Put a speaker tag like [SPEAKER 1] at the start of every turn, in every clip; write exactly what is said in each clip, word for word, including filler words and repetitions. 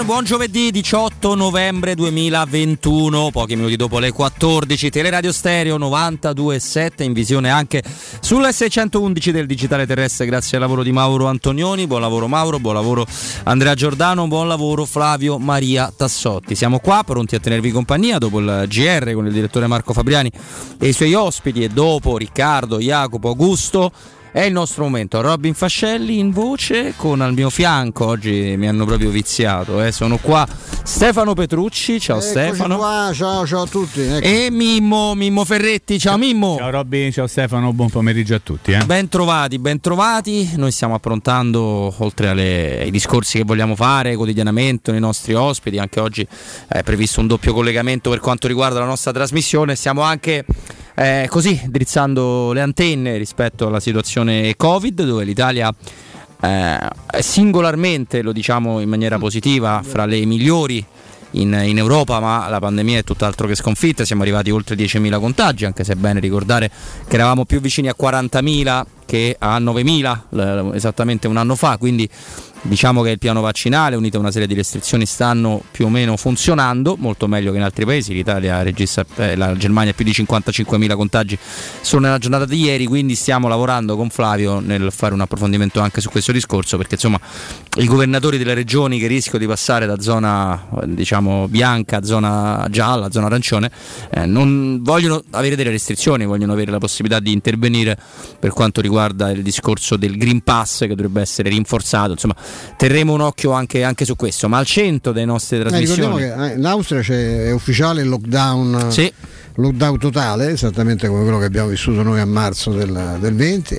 [SPEAKER 1] buon giovedì diciotto novembre duemilaventuno, pochi minuti dopo le quattordici, Teleradio Stereo novantadue virgola sette, in visione anche sulla seicentoundici del digitale terrestre grazie al lavoro di Mauro Antonioni. Buon lavoro Mauro, buon lavoro Andrea Giordano, buon lavoro Flavio Maria Tassotti. Siamo qua pronti a tenervi compagnia dopo il G R con il direttore Marco Fabriani e i suoi ospiti, e dopo Riccardo, Jacopo, Augusto. È il nostro momento. Robin Fascelli in voce, con al mio fianco, oggi mi hanno proprio viziato, eh. Sono qua Stefano Petrucci, ciao
[SPEAKER 2] Eccoci
[SPEAKER 1] Stefano.
[SPEAKER 2] Qua, ciao, ciao a tutti. Ecco.
[SPEAKER 1] E Mimmo, Mimmo Ferretti, ciao Mimmo.
[SPEAKER 3] Ciao Robin, ciao Stefano, buon pomeriggio a tutti. Eh.
[SPEAKER 1] Ben trovati, ben trovati. Noi stiamo approntando, oltre alle, ai discorsi che vogliamo fare quotidianamente con i nostri ospiti, anche oggi è previsto un doppio collegamento per quanto riguarda la nostra trasmissione. Stiamo anche Eh, così drizzando le antenne rispetto alla situazione Covid, dove l'Italia eh, singolarmente, lo diciamo in maniera positiva, fra le migliori in, in Europa, ma la pandemia è tutt'altro che sconfitta. Siamo arrivati oltre diecimila contagi, anche se è bene ricordare che eravamo più vicini a quarantamila che a novemila esattamente un anno fa, quindi diciamo che il piano vaccinale, unito a una serie di restrizioni, stanno più o meno funzionando molto meglio che in altri paesi. L'Italia registra, eh, la Germania più di cinquantacinquemila contagi solo nella giornata di ieri, quindi stiamo lavorando con Flavio nel fare un approfondimento anche su questo discorso, perché insomma i governatori delle regioni che rischiano di passare da zona diciamo bianca a zona gialla, a zona arancione, eh, non vogliono avere delle restrizioni, vogliono avere la possibilità di intervenire per quanto riguarda il discorso del Green Pass, che dovrebbe essere rinforzato. Insomma, terremo un occhio anche, anche su questo, ma al centro delle nostre trasmissioni.
[SPEAKER 2] Eh, ricordiamo che in Austria c'è, è ufficiale il lockdown,
[SPEAKER 1] sì.
[SPEAKER 2] lockdown totale, esattamente come quello che abbiamo vissuto noi a marzo del, del venti,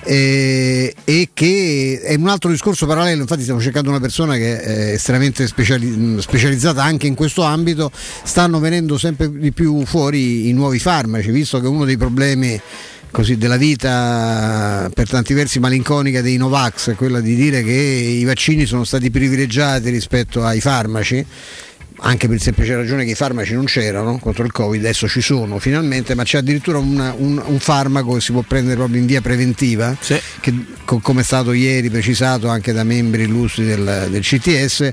[SPEAKER 2] e, e che è un altro discorso parallelo. Infatti stiamo cercando una persona che è estremamente speciali, specializzata anche in questo ambito. Stanno venendo sempre di più fuori i nuovi farmaci, visto che uno dei problemi così della vita per tanti versi malinconica dei Novax è quella di dire che i vaccini sono stati privilegiati rispetto ai farmaci, anche per il semplice ragione che i farmaci non c'erano contro il Covid, adesso ci sono finalmente, ma c'è addirittura una, un, un farmaco che si può prendere proprio in via preventiva, sì. Che co- come è stato ieri precisato anche da membri illustri del, del C T S,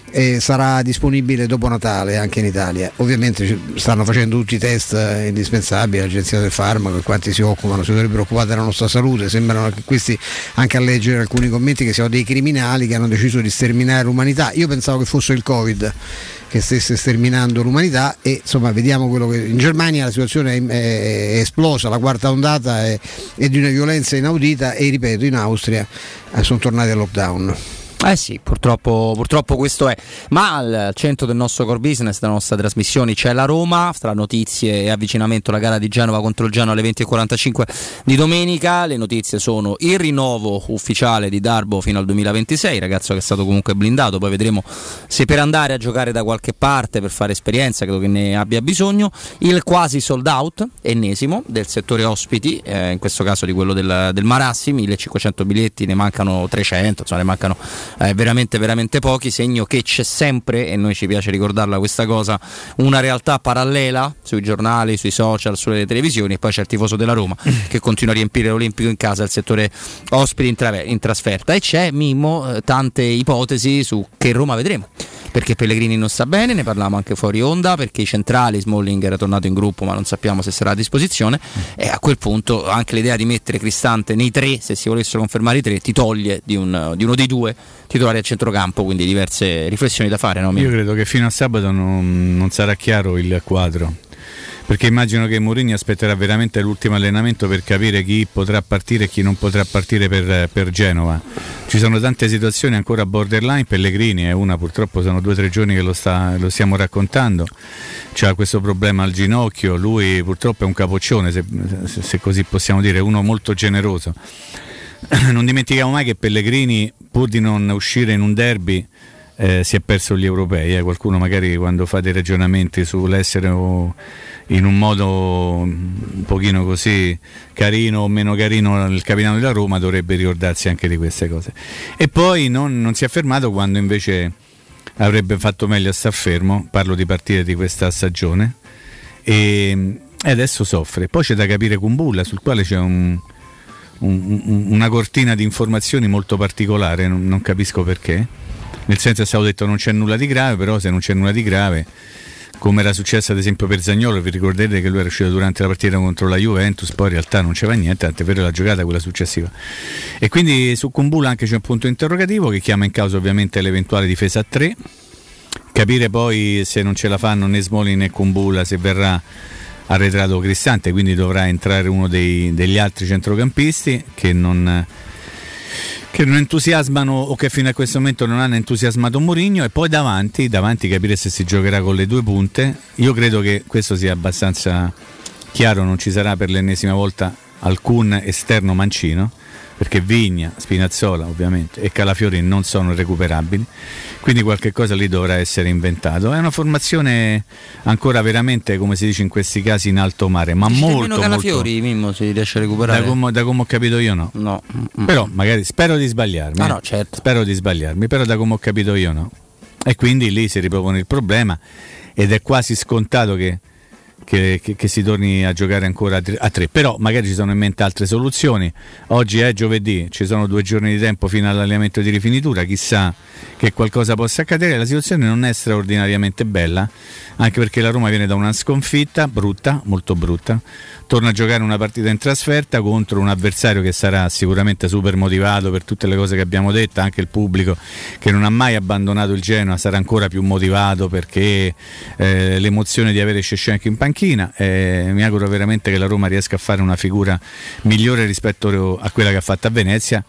[SPEAKER 2] e sarà disponibile dopo Natale anche in Italia. Ovviamente stanno facendo tutti i test indispensabili, l'Agenzia del Farmaco e quanti si occupano, si dovrebbero occupare della nostra salute. Sembrano che questi, anche a leggere alcuni commenti, che siano dei criminali che hanno deciso di sterminare l'umanità. Io pensavo che fosse il Covid che stesse sterminando l'umanità, e insomma vediamo quello che in Germania la situazione è, è, è esplosa, la quarta ondata è, è di una violenza inaudita, e ripeto, in Austria eh, sono tornati al lockdown.
[SPEAKER 1] Eh sì, purtroppo, purtroppo questo è. Ma al centro del nostro core business, della nostra trasmissione, c'è la Roma, tra notizie e avvicinamento alla gara di Genova contro il Genoa alle venti e quarantacinque di domenica. Le notizie sono il rinnovo ufficiale di Darbo fino al duemilaventisei, ragazzo che è stato comunque blindato, poi vedremo se per andare a giocare da qualche parte, per fare esperienza, credo che ne abbia bisogno. Il quasi sold out, ennesimo, del settore ospiti, eh, in questo caso di quello del, del Marassi, millecinquecento biglietti, ne mancano trecento, insomma ne mancano Eh, veramente veramente pochi, segno che c'è sempre, e noi ci piace ricordarla questa cosa, una realtà parallela sui giornali, sui social, sulle televisioni, e poi c'è il tifoso della Roma che continua a riempire l'Olimpico in casa, il settore ospiti in, tra- in trasferta, e c'è Mimmo eh, tante ipotesi su che Roma vedremo, perché Pellegrini non sta bene, ne parlavamo anche fuori onda, perché i centrali, Smalling era tornato in gruppo ma non sappiamo se sarà a disposizione, e a quel punto anche l'idea di mettere Cristante nei tre, se si volessero confermare i tre, ti toglie di, un, di uno dei due titolari a centrocampo, quindi diverse riflessioni da fare, no?
[SPEAKER 3] Io credo che fino a sabato non, non sarà chiaro il quadro, perché immagino che Mourinho aspetterà veramente l'ultimo allenamento per capire chi potrà partire e chi non potrà partire per, per Genova. Ci sono tante situazioni ancora borderline. Pellegrini è una, purtroppo sono due o tre giorni che lo, sta, lo stiamo raccontando, c'ha questo problema al ginocchio, lui purtroppo è un capoccione, se, se così possiamo dire, uno molto generoso. Non dimentichiamo mai che Pellegrini, pur di non uscire in un derby, eh, si è perso gli europei. Eh. Qualcuno magari, quando fa dei ragionamenti sull'essere o in un modo un pochino così carino o meno carino il capitano della Roma, dovrebbe ricordarsi anche di queste cose. E poi non, non si è fermato quando invece avrebbe fatto meglio a star fermo. Parlo di partite di questa stagione, e, e adesso soffre. Poi c'è da capire Kumbulla, sul quale c'è un Un, una cortina di informazioni molto particolare, non, non capisco perché. nel senso è stato detto non c'è nulla di grave, però se non c'è nulla di grave, come era successo ad esempio per Zaniolo, vi ricordate che lui era uscito durante la partita contro la Juventus, poi in realtà non c'era niente, tant'è vero la giocata quella successiva. E quindi su Kumbula anche c'è un punto interrogativo che chiama in causa ovviamente l'eventuale difesa a tre, capire poi se non ce la fanno né Smalling né Kumbula, se verrà arretrato Cristante, quindi dovrà entrare uno dei, degli altri centrocampisti che non... che non entusiasmano o che fino a questo momento non hanno entusiasmato Mourinho, e poi davanti, davanti capire se si giocherà con le due punte. Io credo che questo sia abbastanza chiaro, non ci sarà per l'ennesima volta alcun esterno mancino, perché Vigna, Spinazzola ovviamente e Calafiori non sono recuperabili, quindi qualche cosa lì dovrà essere inventato. È una formazione ancora veramente, come si dice in questi casi, in alto mare, ma
[SPEAKER 1] Dici
[SPEAKER 3] molto
[SPEAKER 1] Calafiori,
[SPEAKER 3] molto...
[SPEAKER 1] Mimmo, si riesce a recuperare?
[SPEAKER 3] Da come, da come ho capito io no.
[SPEAKER 1] No.
[SPEAKER 3] Però magari spero di sbagliarmi.
[SPEAKER 1] Ah,
[SPEAKER 3] eh.
[SPEAKER 1] no, certo.
[SPEAKER 3] Spero di sbagliarmi, però da come ho capito io no. E quindi lì si ripropone il problema ed è quasi scontato che Che, che, che si torni a giocare ancora a tre, a tre, però magari ci sono in mente altre soluzioni. Oggi è giovedì, ci sono due giorni di tempo fino all'allenamento di rifinitura, chissà che qualcosa possa accadere. La situazione non è straordinariamente bella, anche perché la Roma viene da una sconfitta brutta, molto brutta, torna a giocare una partita in trasferta contro un avversario che sarà sicuramente super motivato per tutte le cose che abbiamo detto, anche il pubblico che non ha mai abbandonato il Genoa sarà ancora più motivato perché eh, l'emozione di avere Šešelj in panchina. Eh, mi auguro veramente che la Roma riesca a fare una figura migliore rispetto a quella che ha fatto a Venezia,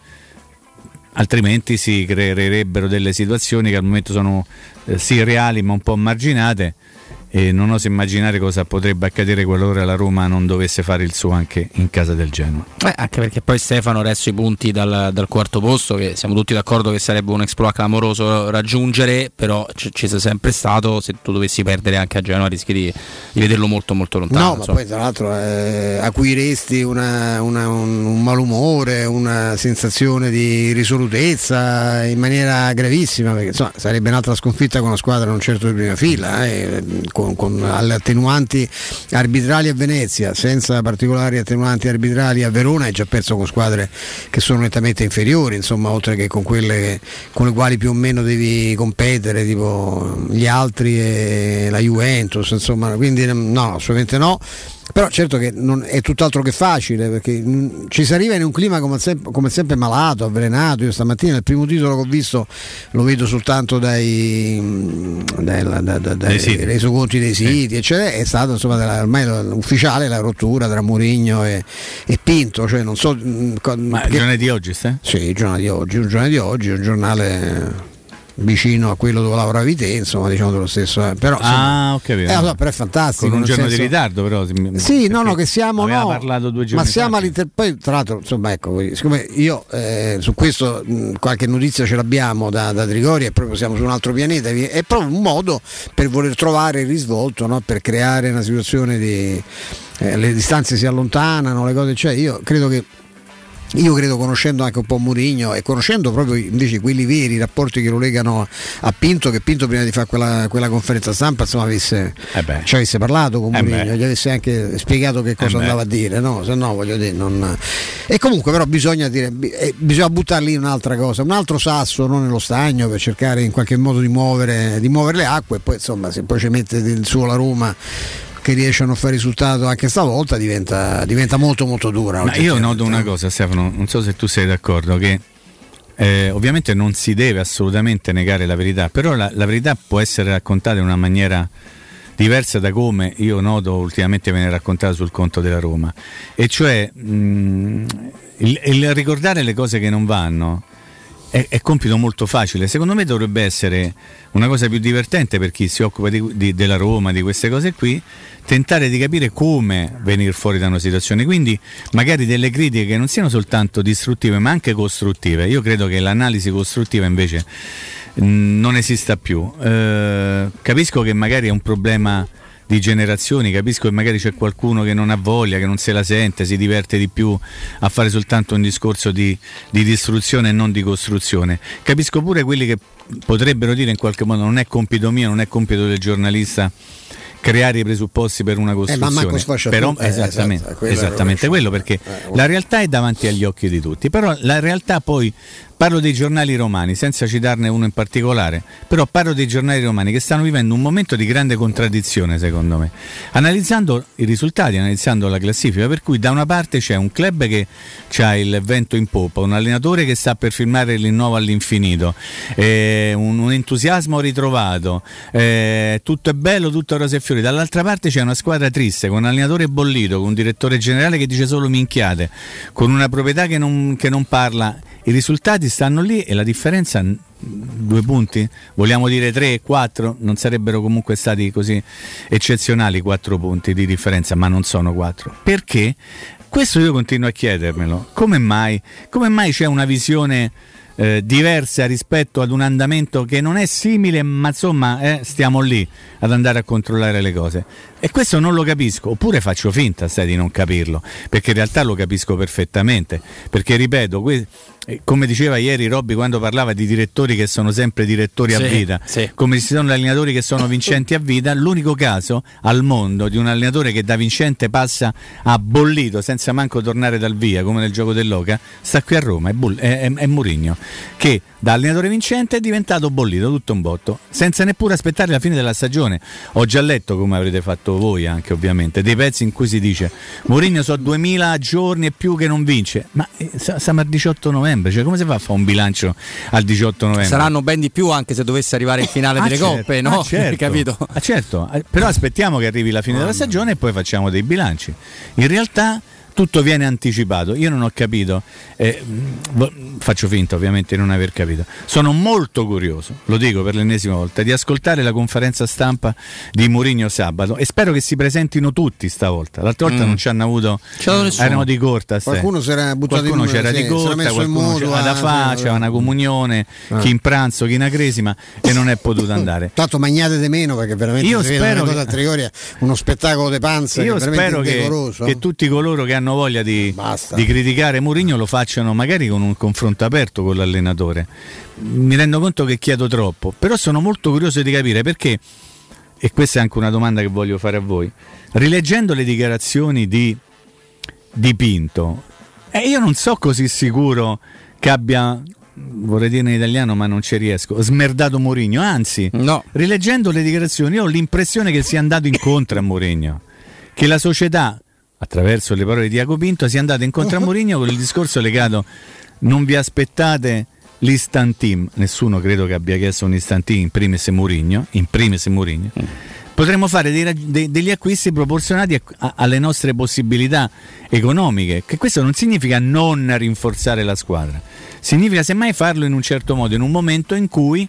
[SPEAKER 3] altrimenti si creerebbero delle situazioni che al momento sono eh, sì reali ma un po' marginate, e non oso immaginare cosa potrebbe accadere qualora la Roma non dovesse fare il suo anche in casa del Genoa.
[SPEAKER 1] Eh, anche perché poi Stefano adesso i punti dal, dal quarto posto, che siamo tutti d'accordo che sarebbe un exploit clamoroso raggiungere, però c- ci sei sempre stato, se tu dovessi perdere anche a Genoa rischi di, di vederlo molto molto lontano.
[SPEAKER 2] No, ma poi tra l'altro eh, acuiresti una, una, un, un malumore, una sensazione di risolutezza in maniera gravissima, perché insomma sarebbe un'altra sconfitta con una squadra non certo di prima fila, eh, con, con alle attenuanti arbitrali a Venezia, senza particolari attenuanti arbitrali a Verona, hai già perso con squadre che sono nettamente inferiori, insomma, oltre che con quelle che, con le quali più o meno devi competere, tipo gli altri e la Juventus, insomma, quindi no, assolutamente no. Però certo che non è tutt'altro che facile, perché mh, ci si arriva in un clima come sempre, come sempre malato, avvelenato. Io stamattina il primo titolo che ho visto lo vedo soltanto dai, dai, dai, dai, dai, dai resoconti dei siti, eh. eccetera. È stato insomma della, ormai ufficiale la rottura tra Mourinho e, e Pinto, cioè non so. Mh,
[SPEAKER 3] Ma perché, il giornale di oggi stai?
[SPEAKER 2] Sì, il giornale di oggi, un giornale di oggi, un giornale vicino a quello dove lavoravi te, insomma, diciamo dello stesso, eh. Però insomma,
[SPEAKER 3] ah, ho capito.
[SPEAKER 2] Eh, allora, però è fantastico.
[SPEAKER 3] Con un giorno
[SPEAKER 2] senso...
[SPEAKER 3] di ritardo, però.
[SPEAKER 2] Sì, no, no, che siamo.
[SPEAKER 3] Aveva
[SPEAKER 2] no,
[SPEAKER 3] parlato due giorni
[SPEAKER 2] ma siamo
[SPEAKER 3] fa.
[SPEAKER 2] all'inter... Poi, tra l'altro, insomma, ecco, siccome io eh, su questo mh, qualche notizia ce l'abbiamo da, da Trigoria, e proprio siamo su un altro pianeta, è proprio un modo per voler trovare il risvolto, no? Per creare una situazione di eh, le distanze si allontanano, le cose, cioè io credo che Io credo, conoscendo anche un po' Mourinho e conoscendo proprio invece quelli veri, i rapporti che lo legano a Pinto, che Pinto prima di fare quella, quella conferenza stampa insomma avesse,
[SPEAKER 3] eh beh.
[SPEAKER 2] ci avesse parlato con
[SPEAKER 3] eh
[SPEAKER 2] Mourinho,
[SPEAKER 3] beh.
[SPEAKER 2] gli avesse anche spiegato che cosa
[SPEAKER 3] eh
[SPEAKER 2] andava
[SPEAKER 3] beh.
[SPEAKER 2] a dire, no? Se no voglio dire non... E comunque però bisogna dire, eh, bisogna buttare lì un'altra cosa, un altro sasso, no, nello stagno, per cercare in qualche modo di muovere, di muovere le acque, e poi insomma se poi ci mette il suo la Roma che riesce a non fare risultato anche stavolta, diventa, diventa molto molto dura.
[SPEAKER 3] Ma io noto una cosa, Stefano, non so se tu sei d'accordo, che eh, ovviamente non si deve assolutamente negare la verità, però la, la verità può essere raccontata in una maniera diversa da come io noto ultimamente viene raccontata sul conto della Roma, e cioè mh, il, il ricordare le cose che non vanno è, è compito molto facile. Secondo me dovrebbe essere una cosa più divertente per chi si occupa di, di, della Roma, di queste cose qui, tentare di capire come venire fuori da una situazione, quindi magari delle critiche che non siano soltanto distruttive ma anche costruttive. Io credo che l'analisi costruttiva invece mh, non esista più. Eh, capisco che magari è un problema di generazioni, capisco che magari c'è qualcuno che non ha voglia, che non se la sente, si diverte di più a fare soltanto un discorso di, di distruzione e non di costruzione. Capisco pure quelli che potrebbero dire in qualche modo non è compito mio, non è compito del giornalista creare i presupposti per una costruzione,
[SPEAKER 2] eh,
[SPEAKER 3] però
[SPEAKER 2] eh,
[SPEAKER 3] esattamente,
[SPEAKER 2] esatto,
[SPEAKER 3] esattamente quello, perché
[SPEAKER 2] eh,
[SPEAKER 3] la realtà è davanti agli occhi di tutti, però la realtà poi Parlo dei giornali romani, senza citarne uno in particolare, però parlo dei giornali romani che stanno vivendo un momento di grande contraddizione, secondo me, analizzando i risultati, analizzando la classifica, per cui da una parte c'è un club che ha il vento in poppa, un allenatore che sta per firmare il rinnovo all'infinito, eh, un, un entusiasmo ritrovato, eh, tutto è bello, tutto è rose e fiori. Dall'altra parte c'è una squadra triste, con un allenatore bollito, con un direttore generale che dice solo minchiate, con una proprietà che non, che non parla. I risultati stanno lì e la differenza, due punti, vogliamo dire tre, quattro, non sarebbero comunque stati così eccezionali quattro punti di differenza, ma non sono quattro. Perché? Questo io continuo a chiedermelo. Come mai? Come mai c'è una visione eh, diversa rispetto ad un andamento che non è simile, ma insomma eh, stiamo lì ad andare a controllare le cose? E questo non lo capisco, oppure faccio finta sai, di non capirlo, perché in realtà lo capisco perfettamente, perché ripeto, que- come diceva ieri Robby quando parlava di direttori che sono sempre direttori a
[SPEAKER 1] sì,
[SPEAKER 3] vita,
[SPEAKER 1] sì.
[SPEAKER 3] Come ci sono allenatori che sono vincenti a vita, l'unico caso al mondo di un allenatore che da vincente passa a bollito senza manco tornare dal via, come nel gioco dell'Oca, sta qui a Roma, è, Bull- è, è, è Mourinho, che da allenatore vincente è diventato bollito, tutto un botto, senza neppure aspettare la fine della stagione. Ho già letto, come avrete fatto voi anche ovviamente, dei pezzi in cui si dice Mourinho so duemila giorni e più che non vince, ma eh, siamo al diciotto novembre, cioè come si fa a fare un bilancio al diciotto novembre?
[SPEAKER 1] Saranno ben di più anche se dovesse arrivare il finale
[SPEAKER 3] ah,
[SPEAKER 1] delle
[SPEAKER 3] certo,
[SPEAKER 1] coppe, no?
[SPEAKER 3] Ah, certo,
[SPEAKER 1] capito?
[SPEAKER 3] Ah, certo, però aspettiamo che arrivi la fine della stagione e poi facciamo dei bilanci. In realtà tutto viene anticipato. Io non ho capito, eh, faccio finta ovviamente di non aver capito. Sono molto curioso, lo dico per l'ennesima volta, di ascoltare la conferenza stampa di Mourinho sabato e spero che si presentino tutti stavolta. L'altra volta mm. non ci hanno avuto, erano di corta.
[SPEAKER 2] Qualcuno si era buttato
[SPEAKER 3] qualcuno
[SPEAKER 2] in
[SPEAKER 3] c'era
[SPEAKER 2] sì,
[SPEAKER 3] di corta, qualcuno c'era da fa, c'era una comunione, ah. chi in pranzo, chi in cresima e non è potuto andare.
[SPEAKER 2] Tanto magnate di meno perché veramente
[SPEAKER 3] io
[SPEAKER 2] si
[SPEAKER 3] spero
[SPEAKER 2] una
[SPEAKER 3] che...
[SPEAKER 2] cosa a Trigoria, uno spettacolo di panza.
[SPEAKER 3] Io
[SPEAKER 2] che
[SPEAKER 3] spero che, che tutti coloro che hanno voglia di, di criticare Mourinho lo facciano magari con un confronto aperto con l'allenatore. Mi rendo conto che chiedo troppo, però sono molto curioso di capire perché, e questa è anche una domanda che voglio fare a voi, rileggendo le dichiarazioni di, di Pinto, eh, io non so così sicuro che abbia, vorrei dire in italiano ma non ci riesco, smerdato Mourinho, anzi
[SPEAKER 1] no.
[SPEAKER 3] Rileggendo le dichiarazioni ho l'impressione che sia andato incontro a Mourinho, che la società attraverso le parole di Iago Pinto sia andato incontro a Mourinho con il discorso legato non vi aspettate l'instant team, nessuno credo che abbia chiesto un instant team, in primis Mourinho, in primis Mourinho. Mm. Potremmo fare dei, dei, degli acquisti proporzionati a, a, alle nostre possibilità economiche, che questo non significa non rinforzare la squadra, significa semmai farlo in un certo modo, in un momento in cui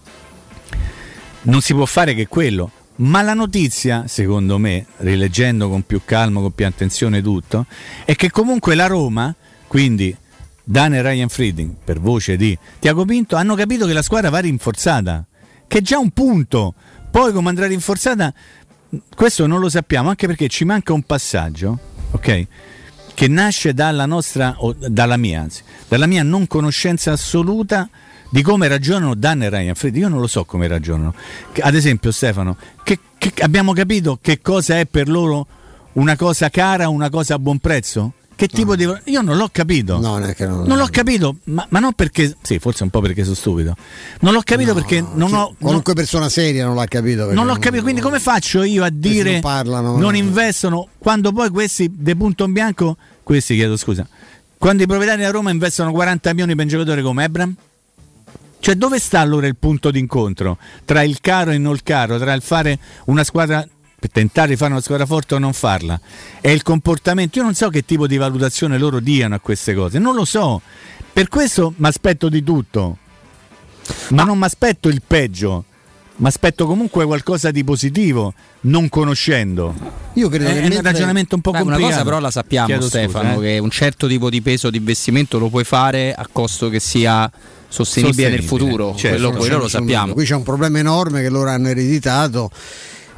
[SPEAKER 3] non si può fare che quello. Ma la notizia, secondo me, rileggendo con più calma, con più attenzione tutto, è che comunque la Roma, quindi Dan e Ryan Frieding, per voce di Tiago Pinto, hanno capito che la squadra va rinforzata, che è già un punto. Poi come andrà rinforzata, questo non lo sappiamo, anche perché ci manca un passaggio, ok? Che nasce dalla nostra, o dalla mia, anzi, dalla mia non conoscenza assoluta di come ragionano Dan e Ryan Frieding. Io non lo so come ragionano. Ad esempio, Stefano, che, che abbiamo capito che cosa è per loro una cosa cara, una cosa a buon prezzo? Che tipo no. di... Io non l'ho capito.
[SPEAKER 2] No, non, è che non,
[SPEAKER 3] non l'ho capito, ma, ma non perché... Sì, forse un po' perché sono stupido. Non l'ho capito no, perché non
[SPEAKER 2] cioè,
[SPEAKER 3] ho...
[SPEAKER 2] Qualunque
[SPEAKER 3] non,
[SPEAKER 2] persona seria non l'ha capito.
[SPEAKER 3] Non l'ho non, capito, quindi come faccio io a dire non, parlano, non investono, quando poi questi, de punto in bianco, questi chiedo scusa, quando i proprietari della Roma investono quaranta milioni per un giocatore come Ebram? Cioè dove sta allora il punto d'incontro tra il caro e non il caro, tra il fare una squadra, per tentare di fare una squadra forte o non farla, e il comportamento? Io non so che tipo di valutazione loro diano a queste cose, non lo so, per questo mi aspetto di tutto, ma non mi aspetto il peggio, mi aspetto comunque qualcosa di positivo, non conoscendo.
[SPEAKER 2] Io credo
[SPEAKER 3] è,
[SPEAKER 2] che
[SPEAKER 3] è mentre... un ragionamento un po'
[SPEAKER 1] Beh,
[SPEAKER 3] complicato.
[SPEAKER 1] Una cosa però la sappiamo, Chiedo Stefano, scusa, eh. che un certo tipo di peso di investimento lo puoi fare a costo che sia sostenibile, sostenibile nel futuro, certo, quello, quello lo sappiamo.
[SPEAKER 2] Qui c'è un problema enorme che loro hanno ereditato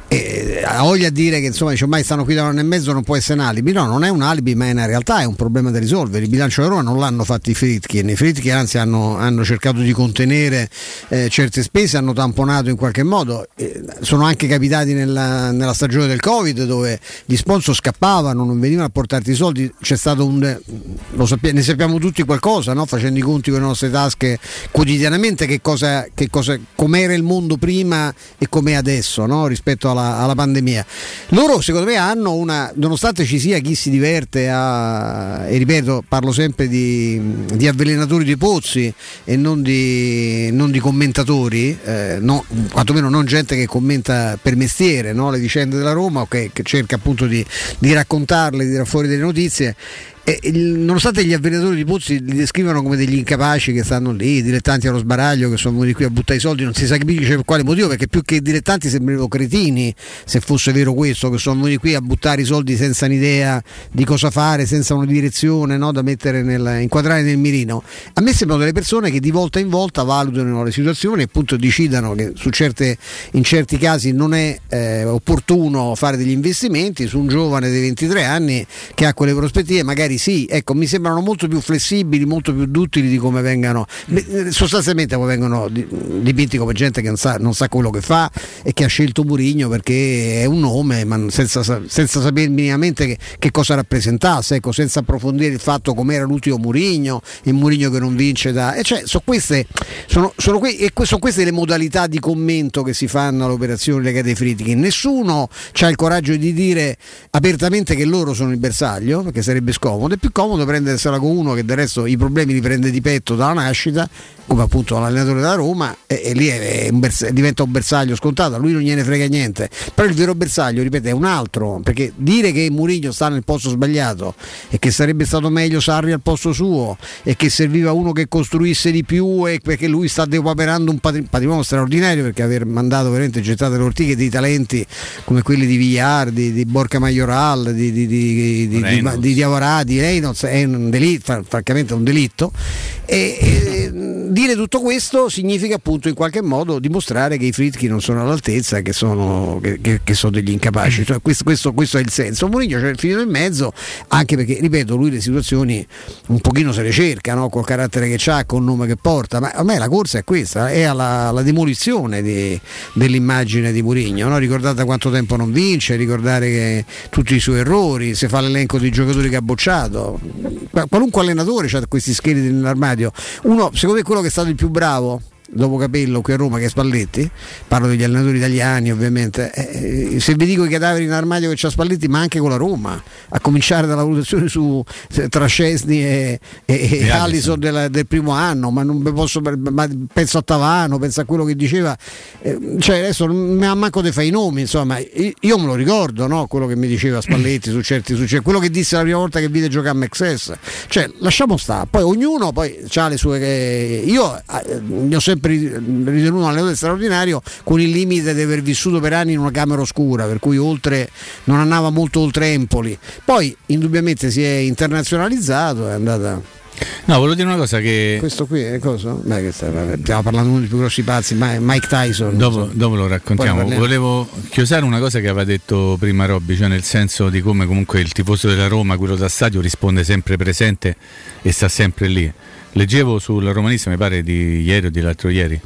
[SPEAKER 2] E ha voglia a dire che insomma dice, ormai stanno qui da un anno e mezzo, non può essere un alibi. No, non è un alibi, ma in realtà è un problema da risolvere. Il bilancio della Roma non l'hanno fatto i Friedkin, i Friedkin anzi hanno, hanno cercato di contenere eh, certe spese, hanno tamponato in qualche modo, eh, sono anche capitati nella, nella stagione del Covid dove gli sponsor scappavano, non venivano a portarti i soldi. C'è stato un, lo sappiamo, ne sappiamo tutti qualcosa, no? Facendo i conti con le nostre tasche quotidianamente, che cosa, che cosa, com'era il mondo prima e com'è adesso, no? Rispetto alla, alla pandemia. Loro secondo me hanno una, nonostante ci sia chi si diverte a, e ripeto, parlo sempre di, di avvelenatori di pozzi e non di, non di commentatori, eh, no, quantomeno non gente che commenta per mestiere, no? Le vicende della Roma, o che, che cerca appunto di, di raccontarle, di tirar fuori delle notizie. E il, nonostante gli avvelenatori di pozzi li descrivono come degli incapaci che stanno lì, dilettanti allo sbaraglio, che sono venuti qui a buttare i soldi, non si sa capisce per quale motivo, perché più che dilettanti sembrano cretini, se fosse vero questo, che sono venuti qui a buttare i soldi senza un'idea di cosa fare, senza una direzione, no, da mettere nel, inquadrare nel mirino. A me sembrano delle persone che di volta in volta valutano le situazioni e appunto decidano che su certe, in certi casi non è eh, opportuno fare degli investimenti su un giovane di ventitré anni che ha quelle prospettive. Magari sì, ecco, mi sembrano molto più flessibili, molto più duttili di come vengono, sostanzialmente come vengono dipinti come gente che non sa, non sa quello che fa e che ha scelto Mourinho perché è un nome, ma senza, senza sapere minimamente che, che cosa rappresentasse, ecco, senza approfondire il fatto com'era l'ultimo Mourinho, il Mourinho che non vince da... E cioè, sono queste, sono, sono, que- e sono queste le modalità di commento che si fanno all'operazione legate ai Friedkin. Nessuno ha il coraggio di dire apertamente che loro sono il bersaglio, perché sarebbe scomodo. È più comodo prendersela con uno che del resto i problemi li prende di petto dalla nascita, come appunto l'allenatore della Roma, e, e lì è, è un bers- diventa un bersaglio scontato, a lui non gliene frega niente. Però il vero bersaglio, ripeto, è un altro, perché dire che Mourinho sta nel posto sbagliato e che sarebbe stato meglio Sarri al posto suo e che serviva uno che costruisse di più e perché lui sta depauperando un patri- patrimonio straordinario, perché aver mandato veramente gettate le ortiche dei talenti come quelli di Villar, di, di Borca Majoral, di, di, di, di, di, di Diavarà, di Reynolds è un delitto, francamente è un delitto. E, e dire tutto questo significa appunto in qualche modo dimostrare che i Friedkin non sono all'altezza, che sono, che, che, che sono degli incapaci. Cioè, questo, questo, questo è il senso. Mourinho c'è il finito in mezzo, anche perché, ripeto, lui le situazioni un pochino se le cerca, no? Col carattere che ha, col nome che porta, ma ormai la corsa è questa, è alla, alla demolizione di, dell'immagine di Mourinho, no? Ricordate quanto tempo non vince, ricordare che tutti i suoi errori, se fa l'elenco dei giocatori che ha bocciato, qualunque allenatore ha questi scheletri nell'armadio. Uno, secondo me, quello che è stato il più bravo dopo Capello qui a Roma, che è Spalletti, parlo degli allenatori italiani ovviamente, eh, se vi dico i cadaveri in armadio che c'ha Spalletti, ma anche con la Roma, a cominciare dalla valutazione su tra Szczesny e, e, e Alisson del, del primo anno, ma non posso, ma penso a Tavano, penso a quello che diceva, eh, cioè adesso non mi ha manco di fare i nomi, insomma io me lo ricordo, no? Quello che mi diceva Spalletti su certi, su certi, quello che disse la prima volta che vide giocare a Mexes, cioè lasciamo stare, poi ognuno poi ha le sue, eh, io eh, ne ho sempre ritenuto un allenatore straordinario, con il limite di aver vissuto per anni in una camera oscura, per cui oltre non andava molto oltre Empoli, poi indubbiamente si è internazionalizzato, è andata.
[SPEAKER 3] No, volevo dire una cosa che...
[SPEAKER 2] Questo qui è cosa? Beh, che sta, stiamo parlando di uno dei più grossi pazzi, Mike Tyson.
[SPEAKER 3] Dopo,
[SPEAKER 2] so.
[SPEAKER 3] dopo lo raccontiamo. Volevo chiosare una cosa che aveva detto prima Robby, cioè nel senso di come comunque il tifoso della Roma, quello da stadio, risponde sempre presente e sta sempre lì. Leggevo sulla Romanista, mi pare di ieri o di l'altro ieri,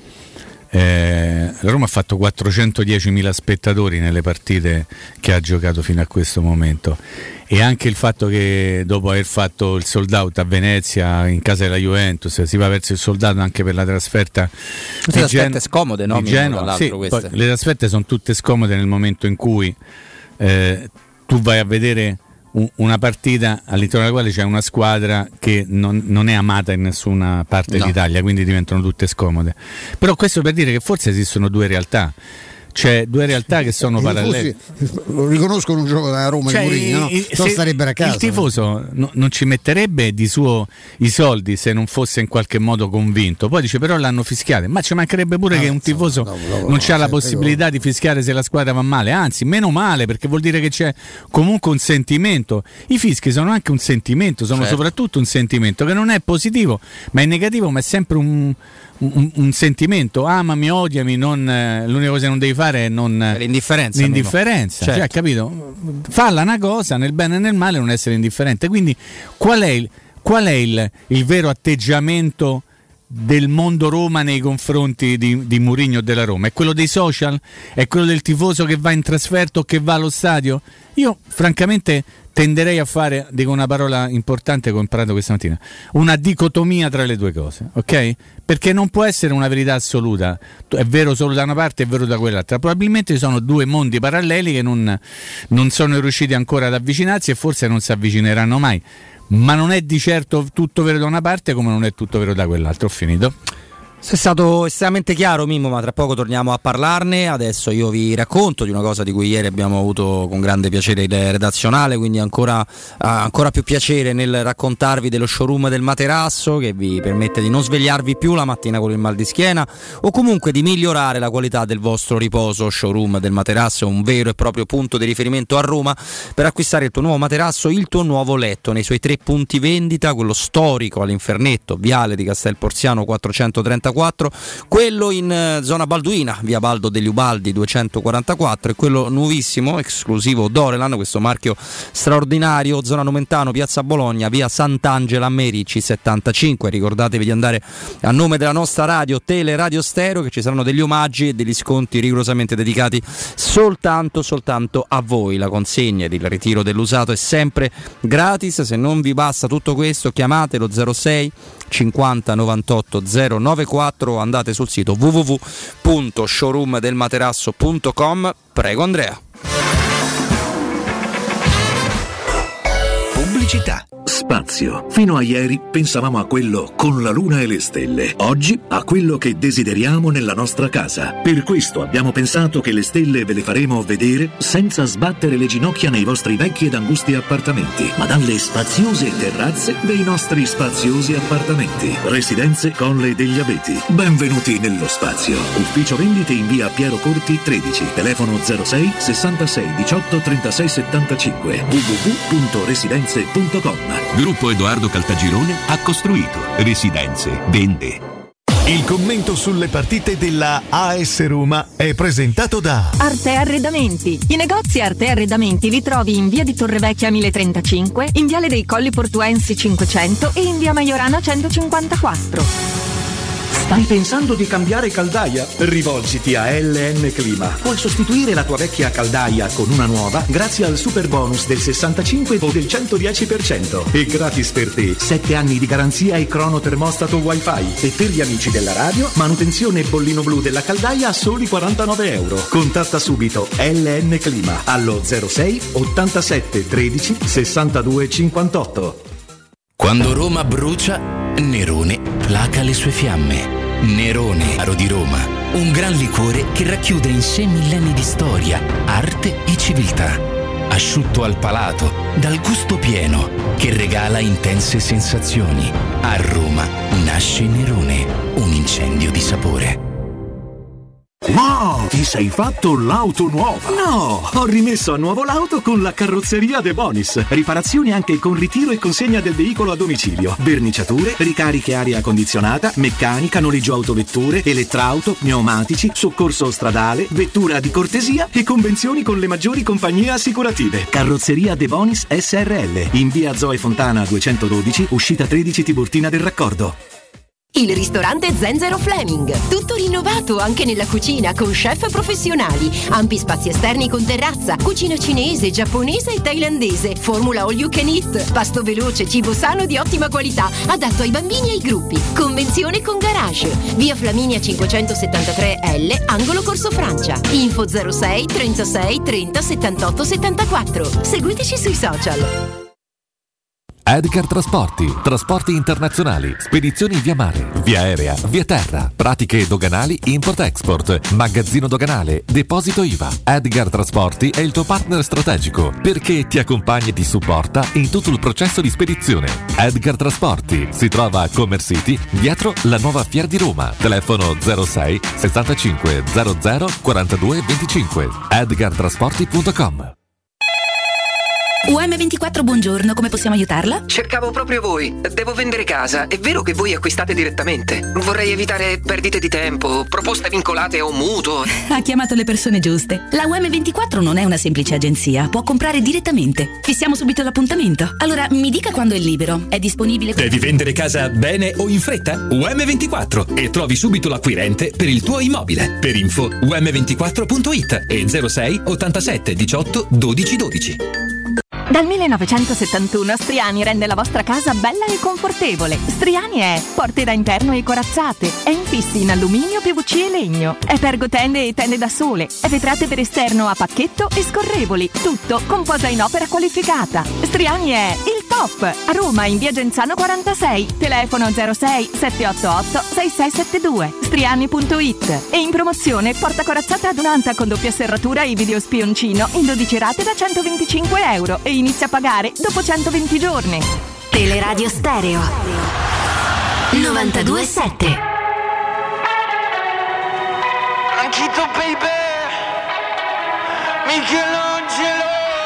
[SPEAKER 3] eh, la Roma ha fatto quattrocentodiecimila spettatori nelle partite che ha giocato fino a questo momento, e anche il fatto che dopo aver fatto il sold out a Venezia in casa della Juventus si va verso il sold out anche per la trasferta
[SPEAKER 1] tutte di Gen- scomode, no?
[SPEAKER 3] Di Genova, sì, poi, le trasferte sono tutte scomode nel momento in cui eh, tu vai a vedere una partita all'interno della quale c'è una squadra che non, non è amata in nessuna parte no. d'Italia, quindi diventano tutte scomode. Però questo per dire che forse esistono due realtà, cioè due realtà che sono parallele.
[SPEAKER 2] Lo riconoscono un gioco da Roma, cioè, e Mourinho, no? Non starebbero a casa.
[SPEAKER 3] Il tifoso no, non ci metterebbe di suo i soldi se non fosse in qualche modo convinto. Poi dice però l'hanno fischiato, ma ci mancherebbe pure ah, che un tifoso no, no, no, non c'ha no, la possibilità di fischiare se la squadra va male, anzi meno male, perché vuol dire che c'è comunque un sentimento. I fischi sono anche un sentimento, sono certo. soprattutto un sentimento che non è positivo ma è negativo, ma è sempre un Un, un sentimento, amami, odiami, non, eh, l'unica cosa che non devi fare fare è non
[SPEAKER 1] l'indifferenza,
[SPEAKER 3] l'indifferenza, certo. Cioè, capito? Falla una cosa nel bene e nel male, non essere indifferente. Quindi qual è il, qual è il, il vero atteggiamento del mondo Roma nei confronti di, di Mourinho e della Roma? È quello dei social? È quello del tifoso che va in trasferta o che va allo stadio? Io francamente tenderei a fare, dico una parola importante che ho imparato questa mattina, una dicotomia tra le due cose, ok? Perché non può essere una verità assoluta, è vero solo da una parte, è vero da quell'altra. Probabilmente ci sono due mondi paralleli che non, non sono riusciti ancora ad avvicinarsi e forse non si avvicineranno mai. Ma non è di certo tutto vero da una parte come non è tutto vero da quell'altra. Ho finito.
[SPEAKER 1] Sei stato estremamente chiaro, Mimmo, ma tra poco torniamo a parlarne. Adesso io vi racconto di una cosa di cui ieri abbiamo avuto con grande piacere il redazionale, quindi ancora, ancora più piacere nel raccontarvi dello showroom del materasso, che vi permette di non svegliarvi più la mattina con il mal di schiena o comunque di migliorare la qualità del vostro riposo. Showroom del materasso è un vero e proprio punto di riferimento a Roma per acquistare il tuo nuovo materasso, il tuo nuovo letto, nei suoi tre punti vendita, quello storico all'Infernetto, Viale di Castel Porziano quattrocentotrentaquattro, quello in zona Balduina, via Baldo degli Ubaldi duecentoquarantaquattro, e quello nuovissimo, esclusivo Dorelan, questo marchio straordinario, zona Nomentano, piazza Bologna, via Sant'Angela Merici settantacinque. Ricordatevi di andare a nome della nostra radio Tele Radio Stereo, che ci saranno degli omaggi e degli sconti rigorosamente dedicati soltanto soltanto a voi. La consegna ed il ritiro dell'usato è sempre gratis. Se non vi basta tutto questo, chiamate lo zero sei cinquanta novantotto zero novantaquattro, andate sul sito w w w punto showroom del materasso punto com. Prego Andrea.
[SPEAKER 4] Pubblicità. Spazio. Fino a ieri pensavamo a quello con la luna e le stelle. Oggi a quello che desideriamo nella nostra casa. Per questo abbiamo pensato che le stelle ve le faremo vedere senza sbattere le ginocchia nei vostri vecchi ed angusti appartamenti, ma dalle spaziose terrazze dei nostri spaziosi appartamenti. Residenze Colle degli Abeti. Benvenuti nello spazio. Ufficio vendite in via Piero Corti tredici. Telefono zero sei sessantasei diciotto trentasei settantacinque. w w w punto residenze punto com.
[SPEAKER 5] Gruppo Edoardo Caltagirone ha costruito, residenze, vende.
[SPEAKER 6] Il commento sulle partite della A S Roma è presentato da
[SPEAKER 7] Arte Arredamenti. I negozi Arte Arredamenti li trovi in via di Torrevecchia mille trentacinque, in viale dei Colli Portuensi cinquecento e in via Maiorana centocinquantaquattro.
[SPEAKER 8] Stai pensando di cambiare caldaia? Rivolgiti a L N Clima. Puoi sostituire la tua vecchia caldaia con una nuova grazie al super bonus del sessantacinque o del centodieci per cento. E gratis per te sette anni di garanzia e crono termostato wifi. E per gli amici della radio, manutenzione e bollino blu della caldaia a soli quarantanove euro. Contatta subito L N Clima allo zero sei ottantasette tredici sessantadue cinquantotto.
[SPEAKER 9] Quando Roma brucia, Nerone placa le sue fiamme. Nerone, Aro di Roma, un gran liquore che racchiude in sé millenni di storia, arte e civiltà. Asciutto al palato, dal gusto pieno, che regala intense sensazioni. A Roma nasce Nerone, un incendio di sapore.
[SPEAKER 4] Wow, ti sei fatto l'auto nuova?
[SPEAKER 8] No, ho rimesso a nuovo l'auto con la carrozzeria De Bonis. Riparazioni anche con ritiro e consegna del veicolo a domicilio. Verniciature, ricariche aria condizionata, meccanica, noleggio autovetture, elettrauto, pneumatici, soccorso stradale, vettura di cortesia e convenzioni con le maggiori compagnie assicurative. Carrozzeria De Bonis S R L, in via Zoe Fontana duecentododici, uscita tredici Tiburtina del Raccordo.
[SPEAKER 10] Il ristorante Zenzero Fleming, tutto rinnovato anche nella cucina con chef professionali, ampi spazi esterni con terrazza, cucina cinese, giapponese e thailandese, formula all you can eat, pasto veloce, cibo sano di ottima qualità, adatto ai bambini e ai gruppi, convenzione con garage, via Flaminia cinquecentosettantatré L, angolo Corso Francia, info zero sei trentasei trenta settantotto settantaquattro, seguiteci sui social.
[SPEAKER 11] Edgar Trasporti, trasporti internazionali, spedizioni via mare, via aerea, via terra, pratiche doganali import-export, magazzino doganale, deposito I V A. Edgar Trasporti è il tuo partner strategico perché ti accompagna e ti supporta in tutto il processo di spedizione. Edgar Trasporti si trova a Commerce City, dietro la nuova Fiera di Roma. Telefono zero sei sessantacinque zero zero quarantadue venticinque. edgar trasporti punto com.
[SPEAKER 12] U M ventiquattro, buongiorno, come possiamo aiutarla?
[SPEAKER 13] Cercavo proprio voi. Devo vendere casa. È vero che voi acquistate direttamente? Vorrei evitare perdite di tempo, proposte vincolate o mutuo.
[SPEAKER 12] Ha chiamato le persone giuste. La U M ventiquattro non è una semplice agenzia, può comprare direttamente. Fissiamo subito l'appuntamento. Allora, mi dica quando è libero. È disponibile...
[SPEAKER 14] Devi vendere casa bene o in fretta? U M ventiquattro e trovi subito l'acquirente per il tuo immobile. Per info u m ventiquattro punto it e zero sei ottantasette diciotto dodici dodici.
[SPEAKER 7] Dal millenovecentosettantuno Striani rende la vostra casa bella e confortevole. Striani è porte da interno e corazzate, è infissi in alluminio, P V C e legno, è pergotende e tende da sole, è vetrate per esterno a pacchetto e scorrevoli, tutto con posa in opera qualificata. Striani è il top! A Roma in via Genzano quarantasei, telefono zero sei sette otto otto sei sei sette due, striani punto it. E in promozione porta corazzata adunata con doppia serratura e video spioncino in dodici rate da centoventicinque euro e inizia a pagare dopo centoventi giorni.
[SPEAKER 10] Teleradio Stereo novantadue sette.
[SPEAKER 15] Anchito baby, Michelangelo,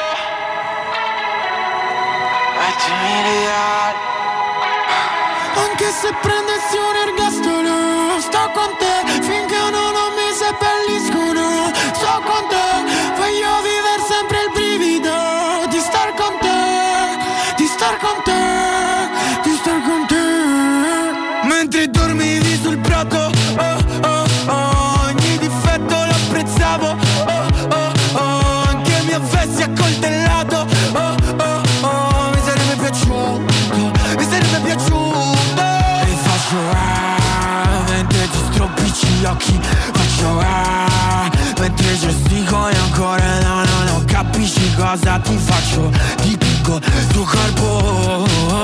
[SPEAKER 15] anche se prendessi un ergastolo, sto con te finché uno non mi seppelliscono. Sto con te, voglio vivere sempre il brivido di star con te, di star con te, di star con te. Mentre dormivi sul prato, oh oh oh, ogni difetto lo apprezzavo, oh oh oh, anche mi avessi accoltellato, oh oh oh, mi sarebbe piaciuto, mi sarebbe piaciuto. E faccio ah, mentre ti stropicci gli occhi, faccio ah, mentre gestico e ancora no, no, no, capisci cosa ti faccio, ti picco tuo corpo,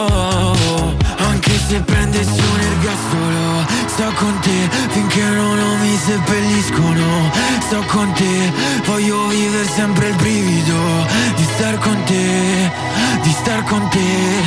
[SPEAKER 15] anche se prendessi un ergastolo, sto con te finché non, non mi seppelliscono. Sto con te, voglio vivere sempre il brivido di star con te, di star con te,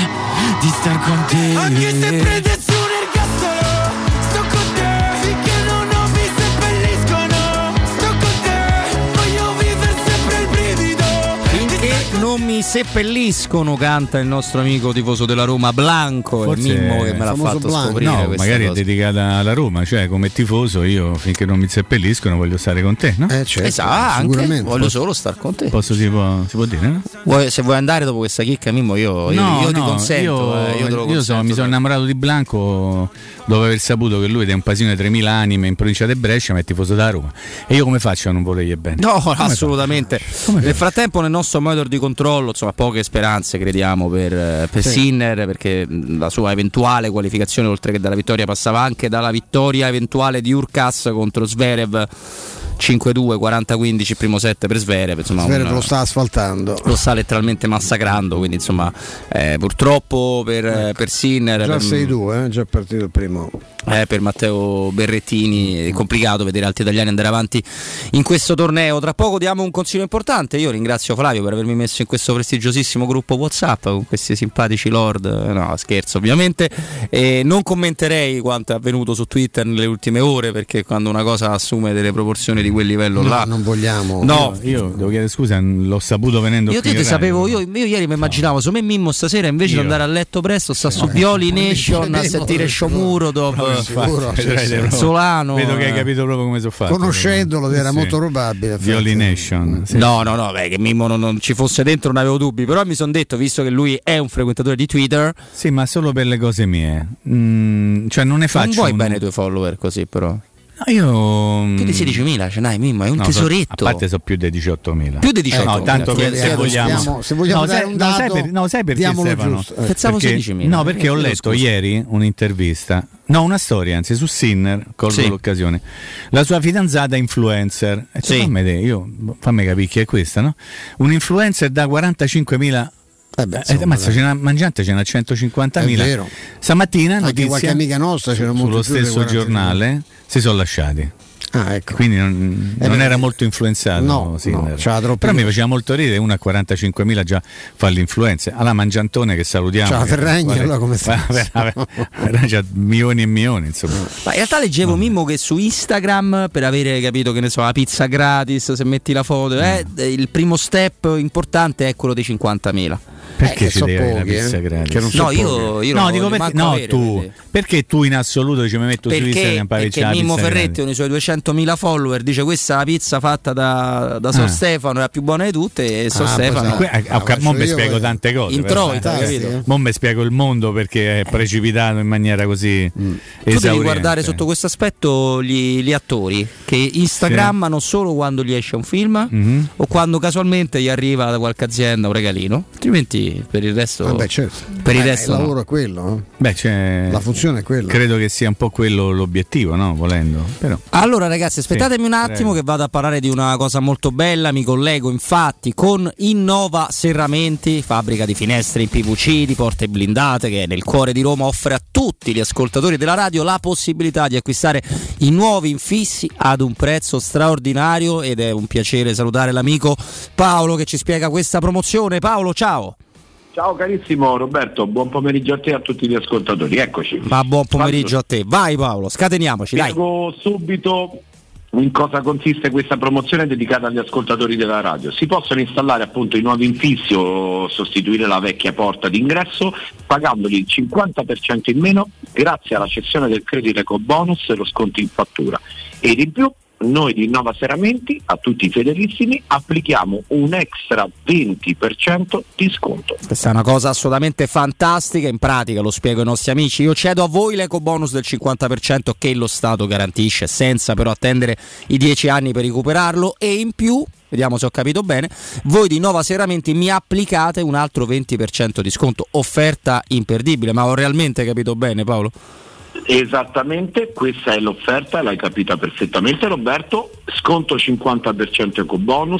[SPEAKER 15] di star con te. Anche se prendessi un ergastolo, sto con te finché non, non mi seppelliscono. Sto con te, voglio vivere sempre il brivido
[SPEAKER 1] finché non mi seppelliscono, canta il nostro amico tifoso della Roma Blanco.
[SPEAKER 3] Forse
[SPEAKER 1] il Mimmo che me l'ha fatto
[SPEAKER 3] Blanco.
[SPEAKER 1] scoprire.
[SPEAKER 3] No,
[SPEAKER 1] questa
[SPEAKER 3] magari
[SPEAKER 1] cosa.
[SPEAKER 3] è dedicata alla Roma, cioè come tifoso io finché non mi seppelliscono voglio stare con te, no?
[SPEAKER 2] Eh, certo,
[SPEAKER 1] Esatto,
[SPEAKER 2] sicuramente.
[SPEAKER 1] anche, voglio solo star con te.
[SPEAKER 3] Posso, si può, si può dire, no?
[SPEAKER 1] Vuoi, se vuoi andare dopo questa chicca, Mimmo, io, io,
[SPEAKER 3] No,
[SPEAKER 1] io ti
[SPEAKER 3] no,
[SPEAKER 1] consento.
[SPEAKER 3] io,
[SPEAKER 1] eh, io te lo
[SPEAKER 3] io
[SPEAKER 1] consento,
[SPEAKER 3] sono, mi sono innamorato di Blanco dopo aver saputo che lui è un paesino di tremila anime in provincia di Brescia, ma è tifoso da Roma. E io come faccio a non volergli bene?
[SPEAKER 1] No,
[SPEAKER 3] Come
[SPEAKER 1] assolutamente.
[SPEAKER 3] Come
[SPEAKER 1] Nel frattempo, nel nostro monitor di controllo, insomma, poche speranze crediamo per, per
[SPEAKER 2] Sì.
[SPEAKER 1] Sinner, perché la sua eventuale qualificazione, oltre che dalla vittoria, passava anche dalla vittoria eventuale di Urkas contro Zverev. cinque due, quaranta quindici, primo set per Zverev. Insomma,
[SPEAKER 2] Zverev
[SPEAKER 1] un-
[SPEAKER 2] lo sta asfaltando.
[SPEAKER 1] lo sta letteralmente massacrando. Quindi, insomma, eh, purtroppo per, per Sinner,
[SPEAKER 2] Già
[SPEAKER 1] per,
[SPEAKER 2] sei due, eh, già partito il primo.
[SPEAKER 1] eh, per Matteo Berrettini è complicato vedere altri italiani andare avanti in questo torneo. Tra poco diamo un consiglio importante. Io ringrazio Flavio per avermi messo in questo prestigiosissimo gruppo WhatsApp con questi simpatici lord. No, scherzo ovviamente. E non commenterei quanto è avvenuto su Twitter nelle ultime ore, perché quando una cosa assume delle proporzioni di quel livello
[SPEAKER 2] No,
[SPEAKER 1] là,
[SPEAKER 2] non vogliamo.
[SPEAKER 1] no.
[SPEAKER 3] Io, io devo chiedere scusa, l'ho saputo venendo
[SPEAKER 1] Io
[SPEAKER 3] qui
[SPEAKER 1] te
[SPEAKER 3] in
[SPEAKER 1] sapevo,
[SPEAKER 3] radio.
[SPEAKER 1] io, io ieri mi immaginavo, secondo me Mimmo stasera invece
[SPEAKER 3] Io.
[SPEAKER 1] di andare a letto presto sta su Violi Nation a sentire Shomuro dopo
[SPEAKER 2] Sicuro, sì,
[SPEAKER 3] Vedrete
[SPEAKER 2] sì.
[SPEAKER 3] proprio.
[SPEAKER 1] Solano.
[SPEAKER 3] Vedo che hai capito proprio come sono fatto.
[SPEAKER 2] Conoscendolo era
[SPEAKER 3] Sì.
[SPEAKER 2] molto probabile.
[SPEAKER 3] Violination. Sì.
[SPEAKER 1] No, no, no, beh, che Mimmo non, non ci fosse dentro non avevo dubbi, però mi sono detto, visto che lui è un frequentatore di Twitter,
[SPEAKER 3] Sì, ma solo per le cose mie. Mm, cioè non ne faccio.
[SPEAKER 1] non vuoi
[SPEAKER 3] un-
[SPEAKER 1] bene i tuoi follower così però.
[SPEAKER 3] No, io.
[SPEAKER 1] Più di sedicimila ce n'hai, Mimmo, è un
[SPEAKER 3] No,
[SPEAKER 1] tesoretto.
[SPEAKER 3] A parte sono più di diciottomila.
[SPEAKER 1] Più di diciottomila.
[SPEAKER 3] No, tanto
[SPEAKER 1] Eh,
[SPEAKER 3] per,
[SPEAKER 1] eh,
[SPEAKER 3] se
[SPEAKER 1] eh,
[SPEAKER 3] vogliamo.
[SPEAKER 2] stiamo- se vogliamo
[SPEAKER 3] no,
[SPEAKER 2] dare
[SPEAKER 3] sai,
[SPEAKER 2] un
[SPEAKER 3] no, sai
[SPEAKER 2] dato,
[SPEAKER 3] per, no, sai perché
[SPEAKER 2] diamolo
[SPEAKER 3] Stefano?
[SPEAKER 2] giusto. Eh.
[SPEAKER 1] Pensavo
[SPEAKER 3] Perché-
[SPEAKER 1] sedicimila.
[SPEAKER 3] No, perché ho
[SPEAKER 1] Chiedo
[SPEAKER 3] letto
[SPEAKER 1] scusa.
[SPEAKER 3] ieri un'intervista. No, una storia, anzi, su Sinner, colgo
[SPEAKER 1] Sì.
[SPEAKER 3] l'occasione. La sua fidanzata influencer. E
[SPEAKER 1] Sì.
[SPEAKER 3] fammi, vedere, io, fammi capire chi è questa, no? Un influencer da quarantacinquemila.
[SPEAKER 2] Eh beh,
[SPEAKER 3] Eh,
[SPEAKER 2] insomma,
[SPEAKER 3] mazza,
[SPEAKER 2] dai.
[SPEAKER 3] ce n'ha, mangiante ce n'ha centocinquantamila.
[SPEAKER 2] È vero.
[SPEAKER 3] Stamattina
[SPEAKER 2] Anche
[SPEAKER 3] notizia,
[SPEAKER 2] qualche amica nostra c'era molto
[SPEAKER 3] sullo
[SPEAKER 2] più dei
[SPEAKER 3] stesso
[SPEAKER 2] quaranta.
[SPEAKER 3] giornale si sono lasciati.
[SPEAKER 2] Ah, ecco.
[SPEAKER 3] Quindi non,
[SPEAKER 2] eh,
[SPEAKER 3] non
[SPEAKER 2] beh,
[SPEAKER 3] era molto influenzato,
[SPEAKER 2] no,
[SPEAKER 3] Sinner.
[SPEAKER 2] no,
[SPEAKER 3] però mi faceva molto ridere, uno a quarantacinquemila già fa l'influenza. Alla Mangiantone che salutiamo.
[SPEAKER 2] Ciao Ferragni, allora come stai?
[SPEAKER 3] Era già milioni e milioni, insomma.
[SPEAKER 1] Ma in realtà leggevo no. Mimmo che su Instagram, per avere capito che ne so, la pizza gratis, se metti la foto, eh, il primo step importante è quello dei cinquantamila.
[SPEAKER 3] Perché
[SPEAKER 2] eh,
[SPEAKER 3] ci
[SPEAKER 2] so
[SPEAKER 3] deve
[SPEAKER 2] pochi,
[SPEAKER 3] la pizza
[SPEAKER 2] eh?
[SPEAKER 3] gratis?
[SPEAKER 2] Che non so
[SPEAKER 1] no, io, io
[SPEAKER 3] no,
[SPEAKER 1] non
[SPEAKER 3] dico perché, no
[SPEAKER 1] avere,
[SPEAKER 3] tu
[SPEAKER 1] perché.
[SPEAKER 3] perché tu in assoluto ci mi metto
[SPEAKER 1] perché,
[SPEAKER 3] su Instagram per
[SPEAKER 1] perché Mimmo Ferretti con i suoi duecentomila follower dice questa è la pizza fatta da, da Sor
[SPEAKER 3] ah.
[SPEAKER 1] Stefano, è la più buona di tutte e Sor
[SPEAKER 2] ah,
[SPEAKER 1] Stefano
[SPEAKER 3] que- ah, ah, mo mi spiego tante cose
[SPEAKER 1] introita, capito?
[SPEAKER 3] Mo mi spiego il mondo perché è precipitato in maniera così mm.
[SPEAKER 1] tu devi guardare sotto questo aspetto gli, gli attori che instagrammano sì. solo quando gli esce un film mm-hmm. o quando casualmente gli arriva da qualche azienda un regalino, altrimenti per il resto
[SPEAKER 2] Vabbè, certo.
[SPEAKER 1] Per il
[SPEAKER 2] eh,
[SPEAKER 1] resto
[SPEAKER 2] il lavoro
[SPEAKER 1] no.
[SPEAKER 2] è quello, no?
[SPEAKER 3] Beh, cioè,
[SPEAKER 2] la funzione è quella.
[SPEAKER 3] Credo che sia un po' quello l'obiettivo, no? Volendo. Però.
[SPEAKER 1] Allora, ragazzi, aspettatemi sì, un attimo
[SPEAKER 3] prego.
[SPEAKER 1] che vado a parlare di una cosa molto bella. Mi collego infatti con Innova Serramenti, fabbrica di finestre in P V C, di porte blindate, che nel cuore di Roma offre a tutti gli ascoltatori della radio la possibilità di acquistare i nuovi infissi ad un prezzo straordinario. Ed è un piacere salutare l'amico Paolo che ci spiega questa promozione. Paolo, ciao.
[SPEAKER 16] Ciao carissimo Roberto, buon pomeriggio a te e a tutti gli ascoltatori, eccoci.
[SPEAKER 1] Ma buon pomeriggio a te, vai Paolo, scateniamoci, dai.
[SPEAKER 16] Spiego subito in cosa consiste questa promozione dedicata agli ascoltatori della radio. Si possono installare appunto i nuovi infissi o sostituire la vecchia porta d'ingresso pagandoli il cinquanta per cento in meno grazie alla cessione del credito eco bonus e lo sconto in fattura. Ed in più noi di Innova Serramenti a tutti i fedelissimi applichiamo un extra venti per cento di sconto.
[SPEAKER 1] Questa è una cosa assolutamente fantastica, in pratica lo spiego ai nostri amici, io cedo a voi l'eco bonus del cinquanta per cento che lo Stato garantisce senza però attendere i dieci anni per recuperarlo e in più, vediamo se ho capito bene, voi di Innova Serramenti mi applicate un altro venti per cento di sconto, offerta imperdibile, ma ho realmente capito bene Paolo?
[SPEAKER 16] Esattamente, questa è l'offerta, l'hai capita perfettamente Roberto, sconto cinquanta per cento eco bonus,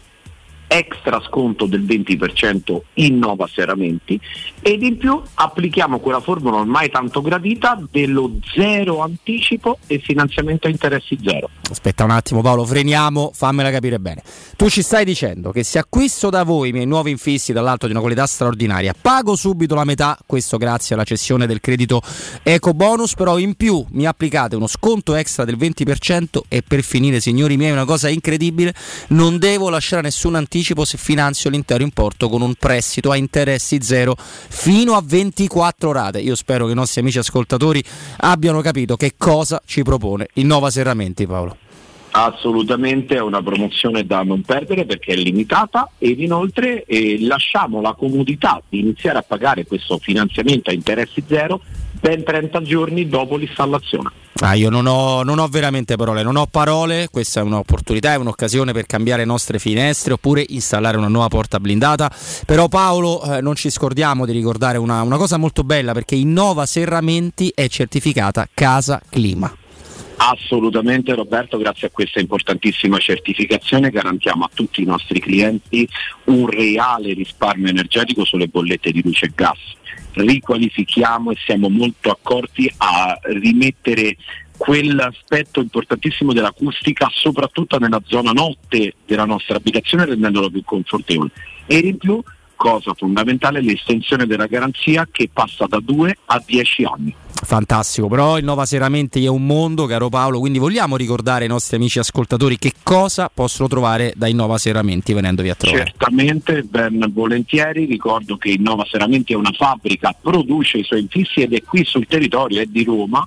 [SPEAKER 16] extra sconto del venti per cento in Innova Serramenti ed in più applichiamo quella formula ormai tanto gradita dello zero anticipo e finanziamento a interessi zero.
[SPEAKER 1] Aspetta un attimo Paolo, freniamo, fammela capire bene. Tu ci stai dicendo che se acquisto da voi i miei nuovi infissi dall'alto di una qualità straordinaria, pago subito la metà, questo grazie alla cessione del credito eco bonus, però in più mi applicate uno sconto extra del venti per cento e per finire signori miei una cosa incredibile, non devo lasciare nessun anticipo se finanzio l'intero importo con un prestito a interessi zero fino a ventiquattro rate. Io spero che i nostri amici ascoltatori abbiano capito che cosa ci propone Innova Serramenti, Paolo.
[SPEAKER 16] Assolutamente, è una promozione da non perdere perché è limitata ed inoltre eh, lasciamo la comodità di iniziare a pagare questo finanziamento a interessi zero ben trenta giorni dopo l'installazione.
[SPEAKER 1] Ah, io non ho, non ho veramente parole, non ho parole, questa è un'opportunità, è un'occasione per cambiare le nostre finestre oppure installare una nuova porta blindata, però Paolo eh, non ci scordiamo di ricordare una, una cosa molto bella perché Innova Serramenti è certificata Casa Clima.
[SPEAKER 16] Assolutamente Roberto, grazie a questa importantissima certificazione garantiamo a tutti i nostri clienti un reale risparmio energetico sulle bollette di luce e gas. Riqualifichiamo e siamo molto accorti a rimettere quell'aspetto importantissimo dell'acustica soprattutto nella zona notte della nostra abitazione rendendolo più confortevole e in più, cosa fondamentale, l'estensione della garanzia che passa da due a dieci anni.
[SPEAKER 1] Fantastico, però Innova Serramenti è un mondo, caro Paolo, quindi vogliamo ricordare ai nostri amici ascoltatori che cosa possono trovare da Innova Serramenti venendovi a trovare?
[SPEAKER 16] Certamente, ben volentieri, ricordo che Innova Serramenti è una fabbrica, produce i suoi infissi ed è qui sul territorio, è di Roma,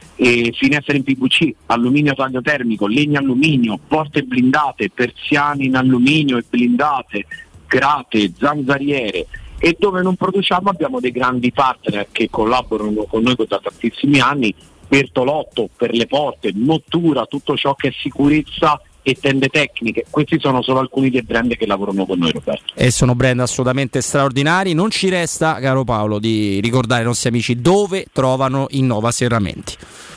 [SPEAKER 16] e finestre in P V C, alluminio taglio termico, legno alluminio, porte blindate, persiane in alluminio e blindate, grate, zanzariere. E dove non produciamo abbiamo dei grandi partner che collaborano con noi da tantissimi anni, Bertolotto per le porte, Mottura, tutto ciò che è sicurezza e tende tecniche. Questi sono solo alcuni dei brand che lavorano con noi, Roberto.
[SPEAKER 1] E sono brand assolutamente straordinari. Non ci resta, caro Paolo, di ricordare ai nostri amici dove trovano Innova Serramenti.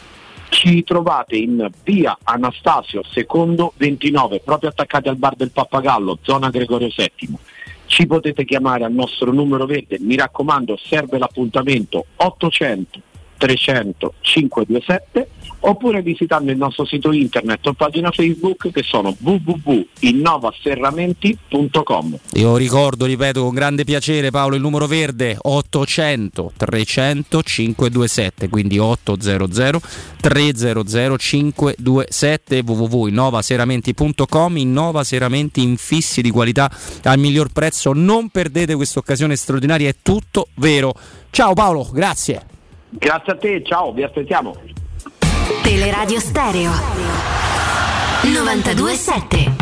[SPEAKER 16] Ci trovate in via Anastasio secondo ventinove, proprio attaccati al bar del Pappagallo, zona Gregorio settimo. Ci potete chiamare al nostro numero verde, mi raccomando, serve l'appuntamento ottocento trecento cinquecentodventisette, oppure visitando il nostro sito internet o pagina Facebook, che sono w w w punto innovaserramenti punto com.
[SPEAKER 1] Io ricordo, ripeto con grande piacere, Paolo, il numero verde ottocento trecento cinquecentoventisette, quindi ottocento trecento cinquecentoventisette, w w w punto innovaserramenti punto com. Innova Serramenti, infissi di qualità al miglior prezzo, non perdete questa occasione straordinaria, è tutto vero. Ciao Paolo, grazie.
[SPEAKER 16] Grazie a te, ciao, vi aspettiamo.
[SPEAKER 10] Teleradio Stereo novantadue sette.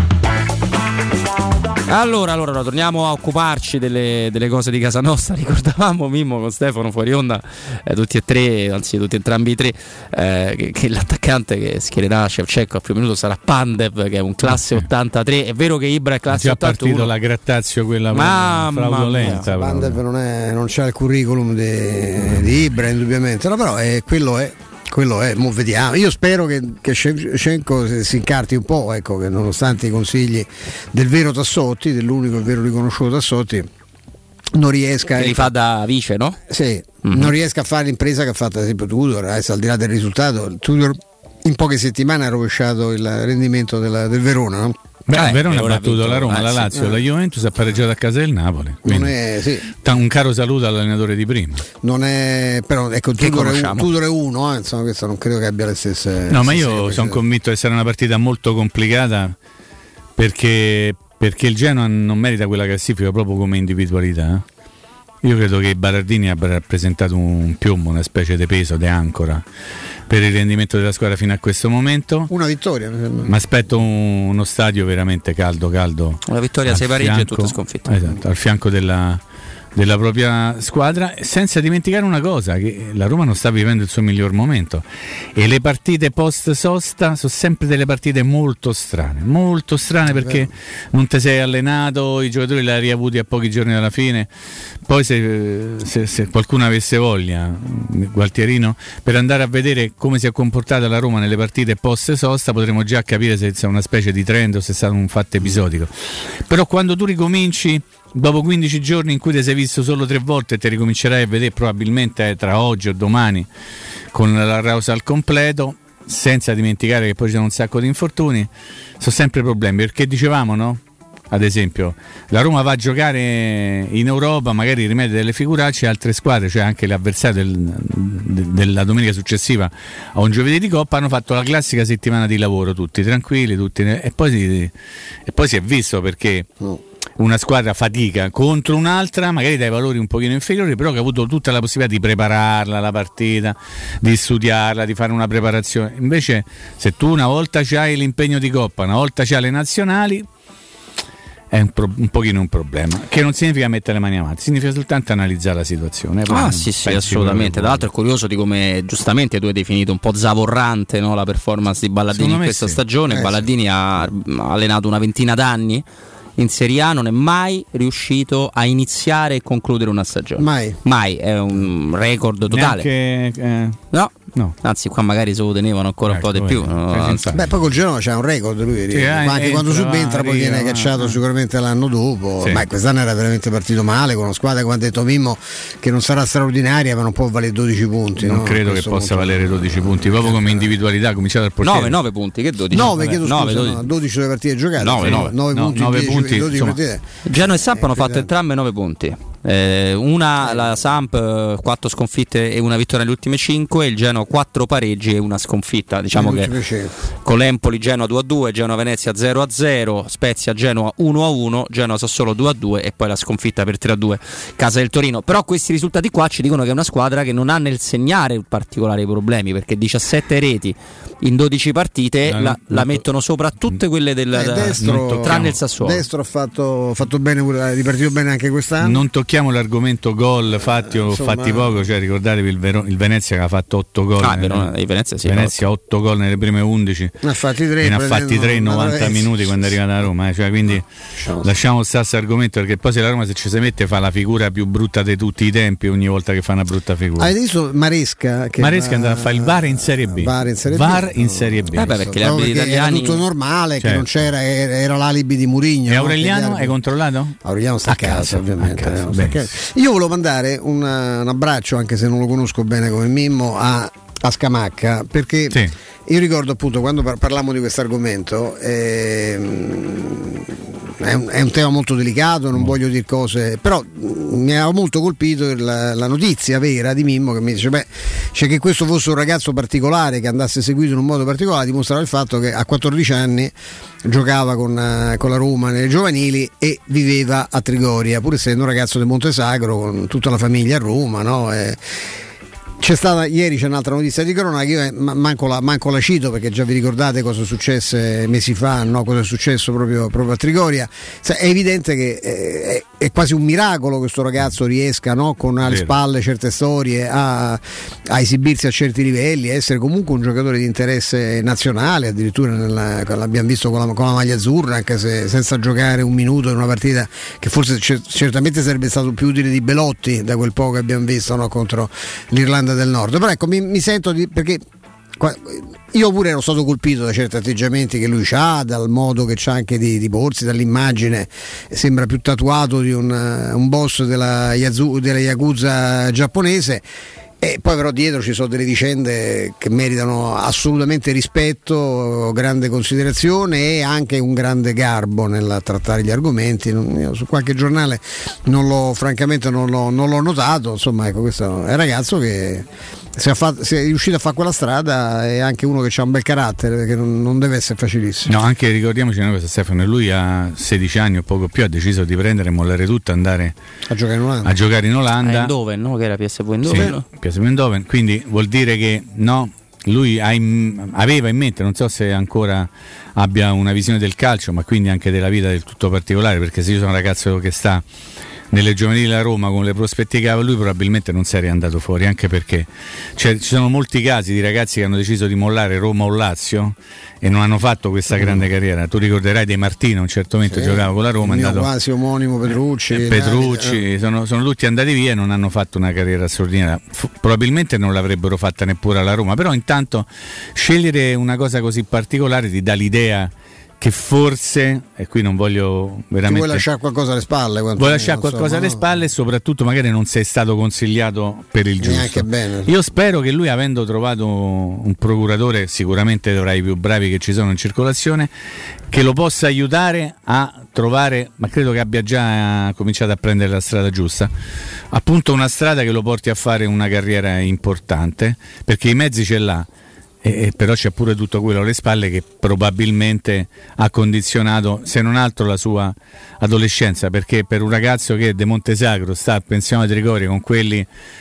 [SPEAKER 1] Allora, allora, torniamo a occuparci delle, delle cose di casa nostra. Ricordavamo Mimmo con Stefano fuori onda, eh, tutti e tre, anzi tutti entrambi i tre, eh, che, che l'attaccante che schiererà Shevchenko a primo minuto sarà Pandev, che è un classe ottantatré. È vero che Ibra è classe
[SPEAKER 3] ottantuno. È già partito la Grattazio, quella fraudolenta.
[SPEAKER 2] Pandev non, è, non c'ha il curriculum di, di Ibra, indubbiamente, no, però è, quello è. Quello è, mo vediamo. Io spero che, che Shevchenko si incarti un po', ecco, che nonostante i consigli del vero Tassotti, dell'unico e vero riconosciuto Tassotti, non riesca.
[SPEAKER 1] Che li fa da vice, no?
[SPEAKER 2] Sì, mm-hmm. non riesca a fare l'impresa che ha fatto ad esempio Tudor, adesso al di là del risultato, Tudor in poche settimane ha rovesciato il rendimento della, del Verona, no?
[SPEAKER 3] Beh, eh, Verona ha battuto vinto, la Roma, eh, la Lazio, sì. la Juventus ha pareggiato a casa del Napoli.
[SPEAKER 2] Non è, sì.
[SPEAKER 3] Un caro saluto all'allenatore di prima.
[SPEAKER 2] Non è, però ecco, Tudor è, Tudor è uno, eh, insomma, questo non credo che abbia le stesse.
[SPEAKER 3] No, ma io sono convinto che sarà una partita molto complicata, perché, perché il Genoa non merita quella classifica proprio come individualità. Io credo che Berardini abbia rappresentato un piombo, una specie di peso, di ancora per il rendimento della squadra fino a questo momento.
[SPEAKER 2] Una vittoria, mi sembra.
[SPEAKER 3] Ma aspetto un, uno stadio veramente caldo, caldo.
[SPEAKER 1] Una vittoria, sei pareggi e tutte sconfitte.
[SPEAKER 3] Esatto, al fianco della, della propria squadra, senza dimenticare una cosa, che la Roma non sta vivendo il suo miglior momento e le partite post sosta sono sempre delle partite molto strane, molto strane, perché non ti sei allenato, i giocatori li hai riavuti a pochi giorni dalla fine. Poi se, se, se qualcuno avesse voglia, Gualtierino, per andare a vedere come si è comportata la Roma nelle partite post sosta, potremo già capire se è una specie di trend o se è stato un fatto episodico. Però quando tu ricominci dopo quindici giorni in cui ti sei visto solo tre volte, e ti ricomincerai a vedere probabilmente tra oggi o domani con la rosa al completo, senza dimenticare che poi ci sono un sacco di infortuni, sono sempre problemi, perché dicevamo, no? Ad esempio, la Roma va a giocare in Europa, magari rimette delle figuracce, altre squadre, cioè anche l'avversario del, de, della domenica successiva a un giovedì di Coppa, hanno fatto la classica settimana di lavoro, tutti tranquilli, tutti, e, poi si, e poi si è visto perché una squadra fatica contro un'altra, magari dai valori un pochino inferiori, però che ha avuto tutta la possibilità di prepararla la partita, di studiarla, di fare una preparazione. Invece se tu una volta c'hai l'impegno di Coppa, una volta c'hai le nazionali, è un, pro- un pochino un problema, che non significa mettere le mani avanti, significa soltanto analizzare la situazione.
[SPEAKER 1] Ah sì sì, assolutamente. Tra l'altro è curioso di come giustamente tu hai definito un po' zavorrante, no, la performance di Ballardini in questa sì. stagione. eh, Ballardini sì. ha allenato una ventina d'anni in Serie A, non è mai riuscito a iniziare e concludere una stagione.
[SPEAKER 2] Mai.
[SPEAKER 1] Mai, è un record totale.
[SPEAKER 3] Neanche, eh,
[SPEAKER 1] no.
[SPEAKER 3] no.
[SPEAKER 1] Anzi, qua magari se lo tenevano ancora ecco, un po' di più. No,
[SPEAKER 2] beh, poi col Genoa c'è un record lui, sì, ma anche quando subentra poi viene cacciato ah, sicuramente l'anno dopo. Sì. Ma quest'anno era veramente partito male con una squadra, come ha detto Mimmo, che non sarà straordinaria, ma non può valere dodici punti.
[SPEAKER 3] Non
[SPEAKER 2] no?
[SPEAKER 3] credo che possa
[SPEAKER 2] punto.
[SPEAKER 3] valere dodici punti, proprio come individualità, cominciato dal portiere.
[SPEAKER 1] nove, nove punti, che dodici?
[SPEAKER 2] nove, chiedo scusa, no, dodici sulle partite giocate.
[SPEAKER 1] nove, nove.
[SPEAKER 2] nove
[SPEAKER 3] no,
[SPEAKER 2] punti,
[SPEAKER 3] nove
[SPEAKER 2] dieci,
[SPEAKER 3] punti
[SPEAKER 2] dodici partite.
[SPEAKER 1] Genoa e Samp hanno fatto entrambe nove punti. Eh, una la Samp quattro sconfitte e una vittoria nelle ultime cinque, il Genoa quattro pareggi e una sconfitta, diciamo che con l'Empoli Genoa due a due, Genoa Venezia zero a zero, Spezia Genoa uno a uno, Genoa Sassuolo due a due e poi la sconfitta per tre a due casa del Torino. Però questi risultati qua ci dicono che è una squadra che non ha nel segnare particolari problemi, perché diciassette reti in dodici partite no, la, la mettono sopra tutte quelle del
[SPEAKER 2] eh, destro,
[SPEAKER 1] tranne il Sassuolo.
[SPEAKER 2] Destro ha fatto, fatto bene, ha ripartito bene anche quest'anno.
[SPEAKER 3] Non tocchiamo l'argomento gol fatti o Insomma, fatti poco, cioè ricordatevi il, Vero, il Venezia che ha fatto otto gol.
[SPEAKER 1] Ah, Verona, il Venezia sì.
[SPEAKER 3] Venezia otto gol nelle prime undici.
[SPEAKER 2] Ne ha fatti tre,
[SPEAKER 3] ne ha fatti tre in novanta minuti quando è arrivata a Roma, eh. Cioè, quindi no, lasciamo stare questo argomento, perché poi se la Roma se ci si mette fa la figura più brutta di tutti i tempi ogni volta che fa una brutta figura.
[SPEAKER 2] Hai visto Maresca? Che
[SPEAKER 3] Maresca
[SPEAKER 2] va...
[SPEAKER 3] è andato a fare il V A R in Serie B.
[SPEAKER 2] V A R in Serie B.
[SPEAKER 3] V A R in Serie B.
[SPEAKER 1] Eh beh, perché, no, perché italiani...
[SPEAKER 2] era tutto normale, certo. Che non c'era, era, era l'alibi di Mourinho.
[SPEAKER 3] E Aureliano no? Hai controllato?
[SPEAKER 2] Aureliano sta a casa, casa ovviamente. A casa. Io volevo mandare un, un abbraccio, anche se non lo conosco bene come Mimmo, a, a Scamacca, perché sì. Io ricordo appunto quando par- parlammo di questo argomento, ehm, è, un, è un tema molto delicato, non mm. voglio dire cose, però mi aveva molto colpito la, la notizia vera di Mimmo che mi dice beh, cioè che questo fosse un ragazzo particolare che andasse seguito in un modo particolare, dimostrava il fatto che a quattordici anni giocava con, con la Roma nelle giovanili e viveva a Trigoria, pur essendo un ragazzo del Montesagro con tutta la famiglia a Roma, no? E, c'è stata ieri, c'è un'altra notizia di cronaca, io manco la, manco la cito perché già vi ricordate cosa successe mesi fa, no? Cosa è successo proprio, proprio a Trigoria. È evidente che è, è quasi un miracolo che questo ragazzo riesca, no? Con alle spalle certe storie a, a esibirsi a certi livelli, a essere comunque un giocatore di interesse nazionale, addirittura nella, l'abbiamo visto con la, con la maglia azzurra, anche se senza giocare un minuto in una partita che forse c- certamente sarebbe stato più utile di Belotti da quel poco che abbiamo visto, no? Contro l'Irlanda del Nord. Però ecco, mi, mi sento di, perché io pure ero stato colpito da certi atteggiamenti che lui ha, dal modo che c'ha anche di, di porsi, dall'immagine, sembra più tatuato di un, un boss della, Yazu, della Yakuza giapponese. E poi però dietro ci sono delle vicende che meritano assolutamente rispetto, grande considerazione e anche un grande garbo nel trattare gli argomenti. Io su qualche giornale non l'ho, francamente non l'ho, non l'ho notato, insomma ecco, questo è un ragazzo che si è, fatto, si è riuscito a fare quella strada, è anche uno che ha un bel carattere, perché non, non deve essere facilissimo.
[SPEAKER 3] No, anche ricordiamoci una cosa, Stefano, lui a sedici anni o poco più ha deciso di prendere e mollare tutto, andare
[SPEAKER 2] a giocare in Olanda,
[SPEAKER 3] a giocare in Olanda.
[SPEAKER 1] A Eindhoven, no? Che era P S V Eindhoven.
[SPEAKER 3] Sì, P S V Eindhoven, quindi vuol dire che no, lui ha in, aveva in mente, non so se ancora abbia una visione del calcio, ma quindi anche della vita del tutto particolare, perché se io sono un ragazzo che sta nelle giovanili a Roma con le prospettive che aveva lui, probabilmente non sarei andato fuori, anche perché cioè, ci sono molti casi di ragazzi che hanno deciso di mollare Roma o Lazio e non hanno fatto questa grande carriera. Tu ricorderai De Martino, a un certo momento sì, giocava con la Roma,
[SPEAKER 2] il
[SPEAKER 3] è andato
[SPEAKER 2] quasi omonimo Petrucci,
[SPEAKER 3] eh, Petrucci eh. sono, sono tutti andati via e non hanno fatto una carriera straordinaria. F- probabilmente non l'avrebbero fatta neppure alla Roma, però intanto scegliere una cosa così particolare ti dà l'idea che forse, e qui non voglio veramente,
[SPEAKER 2] ti vuoi lasciare qualcosa alle spalle,
[SPEAKER 3] vuoi lasciare qualcosa so, alle no. spalle e soprattutto magari non sei stato consigliato per il giusto.
[SPEAKER 2] Neanche bene.
[SPEAKER 3] Io spero che lui, avendo trovato un procuratore sicuramente tra i più bravi che ci sono in circolazione, che lo possa aiutare a trovare, ma credo che abbia già cominciato a prendere la strada giusta, appunto una strada che lo porti a fare una carriera importante, perché i mezzi ce l'ha. E però c'è pure tutto quello alle spalle che probabilmente ha condizionato, se non altro, la sua adolescenza, perché per un ragazzo che De Montesagro sta a pensione di Trigoria con quelli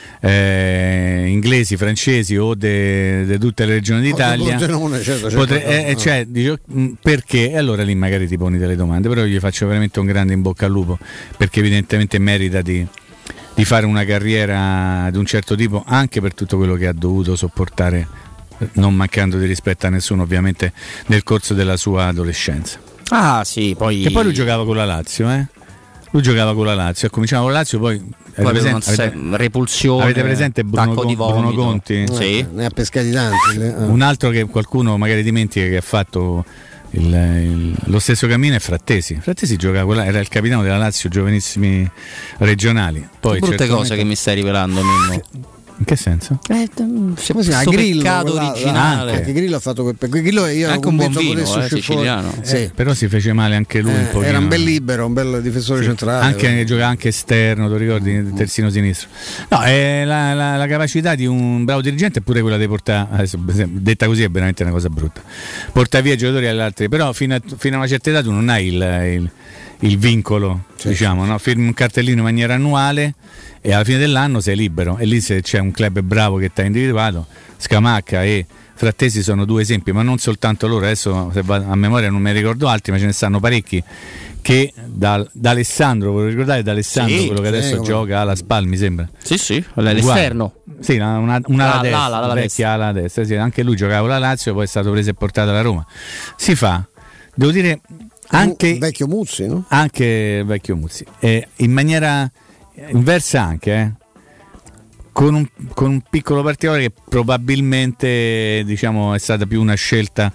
[SPEAKER 3] eh, inglesi, francesi o di tutte le regioni d'Italia,
[SPEAKER 2] Pordenone, certo, certo,
[SPEAKER 3] potre,
[SPEAKER 2] no,
[SPEAKER 3] eh,
[SPEAKER 2] no.
[SPEAKER 3] Cioè, dico, perché? E allora lì magari ti poni delle domande, però io gli faccio veramente un grande in bocca al lupo, perché evidentemente merita di, di fare una carriera di un certo tipo, anche per tutto quello che ha dovuto sopportare, non mancando di rispetto a nessuno ovviamente, nel corso della sua adolescenza.
[SPEAKER 1] Ah sì, poi
[SPEAKER 3] che poi lui giocava con la Lazio, eh? Lui giocava con la Lazio, cominciava con la Lazio, poi,
[SPEAKER 1] poi
[SPEAKER 3] avete presente,
[SPEAKER 1] avete, repulsione,
[SPEAKER 3] avete presente Bruno,
[SPEAKER 1] di
[SPEAKER 3] Bruno Conti?
[SPEAKER 2] Eh,
[SPEAKER 1] sì.
[SPEAKER 2] Ne ha pescati tanti. Eh.
[SPEAKER 3] Un altro che qualcuno magari dimentica che ha fatto il, il, lo stesso cammino è Frattesi. Frattesi giocava con la, era il capitano della Lazio giovanissimi regionali. Poi
[SPEAKER 1] brutte
[SPEAKER 3] certamente...
[SPEAKER 1] cose che mi stai rivelando, Mimmo.
[SPEAKER 3] In che senso?
[SPEAKER 1] Eh,
[SPEAKER 2] Come si chiama? Grillo,
[SPEAKER 1] peccato
[SPEAKER 2] quella,
[SPEAKER 1] originale.
[SPEAKER 2] Anche Grillo ha fatto quel pe- Grillo io
[SPEAKER 1] anche un buon vino, eh, siciliano.
[SPEAKER 3] Eh,
[SPEAKER 2] sì.
[SPEAKER 3] Però si fece male anche lui,
[SPEAKER 2] eh,
[SPEAKER 3] un pochino.
[SPEAKER 2] Era un bel libero, un bel difensore
[SPEAKER 3] sì.
[SPEAKER 2] centrale.
[SPEAKER 3] Anche giocava anche esterno, ti ricordi? Terzino sinistro. No, è la, la, la capacità di un bravo dirigente è pure quella di portare, adesso, detta così è veramente una cosa brutta, porta via i giocatori agli altri, però fino a, fino a una certa età tu non hai il, il, il vincolo, sì. diciamo, no? Firmi un cartellino in maniera annuale e alla fine dell'anno sei libero, e lì se c'è un club bravo che ti ha individuato, Scamacca e Frattesi sono due esempi, ma non soltanto loro, adesso se vado a memoria non me ne ricordo altri, ma ce ne stanno parecchi che da, da Alessandro, volevo ricordare da Alessandro, sì, quello che adesso sì, gioca alla Spal, mi sembra.
[SPEAKER 1] Sì, sì, all'esterno.
[SPEAKER 3] Sì, una, una, una ala destra,
[SPEAKER 1] l'ala,
[SPEAKER 3] vecchia destra. ala destra, sì, anche lui giocava con la Lazio, poi è stato preso e portato alla Roma. Si fa, devo dire, anche
[SPEAKER 2] il vecchio Muzzi, no?
[SPEAKER 3] Anche il vecchio Muzzi, eh, in maniera inversa anche, eh, con, un, con un piccolo particolare che probabilmente, diciamo, è stata più una scelta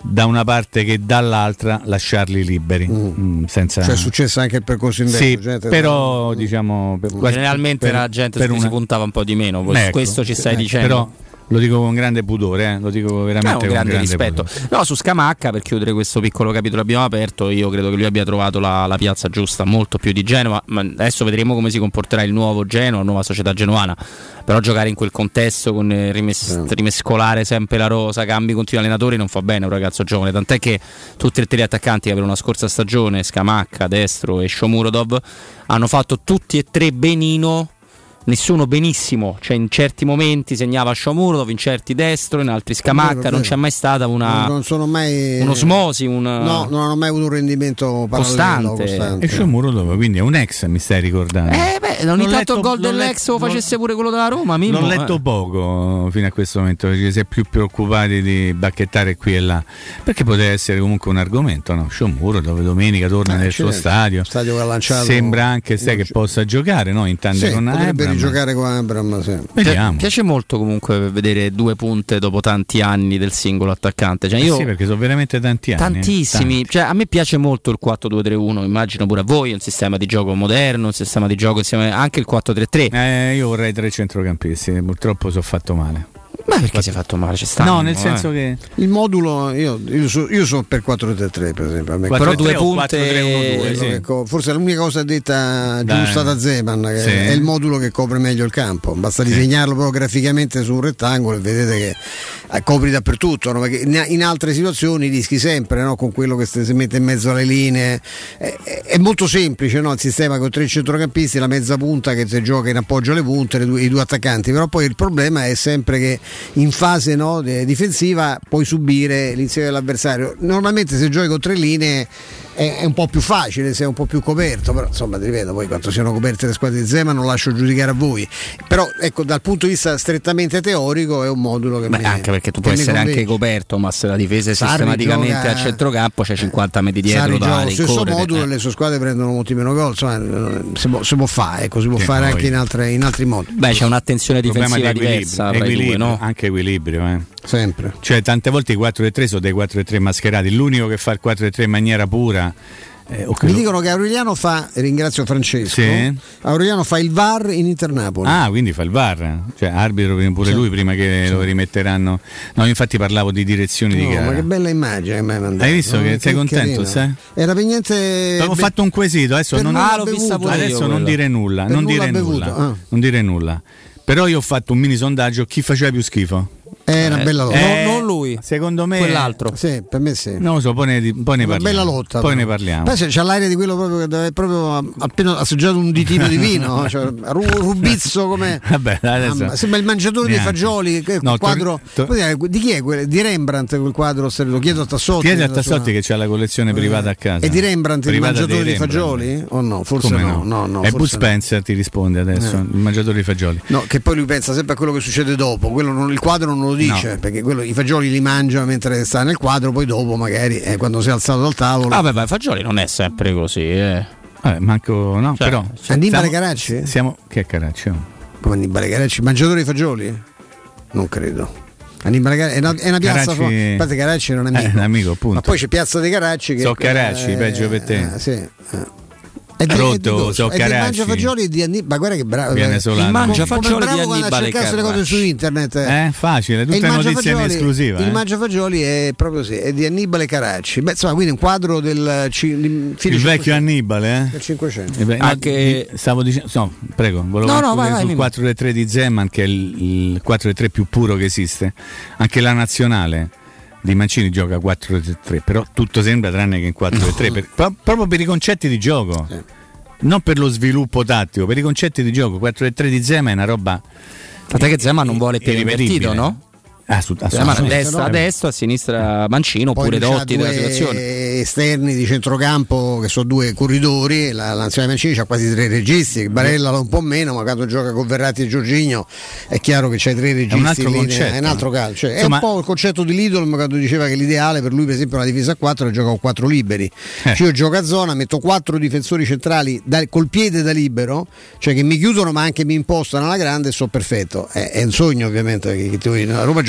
[SPEAKER 3] da una parte che dall'altra lasciarli liberi. Mm. Mm, senza...
[SPEAKER 2] Cioè è successo anche il percorso inverso.
[SPEAKER 3] Sì,
[SPEAKER 2] gente
[SPEAKER 3] però
[SPEAKER 2] da...
[SPEAKER 3] diciamo per,
[SPEAKER 1] generalmente
[SPEAKER 3] per,
[SPEAKER 1] la gente
[SPEAKER 3] per
[SPEAKER 1] su cui
[SPEAKER 3] una...
[SPEAKER 1] si puntava un po' di meno,
[SPEAKER 3] ecco,
[SPEAKER 1] questo ci stai
[SPEAKER 3] ecco,
[SPEAKER 1] dicendo.
[SPEAKER 3] Però lo dico con grande pudore, eh? Lo dico veramente
[SPEAKER 1] eh, un
[SPEAKER 3] con
[SPEAKER 1] grande,
[SPEAKER 3] grande
[SPEAKER 1] rispetto.
[SPEAKER 3] pudore.
[SPEAKER 1] No, su Scamacca, per chiudere questo piccolo capitolo abbiamo aperto, io credo che lui abbia trovato la, la piazza giusta, molto più di Genova, ma adesso vedremo come si comporterà il nuovo Genoa, la nuova società genoana. Però giocare in quel contesto con eh, rimes- rimescolare sempre la rosa, cambi continui allenatori non fa bene a un ragazzo giovane, tant'è che tutti e tre gli attaccanti che per una scorsa stagione, Scamacca, Destro e Shomurodov, hanno fatto tutti e tre benino. Nessuno benissimo, cioè in certi momenti segnava Shomurodov, in certi Destro, in altri Scamacca, vero, non c'è mai stata una
[SPEAKER 2] non sono mai
[SPEAKER 1] un'osmosi, un
[SPEAKER 2] no, non hanno mai avuto un rendimento
[SPEAKER 1] costante.
[SPEAKER 2] costante.
[SPEAKER 3] E Shomurodov quindi è un ex, mi stai ricordando?
[SPEAKER 1] Eh beh, ogni tanto il gol dell'ex lo facesse pure quello della Roma, Mimmo,
[SPEAKER 3] l'ho letto
[SPEAKER 1] eh.
[SPEAKER 3] poco fino a questo momento, perché si è più preoccupati di bacchettare qui e là, perché poteva essere comunque un argomento, no? Shomurodov domenica torna eh, nel suo stadio,
[SPEAKER 2] stadio che ha lanciato,
[SPEAKER 3] sembra anche stai che possa giocare, no? In tandem
[SPEAKER 2] sì,
[SPEAKER 3] con
[SPEAKER 2] potrebbe rigiocare con Abram, sì.
[SPEAKER 3] Vediamo.
[SPEAKER 1] Piace molto comunque vedere due punte dopo tanti anni del singolo attaccante, cioè io,
[SPEAKER 3] eh sì, perché sono veramente tanti anni,
[SPEAKER 1] tantissimi,
[SPEAKER 3] eh,
[SPEAKER 1] cioè a me piace molto il quattro due tre uno, immagino pure a voi, è un sistema di gioco moderno, un sistema di gioco insieme anche il quattro tre tre.
[SPEAKER 3] Eh, io vorrei tre centrocampisti, purtroppo sono fatto male.
[SPEAKER 1] Ma perché si è fatto male? C'è sta
[SPEAKER 3] no, nel
[SPEAKER 1] eh.
[SPEAKER 3] senso che
[SPEAKER 2] il modulo io, io, so, io sono per quattro tre tre per esempio,
[SPEAKER 1] però due punte
[SPEAKER 3] quattro tre uno due, sì.
[SPEAKER 2] Ecco, forse è l'unica cosa detta
[SPEAKER 3] Dai.
[SPEAKER 2] giusta da Zeman, che
[SPEAKER 3] sì.
[SPEAKER 2] è il modulo che copre meglio il campo, basta disegnarlo proprio graficamente su un rettangolo e vedete che copri dappertutto, no? Perché in altre situazioni rischi sempre, no? Con quello che si mette in mezzo alle linee, è, è molto semplice, no? Il sistema con tre centrocampisti, la mezza punta che si gioca in appoggio alle punte, le due, i due attaccanti, però poi il problema è sempre che in fase no, difensiva puoi subire l'insieme dell'avversario. Normalmente se giochi con tre linee è, è un po' più facile, sei un po' più coperto, però insomma ti ripeto, poi quanto siano coperte le squadre di Zeman non lascio giudicare a voi, però ecco, dal punto di vista strettamente teorico è un modulo che
[SPEAKER 1] Beh,
[SPEAKER 2] mi,
[SPEAKER 1] anche perché tu puoi essere
[SPEAKER 2] convince.
[SPEAKER 1] Anche coperto, ma se la difesa è
[SPEAKER 2] Sarri
[SPEAKER 1] sistematicamente
[SPEAKER 2] gioca,
[SPEAKER 1] a centrocampo c'è cinquanta metri dietro
[SPEAKER 2] Sarri
[SPEAKER 1] da
[SPEAKER 2] gioca lo stesso
[SPEAKER 1] rincorrere,
[SPEAKER 2] modulo
[SPEAKER 1] eh.
[SPEAKER 2] e le sue squadre prendono molti meno gol, insomma si può, si può fare, ecco, si può
[SPEAKER 3] Che
[SPEAKER 2] fare
[SPEAKER 3] poi.
[SPEAKER 2] anche in, altre, in altri modi.
[SPEAKER 1] Beh, c'è un'attenzione difensiva
[SPEAKER 3] di
[SPEAKER 1] diversa tra i due, no?
[SPEAKER 3] Anche equilibrio, eh.
[SPEAKER 2] Sempre.
[SPEAKER 3] Cioè tante volte i quattro tre tre sono dei quattro tre tre mascherati, l'unico che fa il quattro tre tre in maniera pura. Eh,
[SPEAKER 2] Mi dicono che Aureliano fa, ringrazio Francesco,
[SPEAKER 3] sì.
[SPEAKER 2] Aureliano fa il V A R in Inter Napoli.
[SPEAKER 3] Ah, quindi fa il V A R, cioè arbitro pure
[SPEAKER 2] sì.
[SPEAKER 3] lui prima che sì. lo rimetteranno. No, infatti parlavo di direzioni
[SPEAKER 2] no,
[SPEAKER 3] di gara.
[SPEAKER 2] Ma che bella immagine che mi hai mandato.
[SPEAKER 3] Hai visto
[SPEAKER 2] no?
[SPEAKER 3] che,
[SPEAKER 2] che
[SPEAKER 3] sei contento? Sai?
[SPEAKER 2] Era per niente.
[SPEAKER 3] Avevo fatto un quesito, adesso non,
[SPEAKER 1] ah, l'ho vista pure
[SPEAKER 3] adesso
[SPEAKER 1] io,
[SPEAKER 3] non dire nulla,
[SPEAKER 2] per
[SPEAKER 3] non
[SPEAKER 2] nulla
[SPEAKER 3] dire
[SPEAKER 2] bevuto.
[SPEAKER 3] nulla,
[SPEAKER 2] Ah.
[SPEAKER 3] non dire nulla. Però io ho fatto un mini sondaggio, chi faceva più schifo?
[SPEAKER 2] È una bella lotta.
[SPEAKER 3] Eh,
[SPEAKER 1] non, non lui,
[SPEAKER 3] secondo me
[SPEAKER 1] quell'altro.
[SPEAKER 2] Sì, per me sì.
[SPEAKER 3] Non lo so, poi ne, poi ne
[SPEAKER 2] una
[SPEAKER 3] parliamo.
[SPEAKER 2] bella lotta.
[SPEAKER 3] Poi
[SPEAKER 2] però.
[SPEAKER 3] ne parliamo.
[SPEAKER 2] Poi c'è l'aria di quello proprio che deve proprio appena assaggiato un ditino di vino, cioè, rubizzo come
[SPEAKER 3] Vabbè, adesso,
[SPEAKER 2] ah, sembra il mangiatore
[SPEAKER 3] neanche.
[SPEAKER 2] dei fagioli, che
[SPEAKER 3] No,
[SPEAKER 2] quel quadro
[SPEAKER 3] to- to-
[SPEAKER 2] di chi è quello? Di Rembrandt quel quadro, lo chiedo a Tassotti.
[SPEAKER 3] Chiedi a Tassotti che c'ha la collezione privata a casa.
[SPEAKER 2] E di Rembrandt il
[SPEAKER 3] Privata
[SPEAKER 2] mangiatore
[SPEAKER 3] dei
[SPEAKER 2] dei fagioli? O no? Forse
[SPEAKER 3] Come
[SPEAKER 2] no. no, no
[SPEAKER 3] e
[SPEAKER 2] forse
[SPEAKER 3] Bud
[SPEAKER 2] no.
[SPEAKER 3] Spencer ti risponde adesso,
[SPEAKER 2] Eh.
[SPEAKER 3] il mangiatore di fagioli.
[SPEAKER 2] No, che poi lui pensa sempre a quello che succede dopo, quello non, il quadro non lo dice,
[SPEAKER 3] No.
[SPEAKER 2] perché quello, i fagioli li mangia mentre sta nel quadro, poi dopo magari eh, quando si è alzato dal tavolo.
[SPEAKER 1] Ah, beh, beh, Fagioli non è sempre così, eh.
[SPEAKER 3] Vabbè, manco no,
[SPEAKER 1] Cioè,
[SPEAKER 3] però
[SPEAKER 2] Annibale
[SPEAKER 3] siamo-
[SPEAKER 2] Caracci?
[SPEAKER 3] Siamo che è Caracci? oh?
[SPEAKER 2] Come Annibale Caracci, mangiatore di fagioli? Non credo. Annibale Caracci è una, è una piazza
[SPEAKER 3] Caracci-
[SPEAKER 2] fu- a parte Caracci era un amico.
[SPEAKER 3] Eh, un amico, appunto.
[SPEAKER 2] Ma poi c'è Piazza dei Caracci che
[SPEAKER 3] So Caracci, peggio per te.
[SPEAKER 2] eh, sì, eh. È di,
[SPEAKER 3] Rotto,
[SPEAKER 2] è di Dosso,
[SPEAKER 3] so
[SPEAKER 2] è di
[SPEAKER 3] Caracci.
[SPEAKER 2] Mangiafagioli e di Annibale. Ma guarda che bravo.
[SPEAKER 3] Viene Solano.
[SPEAKER 1] Il Mangiafagioli
[SPEAKER 2] Come bravo
[SPEAKER 1] di
[SPEAKER 2] quando
[SPEAKER 1] Annibale
[SPEAKER 2] cercasse le cose
[SPEAKER 1] Carracci.
[SPEAKER 2] su internet.
[SPEAKER 3] Eh, facile,
[SPEAKER 2] E
[SPEAKER 3] tutte
[SPEAKER 2] il
[SPEAKER 3] notizie in
[SPEAKER 2] Mangiafagioli-
[SPEAKER 3] esclusiva.
[SPEAKER 2] Il
[SPEAKER 3] eh.
[SPEAKER 2] Mangiafagioli è proprio sì, è di Annibale Caracci. Beh, insomma, quindi un quadro del ci- di- fine
[SPEAKER 3] Il vecchio
[SPEAKER 2] cinquecento.
[SPEAKER 3] Annibale, eh?
[SPEAKER 2] Del cinquecento.
[SPEAKER 3] Eh beh, no,
[SPEAKER 1] Anche-
[SPEAKER 3] di- stavo dicendo, no, prego, volevo
[SPEAKER 1] No, no,
[SPEAKER 3] concludere
[SPEAKER 1] vai, vai,
[SPEAKER 3] sul
[SPEAKER 1] Mimmo.
[SPEAKER 3] quattro tre tre di Zeman, che è il, il quattro tre tre più puro che esiste. Anche la nazionale di Mancini gioca quattro tre tre, però tutto sembra tranne che in quattro tre tre, per- pro- proprio per i concetti di gioco.
[SPEAKER 2] Sì.
[SPEAKER 3] Non per lo sviluppo tattico, per i concetti di gioco. quattro tre tre di Zeman è una roba.
[SPEAKER 1] Tant'è che Zeman non vuole piede
[SPEAKER 3] irripetibile.
[SPEAKER 1] invertito, no?
[SPEAKER 3] Ah, su,
[SPEAKER 1] Zeman a
[SPEAKER 3] assolutamente.
[SPEAKER 1] destra, a destra, a sinistra Mancino,
[SPEAKER 2] Poi
[SPEAKER 1] oppure
[SPEAKER 2] lui c'ha
[SPEAKER 1] Dotti della
[SPEAKER 2] due
[SPEAKER 1] situazione.
[SPEAKER 2] esterni di centrocampo che sono due corridori, la, la nazionale Mancini c'ha quasi tre registi, Barella un po' meno, ma quando gioca con Verratti e Giorginio è chiaro che c'hai tre registi,
[SPEAKER 3] un altro
[SPEAKER 2] in linea,
[SPEAKER 3] concetto.
[SPEAKER 2] è un altro calcio.
[SPEAKER 3] Insomma,
[SPEAKER 2] è un po' il concetto di Lidl quando diceva che l'ideale per lui per esempio è una difesa a quattro e gioca con quattro liberi.
[SPEAKER 3] Eh.
[SPEAKER 2] Cioè io gioco a zona, metto quattro difensori centrali da, col piede da libero, cioè che mi chiudono ma anche mi impostano alla grande e so perfetto. È, è un sogno ovviamente, che, che tu, a Roma gioca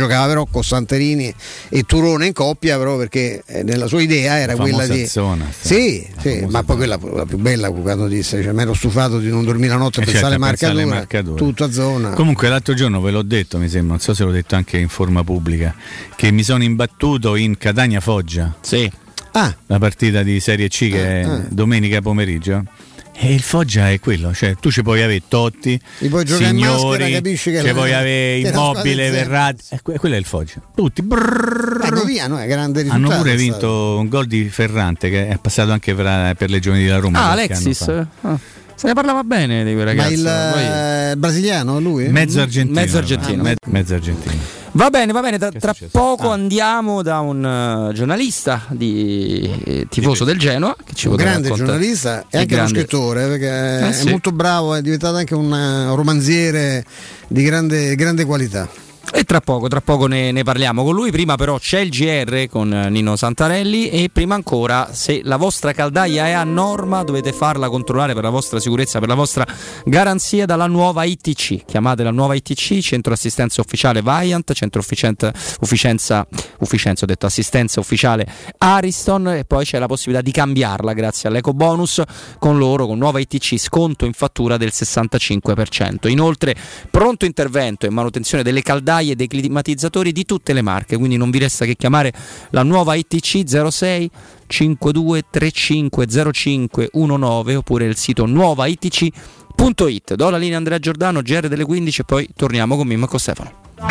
[SPEAKER 2] giocava però con Santerini e Turone in coppia, però perché nella sua idea era
[SPEAKER 3] la
[SPEAKER 2] quella di
[SPEAKER 3] zona,
[SPEAKER 2] sì, sì, ma poi quella la più bella quando disse cioè, mi ero stufato di non dormire la notte
[SPEAKER 3] eh
[SPEAKER 2] per
[SPEAKER 3] certo,
[SPEAKER 2] stare marcatura,
[SPEAKER 3] marcatura,
[SPEAKER 2] tutta zona.
[SPEAKER 3] Comunque l'altro giorno ve l'ho detto, mi sembra, non so se l'ho detto anche in forma pubblica, che mi sono imbattuto in Catania Foggia.
[SPEAKER 1] Sì.
[SPEAKER 2] Ah.
[SPEAKER 3] La partita di Serie C che ah, è ah. domenica pomeriggio. E il Foggia è quello, cioè tu ci puoi avere Totti,
[SPEAKER 2] puoi
[SPEAKER 3] signori,
[SPEAKER 2] capisci che
[SPEAKER 3] ci puoi avere Immobile, Verratti, eh, quello è il Foggia. Tutti brrr,
[SPEAKER 2] via, no? È grande
[SPEAKER 3] hanno pure vinto stato. un gol di Ferrante che è passato anche per, per le giovani della Roma.
[SPEAKER 1] Ah, Alexis. Ah. Se ne parlava bene di quei ragazzi.
[SPEAKER 2] Ma il Poi... brasiliano lui?
[SPEAKER 3] Mezzo argentino.
[SPEAKER 1] Mezzo argentino.
[SPEAKER 3] Ah, mezzo argentino.
[SPEAKER 1] Va bene, va bene, tra, tra poco ah. andiamo da un uh, giornalista di eh, tifoso del Genoa che ci
[SPEAKER 2] un grande
[SPEAKER 1] racconta...
[SPEAKER 2] giornalista e anche grande. uno scrittore perché eh, è sì. molto bravo, è diventato anche un romanziere di grande, grande qualità.
[SPEAKER 1] E tra poco, tra poco ne, ne parliamo con lui. Prima però c'è il G R con Nino Santarelli e prima ancora, se la vostra caldaia è a norma dovete farla controllare per la vostra sicurezza, per la vostra garanzia dalla nuova I T C. Chiamate la nuova I T C, centro assistenza ufficiale Viant, centro efficienza, ufficienza, ufficienza ho detto assistenza ufficiale Ariston, e poi c'è la possibilità di cambiarla grazie all'eco bonus con loro, con nuova I T C, sconto in fattura del sessantacinque per cento. Inoltre pronto intervento e manutenzione delle caldaie e dei climatizzatori di tutte le marche, quindi non vi resta che chiamare la nuova I T C zero sei cinquantadue trentacinque zero cinque diciannove oppure il sito nuova I T C punto it. Do la linea Andrea Giordano, G R delle quindici e poi torniamo con Mimmo e con Stefano.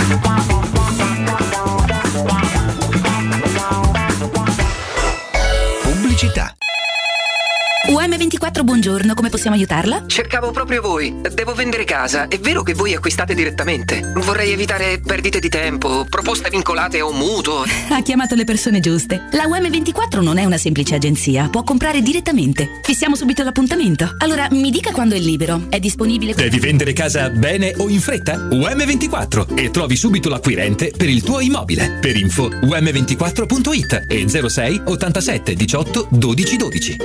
[SPEAKER 14] Pubblicità.
[SPEAKER 12] U M ventiquattro, buongiorno, come possiamo aiutarla?
[SPEAKER 13] Cercavo proprio voi. Devo vendere casa. È vero che voi acquistate direttamente? Vorrei evitare perdite di tempo, proposte vincolate o mutuo.
[SPEAKER 12] Ha chiamato le persone giuste. La U M ventiquattro non è una semplice agenzia, può comprare direttamente. Fissiamo subito l'appuntamento. Allora, mi dica quando è libero. È disponibile...
[SPEAKER 14] Devi vendere casa bene o in fretta? U M ventiquattro e trovi subito l'acquirente per il tuo immobile. Per info U M ventiquattro punto it e zero sei ottantasette diciotto dodici dodici.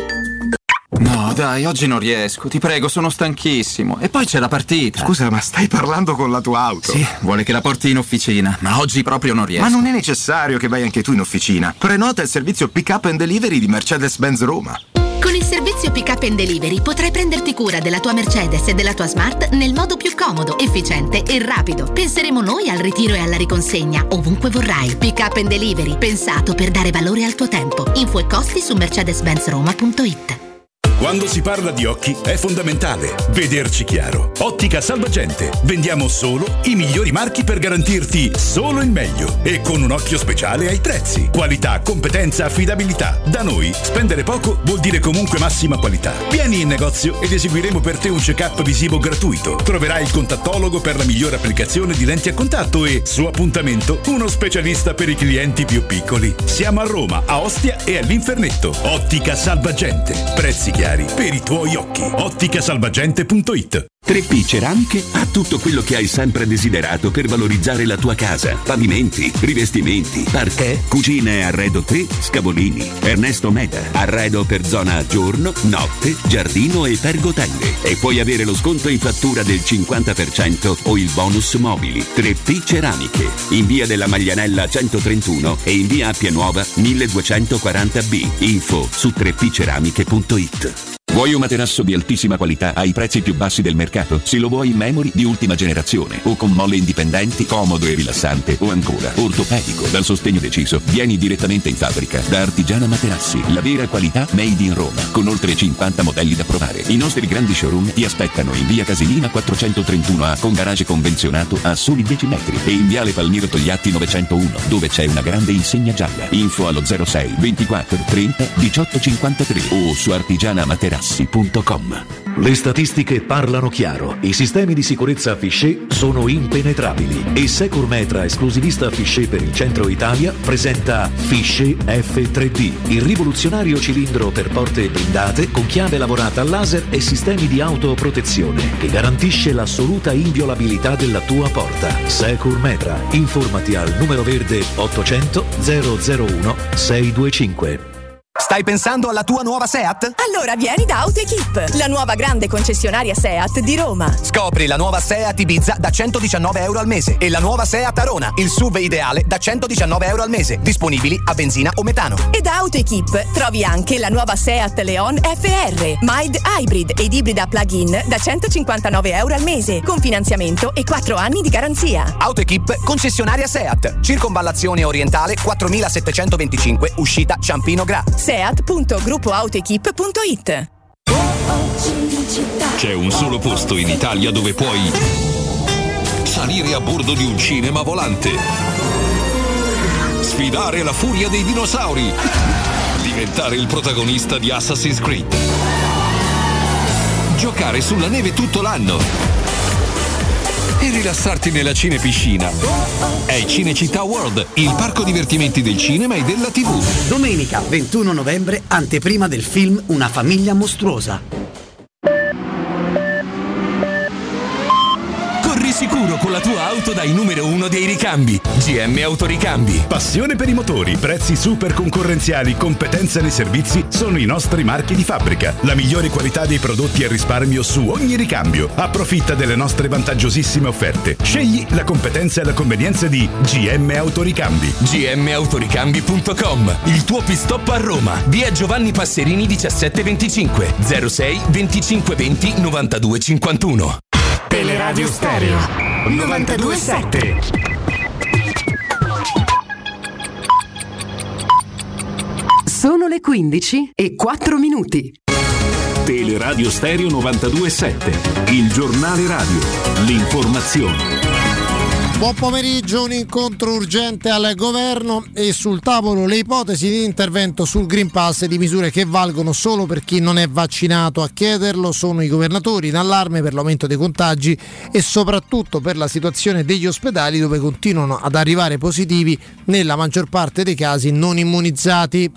[SPEAKER 17] No, dai, oggi non riesco, ti prego, sono stanchissimo. E poi c'è la partita.
[SPEAKER 18] Scusa, ma stai parlando con la tua auto?
[SPEAKER 17] Sì, vuole che la porti in officina, ma oggi proprio non riesco.
[SPEAKER 18] Ma non è necessario che vai anche tu in officina. Prenota il servizio Pick Up and Delivery di Mercedes-Benz Roma.
[SPEAKER 19] Con il servizio Pick Up and Delivery potrai prenderti cura della tua Mercedes e della tua Smart nel modo più comodo, efficiente e rapido. Penseremo noi al ritiro e alla riconsegna ovunque vorrai. Pick Up and Delivery, pensato per dare valore al tuo tempo. Info e costi su mercedes benz roma punto it.
[SPEAKER 20] Quando si parla di occhi è fondamentale vederci chiaro. Ottica Salvagente. Vendiamo solo i migliori marchi per garantirti solo il meglio e con un occhio speciale ai prezzi. Qualità, competenza, affidabilità. Da noi spendere poco vuol dire comunque massima qualità. Vieni in negozio ed eseguiremo per te un check-up visivo gratuito. Troverai il contattologo per la migliore applicazione di lenti a contatto e, su appuntamento, uno specialista per i clienti più piccoli. Siamo a Roma, a Ostia e all'Infernetto. Ottica Salvagente. Prezzi chiari per i tuoi occhi. ottica salvagente punto it.
[SPEAKER 5] tre P Ceramiche ha tutto quello che hai sempre desiderato per valorizzare la tua casa. Pavimenti, rivestimenti, parquet, cucina e arredo tre, Scavolini. Ernesto Meda, arredo per zona giorno, notte, giardino e pergotelle. E puoi avere lo sconto in fattura del cinquanta per cento o il bonus mobili. tre P Ceramiche, in via della Maglianella centotrentuno e in via Appia Nuova milleduecentoquaranta B. Info su tre P ceramiche punto it. Vuoi un materasso di altissima qualità ai prezzi più bassi del mercato? Se lo vuoi in memory di ultima generazione o con molle indipendenti, comodo e rilassante o ancora ortopedico dal sostegno deciso, vieni direttamente in fabbrica da Artigiana Materassi, la vera qualità made in Roma, con oltre cinquanta modelli da provare. I nostri grandi showroom ti aspettano in via Casilina quattrocentotrentuno A con garage convenzionato a soli dieci metri e in viale Palmiro Togliatti novecentouno dove c'è una grande insegna gialla. Info allo zero sei ventiquattro trenta diciotto cinquantatré o su artigiana materassi punto com.
[SPEAKER 4] Le statistiche parlano chiaro. I sistemi di sicurezza Fichet sono impenetrabili e Securmetra, esclusivista Fichet per il centro Italia, presenta Fichet F tre D, il rivoluzionario cilindro per porte blindate con chiave lavorata a laser e sistemi di autoprotezione che garantisce l'assoluta inviolabilità della tua porta. Securmetra. Informati al numero verde ottocento zero zero uno sei due cinque.
[SPEAKER 21] Stai pensando alla tua nuova Seat?
[SPEAKER 22] Allora vieni da AutoEquip, la nuova grande concessionaria Seat di Roma.
[SPEAKER 21] Scopri la nuova Seat Ibiza da centodiciannove euro al mese e la nuova Seat Arona, il S U V ideale da centodiciannove euro al mese, disponibili a benzina o metano.
[SPEAKER 22] E da AutoEquip trovi anche la nuova Seat Leon F R, mild hybrid ed ibrida plug-in da centocinquantanove euro al mese, con finanziamento e quattro anni di garanzia.
[SPEAKER 21] AutoEquip, concessionaria Seat, circonvallazione orientale quattromilasettecentoventicinque, uscita Ciampino Gra.
[SPEAKER 22] seat punto gruppo autoequip punto it.
[SPEAKER 23] C'è un solo posto in Italia dove puoi salire a bordo di un cinema volante, sfidare la furia dei dinosauri, diventare il protagonista di Assassin's Creed, giocare sulla neve tutto l'anno e rilassarti nella cinepiscina. È Cinecittà World, il parco divertimenti del cinema e della tivù.
[SPEAKER 24] Domenica ventuno novembre, anteprima del film Una famiglia mostruosa.
[SPEAKER 9] Corri sicuro con la tua auto dai numero uno dei ricambi. G M Autoricambi.
[SPEAKER 20] Passione per i motori, prezzi super concorrenziali, competenza nei servizi sono i nostri marchi di fabbrica. La migliore qualità dei prodotti e risparmio su ogni ricambio. Approfitta delle nostre vantaggiosissime offerte. Scegli la competenza e la convenienza di G M Autoricambi.
[SPEAKER 9] G M Autoricambi punto com. Il tuo pit stop a Roma. Via Giovanni Passerini diciassette venticinque zero sei venticinque venti novantadue cinquantuno.
[SPEAKER 6] Teleradio Stereo novantadue sette.
[SPEAKER 25] Sono le quindici e quattro minuti.
[SPEAKER 4] Teleradio Stereo novantadue sette, il giornale radio, l'informazione.
[SPEAKER 2] Buon pomeriggio, un incontro urgente al governo e sul tavolo le ipotesi di intervento sul Green Pass e di misure che valgono solo per chi non è vaccinato. A chiederlo sono i governatori in allarme per l'aumento dei contagi e soprattutto per la situazione degli ospedali dove continuano ad arrivare positivi nella maggior parte dei casi non immunizzati.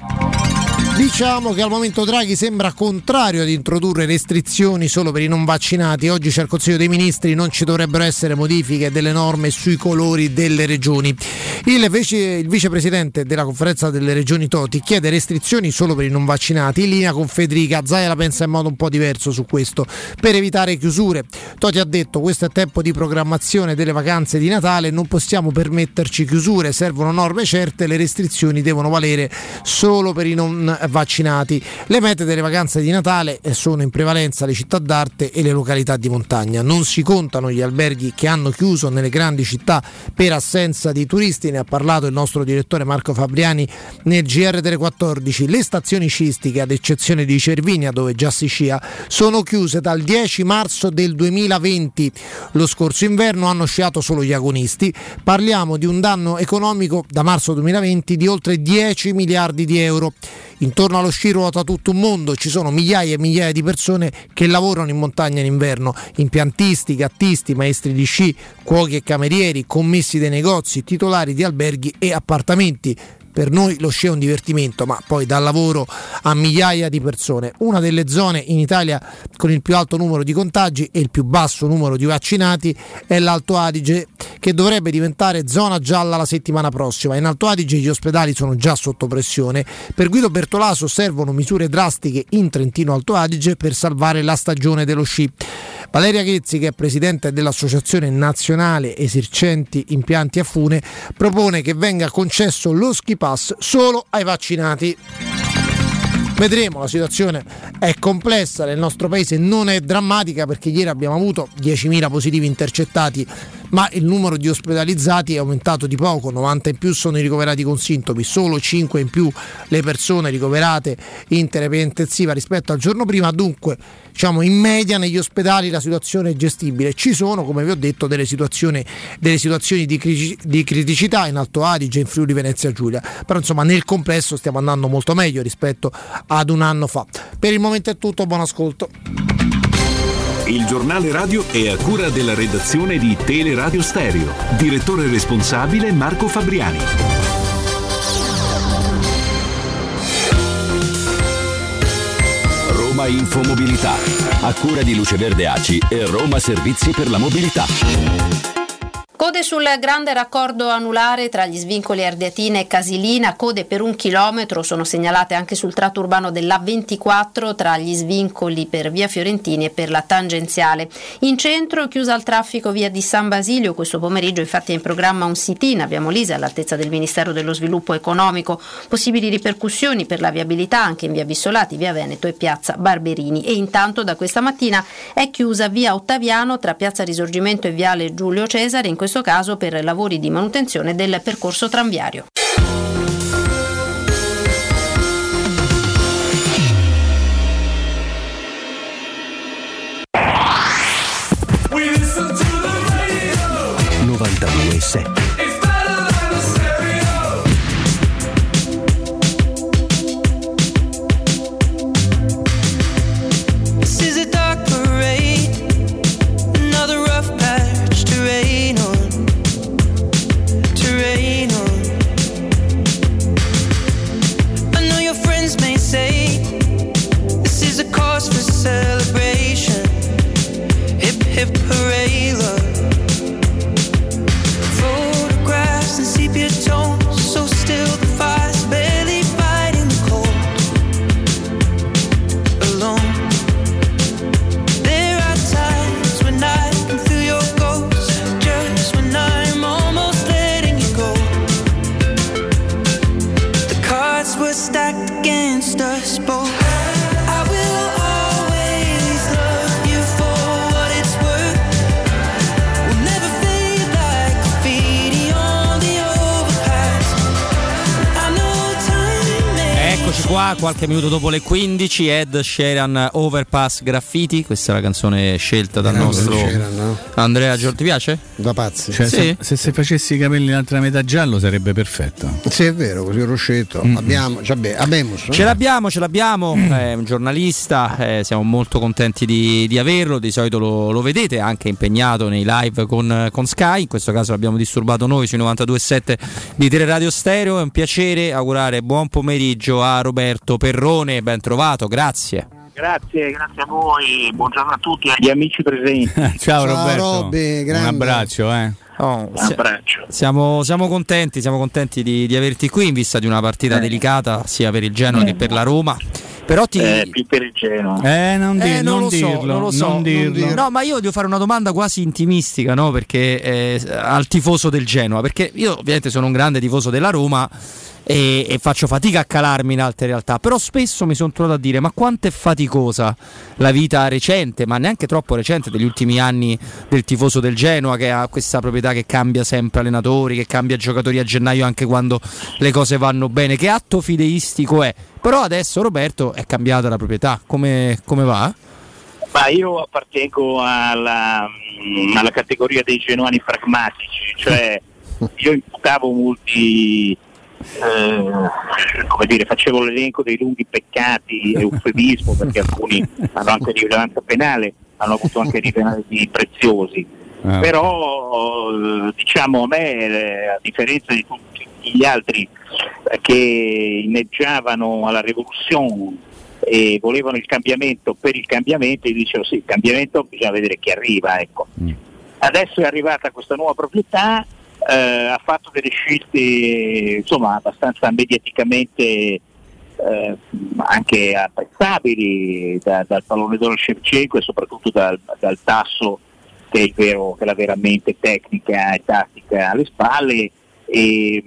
[SPEAKER 2] Diciamo che al momento Draghi sembra contrario ad introdurre restrizioni solo per i non vaccinati. Oggi c'è il Consiglio dei Ministri, non ci dovrebbero essere modifiche delle norme sui colori delle regioni. Il, vice, il vicepresidente della Conferenza delle Regioni Toti chiede restrizioni solo per i non vaccinati, in linea con Federica. Zaia la pensa in modo un po' diverso su questo, per evitare chiusure. Toti ha detto: questo è tempo di programmazione delle vacanze di Natale, non possiamo permetterci chiusure, servono norme certe, le restrizioni devono valere solo per i non vaccinati. Le mete delle vacanze di Natale sono in prevalenza le città d'arte e le località di montagna. Non si contano gli alberghi che hanno chiuso nelle grandi città per assenza di turisti, ne ha parlato il nostro direttore Marco Fabriani nel G R delle quattordici. Le stazioni sciistiche, ad eccezione di Cervinia dove già si scia, sono chiuse dal dieci marzo del duemilaventi. Lo scorso inverno hanno sciato solo gli agonisti. Parliamo di un danno economico da marzo duemilaventi di oltre dieci miliardi di euro. Intorno allo sci ruota tutto un mondo, ci sono migliaia e migliaia di persone che lavorano in montagna in inverno, impiantisti, gattisti, maestri di sci, cuochi e camerieri, commessi dei negozi, titolari di alberghi e appartamenti. Per noi lo sci è un divertimento, ma poi dà lavoro a migliaia di persone. Una delle zone in Italia con il più alto numero di contagi e il più basso numero di vaccinati è l'Alto Adige, che dovrebbe diventare zona gialla la settimana prossima. In Alto Adige gli ospedali sono già sotto pressione. Per Guido Bertolaso servono misure drastiche in Trentino Alto Adige per salvare la stagione dello sci. Valeria Ghezzi, che è presidente dell'Associazione Nazionale Esercenti Impianti a Fune, propone che venga concesso lo ski pass solo ai vaccinati. Vedremo, la situazione è complessa, nel nostro paese non è drammatica perché ieri abbiamo avuto diecimila positivi intercettati, ma il numero di ospedalizzati è aumentato di poco, novanta in più sono i ricoverati con sintomi, solo cinque in più le persone ricoverate in terapia intensiva rispetto al giorno prima. Dunque, diciamo, in media negli ospedali la situazione è gestibile. Ci sono, come vi ho detto, delle situazioni, delle situazioni di, cri- di criticità in Alto Adige, in Friuli Venezia Giulia, però insomma nel complesso stiamo andando molto meglio rispetto ad un anno fa. Per il momento è tutto, buon ascolto.
[SPEAKER 4] Il giornale radio è a cura della redazione di Teleradio Stereo. Direttore responsabile Marco Fabriani.
[SPEAKER 5] Roma Infomobilità, a cura di Luce Verde A C I e Roma Servizi per la Mobilità.
[SPEAKER 7] Code sul grande raccordo anulare tra gli svincoli Ardeatina e Casilina, code per un chilometro sono segnalate anche sul tratto urbano dell'A ventiquattro tra gli svincoli per via Fiorentini e per la tangenziale. In centro chiusa al traffico via di San Basilio, questo pomeriggio infatti è in programma un sit-in a Via Molise all'altezza del Ministero dello Sviluppo Economico, possibili ripercussioni per la viabilità anche in via Vissolati, via Veneto e piazza Barberini. E intanto da questa mattina è chiusa via Ottaviano tra piazza Risorgimento e viale Giulio Cesare, in questo caso per lavori di manutenzione del percorso tranviario.
[SPEAKER 8] novantadue sette
[SPEAKER 11] celebration, hip hip hooray, love. Photographs and sepia tones, so still the fire's barely fighting the cold. Alone, there are times when I can feel your ghost, just when I'm almost letting you go. The cards were stacked against us both.
[SPEAKER 1] Qua qualche minuto dopo le quindici, Ed Sheeran, Overpass Graffiti, questa è la canzone scelta dal nostro Sheeran, no? Andrea Giorgio. Ti piace?
[SPEAKER 2] Da pazzi.
[SPEAKER 3] Cioè,
[SPEAKER 1] sì.
[SPEAKER 3] se, se si facessi i capelli l'altra metà giallo sarebbe perfetto.
[SPEAKER 2] Sì, è vero, così Roscetto. Mm-hmm. Abbiamo, cioè, beh, abbiamo,
[SPEAKER 1] ce l'abbiamo, ce l'abbiamo, mm. È un giornalista, eh, siamo molto contenti di, di averlo, di solito lo, lo vedete anche impegnato nei live con, con Sky, in questo caso l'abbiamo disturbato noi sui novantadue sette di Teleradio Stereo. È un piacere augurare buon pomeriggio a Roberto Perrone, ben trovato, grazie.
[SPEAKER 15] Grazie, grazie a voi, buongiorno a tutti e agli amici presenti.
[SPEAKER 3] Ciao, Ciao Roberto,
[SPEAKER 2] Robby,
[SPEAKER 3] un abbraccio. Eh.
[SPEAKER 1] Oh,
[SPEAKER 15] un abbraccio.
[SPEAKER 1] Siamo, siamo contenti, siamo contenti di, di averti qui in vista di una partita eh. delicata sia per il Genoa eh. che per la Roma. Però ti...
[SPEAKER 15] Eh, più per il Genoa.
[SPEAKER 3] Eh, non, di-
[SPEAKER 1] eh, non,
[SPEAKER 3] non
[SPEAKER 1] lo
[SPEAKER 3] dirlo,
[SPEAKER 1] so, non lo so.
[SPEAKER 3] Non dirlo.
[SPEAKER 1] Non dirlo. No, ma io devo fare una domanda quasi intimistica, no? Perché eh, al tifoso del Genoa, perché io ovviamente sono un grande tifoso della Roma e, e faccio fatica a calarmi in altre realtà, però spesso mi sono trovato a dire: ma quanto è faticosa la vita recente, ma neanche troppo recente, degli ultimi anni del tifoso del Genoa, che ha questa proprietà che cambia sempre allenatori, che cambia giocatori a gennaio anche quando le cose vanno bene. Che atto fideistico è? Però adesso, Roberto, è cambiata la proprietà, come, come va?
[SPEAKER 15] Ma io appartengo alla, alla categoria dei genuani pragmatici, cioè io imputavo molti, eh, come dire, facevo l'elenco dei lunghi peccati, eufemismo, perché alcuni hanno anche rilevanza penale, hanno avuto anche rilevanti preziosi, ah. Però diciamo a me, a differenza di tutti gli altri che inneggiavano alla rivoluzione e volevano il cambiamento per il cambiamento, io dicevo sì, il cambiamento bisogna vedere chi arriva, ecco. Mm. Adesso è arrivata questa nuova proprietà, eh, ha fatto delle scelte insomma abbastanza mediaticamente eh, anche apprezzabili da, dal pallone d'oro Shevchenko e soprattutto dal, dal Tasso, che è, il vero, che è la vera mente tecnica e tattica alle spalle, e,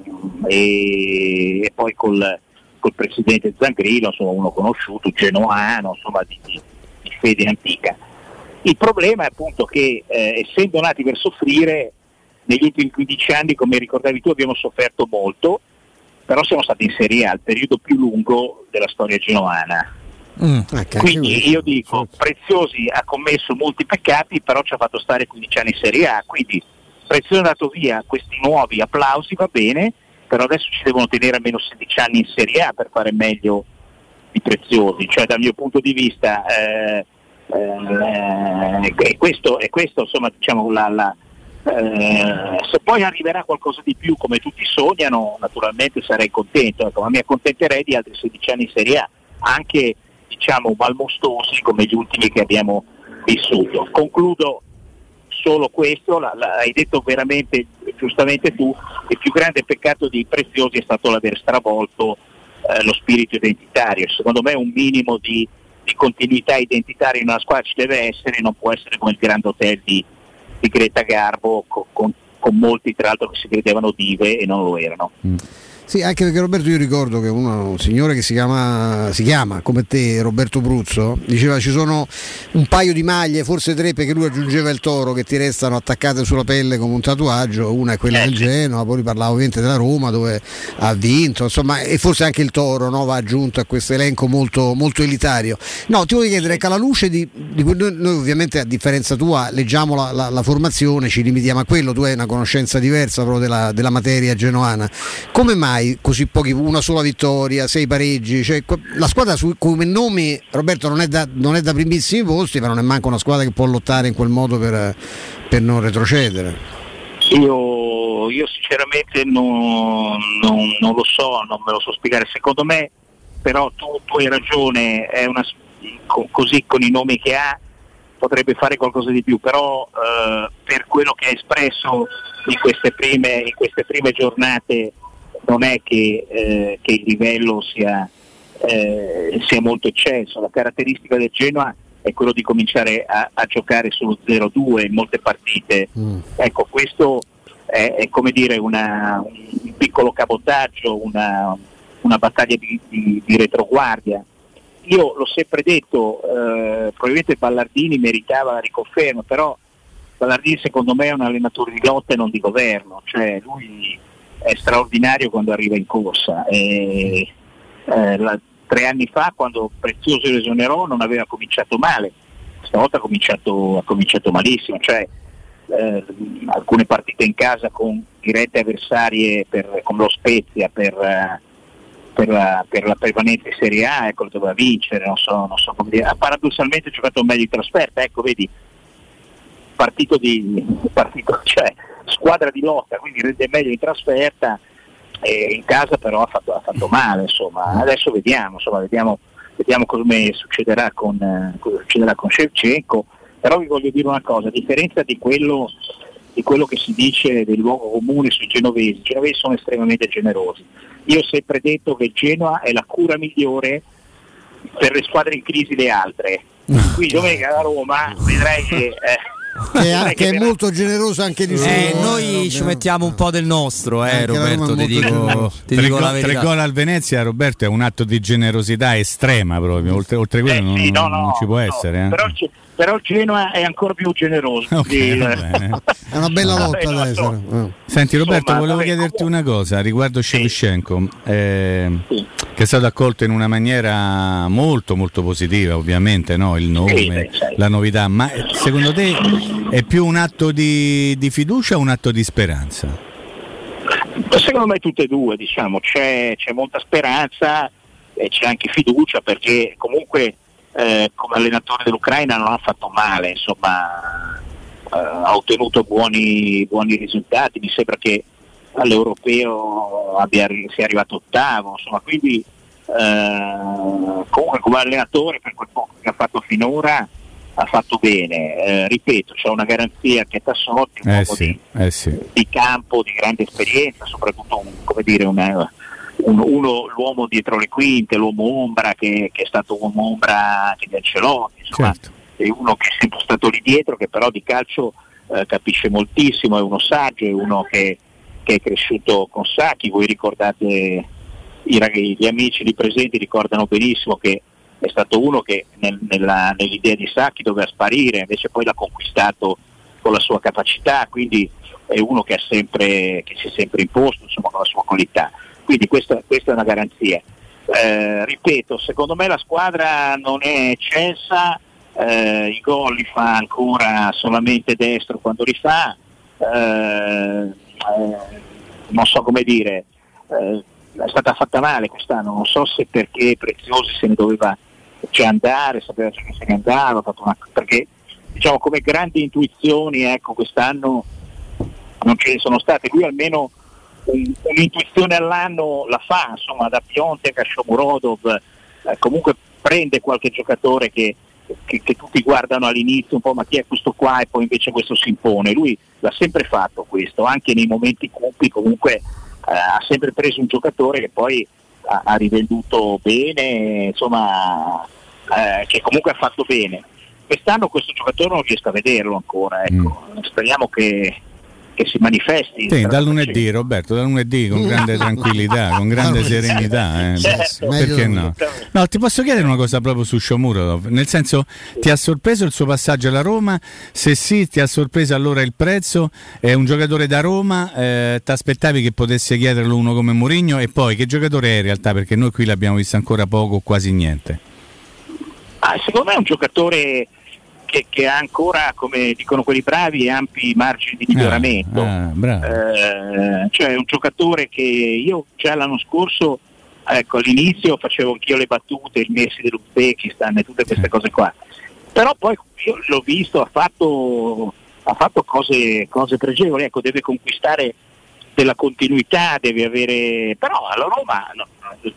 [SPEAKER 15] e, e poi col, col presidente Zangrillo, insomma uno conosciuto, genoano, insomma di, di, di fede antica. Il problema è appunto che eh, essendo nati per soffrire, negli ultimi quindici anni, come ricordavi tu, abbiamo sofferto molto, però siamo stati in Serie A il periodo più lungo della storia genoana. Mm, okay. Quindi io dico, Preziosi ha commesso molti peccati, però ci ha fatto stare quindici anni in Serie A, quindi Preziosi è andato via, questi nuovi applausi, va bene, però adesso ci devono tenere almeno sedici anni in Serie A per fare meglio di Preziosi, cioè dal mio punto di vista eh, eh, è questo, è questo insomma diciamo la, la eh, se poi arriverà qualcosa di più come tutti sognano, naturalmente sarei contento, ecco, ma mi accontenterei di altri sedici anni in Serie A, anche diciamo malmostosi come gli ultimi che abbiamo vissuto. Concludo solo questo, la, la, hai detto veramente giustamente tu, il più grande peccato di Preziosi è stato l'aver stravolto eh, lo spirito identitario. Secondo me un minimo di, di continuità identitaria in una squadra ci deve essere, non può essere come il Grand Hotel di, di Greta Garbo con, con, con molti tra l'altro che si credevano dive e non lo erano.
[SPEAKER 2] Mm. Sì, anche perché Roberto, io ricordo che uno, un signore che si chiama, si chiama come te, Roberto Bruzzo, diceva ci sono un paio di maglie, forse tre, perché lui aggiungeva il toro, che ti restano attaccate sulla pelle come un tatuaggio. Una è quella del Genoa, poi parlava ovviamente della Roma dove ha vinto, insomma, e forse anche il toro, no, va aggiunto a questo elenco molto, molto elitario. No, ti voglio chiedere che alla luce di, di noi, noi ovviamente a differenza tua leggiamo la, la, la formazione, ci limitiamo a quello, tu hai una conoscenza diversa proprio della, della materia genoana. Come mai così pochi, una sola vittoria, sei pareggi? Cioè, la squadra su, come nomi, Roberto, non è, da, non è da primissimi posti, ma non è manco una squadra che può lottare in quel modo per, per non retrocedere.
[SPEAKER 15] Io, io sinceramente non, non, non lo so, non me lo so spiegare. Secondo me, però, tu, tu hai ragione, è una, co, così con i nomi che ha potrebbe fare qualcosa di più, però eh, per quello che ha espresso in queste prime, in queste prime giornate non è che, eh, che il livello sia, eh, sia molto eccesso. La caratteristica del Genoa è quello di cominciare a, a giocare sullo zero due in molte partite. Mm. Ecco, questo è, è come dire una, un piccolo cabotaggio, una, una battaglia di, di, di retroguardia. Io l'ho sempre detto, eh, probabilmente Ballardini meritava la riconferma, però Ballardini secondo me è un allenatore di lotta e non di governo, cioè lui è straordinario quando arriva in corsa e, eh, la, tre anni fa quando Preziosi lo esonerò non aveva cominciato male, stavolta ha cominciato, ha cominciato malissimo, cioè eh, alcune partite in casa con dirette avversarie per, con lo Spezia per, eh, per, la, per la permanenza in Serie A, ecco, lo doveva vincere, non so, non so come dire. Ha paradossalmente giocato meglio in trasferta, ecco, vedi, partito di partito, cioè squadra di lotta, quindi rende meglio in trasferta, e in casa però ha fatto, ha fatto male, insomma. Adesso vediamo, insomma, vediamo, vediamo come succederà con, eh, cosa succederà con Shevchenko, però vi voglio dire una cosa, a differenza di quello, di quello che si dice del luogo comune sui genovesi, i genovesi sono estremamente generosi. Io ho sempre detto che il Genoa è la cura migliore per le squadre in crisi le altre, qui domenica la Roma vedrai che... Eh,
[SPEAKER 2] che, è, che è molto generoso anche di suo.
[SPEAKER 1] Eh, noi ci mettiamo un po' del nostro, eh, Roberto, ti dico, ti
[SPEAKER 3] tre,
[SPEAKER 1] dico
[SPEAKER 3] go,
[SPEAKER 1] la verità.
[SPEAKER 3] Tre gol al Venezia, Roberto, è un atto di generosità estrema proprio, oltre, oltre quello eh, sì, non, no, non ci può no, essere. Eh.
[SPEAKER 15] Però, però il Genoa è ancora più generoso.
[SPEAKER 3] Okay,
[SPEAKER 2] è una bella lotta adesso.
[SPEAKER 3] No, Senti Roberto, insomma, volevo vabbè, chiederti comunque... una cosa riguardo Shevchenko, eh, sì. che è stato accolto in una maniera molto molto positiva, ovviamente, no? Il nome, sì, beh, la novità, ma secondo te è più un atto di, di fiducia o un atto di speranza?
[SPEAKER 15] Secondo me tutte e due, diciamo, c'è, c'è molta speranza e c'è anche fiducia, perché comunque eh, come allenatore dell'Ucraina non ha fatto male, insomma, eh, ha ottenuto buoni, buoni risultati, mi sembra che all'europeo abbia, sia arrivato ottavo, insomma, quindi eh, comunque come allenatore per quel poco che ha fatto finora ha fatto bene, eh, ripeto, c'è una garanzia che è Tassotti, un
[SPEAKER 3] eh
[SPEAKER 15] uomo
[SPEAKER 3] sì,
[SPEAKER 15] di,
[SPEAKER 3] eh sì.
[SPEAKER 15] di campo, di grande esperienza, soprattutto un, come dire, una, un, uno, l'uomo dietro le quinte, l'uomo ombra che, che è stato uomo ombra anche di Ancelotti, insomma, certo. È uno che è sempre stato lì dietro, che però di calcio eh, capisce moltissimo, è uno saggio, è uno che, che è cresciuto con Sacchi. Voi ricordate, i, gli amici lì presenti ricordano benissimo che è stato uno che nel, nella, nell'idea di Sacchi doveva sparire, invece poi l'ha conquistato con la sua capacità, quindi è uno che, ha sempre, che si è sempre imposto, insomma, con la sua qualità, quindi questa, questa è una garanzia. Eh, ripeto, secondo me la squadra non è eccelsa, eh, i gol li fa ancora solamente destro quando li fa, eh, eh, non so come dire, eh, è stata fatta male quest'anno, non so se perché Preziosi se ne doveva già andare, sapeva già che se ne andava, fatto una, perché diciamo come grandi intuizioni, ecco, quest'anno non ce ne sono state. Lui almeno un, un'intuizione all'anno la fa, insomma, da Piontek a Shomurodov, eh, comunque prende qualche giocatore che, che, che tutti guardano all'inizio un po', ma chi è questo qua, e poi invece questo si impone. Lui l'ha sempre fatto questo, anche nei momenti cupi comunque eh, ha sempre preso un giocatore che poi ha, ha rivenduto bene, insomma eh, che comunque ha fatto bene. Quest'anno questo giocatore non riesco a vederlo ancora, ecco. mm. Speriamo che che si manifesti.
[SPEAKER 3] Sì, da lunedì, Roberto, da lunedì con grande tranquillità, con grande serenità. Eh.
[SPEAKER 15] Certo.
[SPEAKER 3] Perché no? No, ti posso chiedere una cosa proprio su Shomurodov, nel senso, ti ha sorpreso il suo passaggio alla Roma? Se sì, ti ha sorpreso allora il prezzo? È un giocatore da Roma, eh, ti aspettavi che potesse chiederlo uno come Mourinho? E poi che giocatore è in realtà? Perché noi qui l'abbiamo visto ancora poco, quasi niente.
[SPEAKER 15] Ah, secondo me è un giocatore Che, che ha ancora, come dicono quelli bravi, ampi margini di miglioramento.
[SPEAKER 3] Ah, ah,
[SPEAKER 15] eh, cioè è un giocatore che io già l'anno scorso, ecco, all'inizio facevo anch'io le battute, il Messi dell'Uzbekistan e tutte queste cose qua, però poi io l'ho visto, ha fatto, ha fatto cose, cose pregevoli, ecco, deve conquistare della continuità, deve avere, però alla Roma no,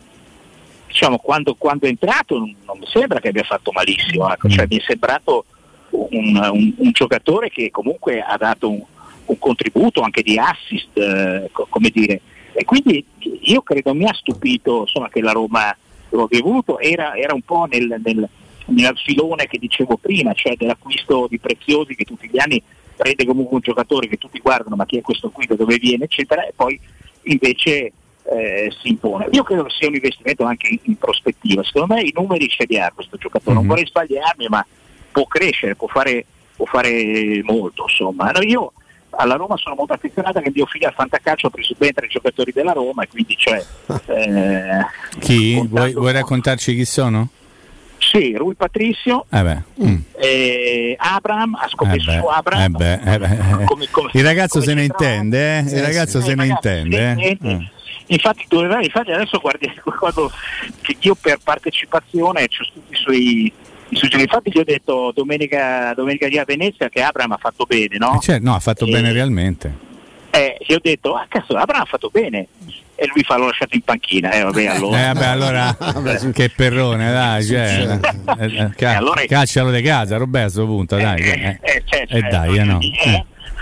[SPEAKER 15] diciamo quando, quando è entrato non, non mi sembra che abbia fatto malissimo, ecco, cioè mi è sembrato Un, un, un giocatore che comunque ha dato un, un contributo anche di assist, eh, co- come dire, e quindi io credo mi ha stupito, insomma, che la Roma lo abbia voluto, era, era un po' nel, nel, nel filone che dicevo prima, cioè dell'acquisto di Preziosi, che tutti gli anni prende comunque un giocatore che tutti guardano, ma chi è questo qui, da dove viene, eccetera, e poi invece eh, si impone. Io credo che sia un investimento anche in, in prospettiva, secondo me i numeri ce li ha questo giocatore, mm-hmm. non vorrei sbagliarmi, ma può crescere, può fare, può fare molto, insomma. No, io alla Roma sono molto affezionata, che mio figlio al fantacalcio ha preso ben tre giocatori della Roma, e quindi cioè eh,
[SPEAKER 3] chi? Vuoi, vuoi raccontarci chi sono?
[SPEAKER 15] Sì, Rui Patricio,
[SPEAKER 3] eh beh. mm.
[SPEAKER 15] eh, Abraham, ha scommesso
[SPEAKER 3] eh beh,
[SPEAKER 15] su Abraham.
[SPEAKER 3] Eh beh, eh beh. Come, come, il ragazzo se ne intende, eh? Il ragazzo se ne intende. Eh? Eh.
[SPEAKER 15] Infatti, doveva, infatti adesso guardi quando che io per partecipazione c'ho tutti i suoi infatti gli ho detto domenica domenica di a Venezia che Abraham ha fatto bene, no?
[SPEAKER 3] Eh certo, no, ha fatto e, bene realmente.
[SPEAKER 15] Eh, gli ho detto, ah cazzo, Abraham ha fatto bene. E lui fa, l'ho lasciato in panchina, eh vabbè allora.
[SPEAKER 3] Eh vabbè allora che perrone, dai, cioè, eh, ca- allora, caccialo di casa, Roberto, a questo punto, dai. Eh, eh, eh, certo, eh dai, eh, no. Eh.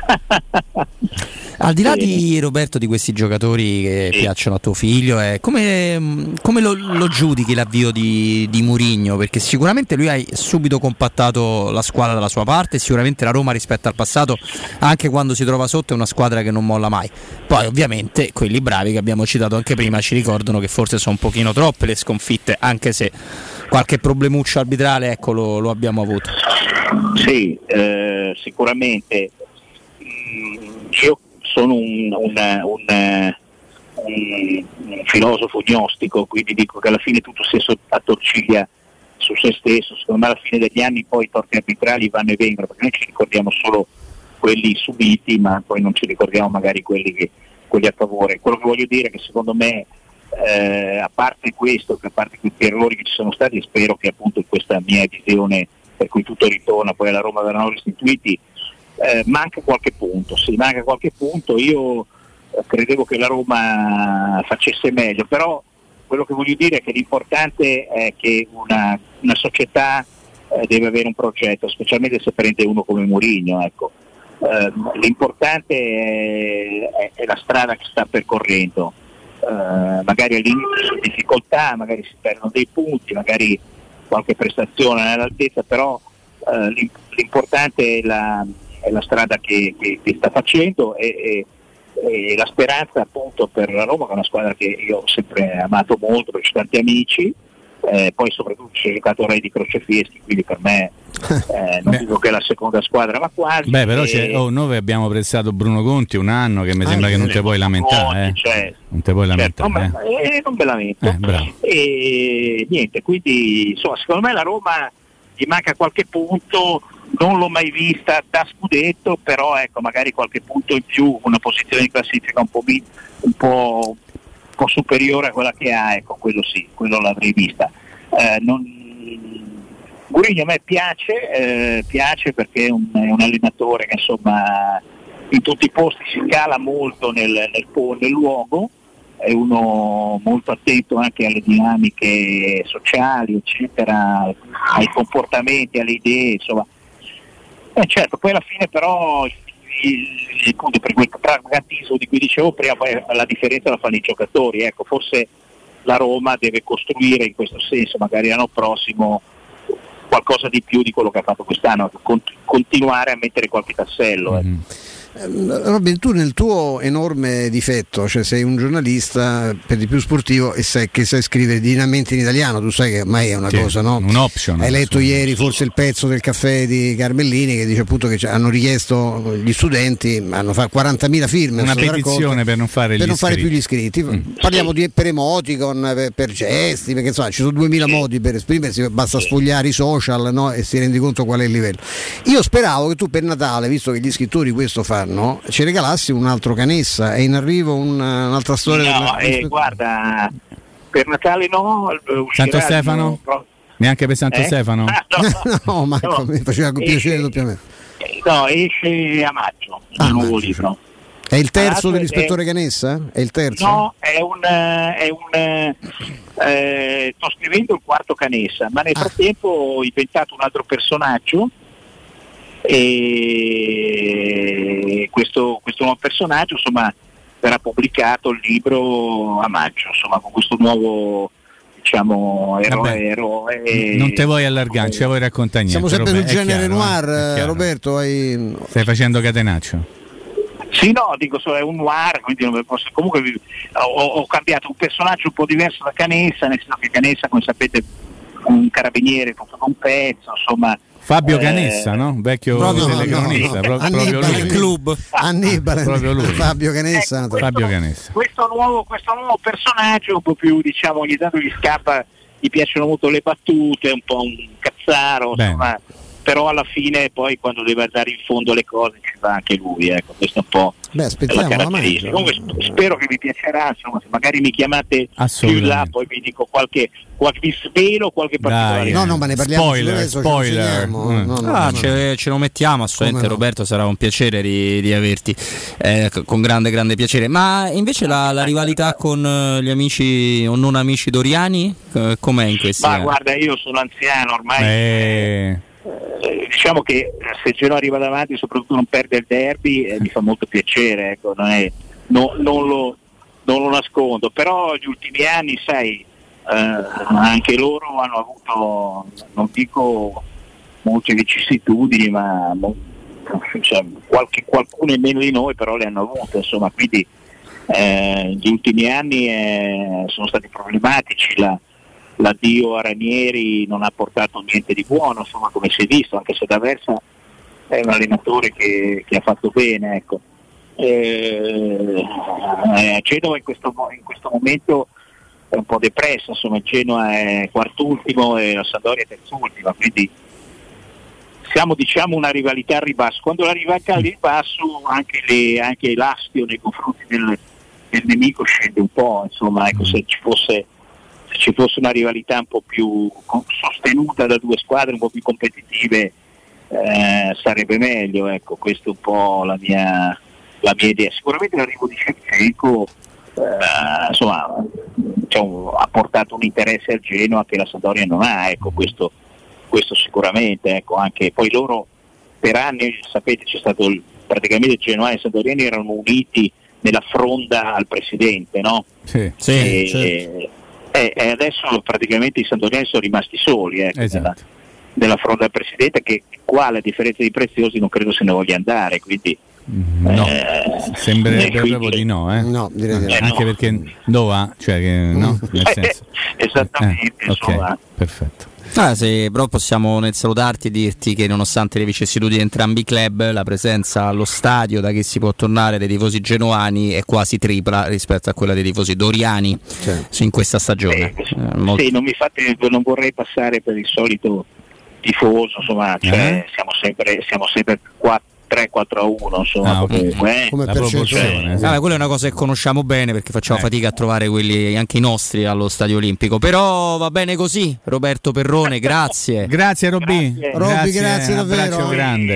[SPEAKER 1] Al di là di Roberto, di questi giocatori che sì. piacciono a tuo figlio, eh, come, come lo, lo giudichi l'avvio di, di Mourinho? Perché sicuramente lui ha subito compattato la squadra dalla sua parte, sicuramente la Roma rispetto al passato, anche quando si trova sotto, è una squadra che non molla mai. Poi ovviamente quelli bravi che abbiamo citato anche prima ci ricordano che forse sono un pochino troppe le sconfitte, anche se qualche problemuccio arbitrale, ecco, lo, lo abbiamo avuto.
[SPEAKER 15] Sì, eh, sicuramente. Io sono un, un, un, un, un filosofo gnostico, quindi dico che alla fine tutto si attorciglia su se stesso. Secondo me alla fine degli anni poi i torti arbitrali vanno e vengono, perché noi ci ricordiamo solo quelli subiti, ma poi non ci ricordiamo magari quelli, che, quelli a favore. Quello che voglio dire è che secondo me, eh, a parte questo, a parte questi errori che ci sono stati, e spero che appunto in questa mia visione per cui tutto ritorna, poi alla Roma verranno restituiti, Eh, manca qualche punto, sì, manca qualche punto. Io eh, credevo che la Roma facesse meglio, però quello che voglio dire è che l'importante è che una, una società eh, deve avere un progetto, specialmente se prende uno come Mourinho, ecco. Eh, l'importante è, è, è la strada che sta percorrendo, eh, magari all'inizio sono difficoltà, magari si perdono dei punti, magari qualche prestazione non è all'altezza, però eh, l'importante è la è la strada che, che, che sta facendo e, e, e la speranza appunto per la Roma, che è una squadra che io ho sempre amato molto, perché c'è tanti amici, eh, poi soprattutto c'è giocato Re di Crocefieschi, quindi per me eh, non Beh. dico che è la seconda squadra, ma quasi.
[SPEAKER 3] Beh, però e... oh, noi abbiamo prestato Bruno Conti un anno, che mi ah, sembra che non te puoi lamentare, eh. cioè, non te puoi lamentare,
[SPEAKER 15] certo, non, eh. non me lamento,
[SPEAKER 3] eh,
[SPEAKER 15] e niente, quindi insomma secondo me la Roma gli manca qualche punto. Non l'ho mai vista da scudetto, però ecco, magari qualche punto in più, una posizione di classifica un po', un po', un po' superiore a quella che ha, ecco, quello sì, quello l'avrei vista. Eh, non... Mourinho a me piace, eh, piace perché è un, è un allenatore che insomma in tutti i posti si cala molto nel, nel, nel luogo, è uno molto attento anche alle dinamiche sociali, eccetera, ai comportamenti, alle idee, insomma. Eh, certo, poi alla fine però il, appunto, per quel pragmatismo di cui dicevo prima, poi la differenza la fanno i giocatori, ecco, forse la Roma deve costruire in questo senso, magari l'anno prossimo, qualcosa di più di quello che ha fatto quest'anno, cont- continuare a mettere qualche tassello.
[SPEAKER 2] Mm-hmm. Robin, tu nel tuo enorme difetto, cioè sei un giornalista per di più sportivo e sai che sai scrivere divinamente in italiano, tu sai che ormai è una
[SPEAKER 3] sì,
[SPEAKER 2] cosa, no?
[SPEAKER 3] Un option.
[SPEAKER 2] Hai letto ieri forse il pezzo del caffè di Carmellini che dice appunto che hanno richiesto gli studenti, hanno fatto quarantamila firme,
[SPEAKER 3] una petizione per non fare,
[SPEAKER 2] per
[SPEAKER 3] gli
[SPEAKER 2] non fare più gli
[SPEAKER 3] iscritti.
[SPEAKER 2] iscritti. Mm. Parliamo di, per emoticon, per, per gesti, perché insomma ci sono duemila modi per esprimersi, basta sfogliare i social, no? E si rendi conto qual è il livello. Io speravo che tu per Natale, visto che gli scrittori questo fanno, ci regalassi un altro Canessa. È in arrivo un, un'altra storia?
[SPEAKER 15] No,
[SPEAKER 2] del...
[SPEAKER 15] eh, guarda, per Natale no.
[SPEAKER 3] Santo Stefano? No, neanche per Santo
[SPEAKER 15] eh?
[SPEAKER 3] Stefano?
[SPEAKER 15] Ah, no,
[SPEAKER 2] no, ma no, mi faceva piacere doppiamente.
[SPEAKER 15] No, esce a maggio il
[SPEAKER 2] ah,
[SPEAKER 15] nuovo
[SPEAKER 2] maggio,
[SPEAKER 15] libro.
[SPEAKER 2] È il terzo
[SPEAKER 15] Allora,
[SPEAKER 2] dell'ispettore
[SPEAKER 15] è...
[SPEAKER 2] Canessa? È il terzo?
[SPEAKER 15] No, è un, è un eh, sto scrivendo il quarto Canessa, ma nel
[SPEAKER 2] ah.
[SPEAKER 15] frattempo ho inventato un altro personaggio. E questo, questo nuovo personaggio, insomma, verrà pubblicato il libro a maggio, insomma, con questo nuovo, diciamo, eroe. eroe
[SPEAKER 3] non te vuoi allargare, non ci vuoi raccontare niente.
[SPEAKER 2] Siamo sempre
[SPEAKER 3] Robert,
[SPEAKER 2] sul genere
[SPEAKER 3] chiaro,
[SPEAKER 2] noir,
[SPEAKER 3] eh?
[SPEAKER 2] Roberto. Hai...
[SPEAKER 3] Stai facendo catenaccio?
[SPEAKER 15] Sì, no, dico solo è un noir, quindi non posso, comunque ho, ho cambiato un personaggio un po' diverso da Canessa, nel senso che Canessa, come sapete, un carabiniere, con un pezzo, insomma.
[SPEAKER 3] Fabio
[SPEAKER 15] eh,
[SPEAKER 3] Canessa, no? Vecchio
[SPEAKER 2] proprio,
[SPEAKER 3] telecronista,
[SPEAKER 2] no, no,
[SPEAKER 3] pro- proprio lui.
[SPEAKER 2] Il club Annibale,
[SPEAKER 3] proprio lui.
[SPEAKER 2] Fabio Canessa.
[SPEAKER 15] Ecco, questo,
[SPEAKER 3] Fabio Canessa.
[SPEAKER 15] Questo nuovo, questo nuovo personaggio un po' più, diciamo, ogni tanto gli scappa, gli piacciono molto le battute, un po' un cazzaro, insomma, però alla fine poi quando deve andare in fondo alle cose ci va anche lui, ecco, questo è un po'.
[SPEAKER 2] Beh, aspettiamo
[SPEAKER 15] la caratteristica. Comunque spero che vi piacerà, insomma, se magari mi chiamate più in là, poi vi dico qualche qualche vi svelo qualche particolare.
[SPEAKER 2] No, no, ma ne parliamo
[SPEAKER 3] spoiler, spoiler.
[SPEAKER 2] Mm. No, no,
[SPEAKER 1] ah,
[SPEAKER 2] no,
[SPEAKER 1] ce, ce lo mettiamo assolutamente, no? Roberto, sarà un piacere di, di averti, eh, con grande grande piacere. Ma invece la, la rivalità con gli amici o non amici doriani, eh, com'è in questi
[SPEAKER 15] Ma
[SPEAKER 1] anni?
[SPEAKER 15] guarda, io sono anziano ormai.
[SPEAKER 3] Eh.
[SPEAKER 15] Eh, diciamo che se Genoa arriva davanti, soprattutto non perde il derby, eh, mi fa molto piacere, ecco, non, è, no, non, lo, non lo nascondo, però gli ultimi anni, sai, eh, anche loro hanno avuto, non dico molte vicissitudini, ma cioè, qualche, qualcune meno di noi, però le hanno avute, insomma, quindi eh, gli ultimi anni eh, sono stati problematici. La, L'addio a Ranieri non ha portato niente di buono, insomma, come si è visto, anche se D'Aversa è un allenatore che, che ha fatto bene, ecco. Eh, eh, Genova in questo, in questo momento è un po' depressa, insomma, il Genoa è quart'ultimo e la Sampdoria è terz'ultima, quindi siamo, diciamo, una rivalità al ribasso. Quando la rivalità al ribasso anche, le, anche l'astio nei confronti del, del nemico scende un po', insomma, ecco, se ci fosse ci fosse una rivalità un po' più sostenuta da due squadre un po' più competitive, eh, sarebbe meglio, ecco, questa è un po' la mia, la mia idea. Sicuramente l'arrivo di Shevchenko eh, insomma, diciamo, ha portato un interesse al Genoa che la Sampdoria non ha, ecco, questo, questo sicuramente, ecco, anche poi loro per anni, sapete, c'è stato il, praticamente Genoa e i Sampdoriani erano uniti nella fronda al presidente, no?
[SPEAKER 3] Sì,
[SPEAKER 1] sì,
[SPEAKER 15] e,
[SPEAKER 1] certo.
[SPEAKER 15] E adesso praticamente i sampdoriani sono rimasti soli, ecco,
[SPEAKER 3] esatto.
[SPEAKER 15] nella, nella fronda del presidente, che qua a differenza di Preziosi non credo se ne voglia andare, quindi
[SPEAKER 3] no,
[SPEAKER 15] eh,
[SPEAKER 3] sembrerebbe
[SPEAKER 15] quindi,
[SPEAKER 3] proprio di no, eh?
[SPEAKER 2] No, direi di no.
[SPEAKER 15] Eh,
[SPEAKER 3] anche
[SPEAKER 15] no.
[SPEAKER 3] perché dove va? Cioè che no, nel senso.
[SPEAKER 15] Esattamente,
[SPEAKER 3] eh, ok,
[SPEAKER 15] insomma.
[SPEAKER 3] perfetto.
[SPEAKER 1] Ah, se, però possiamo nel salutarti e dirti che nonostante le vicissitudini di entrambi i club, la presenza allo stadio da che si può tornare dei tifosi genoani è quasi tripla rispetto a quella dei tifosi doriani, sì, in questa stagione.
[SPEAKER 15] Eh,
[SPEAKER 1] eh, molto...
[SPEAKER 15] Sì, non mi fate, non vorrei passare per il solito tifoso, insomma, cioè, eh? siamo sempre siamo sempre qua tre quattro a uno, insomma,
[SPEAKER 3] ah,
[SPEAKER 15] comunque, eh.
[SPEAKER 2] come percentuale.
[SPEAKER 1] Sì. Ah, quella è una cosa che conosciamo bene perché facciamo
[SPEAKER 3] eh.
[SPEAKER 1] fatica a trovare quelli anche i nostri allo Stadio Olimpico, però va bene così. Roberto Perrone, grazie.
[SPEAKER 3] Grazie Robby.
[SPEAKER 2] Robby, grazie
[SPEAKER 3] un
[SPEAKER 2] davvero.
[SPEAKER 3] abbraccio grande.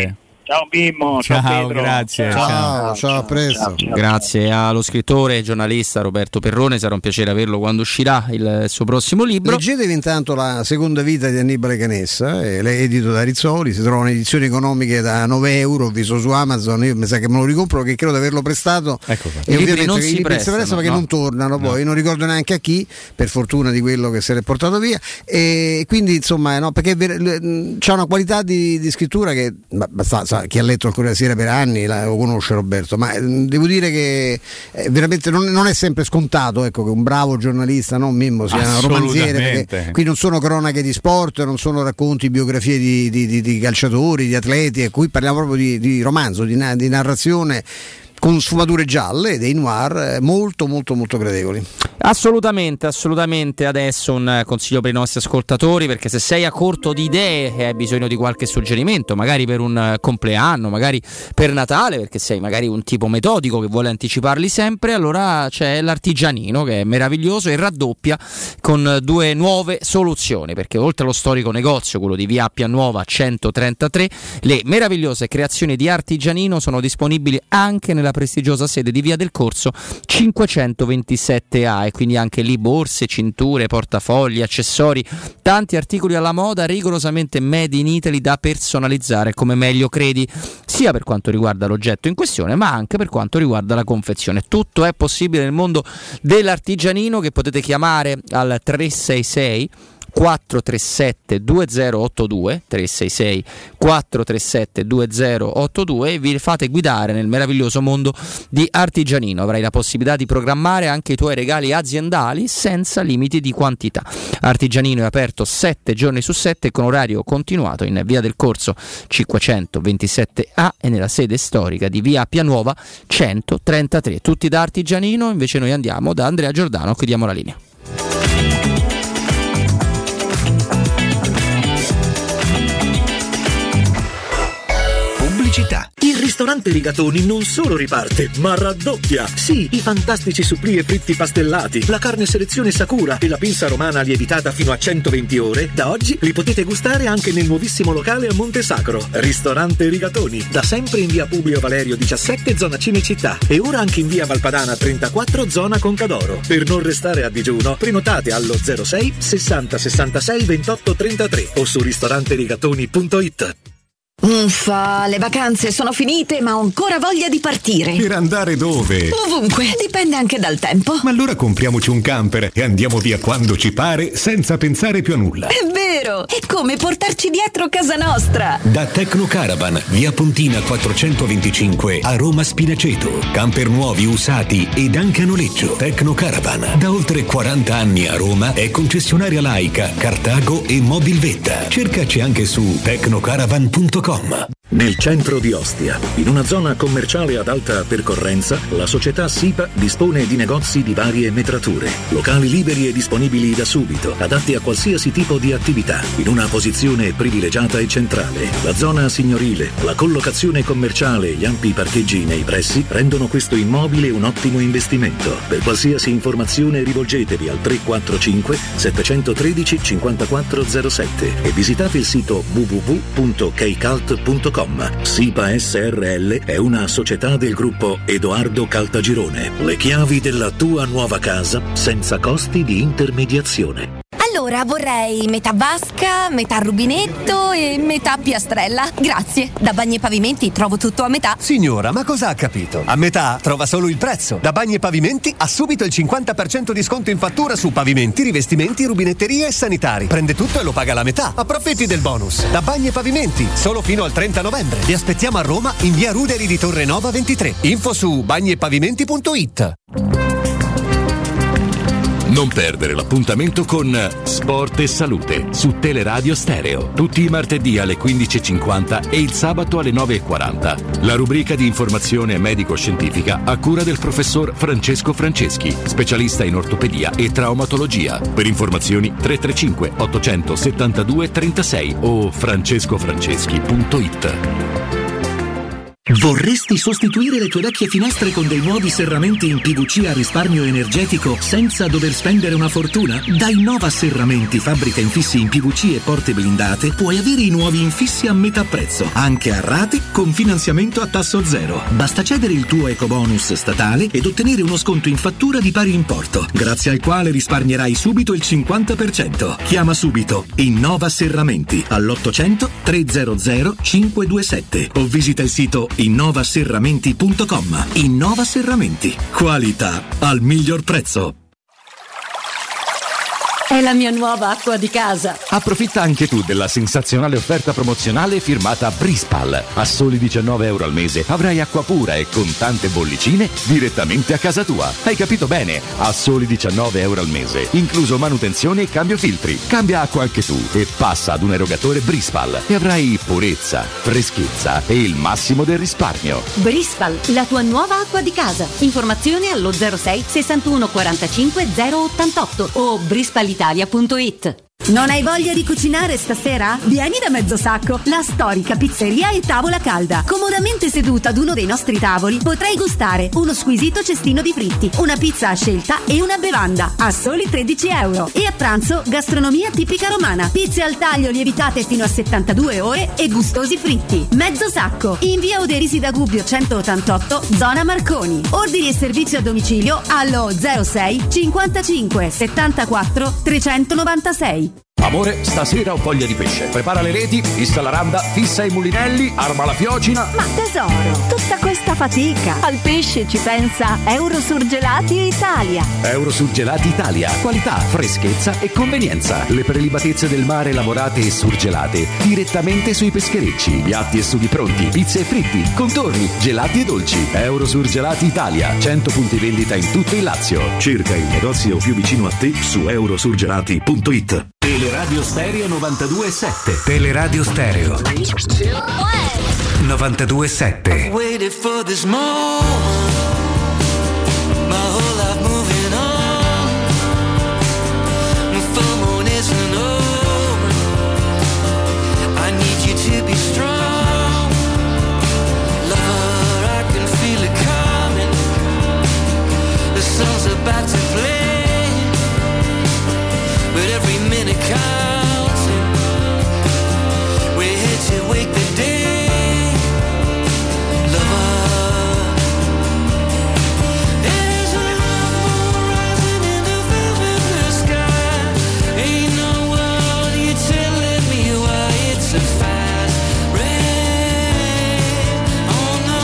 [SPEAKER 15] Ciao Mimmo, ciao,
[SPEAKER 3] ciao
[SPEAKER 15] Pedro.
[SPEAKER 3] Grazie.
[SPEAKER 2] Ciao,
[SPEAKER 3] ciao,
[SPEAKER 2] ciao, a presto.
[SPEAKER 15] Ciao, ciao.
[SPEAKER 1] Grazie allo scrittore e giornalista Roberto Perrone, sarà un piacere averlo quando uscirà il suo prossimo libro.
[SPEAKER 2] Leggetevi intanto La seconda vita di Annibale Canessa, eh, edito da Rizzoli, si trovano edizioni economiche da nove euro, ho visto su Amazon, io mi sa che me lo ricompro perché credo di averlo prestato.
[SPEAKER 3] Ecco
[SPEAKER 2] E
[SPEAKER 1] I libri
[SPEAKER 2] ovviamente
[SPEAKER 1] non
[SPEAKER 2] i
[SPEAKER 1] si
[SPEAKER 2] libri
[SPEAKER 1] prestano,
[SPEAKER 2] prestano perché
[SPEAKER 1] no.
[SPEAKER 2] non tornano poi,
[SPEAKER 1] No.
[SPEAKER 2] non ricordo neanche a chi, per fortuna di quello che se l'è portato via, e quindi insomma no, perché c'è una qualità di, di scrittura che basta, sa, chi ha letto il Corriere della Sera per anni la, lo conosce Roberto, ma eh, devo dire che eh, veramente non, non è sempre scontato, ecco, che un bravo giornalista, no Mimmo, sia un romanziere, perché qui non sono cronache di sport, non sono racconti, biografie di, di, di, di calciatori, di atleti, e qui parliamo proprio di, di romanzo, di, di narrazione con sfumature gialle, dei noir molto molto molto gradevoli.
[SPEAKER 1] Assolutamente, assolutamente. Adesso un consiglio per i nostri ascoltatori, perché se sei a corto di idee e hai bisogno di qualche suggerimento, magari per un compleanno, magari per Natale, perché sei magari un tipo metodico che vuole anticiparli sempre, allora c'è l'Artigianino, che è meraviglioso e raddoppia con due nuove soluzioni, perché oltre allo storico negozio, quello di via Appia Nuova centotrentatré, le meravigliose creazioni di Artigianino sono disponibili anche nella prestigiosa sede di via del Corso cinquecentoventisette A, e quindi anche lì borse, cinture, portafogli, accessori, tanti articoli alla moda rigorosamente made in Italy da personalizzare come meglio credi, sia per quanto riguarda l'oggetto in questione ma anche per quanto riguarda la confezione. Tutto è possibile nel mondo dell'Artigianino, che potete chiamare al tre sei sei quattro tre sette due zero otto due tre sei sei quattro tre sette due zero otto due e vi fate guidare nel meraviglioso mondo di Artigianino. Avrai la possibilità di programmare anche i tuoi regali aziendali senza limiti di quantità. Artigianino è aperto sette giorni su sette con orario continuato in via del Corso cinquecentoventisette A e nella sede storica di via Appia Nuova centotrentatré. Tutti da Artigianino. Invece noi andiamo da Andrea Giordano, qui diamo la linea.
[SPEAKER 4] Il ristorante Rigatoni non solo riparte, ma raddoppia. Sì, i fantastici supplì e fritti pastellati, la carne selezione Sakura e la pinza romana lievitata fino a centoventi ore, da oggi li potete gustare anche nel nuovissimo locale a Monte Sacro. Ristorante Rigatoni, da sempre in via Publio Valerio diciassette, zona Cinecittà, e ora anche in via Valpadana trentaquattro, zona Concadoro. Per non restare a digiuno, prenotate allo zero sei sessanta sessantasei ventotto trentatré o su ristoranterigatoni punto it.
[SPEAKER 8] Uffa, le vacanze sono finite, ma ho ancora voglia di partire.
[SPEAKER 10] Per andare dove?
[SPEAKER 8] Ovunque, dipende anche dal tempo.
[SPEAKER 10] Ma allora compriamoci un camper e andiamo via quando ci pare, senza pensare più a nulla.
[SPEAKER 8] È vero, è come portarci dietro casa nostra.
[SPEAKER 12] Da Tecnocaravan, via Pontina quattrocentoventicinque a Roma Spinaceto. Camper nuovi, usati ed anche a noleggio. Tecnocaravan, da oltre quaranta anni a Roma, è concessionaria Laika, Cartago e Mobilvetta. Cercaci anche su tecnocaravan punto com.
[SPEAKER 4] Nel centro di Ostia, in una zona commerciale ad alta percorrenza, la società SIPA dispone di negozi di varie metrature, locali liberi e disponibili da subito, adatti a qualsiasi tipo di attività, in una posizione privilegiata e centrale. La zona signorile, la collocazione commerciale e gli ampi parcheggi nei pressi rendono questo immobile un ottimo investimento. Per qualsiasi informazione rivolgetevi al tre quattro cinque sette uno tre cinque quattro zero sette e visitate il sito w w w punto keicalt punto com. SIPA S R L è una società del gruppo Edoardo Caltagirone. Le chiavi della tua nuova casa senza costi di intermediazione.
[SPEAKER 22] Allora vorrei metà vasca, metà rubinetto e metà piastrella. Grazie. Da Bagni e Pavimenti trovo tutto a metà.
[SPEAKER 13] Signora, ma cosa ha capito? A metà trova solo il prezzo. Da Bagni e Pavimenti ha subito il cinquanta per cento di sconto in fattura su pavimenti, rivestimenti, rubinetterie e sanitari. Prende tutto e lo paga la metà. Approfitti del bonus. Da Bagni e Pavimenti, solo fino al trenta novembre. Vi aspettiamo a Roma in via Ruderi di Torrenova ventitré. Info su bagni e pavimenti punto it.
[SPEAKER 16] Non perdere l'appuntamento con Sport e Salute su Teleradio Stereo, tutti i martedì alle quindici e cinquanta e il sabato alle nove e quaranta. La rubrica di informazione medico-scientifica a cura del professor Francesco Franceschi, specialista in ortopedia e traumatologia. Per informazioni tre tre cinque ottocentosettantadue trentasei o francescofranceschi punto it.
[SPEAKER 4] Vorresti sostituire le tue vecchie finestre con dei nuovi serramenti in P V C a risparmio energetico senza dover spendere una fortuna? Da Innova Serramenti, fabbrica infissi in P V C e porte blindate, puoi avere i nuovi infissi a metà prezzo, anche a rate con finanziamento a tasso zero. Basta cedere il tuo ecobonus statale ed ottenere uno sconto in fattura di pari importo, grazie al quale risparmierai subito il cinquanta per cento. Chiama subito Innova Serramenti all'ottocento trecento cinque due sette o visita il sito innova serramenti punto com. Innova Serramenti, qualità al miglior prezzo.
[SPEAKER 8] È la mia nuova acqua di casa.
[SPEAKER 16] Approfitta anche tu della sensazionale offerta promozionale firmata Brispal. A soli diciannove euro al mese avrai acqua pura e con tante bollicine direttamente a casa tua. Hai capito bene? A soli diciannove euro al mese, incluso manutenzione e cambio filtri. Cambia acqua anche tu e passa ad un erogatore Brispal e avrai purezza, freschezza e il massimo del risparmio.
[SPEAKER 8] Brispal, la tua nuova acqua di casa. Informazioni allo zero sei sessantuno quarantacinque zero ottantotto o brispal italia punto it.
[SPEAKER 14] Non hai voglia di cucinare stasera? Vieni da Mezzo Sacco, la storica pizzeria e tavola calda. Comodamente seduta ad uno dei nostri tavoli potrai gustare uno squisito cestino di fritti, una pizza a scelta e una bevanda a soli tredici euro. E a pranzo gastronomia tipica romana, pizze al taglio lievitate fino a settantadue ore e gustosi fritti. Mezzo Sacco, in via Oderisi da Gubbio centottantotto, zona Marconi. Ordini e servizio a domicilio allo zero sei cinquantacinque settantaquattro trecentonovantasei.
[SPEAKER 16] Amore, stasera ho voglia di pesce. Prepara le reti, fissa la randa, fissa i mulinelli, arma la fiocina.
[SPEAKER 14] Ma tesoro, tutta questa fatica. Al pesce ci pensa Eurosurgelati Italia.
[SPEAKER 16] Eurosurgelati Italia. Qualità, freschezza e convenienza. Le prelibatezze del mare lavorate e surgelate direttamente sui pescherecci. Piatti e sughi pronti, pizze e fritti, contorni, gelati e dolci. Eurosurgelati Italia. cento punti vendita in tutto il Lazio. Cerca il negozio più vicino a te su eurosurgelati punto it.
[SPEAKER 12] Teleradio Stereo novantadue e sette. Teleradio Stereo novantadue e sette.
[SPEAKER 11] Waited for this moment, my whole life moving on. My full moon isn't over. I need you to be strong, lover. I can feel it coming. The song's about to play, but every minute counting. We're here to wake the day, lover. There's a love rising in the velvet blue sky. Ain't no word, you telling me why it's a fast rain. Oh no.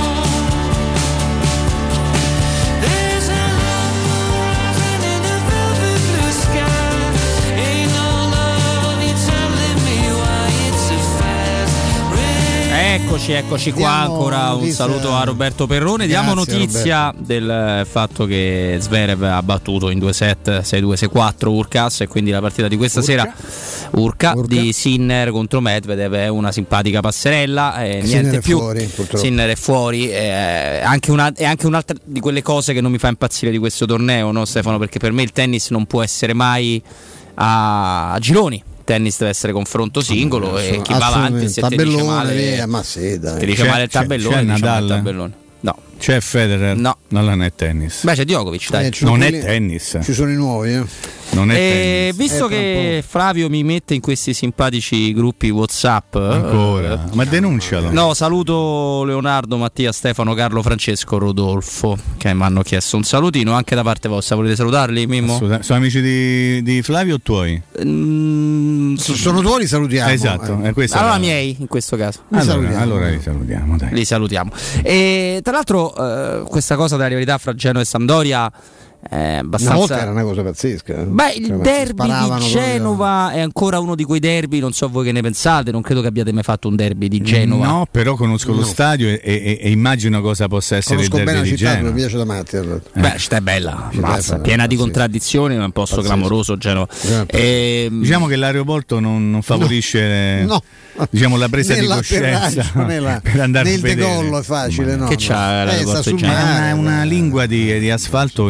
[SPEAKER 11] There's a love rising in the velvet blue sky. Ain't no love, you telling me why it's a fast rain.
[SPEAKER 1] Eccoci, eccoci qua.
[SPEAKER 2] Diamo
[SPEAKER 1] Ancora un
[SPEAKER 2] notizia-
[SPEAKER 1] saluto a Roberto Perrone. Diamo
[SPEAKER 2] Grazie,
[SPEAKER 1] notizia del fatto che Zverev ha battuto in due set sei due sei quattro Urkas, e quindi la partita di questa
[SPEAKER 2] Urca.
[SPEAKER 1] sera Urca, di Sinner contro Medvedev è una simpatica passerella, e
[SPEAKER 2] Sinner
[SPEAKER 1] niente
[SPEAKER 2] è
[SPEAKER 1] più.
[SPEAKER 2] fuori, purtroppo.
[SPEAKER 1] Sinner è fuori, è anche, una, è anche un'altra di quelle cose che non mi fa impazzire di questo torneo, no Stefano? Perché per me il tennis non può essere mai a, a gironi. Il tennis deve essere confronto singolo, e chi va avanti, se ti dice
[SPEAKER 2] tabellone,
[SPEAKER 1] male,
[SPEAKER 2] via, ma sì, dai.
[SPEAKER 1] ti dice
[SPEAKER 3] C'è-
[SPEAKER 1] male il
[SPEAKER 3] c'è-
[SPEAKER 1] tabellone,
[SPEAKER 3] c'è
[SPEAKER 1] dice male il
[SPEAKER 3] Nadal?
[SPEAKER 1] tabellone. No,
[SPEAKER 3] C'è Federer?
[SPEAKER 1] No.
[SPEAKER 3] Non non è tennis.
[SPEAKER 1] beh, c'è Djokovic, dai.
[SPEAKER 2] Eh, ci sono
[SPEAKER 3] Non è
[SPEAKER 2] quelli-
[SPEAKER 3] tennis.
[SPEAKER 2] Ci sono i nuovi, eh.
[SPEAKER 3] Non è
[SPEAKER 1] E
[SPEAKER 3] tennis.
[SPEAKER 1] visto
[SPEAKER 2] Eh, tra
[SPEAKER 1] che Flavio mi mette in questi simpatici gruppi WhatsApp,
[SPEAKER 3] Ancora.
[SPEAKER 1] eh,
[SPEAKER 3] Ma denuncialo.
[SPEAKER 1] no, saluto Leonardo, Mattia, Stefano, Carlo, Francesco, Rodolfo, che mi hanno chiesto un salutino anche da parte vostra. Volete salutarli, Mimmo?
[SPEAKER 3] Assolutamente. Sono amici di, di Flavio o tuoi?
[SPEAKER 1] Mm,
[SPEAKER 2] Se sono tuoi li salutiamo.
[SPEAKER 3] Esatto.
[SPEAKER 2] eh.
[SPEAKER 3] eh, questa
[SPEAKER 1] allora
[SPEAKER 3] era-
[SPEAKER 1] miei, in questo caso.
[SPEAKER 2] Li
[SPEAKER 3] Allora,
[SPEAKER 2] salutiamo.
[SPEAKER 3] allora li salutiamo, dai.
[SPEAKER 1] Li salutiamo. E tra l'altro eh, questa cosa della rivalità fra Genoa e Sampdoria è
[SPEAKER 2] Una volta
[SPEAKER 1] abbastanza.
[SPEAKER 2] era una cosa pazzesca. eh.
[SPEAKER 1] Beh, il
[SPEAKER 2] Cioè, ma si
[SPEAKER 1] derby
[SPEAKER 2] sparavano
[SPEAKER 1] di
[SPEAKER 2] proprio-
[SPEAKER 1] Genova è ancora uno di quei derby, non so voi che ne pensate, non credo che abbiate mai fatto un derby di Genova.
[SPEAKER 3] No, però conosco lo
[SPEAKER 2] No.
[SPEAKER 3] stadio e, e- e immagino cosa possa essere
[SPEAKER 2] Conosco
[SPEAKER 3] il
[SPEAKER 2] bene
[SPEAKER 3] derby
[SPEAKER 2] la
[SPEAKER 3] di
[SPEAKER 2] città, mi
[SPEAKER 3] Genova.
[SPEAKER 2] piace da matti. allora.
[SPEAKER 1] Beh, la città è bella,
[SPEAKER 2] Città
[SPEAKER 1] mazza,
[SPEAKER 2] è
[SPEAKER 1] piena di
[SPEAKER 2] pazzesca.
[SPEAKER 1] contraddizioni, ma un posto
[SPEAKER 2] Pazzesco.
[SPEAKER 1] clamoroso Genova.
[SPEAKER 2] Genova è
[SPEAKER 1] Ehm,
[SPEAKER 3] Diciamo che l'aeroporto non, non favorisce
[SPEAKER 2] No.
[SPEAKER 3] diciamo, la presa di
[SPEAKER 2] Nell'atterraggio,
[SPEAKER 3] coscienza
[SPEAKER 2] nella-
[SPEAKER 3] per andare
[SPEAKER 2] nel
[SPEAKER 3] a vedere.
[SPEAKER 2] decollo è facile, no?
[SPEAKER 1] Che c'ha
[SPEAKER 2] no.
[SPEAKER 1] l'aeroporto
[SPEAKER 2] sta sul
[SPEAKER 1] di Genova?
[SPEAKER 3] È
[SPEAKER 2] mare,
[SPEAKER 3] una, una
[SPEAKER 2] eh.
[SPEAKER 3] lingua di, di asfalto in mezzo al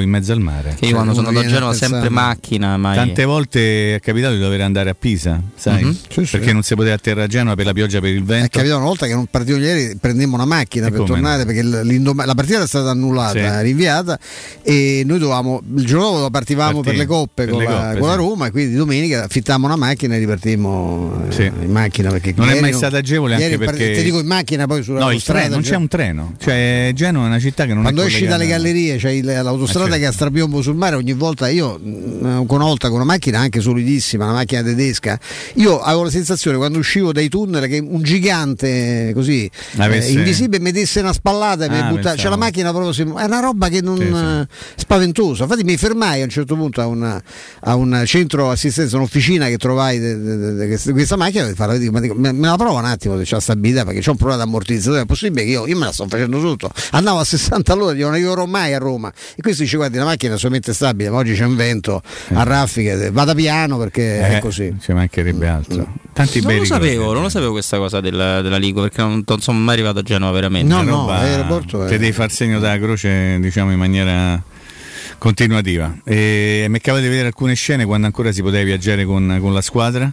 [SPEAKER 3] mare.
[SPEAKER 1] Che io quando sono andato a Genova sempre macchina, mai...
[SPEAKER 3] Tante volte è capitato di dover andare a Pisa, sai?
[SPEAKER 2] Mm-hmm. Sì, sì.
[SPEAKER 3] Perché non si poteva atterrare a Genova per la pioggia, per il vento.
[SPEAKER 2] È capitato una volta che non partivo ieri, prendemmo una macchina
[SPEAKER 3] E
[SPEAKER 2] per
[SPEAKER 3] come
[SPEAKER 2] tornare
[SPEAKER 3] no?
[SPEAKER 2] perché l'indoma- la partita era stata annullata,
[SPEAKER 3] Sì.
[SPEAKER 2] rinviata, e noi dovevamo, il giorno dopo partivamo
[SPEAKER 3] Partì,
[SPEAKER 2] per le coppe,
[SPEAKER 3] per
[SPEAKER 2] con,
[SPEAKER 3] le
[SPEAKER 2] la,
[SPEAKER 3] coppe,
[SPEAKER 2] con la
[SPEAKER 3] sì.
[SPEAKER 2] Roma, e quindi domenica affittammo una macchina e ripartimmo eh,
[SPEAKER 3] Sì.
[SPEAKER 2] in macchina. Perché
[SPEAKER 3] Non è
[SPEAKER 2] ieri
[SPEAKER 3] mai stato agevole,
[SPEAKER 2] ieri
[SPEAKER 3] anche
[SPEAKER 2] par-
[SPEAKER 3] perché
[SPEAKER 2] Ti dico in macchina poi sulla
[SPEAKER 3] no, il treno, non c'è un treno. Cioè Genova è una città che non
[SPEAKER 2] quando
[SPEAKER 3] è
[SPEAKER 2] esci dalle
[SPEAKER 3] collegata-
[SPEAKER 2] gallerie c'è il- l'autostrada
[SPEAKER 3] Eh, certo.
[SPEAKER 2] che ha strapiombo sul mare, ogni volta io mh, con una volta con una macchina anche solidissima, una macchina tedesca, io avevo la sensazione quando uscivo dai tunnel che un gigante così
[SPEAKER 3] Avesse-
[SPEAKER 2] eh, invisibile mi desse una spallata e mi
[SPEAKER 3] Ah,
[SPEAKER 2] butta-
[SPEAKER 3] pensavo.
[SPEAKER 2] cioè la macchina proprio si- è una roba che non
[SPEAKER 3] Sì, sì.
[SPEAKER 2] eh, spaventosa. Infatti mi fermai a un certo punto a, una, a un centro assistenza, un'officina che trovai de- de- de- de- questa- questa macchina, e farla- dico, ma dico, me, me la prova un attimo se c'ha stabilità, perché c'ho un problema di ammortizzatore, è possibile che io, io me la sto facendo sotto, andavo a sessanta all'ora, dico, non arriverò mai a Roma, e questo dice guardi la macchina è solamente stabile, ma oggi c'è un vento a raffiche, vada piano perché
[SPEAKER 3] Eh,
[SPEAKER 2] è così.
[SPEAKER 3] ci mancherebbe altro. Tanti
[SPEAKER 1] Non
[SPEAKER 3] bei
[SPEAKER 1] lo
[SPEAKER 3] ricordi.
[SPEAKER 1] sapevo, non lo sapevo questa cosa della, della Liga, perché non, non sono mai arrivato a Genova veramente.
[SPEAKER 2] No,
[SPEAKER 3] Una
[SPEAKER 2] no,
[SPEAKER 3] roba
[SPEAKER 2] l'aeroporto è-
[SPEAKER 3] che devi far segno della croce, diciamo, in maniera continuativa. E mi acaba di vedere alcune scene quando ancora si poteva viaggiare con, con la squadra.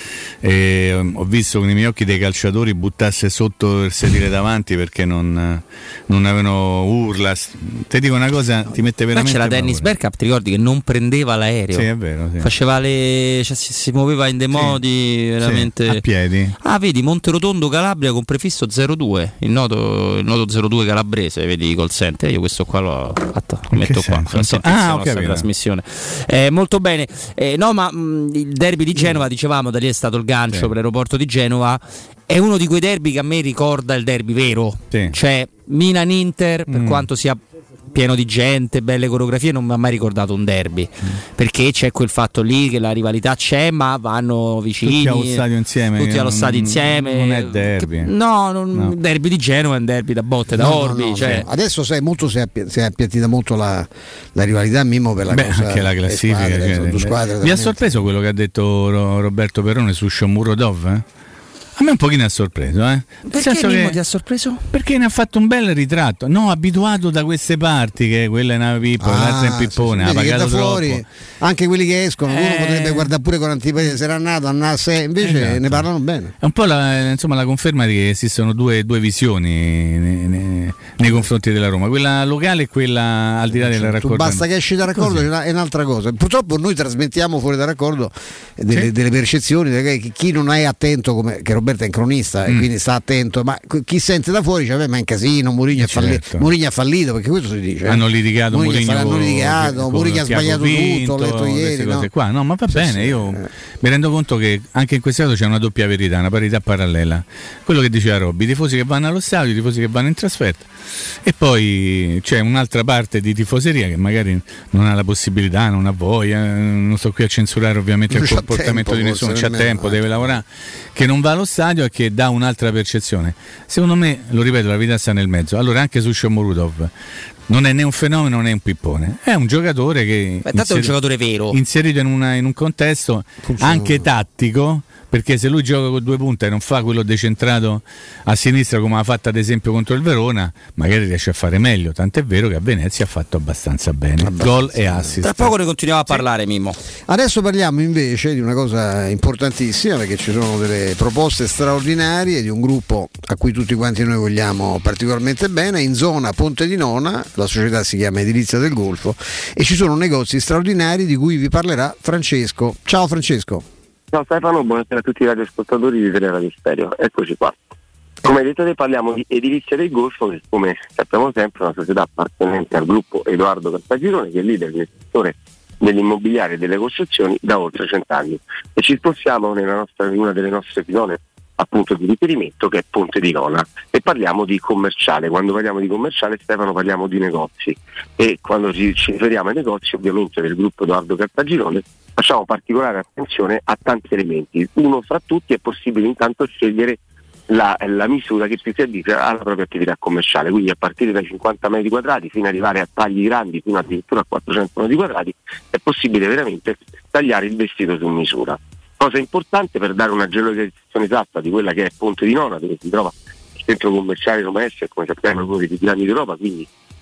[SPEAKER 3] E um, ho visto con i miei occhi dei calciatori buttasse sotto il sedile davanti perché non, non avevano urla. Ti dico una cosa, ti mette
[SPEAKER 1] Poi
[SPEAKER 3] veramente
[SPEAKER 1] c'era Dennis
[SPEAKER 3] paura.
[SPEAKER 1] Bergkamp, ti ricordi che non prendeva l'aereo?
[SPEAKER 3] Sì, è vero, sì.
[SPEAKER 1] Faceva le. Cioè, si, si muoveva in dei modi veramente.
[SPEAKER 3] Sì, a piedi.
[SPEAKER 1] Ah, vedi, Monterotondo Calabria con prefisso zero due, il noto, il noto zero due calabrese, vedi i call center. Io questo qua l'ho fatto, lo
[SPEAKER 3] In
[SPEAKER 1] metto
[SPEAKER 3] che
[SPEAKER 1] qua.
[SPEAKER 3] senso?
[SPEAKER 1] Non so,
[SPEAKER 3] Ah,
[SPEAKER 1] la
[SPEAKER 3] ho
[SPEAKER 1] nostra
[SPEAKER 3] capito.
[SPEAKER 1] trasmissione. Eh, molto bene. Eh, no, ma mh, il derby di Genova, dicevamo, da lì è stato il gancio
[SPEAKER 3] Sì.
[SPEAKER 1] per l'aeroporto di Genova. È uno di quei derby che a me ricorda il derby vero.
[SPEAKER 3] Sì.
[SPEAKER 1] Cioè Milan-Inter, per
[SPEAKER 3] Mm.
[SPEAKER 1] quanto sia pieno di gente, belle coreografie, non mi ha mai ricordato un derby,
[SPEAKER 3] Mm.
[SPEAKER 1] perché c'è quel fatto lì che la rivalità c'è, ma vanno vicini,
[SPEAKER 3] Tutti allo stadio insieme.
[SPEAKER 1] tutti allo
[SPEAKER 3] non-
[SPEAKER 1] stadio insieme.
[SPEAKER 3] Non è derby.
[SPEAKER 1] Che- no, non,
[SPEAKER 3] No.
[SPEAKER 1] il derby di Genova è un derby da botte, da
[SPEAKER 2] No, no,
[SPEAKER 1] orbi.
[SPEAKER 2] no,
[SPEAKER 1] cioè.
[SPEAKER 2] no. Adesso sai, molto si è, appi- si è appiattita molto la, la rivalità Mimmo per la
[SPEAKER 3] Beh,
[SPEAKER 2] cosa,
[SPEAKER 3] anche la
[SPEAKER 2] le
[SPEAKER 3] classifica.
[SPEAKER 2] squadre,
[SPEAKER 3] cioè,
[SPEAKER 2] sono due squadre
[SPEAKER 3] vi ha
[SPEAKER 2] veramente-
[SPEAKER 3] sorpreso quello che ha detto Ro- Roberto Perrone su Shomurodov? Eh? A me un pochino ha sorpreso, eh? Nel
[SPEAKER 1] Perché
[SPEAKER 3] senso
[SPEAKER 1] Mimmo
[SPEAKER 3] che-
[SPEAKER 1] ti ha sorpreso?
[SPEAKER 3] Perché ne ha fatto un bel ritratto. No, abituato da queste parti, che quella è una pippa,
[SPEAKER 2] Ah,
[SPEAKER 3] l'altra è un
[SPEAKER 2] sì,
[SPEAKER 3] pippone,
[SPEAKER 2] sì.
[SPEAKER 3] ha
[SPEAKER 2] Vedi che
[SPEAKER 3] pagato
[SPEAKER 2] da fuori,
[SPEAKER 3] troppo.
[SPEAKER 2] anche quelli che escono, uno
[SPEAKER 3] Eh.
[SPEAKER 2] potrebbe guardare pure con antipatia, se era nato, andasse, invece
[SPEAKER 3] Esatto.
[SPEAKER 2] ne parlano bene.
[SPEAKER 3] È un po' la, insomma, la conferma di che esistono due, due visioni nei, nei- nei confronti della Roma, quella locale e quella al di là della
[SPEAKER 2] Tu
[SPEAKER 3] raccolta.
[SPEAKER 2] basta che esci dal raccordo,
[SPEAKER 3] Così.
[SPEAKER 2] è una- è un'altra cosa. Purtroppo noi trasmettiamo fuori dal raccordo delle,
[SPEAKER 3] Sì.
[SPEAKER 2] delle percezioni, perché chi non è attento, come che Roberto è un cronista e
[SPEAKER 3] Mm.
[SPEAKER 2] quindi sta attento, ma chi sente da fuori dice, "Vabbè, ma è un casino, Mourinho, è falli-
[SPEAKER 3] Certo.
[SPEAKER 2] Mourinho ha fallito", perché questo si dice. eh.
[SPEAKER 3] Hanno litigato
[SPEAKER 2] Mourinho,
[SPEAKER 3] Mourinho
[SPEAKER 2] hanno
[SPEAKER 3] con-
[SPEAKER 2] litigato,
[SPEAKER 3] con
[SPEAKER 2] Mourinho ha
[SPEAKER 3] Tiago
[SPEAKER 2] sbagliato
[SPEAKER 3] Pinto,
[SPEAKER 2] tutto, ho letto
[SPEAKER 3] queste
[SPEAKER 2] ieri.
[SPEAKER 3] cose
[SPEAKER 2] no?
[SPEAKER 3] qua. No, ma va
[SPEAKER 2] Sì,
[SPEAKER 3] bene,
[SPEAKER 2] sì,
[SPEAKER 3] io
[SPEAKER 2] eh.
[SPEAKER 3] mi rendo conto che anche in questo caso c'è una doppia verità, una parità parallela. Quello che diceva Robby, i tifosi che vanno allo stadio, i tifosi che vanno in trasferta, e poi c'è un'altra parte di tifoseria che magari non ha la possibilità, non ha voglia, non sto qui a censurare ovviamente
[SPEAKER 2] Non
[SPEAKER 3] il
[SPEAKER 2] c'ha
[SPEAKER 3] comportamento
[SPEAKER 2] tempo,
[SPEAKER 3] di nessuno,
[SPEAKER 2] forse,
[SPEAKER 3] c'ha
[SPEAKER 2] nemmeno,
[SPEAKER 3] tempo,
[SPEAKER 2] eh.
[SPEAKER 3] deve lavorare, che non va allo stadio e che dà un'altra percezione. Secondo me, lo ripeto, la verità sta nel mezzo. Allora anche su Shomurodov non è né un fenomeno né un pippone, è un giocatore che
[SPEAKER 1] Beh, tanto è un
[SPEAKER 3] inseri-
[SPEAKER 1] giocatore vero.
[SPEAKER 3] inserito in, una- in un contesto
[SPEAKER 2] Funziona.
[SPEAKER 3] anche tattico, perché se lui gioca con due punte e non fa quello decentrato a sinistra come ha fatto ad esempio contro il Verona, magari riesce a fare meglio, tant'è vero che a Venezia ha fatto abbastanza bene, gol e assist.
[SPEAKER 1] Tra poco ne continuiamo a parlare, Mimmo.
[SPEAKER 2] Adesso parliamo invece di una cosa importantissima, perché ci sono delle proposte straordinarie di un gruppo a cui tutti quanti noi vogliamo particolarmente bene, in zona Ponte di Nona, la società si chiama Edilizia del Golfo, e ci sono negozi straordinari di cui vi parlerà Francesco. Ciao Francesco.
[SPEAKER 17] Ciao Stefano, buonasera a tutti i radioascoltatori di Teleradio Stereo, eccoci qua. Come hai detto te, parliamo di Edilizia del Golfo, che come sappiamo sempre è una società appartenente al gruppo Edoardo Cartagirone, che è leader nel settore dell'immobiliare e delle costruzioni da oltre cent'anni, e ci spostiamo nella nostra, in una delle nostre zone appunto di riferimento, che è Ponte di Nona, e parliamo di commerciale. Quando parliamo di commerciale, Stefano, parliamo di negozi, e quando ci, ci riferiamo ai negozi ovviamente del gruppo Edoardo Cartagirone facciamo particolare attenzione a tanti elementi. Uno fra tutti è possibile intanto scegliere la, la misura che più si addice alla propria attività commerciale, quindi a partire dai cinquanta metri quadrati fino ad arrivare a tagli grandi fino addirittura a quattrocento metri quadrati è possibile veramente tagliare il vestito su misura. Cosa importante per dare una geolocalizzazione esatta di quella che è Ponte di Nona, dove si trova il centro commerciale Roma Est, come sappiamo è uno dei più grandi d'Europa, quindi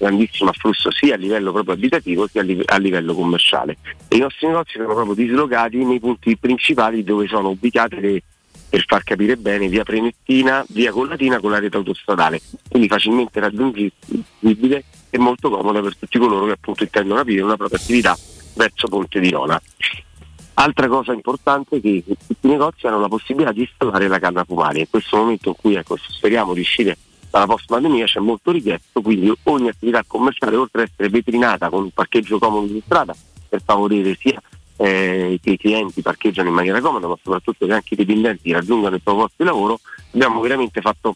[SPEAKER 17] grandissimo afflusso sia a livello proprio abitativo sia a, live- a livello commerciale, e i nostri negozi sono proprio dislocati nei punti principali dove sono ubicate le, per far capire bene, via Prenestina, via Collatina con la rete autostradale, quindi facilmente raggiungibile e molto comoda per tutti coloro che appunto intendono aprire una propria attività verso Ponte di Nona. Altra cosa importante è che tutti i negozi hanno la possibilità di installare la canna fumare. In questo momento in cui ecco, speriamo di uscire dalla post pandemia c'è molto richiesto, quindi ogni attività commerciale, oltre ad essere vetrinata con un parcheggio comodo di strada per favorire sia eh, che i clienti parcheggiano in maniera comoda, ma soprattutto che anche i dipendenti raggiungano il proprio posto di lavoro, abbiamo veramente fatto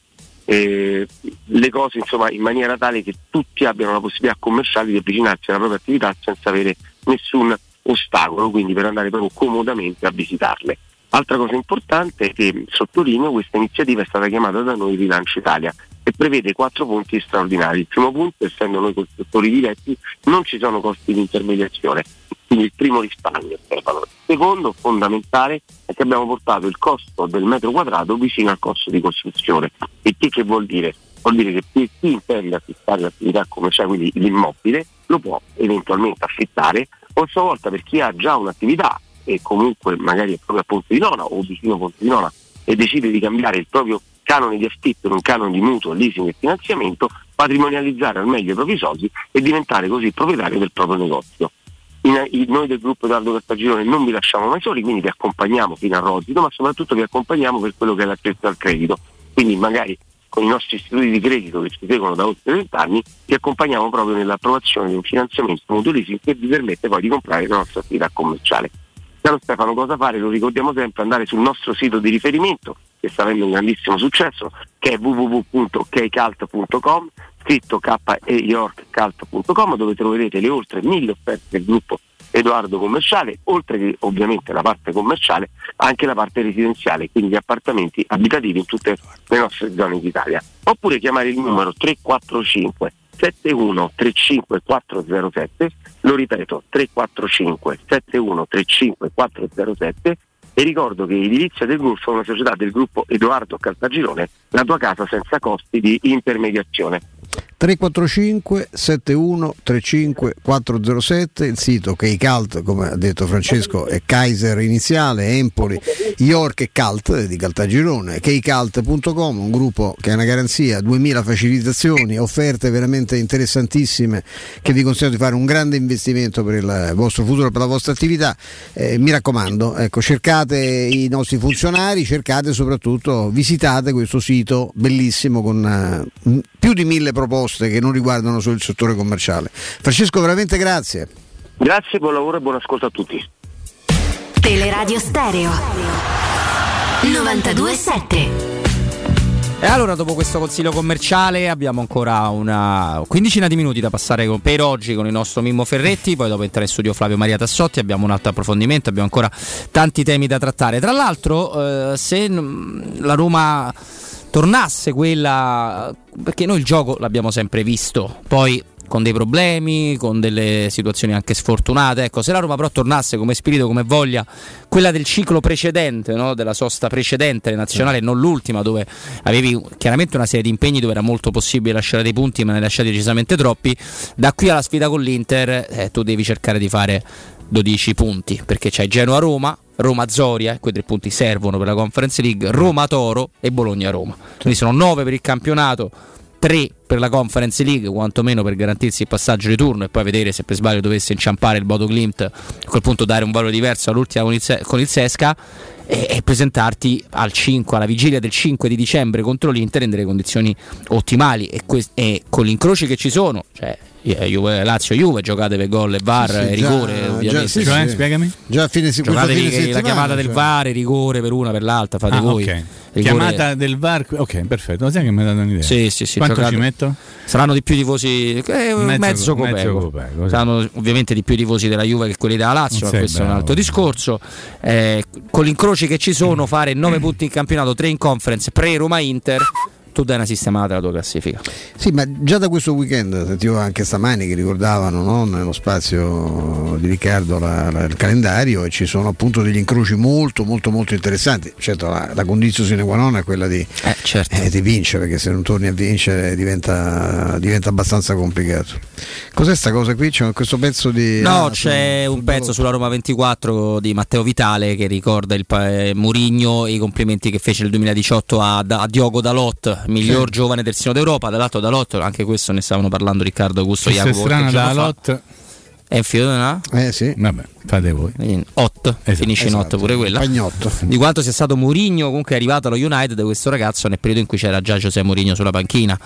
[SPEAKER 17] eh, le cose insomma in maniera tale che tutti abbiano la possibilità commerciale di avvicinarsi alla propria attività senza avere nessun ostacolo, quindi per andare proprio comodamente a visitarle. Altra cosa importante è che, sottolineo, questa iniziativa è stata chiamata da noi Rilancio Italia e prevede quattro punti straordinari. Il primo punto, essendo noi costruttori diretti, non ci sono costi di intermediazione, quindi il primo risparmio. Il secondo, fondamentale, è che abbiamo portato il costo del metro quadrato vicino al costo di costruzione. E che, che vuol dire? Vuol dire che per chi intende affittare l'attività commerciale, quindi l'immobile, lo può eventualmente affittare, o a sua volta per chi ha già un'attività e comunque magari è proprio a Ponte di Nona o vicino a Ponte di Nona e decide di cambiare il proprio canone di affitto in un canone di mutuo, leasing e finanziamento, patrimonializzare al meglio i propri soldi e diventare così proprietario del proprio negozio. In, in, noi del gruppo Edoardo Caltagirone non vi lasciamo mai soli, quindi vi accompagniamo fino al Rosito, ma soprattutto vi accompagniamo per quello che è l'accesso al credito. Quindi magari con i nostri istituti di credito che ci seguono da oltre venti anni, vi accompagniamo proprio nell'approvazione di un finanziamento mutuo leasing che vi permette poi di comprare la nostra attività commerciale. Caro Stefano, cosa fare? Lo ricordiamo sempre, andare sul nostro sito di riferimento che sta avendo un grandissimo successo, che è w w w punto keycult punto com, scritto k e york cult punto com, dove troverete le oltre mille offerte del gruppo Edoardo Commerciale, oltre che ovviamente la parte commerciale, anche la parte residenziale, quindi gli appartamenti abitativi in tutte le nostre zone d'Italia. Oppure chiamare il numero tre quattro cinque sette uno tre cinque quattro zero sette, lo ripeto, tre quattro cinque sette uno tre cinque quattro zero sette, e ricordo che Edilizia del Golfo è una società del gruppo Edoardo Caltagirone, la tua casa senza costi di intermediazione.
[SPEAKER 2] tre quattro cinque sette uno tre cinque quattro zero sette, il sito Keycult, come ha detto Francesco, è Kaiser iniziale, Empoli, York e Cult di Caltagirone, keycult punto com, un gruppo che ha una garanzia, duemila facilitazioni, offerte veramente interessantissime che vi consiglio di fare un grande investimento per il vostro futuro, per la vostra attività. Eh, mi raccomando, ecco, cercate i nostri funzionari, cercate soprattutto, visitate questo sito bellissimo con uh, più di mille proposte che non riguardano solo il settore commerciale. Francesco, veramente grazie.
[SPEAKER 17] Grazie, buon lavoro e buon ascolto a tutti.
[SPEAKER 8] Teleradio Stereo novantadue sette.
[SPEAKER 1] E allora, dopo questo consiglio commerciale, abbiamo ancora una quindicina di minuti da passare con, per oggi con il nostro Mimmo Ferretti. Poi dopo entra in studio Flavio Maria Tassotti, abbiamo un altro approfondimento, abbiamo ancora tanti temi da trattare. Tra l'altro, eh, se la Roma tornasse quella, perché noi il gioco l'abbiamo sempre visto, poi con dei problemi, con delle situazioni anche sfortunate, ecco, se la Roma però tornasse come spirito, come voglia, quella del ciclo precedente, no? Della sosta precedente alle nazionali, non l'ultima, dove avevi chiaramente una serie di impegni dove era molto possibile lasciare dei punti, ma ne lasciati decisamente troppi. Da qui alla sfida con l'Inter eh, tu devi cercare di fare dodici punti, perché c'hai Genoa-Roma, Roma-Zoria, eh, quei tre punti servono per la Conference League, Roma-Toro e Bologna-Roma, quindi sono nove per il campionato, tre per la Conference League, quantomeno per garantirsi il passaggio di turno, e poi vedere se per sbaglio dovesse inciampare il Bodo Glimt, a quel punto dare un valore diverso all'ultima con il, Se- con il Sesca e, e presentarti al cinque, alla vigilia del cinque di dicembre contro l'Inter in delle condizioni ottimali, e, que- e con gli incroci che ci sono, cioè Juve, Lazio-Juve, giocate per gol e V A R,
[SPEAKER 2] sì, sì,
[SPEAKER 1] rigore,
[SPEAKER 2] già,
[SPEAKER 1] ovviamente.
[SPEAKER 2] Già, sì,
[SPEAKER 3] cioè,
[SPEAKER 2] sì.
[SPEAKER 3] Spiegami.
[SPEAKER 2] Già a fine,
[SPEAKER 1] giocate
[SPEAKER 2] fine
[SPEAKER 1] la
[SPEAKER 2] settimana,
[SPEAKER 1] chiamata del
[SPEAKER 2] cioè.
[SPEAKER 1] V A R, rigore per una, per l'altra, fate
[SPEAKER 3] ah,
[SPEAKER 1] voi.
[SPEAKER 3] Okay.
[SPEAKER 1] Rigore...
[SPEAKER 3] Chiamata del V A R, ok, perfetto. Non sai che mi hai dato un'idea.
[SPEAKER 1] Sì, sì, sì.
[SPEAKER 3] Quanto
[SPEAKER 1] giocate...
[SPEAKER 3] ci metto?
[SPEAKER 1] Saranno di più tifosi, eh, mezzo, mezzo copeco. Saranno ovviamente di più tifosi della Juve che quelli della Lazio, ma questo bravo. È un altro discorso. Eh, con gli incroci che ci sono, fare nove punti in campionato, tre in Conference, pre Roma Inter, tu dai una sistemata alla tua classifica.
[SPEAKER 2] Sì, ma già da questo weekend sentivo anche stamani che ricordavano, no, nello spazio di Riccardo la, la, il calendario, e ci sono appunto degli incroci molto molto molto interessanti. Certo, la, la condizione sine qua non è quella di,
[SPEAKER 1] eh, certo.
[SPEAKER 2] eh, di vincere, perché se non torni a vincere diventa, diventa abbastanza complicato. Cos'è sta cosa qui? C'è questo pezzo di...
[SPEAKER 1] No,
[SPEAKER 2] ah,
[SPEAKER 1] c'è
[SPEAKER 2] sul,
[SPEAKER 1] un pezzo sulla Roma ventiquattro di Matteo Vitale che ricorda il eh, Mourinho e i complimenti che fece nel duemiladiciotto a, a Diogo Dalot, miglior
[SPEAKER 2] sì.
[SPEAKER 1] giovane terzino d'Europa. Dall'altro Dalot, anche questo ne stavano parlando Riccardo Augusto
[SPEAKER 3] Questo
[SPEAKER 1] Jacopo
[SPEAKER 3] è strano,
[SPEAKER 1] Dalot è in fila,
[SPEAKER 2] eh sì,
[SPEAKER 3] vabbè, fate voi.
[SPEAKER 1] in otto,
[SPEAKER 3] esatto.
[SPEAKER 1] finisce in otto
[SPEAKER 2] esatto.
[SPEAKER 1] pure quella.
[SPEAKER 2] Pagnotto.
[SPEAKER 1] Di quanto sia stato Mourinho comunque è arrivato allo United questo ragazzo nel periodo in cui c'era già José Mourinho sulla panchina.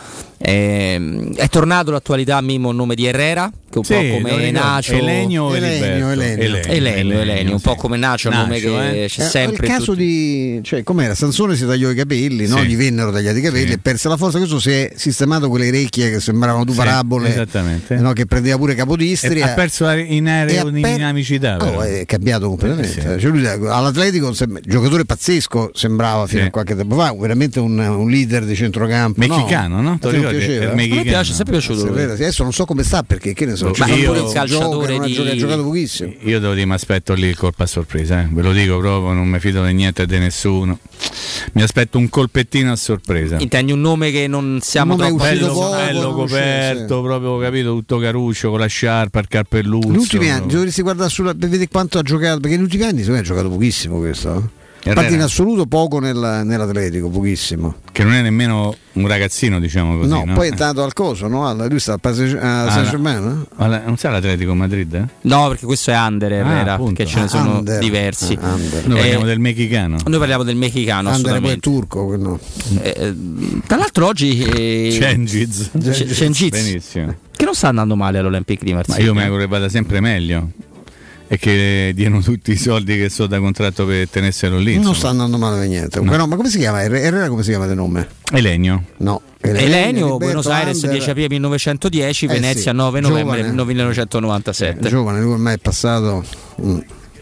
[SPEAKER 1] È, è tornato l'attualità Mimmo il nome di Herrera, che un
[SPEAKER 3] sì,
[SPEAKER 1] po' come Nacio,
[SPEAKER 3] Elenio o
[SPEAKER 2] Elenio,
[SPEAKER 3] Elenio,
[SPEAKER 1] Elenio, Elenio, Elenio, un po' come Nacio, un nome che
[SPEAKER 3] eh.
[SPEAKER 1] c'è
[SPEAKER 2] Eh,
[SPEAKER 1] sempre.
[SPEAKER 2] il caso
[SPEAKER 1] tutti...
[SPEAKER 2] di, cioè, com'era? Sansone si tagliò i capelli,
[SPEAKER 3] sì.
[SPEAKER 2] no? Gli vennero tagliati i capelli
[SPEAKER 3] sì.
[SPEAKER 2] e perse la forza. Questo si è sistemato quelle orecchie che sembravano due
[SPEAKER 3] sì,
[SPEAKER 2] parabole,
[SPEAKER 3] esattamente.
[SPEAKER 2] no? Che prendeva pure Capodistria.
[SPEAKER 3] E ha perso la in aerodinamicità.
[SPEAKER 2] Per... Oh, è cambiato completamente.
[SPEAKER 3] Sì.
[SPEAKER 2] Cioè, lui, all'Atletico, sem- giocatore pazzesco, sembrava fino
[SPEAKER 3] sì.
[SPEAKER 2] a qualche tempo fa, veramente un, un leader di centrocampo.
[SPEAKER 3] Mexicano, no?
[SPEAKER 2] no?
[SPEAKER 3] Ti ricordi?
[SPEAKER 2] Piaceva?
[SPEAKER 3] A me
[SPEAKER 1] piace, sempre piaciuto.
[SPEAKER 2] Sì, vero, sì, adesso non so come sta, perché che ne so,
[SPEAKER 1] Ma
[SPEAKER 2] ci
[SPEAKER 1] io,
[SPEAKER 2] sono
[SPEAKER 1] un calciatore
[SPEAKER 2] gioca,
[SPEAKER 1] di...
[SPEAKER 2] gioca, ha giocato pochissimo.
[SPEAKER 3] Io devo dire, mi aspetto lì il colpo a sorpresa, eh. Ve lo dico proprio, non mi fido di niente e di nessuno. Mi aspetto un colpettino a sorpresa.
[SPEAKER 1] Intendi un nome che non siamo
[SPEAKER 2] nome
[SPEAKER 1] troppo
[SPEAKER 3] bello,
[SPEAKER 2] poco,
[SPEAKER 3] bello coperto, proprio capito, tutto caruccio con la sciarpa, il carpelluzzo.
[SPEAKER 2] Negli ultimi anni dovresti guardare sulla, per vedere quanto ha giocato, perché negli ultimi anni secondo me ha giocato pochissimo questo. Infatti in assoluto poco nel, nell'Atletico, pochissimo.
[SPEAKER 3] Che non è nemmeno un ragazzino, diciamo così.
[SPEAKER 2] No,
[SPEAKER 3] no?
[SPEAKER 2] poi è andato al coso, no? Lui sta a Saint-Germain,
[SPEAKER 3] ah, no? Non sa l'Atletico Madrid? Eh?
[SPEAKER 1] No, perché questo è Under Herrera,
[SPEAKER 3] ah,
[SPEAKER 1] perché ce ne sono
[SPEAKER 2] Under.
[SPEAKER 1] diversi.
[SPEAKER 2] Ah, Under.
[SPEAKER 3] Noi
[SPEAKER 1] eh,
[SPEAKER 3] parliamo del mexicano.
[SPEAKER 1] Noi parliamo del mexicano,
[SPEAKER 2] Under
[SPEAKER 1] assolutamente.
[SPEAKER 2] poi è turco, no.
[SPEAKER 1] Eh, tra l'altro oggi eh,
[SPEAKER 3] Cengiz.
[SPEAKER 1] Cengiz,
[SPEAKER 3] benissimo.
[SPEAKER 1] che non sta andando male all'Olympique di Marsiglia.
[SPEAKER 3] Ma io mi auguro che vada sempre meglio e che diano tutti i soldi che so da contratto per tenerselo lì.
[SPEAKER 2] Non
[SPEAKER 3] insomma.
[SPEAKER 2] sta andando male per niente.
[SPEAKER 3] No.
[SPEAKER 2] No, ma come si chiama? Herrera come si chiama di nome?
[SPEAKER 3] Elenio.
[SPEAKER 2] No.
[SPEAKER 1] Elenio, Buenos Aires
[SPEAKER 2] Under.
[SPEAKER 1] dieci aprile millenovecentodieci,
[SPEAKER 2] Eh
[SPEAKER 1] Venezia
[SPEAKER 2] sì,
[SPEAKER 1] nove novembre
[SPEAKER 2] giovane.
[SPEAKER 1] millenovecentonovantasette.
[SPEAKER 2] Eh, giovane, lui ormai è passato. Mm.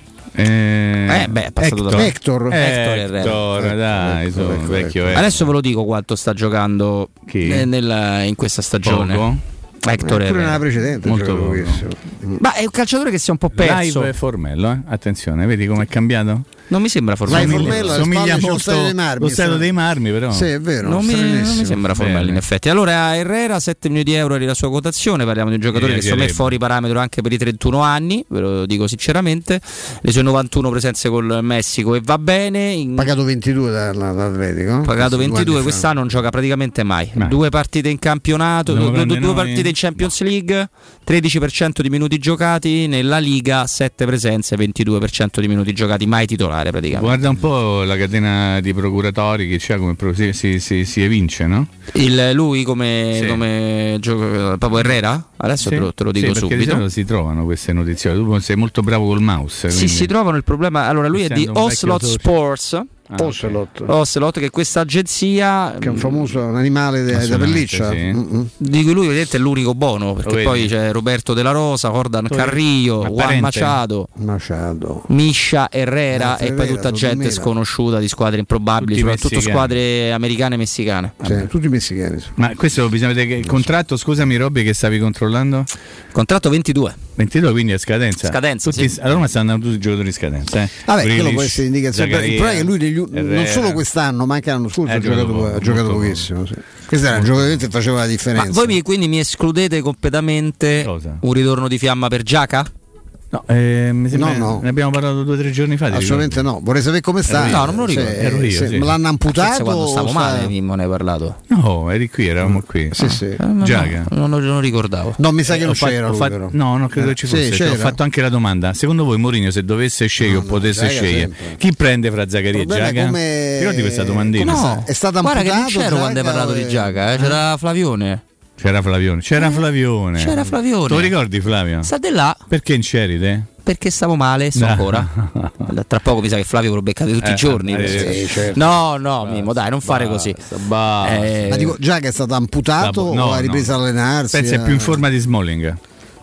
[SPEAKER 3] Eh,
[SPEAKER 1] eh beh, è passato
[SPEAKER 2] Hector.
[SPEAKER 1] da
[SPEAKER 2] Hector.
[SPEAKER 3] Hector, Hector dai,
[SPEAKER 2] ecco,
[SPEAKER 3] su,
[SPEAKER 2] ecco,
[SPEAKER 3] vecchio
[SPEAKER 2] ecco.
[SPEAKER 3] Hector.
[SPEAKER 1] Adesso ve lo dico quanto sta giocando nel, nel, in questa stagione.
[SPEAKER 3] Poco.
[SPEAKER 1] Hector
[SPEAKER 2] Pure
[SPEAKER 1] Herrera.
[SPEAKER 2] nella precedente
[SPEAKER 3] Molto
[SPEAKER 2] giocato
[SPEAKER 3] poco.
[SPEAKER 2] pochissimo.
[SPEAKER 1] Ma è un calciatore che si è un po' perso.
[SPEAKER 3] Live Formello, eh? Attenzione, vedi come è cambiato?
[SPEAKER 1] Non mi sembra Formelli.
[SPEAKER 2] Live Formello, alle
[SPEAKER 3] somiglia
[SPEAKER 2] spalle c'è lo
[SPEAKER 3] molto
[SPEAKER 2] stadio dei Marmi,
[SPEAKER 3] lo stadio
[SPEAKER 2] sta-
[SPEAKER 3] dei Marmi, però.
[SPEAKER 2] Sì, è vero.
[SPEAKER 1] Non mi, non mi
[SPEAKER 2] stranissimo.
[SPEAKER 1] sembra Formelli
[SPEAKER 3] Bene.
[SPEAKER 1] in effetti. Allora Herrera sette milioni di euro è la sua quotazione. Parliamo di un giocatore
[SPEAKER 3] Mi
[SPEAKER 1] che secondo me è
[SPEAKER 3] piacerebbe.
[SPEAKER 1] fuori parametro anche per i trentuno anni, ve lo dico sinceramente. Le sue novantuno presenze col Messico e va bene. In...
[SPEAKER 2] Pagato ventidue dall'Atletico.
[SPEAKER 1] Pagato
[SPEAKER 2] Questi due
[SPEAKER 1] ventidue,
[SPEAKER 2] anni fa.
[SPEAKER 1] quest'anno non gioca praticamente mai.
[SPEAKER 3] Mai.
[SPEAKER 1] Due partite in campionato,
[SPEAKER 3] Dobbiamo
[SPEAKER 1] due, due-
[SPEAKER 3] prendere
[SPEAKER 1] due
[SPEAKER 3] noi?
[SPEAKER 1] partite in Champions League, tredici per cento di minuti giocati. Nella Liga sette presenze, ventidue per cento di minuti giocati, mai titolare praticamente.
[SPEAKER 3] Guarda un po' la catena di procuratori che c'è, come pro- si, si, si, si evince, no?
[SPEAKER 1] Il, lui come,
[SPEAKER 3] Sì.
[SPEAKER 1] come gioca, Proprio Herrera? Adesso
[SPEAKER 3] Sì.
[SPEAKER 1] te lo, te lo dico
[SPEAKER 3] Sì, perché di
[SPEAKER 1] subito.
[SPEAKER 3] solito si trovano queste notizie. Tu sei molto bravo col mouse.
[SPEAKER 1] Sì,
[SPEAKER 3] quindi-
[SPEAKER 1] si trovano. Il problema, allora lui è di
[SPEAKER 3] Essendo un vecchio
[SPEAKER 1] Ocelot
[SPEAKER 3] socio.
[SPEAKER 1] Sports.
[SPEAKER 3] Ah,
[SPEAKER 2] Ocelot.
[SPEAKER 1] Ocelot, che è questa agenzia
[SPEAKER 2] Che è un famoso un animale de- da
[SPEAKER 3] Assolutamente
[SPEAKER 2] pelliccia.
[SPEAKER 3] sì.
[SPEAKER 2] Mm-mm.
[SPEAKER 1] di cui lui vedete è l'unico buono, perché
[SPEAKER 3] vedi?
[SPEAKER 1] poi c'è Roberto Della Rosa, Jordan
[SPEAKER 3] Dove-
[SPEAKER 1] Carrillo,
[SPEAKER 3] ma
[SPEAKER 1] Juan
[SPEAKER 3] parente?
[SPEAKER 1] Machado,
[SPEAKER 2] Machado.
[SPEAKER 1] Misha Herrera
[SPEAKER 2] Ah,
[SPEAKER 1] e poi
[SPEAKER 2] Herrera,
[SPEAKER 1] tutta gente
[SPEAKER 2] duemila.
[SPEAKER 1] sconosciuta di squadre improbabili,
[SPEAKER 3] Tutti
[SPEAKER 1] soprattutto
[SPEAKER 3] messicani.
[SPEAKER 1] squadre americane e messicane.
[SPEAKER 2] Sì, tutti messicani. sì.
[SPEAKER 3] Ma questo bisogna vedere che il contratto, scusami Robby, che stavi controllando?
[SPEAKER 1] Contratto ventidue.
[SPEAKER 3] ventidue, quindi è scadenza.
[SPEAKER 1] Scadenza,
[SPEAKER 3] Tutti,
[SPEAKER 1] sì.
[SPEAKER 3] A Roma stanno andando tutti i giocatori in scadenza. Eh.
[SPEAKER 2] Vabbè, quello
[SPEAKER 3] Grealish,
[SPEAKER 2] può essere indicazione.
[SPEAKER 3] Zaccaria,
[SPEAKER 2] Il problema è che lui negli u- non
[SPEAKER 3] Herrera.
[SPEAKER 2] solo quest'anno, ma anche l'anno scorso
[SPEAKER 3] Eh,
[SPEAKER 2] ha giocato,
[SPEAKER 3] giocato
[SPEAKER 2] ha
[SPEAKER 3] poco,
[SPEAKER 2] giocato
[SPEAKER 3] molto
[SPEAKER 2] pochissimo. Sì. Questo era un giocatore che faceva la differenza.
[SPEAKER 1] Ma voi mi- quindi mi escludete completamente
[SPEAKER 3] Cosa?
[SPEAKER 1] un ritorno di fiamma per Giaca?
[SPEAKER 3] No, eh, mi sembra,
[SPEAKER 2] No, no.
[SPEAKER 3] ne abbiamo parlato due o tre giorni fa. ti
[SPEAKER 2] Assolutamente no, vorrei sapere come sta.
[SPEAKER 3] Ero io.
[SPEAKER 1] No, non me lo ricordo.
[SPEAKER 2] Se-
[SPEAKER 3] Ero io,
[SPEAKER 2] se
[SPEAKER 3] sì.
[SPEAKER 2] l'hanno amputato.
[SPEAKER 1] Forse quando
[SPEAKER 2] o
[SPEAKER 1] stavo
[SPEAKER 2] sta-
[SPEAKER 1] male Mimmo ne hai parlato.
[SPEAKER 3] ricordo? No, eri qui, eravamo qui.
[SPEAKER 2] Sì, sì.
[SPEAKER 1] Eh, no,
[SPEAKER 3] Giaga.
[SPEAKER 1] no, non, non ricordavo.
[SPEAKER 2] No, mi sa che
[SPEAKER 3] Eh,
[SPEAKER 2] non
[SPEAKER 3] ho fatto-
[SPEAKER 2] c'era
[SPEAKER 3] ho
[SPEAKER 2] lui,
[SPEAKER 3] fatto-
[SPEAKER 2] però.
[SPEAKER 3] no, non credo
[SPEAKER 2] Eh,
[SPEAKER 3] che ci
[SPEAKER 2] sì,
[SPEAKER 3] fosse.
[SPEAKER 2] c'era.
[SPEAKER 3] Ho fatto anche la domanda. Secondo voi Mourinho, se dovesse scegliere o
[SPEAKER 2] No, no,
[SPEAKER 3] potesse
[SPEAKER 2] Giaga
[SPEAKER 3] scegliere,
[SPEAKER 2] sempre.
[SPEAKER 3] chi prende fra Zaccaria e
[SPEAKER 2] Il problema è
[SPEAKER 3] Giaga?
[SPEAKER 2] come-
[SPEAKER 3] Ti ricordi questa domandina?
[SPEAKER 2] come
[SPEAKER 1] No,
[SPEAKER 2] È stato
[SPEAKER 1] guarda che non
[SPEAKER 2] amputato
[SPEAKER 1] c'ero quando hai
[SPEAKER 2] Giaga
[SPEAKER 1] parlato
[SPEAKER 2] e-
[SPEAKER 1] di Giaca, eh, c'era Flavione.
[SPEAKER 3] C'era Flavione. C'era Flavione.
[SPEAKER 1] C'era Flavione.
[SPEAKER 3] Te lo ricordi Flavio?
[SPEAKER 1] Sta di là
[SPEAKER 3] Perché in c'eri te?
[SPEAKER 1] perché stavo male e sto
[SPEAKER 3] No.
[SPEAKER 1] ancora. Tra poco mi sa che Flavio ve lo beccate tutti
[SPEAKER 3] Eh,
[SPEAKER 1] i giorni.
[SPEAKER 3] eh,
[SPEAKER 1] perché-
[SPEAKER 2] sì, certo.
[SPEAKER 1] No, no, Mimmo, dai, non fare così.
[SPEAKER 3] Basta.
[SPEAKER 1] Eh,
[SPEAKER 2] Ma dico, Giaga è stato amputato
[SPEAKER 3] No,
[SPEAKER 2] o ha
[SPEAKER 3] no.
[SPEAKER 2] ripreso a allenarsi?
[SPEAKER 3] Pensa è
[SPEAKER 2] eh?
[SPEAKER 3] più in forma di Smalling.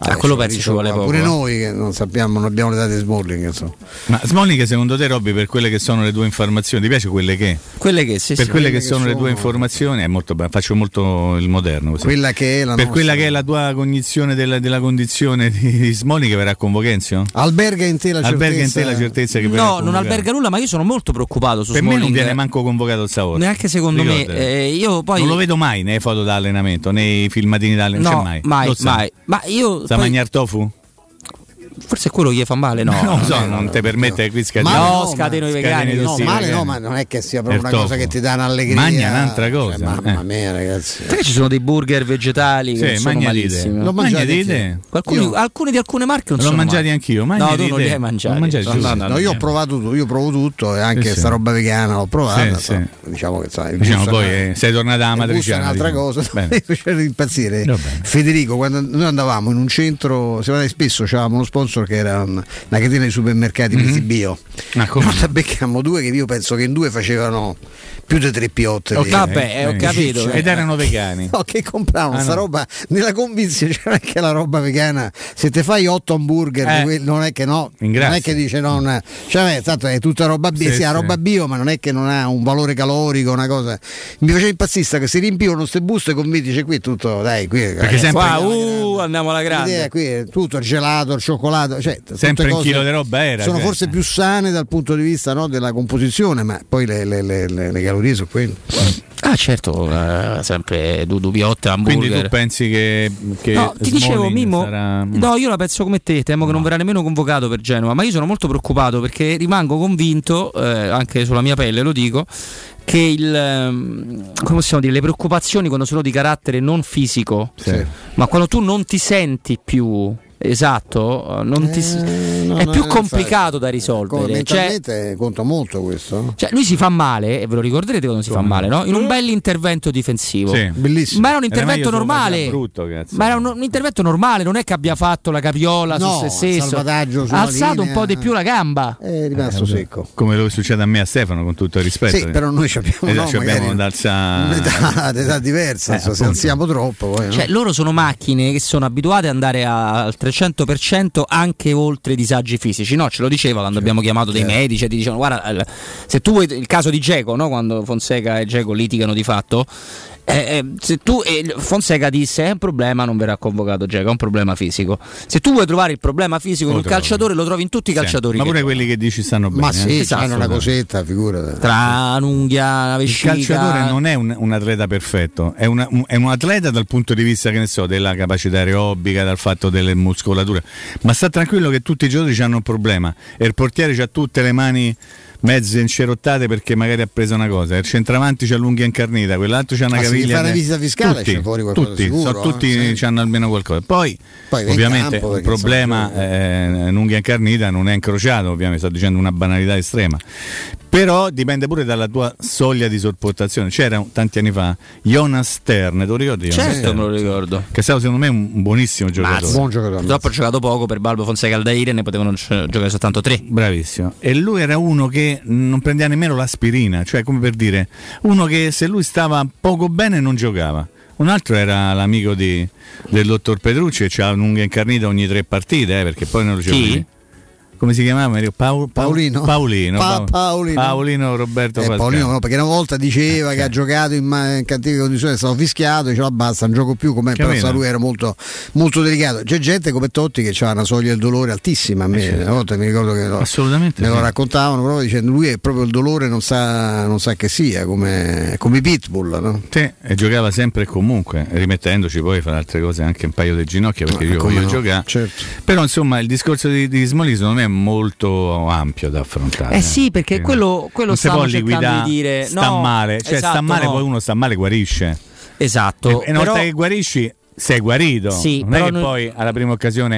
[SPEAKER 1] A quello penso ci vuole poco.
[SPEAKER 2] Pure
[SPEAKER 1] eh.
[SPEAKER 2] noi che non sappiamo, non abbiamo l'età di Smalling, insomma.
[SPEAKER 3] Ma Smalling, secondo te, Robby, per quelle che sono le tue informazioni, ti piace quelle che?
[SPEAKER 1] Quelle che sì,
[SPEAKER 3] per
[SPEAKER 1] sì,
[SPEAKER 3] quelle che,
[SPEAKER 2] che
[SPEAKER 3] sono,
[SPEAKER 2] sono
[SPEAKER 3] le tue informazioni, è molto bene, faccio molto il moderno così.
[SPEAKER 2] Quella che è la
[SPEAKER 3] per
[SPEAKER 2] nostra...
[SPEAKER 3] quella che è la tua cognizione della, della condizione di Smalling, che verrà a Convocenzio?
[SPEAKER 2] Alberga in te la certezza.
[SPEAKER 3] Alberga in te la certezza che verrà
[SPEAKER 1] No,
[SPEAKER 3] convocato.
[SPEAKER 1] non alberga nulla, ma io sono molto preoccupato su
[SPEAKER 3] Per
[SPEAKER 1] Smalling.
[SPEAKER 3] me non viene manco convocato il Savoia.
[SPEAKER 1] Neanche secondo
[SPEAKER 3] Ricordate.
[SPEAKER 1] me. Eh, io poi
[SPEAKER 3] non lo vedo mai nei foto da allenamento, nei filmatini da allenamento.
[SPEAKER 1] No,
[SPEAKER 3] C'è mai.
[SPEAKER 1] mai,
[SPEAKER 3] Lo sa.
[SPEAKER 1] mai. Ma io
[SPEAKER 3] Sa
[SPEAKER 1] poi-
[SPEAKER 3] mangiare tofu?
[SPEAKER 1] Forse è quello che gli fa male, no?
[SPEAKER 3] non lo so,
[SPEAKER 1] no,
[SPEAKER 3] non
[SPEAKER 1] no,
[SPEAKER 3] ti permette qui scateno.
[SPEAKER 2] Male
[SPEAKER 1] No,
[SPEAKER 2] no,
[SPEAKER 1] scateno
[SPEAKER 2] ma-
[SPEAKER 1] i vegani.
[SPEAKER 2] No,
[SPEAKER 3] tutti i
[SPEAKER 2] male
[SPEAKER 3] vegani.
[SPEAKER 2] no, ma non è che sia proprio
[SPEAKER 3] Il
[SPEAKER 2] una cosa
[SPEAKER 3] tofu.
[SPEAKER 2] che ti dà un'allegria.
[SPEAKER 3] Magna un'altra cosa.
[SPEAKER 2] Cioè, mamma
[SPEAKER 3] Eh.
[SPEAKER 2] mia, ragazzi.
[SPEAKER 1] Perché ci sono dei burger vegetali che
[SPEAKER 3] Sì,
[SPEAKER 1] sono
[SPEAKER 3] magna
[SPEAKER 1] malissimi.
[SPEAKER 3] dite.
[SPEAKER 2] L'ho
[SPEAKER 3] Magna
[SPEAKER 2] mangiati
[SPEAKER 3] dite.
[SPEAKER 1] Alcuni,
[SPEAKER 2] Io-
[SPEAKER 1] alcuni di alcune marche non
[SPEAKER 3] L'ho
[SPEAKER 1] sono
[SPEAKER 3] mangiati
[SPEAKER 1] male.
[SPEAKER 3] anch'io. Magna
[SPEAKER 1] No, tu
[SPEAKER 3] dite.
[SPEAKER 1] non li hai mangiati.
[SPEAKER 3] L'ho mangiati
[SPEAKER 1] No,
[SPEAKER 3] giusto.
[SPEAKER 1] no, no,
[SPEAKER 2] No, io ho provato tutto, io provo tutto e anche
[SPEAKER 3] Sì,
[SPEAKER 2] sta
[SPEAKER 3] sì.
[SPEAKER 2] roba vegana l'ho provata.
[SPEAKER 3] Sì,
[SPEAKER 2] però,
[SPEAKER 3] sì.
[SPEAKER 2] Diciamo che sai, il
[SPEAKER 3] Diciamo
[SPEAKER 2] gusto
[SPEAKER 3] poi
[SPEAKER 2] è una-
[SPEAKER 3] eh, sei tornata alla
[SPEAKER 2] il gusto è
[SPEAKER 3] matriciana.
[SPEAKER 2] un'altra
[SPEAKER 3] diciamo.
[SPEAKER 2] cosa.
[SPEAKER 3] Bene.
[SPEAKER 2] Mi faceva impazzire.
[SPEAKER 3] Va bene.
[SPEAKER 2] Federico, quando noi andavamo in un centro, si andava spesso, c'avevamo uno sponsor che era un- una catena di supermercati presi
[SPEAKER 3] Mhm.
[SPEAKER 2] bio.
[SPEAKER 3] Ah, come?
[SPEAKER 2] Noi beccammo due che io penso che in due facevano più di tre piotte.
[SPEAKER 1] Ok,
[SPEAKER 2] di-
[SPEAKER 1] vabbè, eh, ho
[SPEAKER 3] Eh,
[SPEAKER 1] capito.
[SPEAKER 3] Ed erano vegani.
[SPEAKER 2] No, che compravano
[SPEAKER 3] Ah,
[SPEAKER 2] sta
[SPEAKER 3] no.
[SPEAKER 2] roba nella convinzione, cioè non è che la roba vegana, se te fai otto hamburger,
[SPEAKER 3] Eh.
[SPEAKER 2] di quelli- non è che no,
[SPEAKER 3] Ingrassi.
[SPEAKER 2] non è che dice no, non- cioè, tanto è tutta roba bio,
[SPEAKER 3] Sì,
[SPEAKER 2] sì, è
[SPEAKER 3] sì.
[SPEAKER 2] roba bio, ma non è che non ha un valore calorico, una cosa. Mi faceva impazzire che si riempivano queste buste con me, dice qui è tutto, dai, qui
[SPEAKER 3] Perché sempre-
[SPEAKER 1] Qua, uh, andiamo alla
[SPEAKER 2] l'idea
[SPEAKER 1] grande.
[SPEAKER 2] qui è tutto il gelato, il cioccolato, cioè, tutte
[SPEAKER 3] Sempre un
[SPEAKER 2] cose
[SPEAKER 3] chilo di roba era.
[SPEAKER 2] sono
[SPEAKER 3] cioè.
[SPEAKER 2] forse più sane dal punto di vista no, della composizione, ma poi le, le- le- le- le calorie sono quelle.
[SPEAKER 1] Ah, certo, eh, sempre du- dubiotte, hamburger.
[SPEAKER 3] Quindi tu pensi che, che
[SPEAKER 1] No, ti dicevo
[SPEAKER 3] Smalling
[SPEAKER 1] Mimmo,
[SPEAKER 3] sarà...
[SPEAKER 1] no, io la penso come te, temo che non verrà nemmeno convocato per Genova, ma io sono molto preoccupato perché rimango convinto, eh, anche sulla mia pelle lo dico, che il, ehm, come possiamo dire, le preoccupazioni quando sono di carattere non fisico,
[SPEAKER 3] Sì.
[SPEAKER 1] ma quando tu non ti senti più esatto, non ti s-
[SPEAKER 2] Eh, no,
[SPEAKER 1] è
[SPEAKER 2] no,
[SPEAKER 1] più
[SPEAKER 2] non
[SPEAKER 1] complicato da
[SPEAKER 2] Come
[SPEAKER 1] risolvere. Cioè,
[SPEAKER 2] mentalmente conta molto questo.
[SPEAKER 1] cioè, lui si fa male, e ve lo ricorderete quando si fa male, no? In un bel intervento difensivo.
[SPEAKER 3] Sì.
[SPEAKER 2] Bellissimo.
[SPEAKER 1] Ma era un
[SPEAKER 3] Era
[SPEAKER 1] intervento
[SPEAKER 3] meglio se lo
[SPEAKER 1] normale.
[SPEAKER 3] faceva brutto, cazzo.
[SPEAKER 1] Ma era un, un intervento normale, non è che abbia fatto la capiola
[SPEAKER 2] No,
[SPEAKER 1] su se stesso.
[SPEAKER 2] salvataggio sulla
[SPEAKER 1] Ha alzato
[SPEAKER 2] linea.
[SPEAKER 1] un po' di più la gamba.
[SPEAKER 2] È rimasto
[SPEAKER 3] Eh,
[SPEAKER 2] secco.
[SPEAKER 3] Come lo succede a me e a Stefano, con tutto il rispetto.
[SPEAKER 2] Sì, però noi ci abbiamo,
[SPEAKER 3] Eh,
[SPEAKER 2] no,
[SPEAKER 3] ci abbiamo
[SPEAKER 2] magari
[SPEAKER 3] d'alza-
[SPEAKER 2] un'età, un'età diversa,
[SPEAKER 3] Eh,
[SPEAKER 2] insomma, se
[SPEAKER 3] appunto.
[SPEAKER 2] alziamo troppo poi, no?
[SPEAKER 1] Cioè, loro sono macchine che sono abituate ad andare a- al trecento per cento anche oltre i disagi fisici. No, ce lo diceva quando abbiamo chiamato dei
[SPEAKER 2] certo.
[SPEAKER 1] medici e ti dicevano: guarda, il- se tu vuoi il caso di Dzeko, no? Quando Fonseca e Dzeko litigano di fatto. Eh, eh, se tu e Fonseca disse è un problema, non verrà convocato Dzeko, è un problema fisico. Se tu vuoi trovare il problema fisico in
[SPEAKER 3] Lo
[SPEAKER 1] un
[SPEAKER 3] trovi.
[SPEAKER 1] calciatore, lo trovi in tutti i
[SPEAKER 3] Sì,
[SPEAKER 1] calciatori.
[SPEAKER 3] ma
[SPEAKER 1] che
[SPEAKER 3] pure
[SPEAKER 1] giocano.
[SPEAKER 3] quelli che dici stanno bene.
[SPEAKER 2] Ma sì,
[SPEAKER 3] eh.
[SPEAKER 1] Esatto,
[SPEAKER 2] hanno una
[SPEAKER 3] assolutamente.
[SPEAKER 2] cosetta, figurati.
[SPEAKER 1] Tra un'unghia, una
[SPEAKER 3] Il
[SPEAKER 1] vescica.
[SPEAKER 3] calciatore non è un, un atleta perfetto, è, una- un, è un atleta dal punto di vista, che ne so, della capacità aerobica, dal fatto delle muscolature, ma sta tranquillo che tutti i giocatori hanno un problema e il portiere ha tutte le mani mezze incerottate perché magari ha preso una cosa, il centravanti c'ha l'unghia incarnita, quell'altro c'ha una
[SPEAKER 2] Ma se gli
[SPEAKER 3] caviglia.
[SPEAKER 2] fa una
[SPEAKER 3] de-
[SPEAKER 2] visita fiscale,
[SPEAKER 3] tutti,
[SPEAKER 2] c'è fuori qualcosa
[SPEAKER 3] tutti,
[SPEAKER 2] sicuro,
[SPEAKER 3] so- tutti
[SPEAKER 2] eh, sì.
[SPEAKER 3] hanno almeno qualcosa. Poi,
[SPEAKER 2] Poi va in
[SPEAKER 3] ovviamente
[SPEAKER 2] campo,
[SPEAKER 3] il
[SPEAKER 2] perché,
[SPEAKER 3] problema
[SPEAKER 2] insomma,
[SPEAKER 3] è un'unghia incarnita non è incrociato, ovviamente sto dicendo una banalità estrema. Però dipende pure dalla tua soglia di sopportazione. C'era un- tanti anni fa Jonas Stern, te lo ricordi? Jonas
[SPEAKER 1] Certo,
[SPEAKER 3] Stern?
[SPEAKER 1] me lo ricordo.
[SPEAKER 3] Che è stato secondo me un buonissimo giocatore.
[SPEAKER 2] Buon giocatore.
[SPEAKER 1] Purtroppo ha giocato poco per Balbo, Fonseca, Aldair, ne potevano gio- giocare soltanto tre.
[SPEAKER 3] Bravissimo. E lui era uno che non prendeva nemmeno l'aspirina, cioè come per dire, uno che se lui stava poco bene non giocava. Un altro era l'amico di, del dottor Petrucci, che c'ha un'unghia incarnita ogni tre partite, eh, perché poi non lo
[SPEAKER 1] Chi?
[SPEAKER 3] c'è. Come si chiamava? Paul-
[SPEAKER 2] Paolino.
[SPEAKER 3] Paolino.
[SPEAKER 2] Pa-
[SPEAKER 3] Pa-
[SPEAKER 2] Paolino.
[SPEAKER 3] Paolino Roberto
[SPEAKER 2] Eh,
[SPEAKER 3] Pascale.
[SPEAKER 2] Paolino no, perché una volta diceva che ha giocato in, ma- in cattive condizioni, è stato fischiato, diceva basta, non gioco più, come però
[SPEAKER 3] Capito?
[SPEAKER 2] sa, lui era molto, molto delicato. C'è gente come Totti che ha una soglia del dolore altissima, a me una volta mi ricordo che lo,
[SPEAKER 3] Assolutamente
[SPEAKER 2] me lo
[SPEAKER 3] sì.
[SPEAKER 2] raccontavano proprio dicendo lui è proprio il dolore, non sa, non sa che sia, come, come i pitbull, no?
[SPEAKER 3] Sì, e giocava sempre e comunque, rimettendoci poi fra altre cose anche un paio di ginocchia perché
[SPEAKER 2] Eh,
[SPEAKER 3] io
[SPEAKER 2] come
[SPEAKER 3] voglio
[SPEAKER 2] no,
[SPEAKER 3] giocare.
[SPEAKER 2] certo.
[SPEAKER 3] Però insomma il discorso di, di Smalling secondo me è molto ampio da affrontare.
[SPEAKER 1] Eh sì, perché quello, quello
[SPEAKER 3] non si può
[SPEAKER 1] stanno cercando
[SPEAKER 3] liquidare,
[SPEAKER 1] di dire.
[SPEAKER 3] sta
[SPEAKER 1] no,
[SPEAKER 3] male, cioè
[SPEAKER 1] esatto,
[SPEAKER 3] sta male,
[SPEAKER 1] no.
[SPEAKER 3] poi uno sta male guarisce.
[SPEAKER 1] Esatto.
[SPEAKER 3] E, e una
[SPEAKER 1] però-
[SPEAKER 3] volta che guarisci sei guarito.
[SPEAKER 1] Sì,
[SPEAKER 3] non è
[SPEAKER 1] però
[SPEAKER 3] che
[SPEAKER 1] noi-
[SPEAKER 3] poi alla prima occasione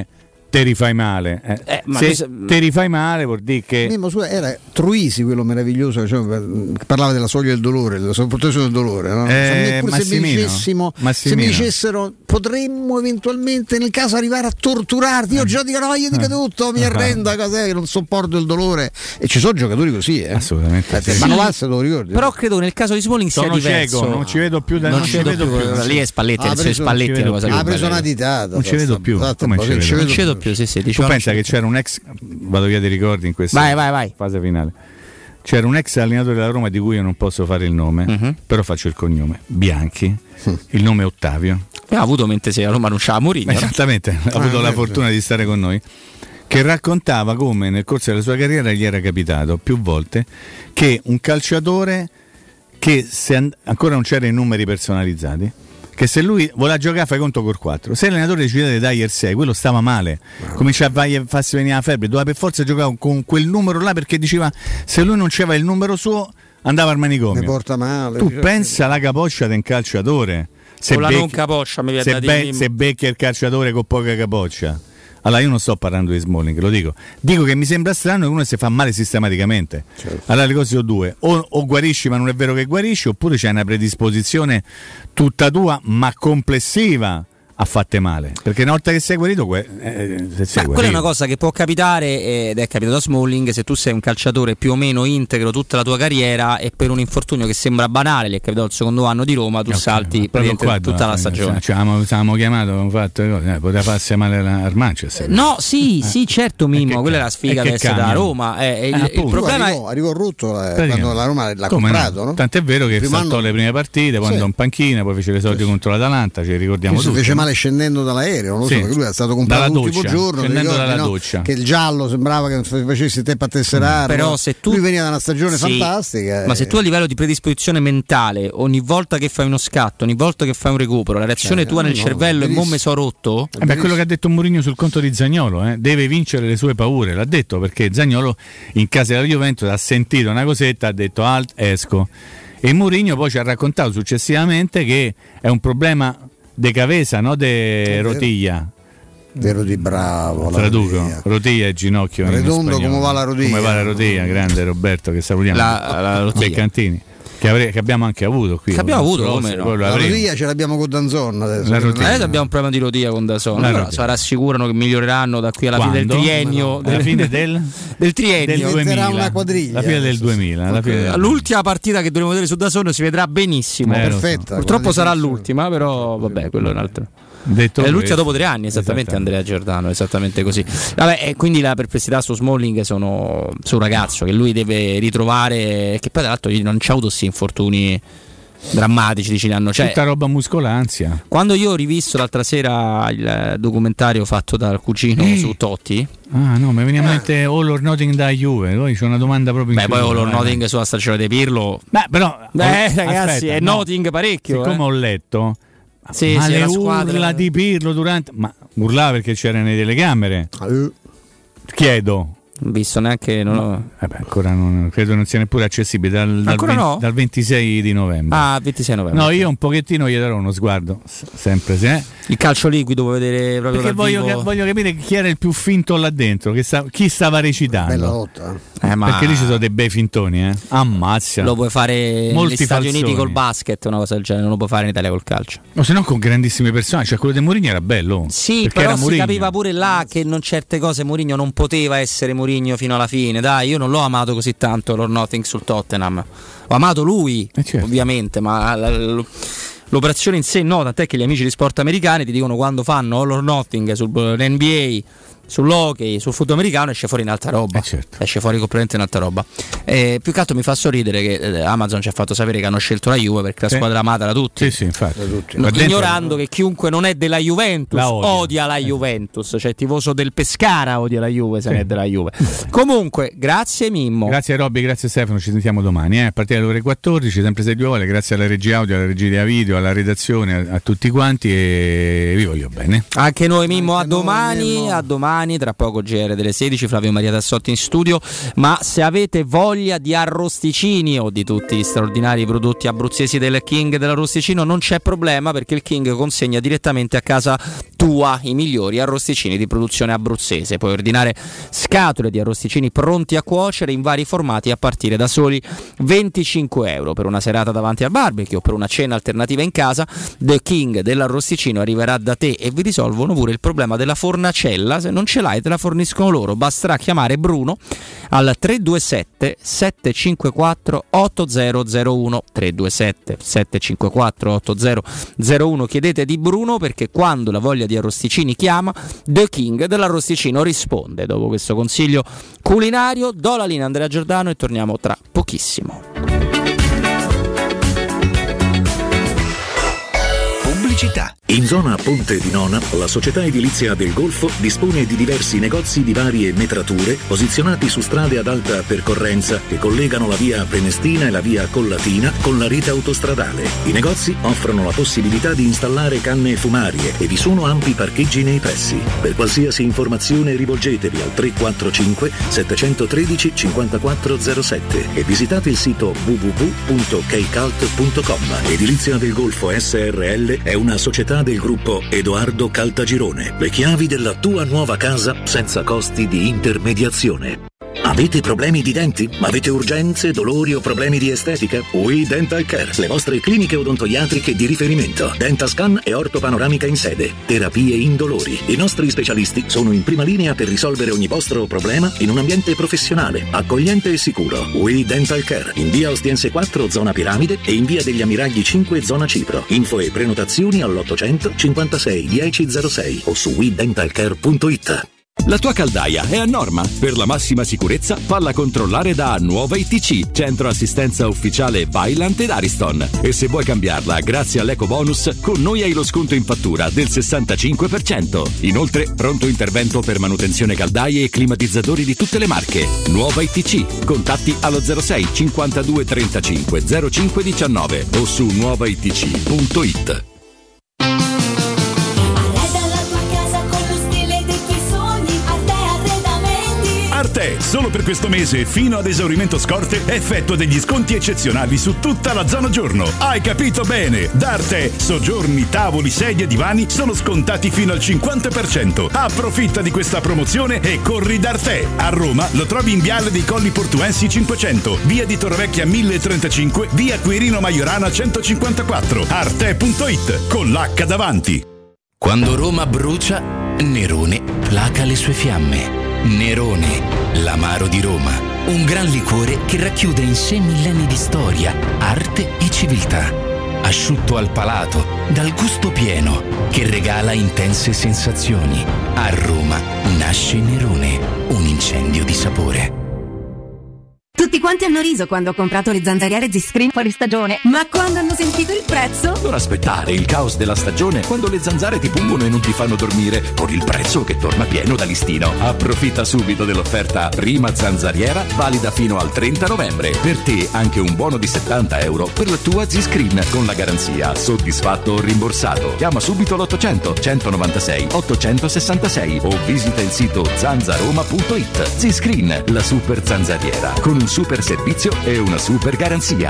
[SPEAKER 3] te rifai male. Eh.
[SPEAKER 1] Eh, ma
[SPEAKER 3] se
[SPEAKER 1] questo-
[SPEAKER 3] te rifai male vuol dire che
[SPEAKER 2] Mimmo, su, era Truisi quello meraviglioso che, cioè, che parlava della soglia del dolore, della sopportazione del dolore, no?
[SPEAKER 3] Eh,
[SPEAKER 2] Se me- pure se mi
[SPEAKER 3] Massimino.
[SPEAKER 2] dicessimo, se
[SPEAKER 3] Massimino.
[SPEAKER 2] mi dicessero potremmo eventualmente nel caso arrivare a torturarti, io già dico no, io dico tutto, mi arrenda, cos'è, che non sopporto il dolore. E ci sono giocatori così, eh.
[SPEAKER 3] Assolutamente.
[SPEAKER 2] Eh,
[SPEAKER 3] sì.
[SPEAKER 2] Manolas, te lo ricordi?
[SPEAKER 1] Però credo nel caso di Smalling sia
[SPEAKER 3] Sono
[SPEAKER 1] diverso.
[SPEAKER 3] cieco, non ci vedo più da
[SPEAKER 1] non
[SPEAKER 3] non
[SPEAKER 1] ci
[SPEAKER 3] ci
[SPEAKER 1] vedo
[SPEAKER 3] vedo
[SPEAKER 1] più.
[SPEAKER 3] più.
[SPEAKER 1] Lì è Spalletti,
[SPEAKER 2] Ha
[SPEAKER 1] le sue
[SPEAKER 2] preso-
[SPEAKER 1] Spalletti
[SPEAKER 3] non
[SPEAKER 1] è
[SPEAKER 3] ci
[SPEAKER 1] una cosa
[SPEAKER 2] ha
[SPEAKER 1] più
[SPEAKER 2] preso
[SPEAKER 1] bella.
[SPEAKER 2] una ditata.
[SPEAKER 3] Non ci vedo più.
[SPEAKER 2] Esatto,
[SPEAKER 3] Come
[SPEAKER 2] non
[SPEAKER 3] ci vedo?
[SPEAKER 2] ci
[SPEAKER 1] Non
[SPEAKER 2] vedo
[SPEAKER 1] ci vedo
[SPEAKER 2] più.
[SPEAKER 1] più, sì, sì,
[SPEAKER 3] Tu
[SPEAKER 1] diciamo
[SPEAKER 3] pensa
[SPEAKER 1] non
[SPEAKER 3] che
[SPEAKER 1] ci-
[SPEAKER 3] c'era un ex, vado via dei ricordi in questa
[SPEAKER 1] Vai, vai, vai.
[SPEAKER 3] fase finale. C'era un ex allenatore della Roma di cui io non posso fare il nome,
[SPEAKER 1] Mhm.
[SPEAKER 3] però faccio il cognome. Bianchi, il nome è Ottavio.
[SPEAKER 1] Ha avuto mentre se a Roma non c'era Mourinho. no?
[SPEAKER 3] Esattamente, ha avuto
[SPEAKER 2] Ah,
[SPEAKER 3] la
[SPEAKER 2] beh,
[SPEAKER 3] fortuna di stare con noi. Che raccontava come nel corso della sua carriera gli era capitato più volte che un calciatore che se and- ancora non c'erano i numeri personalizzati, che se lui voleva giocare fai conto col quattro, se l'allenatore decideva di dargli il sei, quello stava male, cominciava a farsi venire la febbre, doveva per forza giocare con quel numero là perché diceva se lui non c'aveva il numero suo andava al manicomio.
[SPEAKER 2] Mi porta male.
[SPEAKER 3] Tu
[SPEAKER 2] cioè,
[SPEAKER 3] pensa alla capoccia del calciatore. Se
[SPEAKER 1] Con la
[SPEAKER 3] becchi-
[SPEAKER 1] non capoccia mi viene
[SPEAKER 3] se,
[SPEAKER 1] da
[SPEAKER 3] be-
[SPEAKER 1] dire.
[SPEAKER 3] se becchi il calciatore con poca capoccia. Allora io non sto parlando di Smalling, lo dico. Dico che mi sembra strano che uno si fa male sistematicamente.
[SPEAKER 2] Certo.
[SPEAKER 3] Allora le cose sono due. O, o guarisci ma non è vero che guarisci, oppure c'è una predisposizione tutta tua ma complessiva a fatte male. Perché una volta che sei guarito, gue- eh, se sei
[SPEAKER 1] Ma quella è una
[SPEAKER 3] guarito.
[SPEAKER 1] cosa che può capitare ed è capitato a Smalling se tu sei un calciatore più o meno integro tutta la tua carriera e per un infortunio che sembra banale, gli è capitato il secondo anno di Roma, tu
[SPEAKER 3] Ok,
[SPEAKER 1] salti
[SPEAKER 3] ma proprio
[SPEAKER 1] praticamente
[SPEAKER 3] qua,
[SPEAKER 1] tutta
[SPEAKER 3] no,
[SPEAKER 1] la stagione.
[SPEAKER 3] Cioè, avevamo, avevamo chiamato, avevamo fatto le cose, eh, poteva farsi male la- al Manchester.
[SPEAKER 1] No, sì, sì, certo Mimmo,
[SPEAKER 3] che
[SPEAKER 1] quella è
[SPEAKER 3] ca-
[SPEAKER 1] la sfiga
[SPEAKER 3] e che
[SPEAKER 1] di essere da
[SPEAKER 3] cambia?
[SPEAKER 1] Roma. eh, e il,
[SPEAKER 3] Eh,
[SPEAKER 1] il
[SPEAKER 3] appunto.
[SPEAKER 1] problema è
[SPEAKER 2] arrivò, arrivò rotto eh,
[SPEAKER 3] Praticamente.
[SPEAKER 2] quando la Roma l'ha
[SPEAKER 3] Come
[SPEAKER 2] comprato, no?
[SPEAKER 3] Tant'è vero che
[SPEAKER 2] Primo
[SPEAKER 3] saltò
[SPEAKER 2] anno-
[SPEAKER 3] le prime partite, poi
[SPEAKER 2] Sì.
[SPEAKER 3] andò in panchina, poi fece le soldi contro l'Atalanta, ci ricordiamo
[SPEAKER 2] Che si
[SPEAKER 3] tutti.
[SPEAKER 2] fece
[SPEAKER 3] no?
[SPEAKER 2] male scendendo dall'aereo, non lo
[SPEAKER 3] Sì.
[SPEAKER 2] so, perché lui è stato comprato
[SPEAKER 3] Dalla
[SPEAKER 2] l'ultimo
[SPEAKER 3] doccia,
[SPEAKER 2] giorno, ti
[SPEAKER 3] scendendo
[SPEAKER 2] ricordi,
[SPEAKER 3] dalla
[SPEAKER 2] no?
[SPEAKER 3] doccia.
[SPEAKER 2] Che il giallo sembrava che facessi tempo a tesserare.
[SPEAKER 1] Però
[SPEAKER 2] no?
[SPEAKER 1] se tu-
[SPEAKER 2] lui veniva da una stagione
[SPEAKER 1] Sì,
[SPEAKER 2] fantastica.
[SPEAKER 1] ma
[SPEAKER 2] eh.
[SPEAKER 1] se tu a livello di predisposizione mentale, ogni volta che fai uno scatto, ogni volta che fai un recupero, la reazione
[SPEAKER 2] Cioè,
[SPEAKER 1] tua nel
[SPEAKER 2] no,
[SPEAKER 1] cervello è
[SPEAKER 2] benissimo.
[SPEAKER 1] mo me so rotto.
[SPEAKER 3] Eh beh, quello che ha detto Mourinho sul conto di Zaniolo, eh, deve vincere le sue paure, l'ha detto perché Zaniolo in casa della Juventus ha sentito una cosetta, ha detto alt, esco. E Mourinho poi ci ha raccontato successivamente che è un problema de cabeza, no de
[SPEAKER 2] vero.
[SPEAKER 3] rotiglia.
[SPEAKER 2] Vero di bravo. la
[SPEAKER 3] Traduco,
[SPEAKER 2] rodilla.
[SPEAKER 3] rotiglia e ginocchio. in
[SPEAKER 2] Redondo
[SPEAKER 3] spagnolo.
[SPEAKER 2] come va la rodiglia.
[SPEAKER 3] Come va la rodiglia, grande Roberto che salutiamo.
[SPEAKER 1] La- la rodiglia.
[SPEAKER 3] Beccantini. Che, avre- che abbiamo anche avuto qui.
[SPEAKER 1] Che abbiamo
[SPEAKER 3] con il
[SPEAKER 1] avuto,
[SPEAKER 3] nostro
[SPEAKER 1] come
[SPEAKER 3] ospite,
[SPEAKER 1] no?
[SPEAKER 3] poi lo
[SPEAKER 2] La
[SPEAKER 3] avremo.
[SPEAKER 2] rodiglia ce l'abbiamo con Danzon adesso.
[SPEAKER 3] La rodiglia.
[SPEAKER 1] Adesso abbiamo un problema di rodilla con Dazon.
[SPEAKER 3] La
[SPEAKER 1] Allora,
[SPEAKER 3] rodiglia.
[SPEAKER 1] si rassicurano che miglioreranno da qui alla fine del
[SPEAKER 3] Quando?
[SPEAKER 1] triennio.
[SPEAKER 3] Alla fine del,
[SPEAKER 1] del triennio.
[SPEAKER 3] del
[SPEAKER 2] Diventerà
[SPEAKER 3] duemila.
[SPEAKER 2] una quadriglia.
[SPEAKER 3] La fine del duemila. La fine del-
[SPEAKER 1] L'ultima partita che dovremo vedere su Dazon si vedrà benissimo.
[SPEAKER 3] Eh, lo so.
[SPEAKER 2] Perfetta.
[SPEAKER 1] Purtroppo sarà l'ultima, però vabbè, quello è un altro.
[SPEAKER 3] Detto
[SPEAKER 1] È l'ultima
[SPEAKER 3] questo.
[SPEAKER 1] dopo tre anni, esattamente, Andrea Giordano, esattamente così. Vabbè, e quindi la perplessità su Smalling sono su un ragazzo che lui deve ritrovare, che poi tra l'altro non c'ha avuto questi infortuni drammatici di Cilanno. Cioè,
[SPEAKER 3] Tutta roba muscolanzia.
[SPEAKER 1] quando io ho rivisto l'altra sera il documentario fatto dal cugino
[SPEAKER 3] Eh.
[SPEAKER 1] su Totti,
[SPEAKER 3] Ah no, mi veniva in mente All or Nothing da Juve. Poi c'è una domanda proprio in
[SPEAKER 1] beh, poi
[SPEAKER 3] chiusura,
[SPEAKER 1] All or
[SPEAKER 3] eh.
[SPEAKER 1] Nothing sulla stagione di Pirlo.
[SPEAKER 3] Beh, però,
[SPEAKER 1] Beh,
[SPEAKER 3] oh,
[SPEAKER 1] ragazzi,
[SPEAKER 3] aspetta,
[SPEAKER 1] è
[SPEAKER 3] no.
[SPEAKER 1] Nothing parecchio.
[SPEAKER 3] Siccome
[SPEAKER 1] eh.
[SPEAKER 3] ho letto,
[SPEAKER 1] Sì,
[SPEAKER 3] ma
[SPEAKER 1] sì,
[SPEAKER 3] le
[SPEAKER 1] la
[SPEAKER 3] urla
[SPEAKER 1] squadra-
[SPEAKER 3] di Pirlo durante. Ma urlava perché c'era nelle telecamere. Chiedo.
[SPEAKER 1] Non ho visto neanche. Non ho...
[SPEAKER 3] Eh beh, ancora non, credo non sia neppure accessibile dal, dal,
[SPEAKER 1] Ancora
[SPEAKER 3] venti
[SPEAKER 1] no?
[SPEAKER 3] dal ventisei di novembre.
[SPEAKER 1] Ah, ventisei novembre.
[SPEAKER 3] No, io un pochettino gli darò uno sguardo, s- sempre se.
[SPEAKER 1] Il calcio liquido vuoi vedere proprio
[SPEAKER 3] Perché
[SPEAKER 1] dal
[SPEAKER 3] voglio,
[SPEAKER 1] vivo?
[SPEAKER 3] ca- voglio capire chi era il più finto là dentro, che sta- chi stava recitando.
[SPEAKER 2] Bella lotta.
[SPEAKER 1] Eh, ma
[SPEAKER 3] Perché lì ci sono dei bei fintoni, eh. Ammazza.
[SPEAKER 1] lo puoi fare
[SPEAKER 3] Molti
[SPEAKER 1] negli Stati
[SPEAKER 3] falsoni.
[SPEAKER 1] Uniti col basket, una cosa del genere, non lo puoi fare in Italia col calcio.
[SPEAKER 3] No, se no con grandissimi personaggi, cioè quello di Mourinho era bello.
[SPEAKER 1] Sì,
[SPEAKER 3] perché
[SPEAKER 1] però
[SPEAKER 3] era
[SPEAKER 1] si
[SPEAKER 3] Mourinho.
[SPEAKER 1] capiva pure là che non certe cose Mourinho non poteva essere Mourinho fino alla fine. Dai, io non l'ho amato così tanto l'Or Nothing sul Tottenham. Ho amato lui,
[SPEAKER 3] Eh, certo.
[SPEAKER 1] ovviamente, ma la- la- l'operazione in sé no, tant'è che gli amici di sport americani ti dicono quando fanno All or Nothing sull'N B A, sull'hockey, sul football americano esce fuori un'altra roba,
[SPEAKER 3] Eh, certo.
[SPEAKER 1] esce fuori completamente un'altra roba. Eh, più che altro mi fa sorridere che eh, Amazon ci ha fatto sapere che hanno scelto la Juve perché la
[SPEAKER 3] Sì.
[SPEAKER 1] squadra amata da tutti.
[SPEAKER 3] Sì, sì, infatti.
[SPEAKER 1] No,
[SPEAKER 3] Qua dentro-
[SPEAKER 1] ignorando che chiunque non è della Juventus
[SPEAKER 3] La odia.
[SPEAKER 1] odia, la Juventus, cioè il tifoso del Pescara odia la Juve se
[SPEAKER 3] Sì.
[SPEAKER 1] non è della Juve. Comunque, grazie Mimmo.
[SPEAKER 3] Grazie Robby, grazie Stefano, ci sentiamo domani, eh, a partire dalle ore quattordici, sempre se Dio vuole, grazie alla regia audio, alla regia video, alla redazione, a, a tutti quanti e vi voglio bene.
[SPEAKER 1] Anche noi Mimmo,
[SPEAKER 2] Anche
[SPEAKER 1] a
[SPEAKER 2] noi,
[SPEAKER 1] domani,
[SPEAKER 2] Mimmo.
[SPEAKER 1] a domani. domani, tra poco G R delle sedici, Flavio Maria Tassotti in studio. Ma se avete voglia di arrosticini o di tutti gli straordinari prodotti abruzzesi del King dell'arrosticino, non c'è problema, perché il King consegna direttamente a casa tua i migliori arrosticini di produzione abruzzese. Puoi ordinare scatole di arrosticini pronti a cuocere in vari formati a partire da soli venticinque euro per una serata davanti al barbecue o per una cena alternativa in casa. The King dell'arrosticino arriverà da te e vi risolvono pure il problema della fornacella. Se non ce l'hai te la forniscono loro, basterà chiamare Bruno al tre due sette sette cinque quattro otto zero zero uno tre due sette sette cinque quattro otto zero zero uno. Chiedete di Bruno, perché quando la voglia di arrosticini chiama, The King dell'arrosticino risponde. Dopo questo consiglio culinario do la linea a Andrea Giordano e torniamo tra pochissimo.
[SPEAKER 4] Pubblicità. In zona Ponte di Nona, la società edilizia del Golfo dispone di diversi negozi di varie metrature posizionati su strade ad alta percorrenza che collegano la via Prenestina e la via Collatina con la rete autostradale. I negozi offrono la possibilità di installare canne fumarie e vi sono ampi parcheggi nei pressi. Per qualsiasi informazione rivolgetevi al tre quattro cinque sette uno tre cinque zero sette e visitate il sito w w w punto keicalt punto com. Edilizia del Golfo S R L è una società del gruppo Edoardo Caltagirone. Le chiavi della tua nuova casa senza costi di intermediazione. Avete problemi di denti? Avete urgenze, dolori o problemi di estetica? We Dental Care, le vostre cliniche odontoiatriche di riferimento. Dentascan e ortopanoramica in sede. Terapie indolori. I nostri specialisti sono in prima linea per risolvere ogni vostro problema in un ambiente professionale, accogliente e sicuro. We Dental Care, in via Ostiense quattro, zona Piramide, e in via degli Ammiragli cinque, zona Cipro. Info e prenotazioni all'ottocento cinquantasei dieci zero sei o su we dental care punto it.
[SPEAKER 16] La tua caldaia è a norma? Per la massima sicurezza falla controllare da Nuova I T C, centro assistenza ufficiale Vaillant ed Ariston. E se vuoi cambiarla grazie all'eco bonus, con noi hai lo sconto in fattura del sessantacinque per cento. Inoltre pronto intervento per manutenzione caldaie e climatizzatori di tutte le marche. Nuova I T C, contatti allo zero sei cinquantadue trentacinque zero cinque diciannove o su nuova i t c punto it.
[SPEAKER 20] Arte, solo per questo mese fino ad esaurimento scorte effettua degli sconti eccezionali su tutta la zona giorno. Hai capito bene? Da Arte, soggiorni, tavoli, sedie e divani sono scontati fino al cinquanta per cento. Approfitta di questa promozione e corri da Arte. A Roma lo trovi in Viale dei Colli Portuensi cinquecento, via di Torrevecchia mille trentacinque, via Quirino Maiorana centocinquantaquattro. arte punto it con l'H davanti.
[SPEAKER 9] Quando Roma brucia, Nerone placa le sue fiamme. Nerone, l'amaro di Roma, un gran liquore che racchiude in sé millenni di storia, arte e civiltà. Asciutto al palato, dal gusto pieno, che regala intense sensazioni. A Roma nasce Nerone, un incendio di sapore.
[SPEAKER 14] Tutti quanti hanno riso quando ho comprato le zanzariere Z-Screen fuori stagione, ma quando hanno sentito il prezzo?
[SPEAKER 16] Non aspettare il caos della stagione quando le zanzare ti pungono e non ti fanno dormire con il prezzo che torna pieno da listino. Approfitta subito dell'offerta prima zanzariera valida fino al trenta novembre. Per te anche un buono di settanta euro per la tua Z-Screen con la garanzia soddisfatto o rimborsato. Chiama subito l'ottocento centonovantasei ottocentosessantasei o visita il sito zanzaroma punto it. Z-Screen, la super zanzariera con un super servizio e una super garanzia.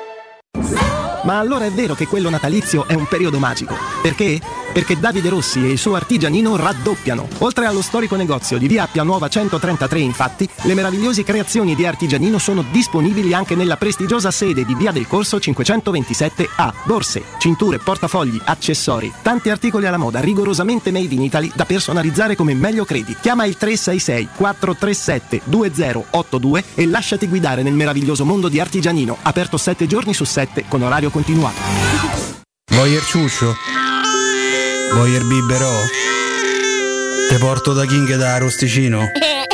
[SPEAKER 18] Ma allora è vero che quello natalizio è un periodo magico. Perché? Perché Davide Rossi e il suo artigianino raddoppiano. Oltre allo storico negozio di via Appia Nuova centotrentatré, infatti, le meravigliose creazioni di artigianino sono disponibili anche nella prestigiosa sede di via del Corso cinquecentoventisette A. Borse, cinture, portafogli, accessori, tanti articoli alla moda rigorosamente made in Italy da personalizzare come meglio credi. Chiama il tre sei sei quattro tre sette due zero otto due e lasciati guidare nel meraviglioso mondo di artigianino, aperto sette giorni su sette con orario continuato.
[SPEAKER 19] Vuoi il ciuscio? Vuoi il biberò? Te porto da King da Arrosticino?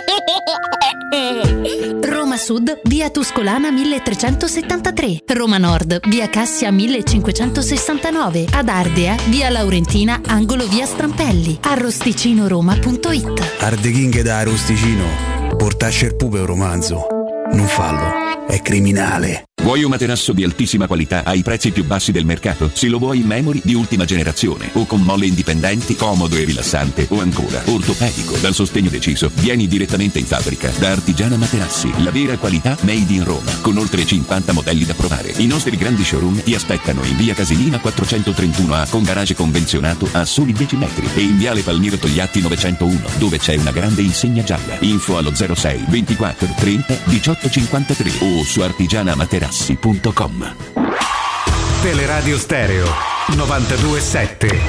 [SPEAKER 21] Roma Sud, via Tuscolana milletrecentosettantatré. Roma Nord, via Cassia millecinquecentosessantanove. Ad Ardea, via Laurentina, angolo via Strampelli. arrosticinoroma punto it.
[SPEAKER 19] Arde King da Arrosticino. Portasce il pupe un romanzo. Non fallo, è criminale.
[SPEAKER 5] Vuoi un materasso di altissima qualità ai prezzi più bassi del mercato? Se lo vuoi in memory di ultima generazione o con molle indipendenti, comodo e rilassante, o ancora ortopedico dal sostegno deciso, vieni direttamente in fabbrica da Artigiana Materassi, la vera qualità made in Roma, con oltre cinquanta modelli da provare. I nostri grandi showroom ti aspettano in via Casilina quattrocentotrentuno A con garage convenzionato a soli dieci metri e in viale Palmiro Togliatti novecentouno, dove c'è una grande insegna gialla. Info allo zero sei ventiquattro trenta diciotto cinquantatré o su artigiana materassi punto com.
[SPEAKER 10] Teleradio Stereo novantadue sette.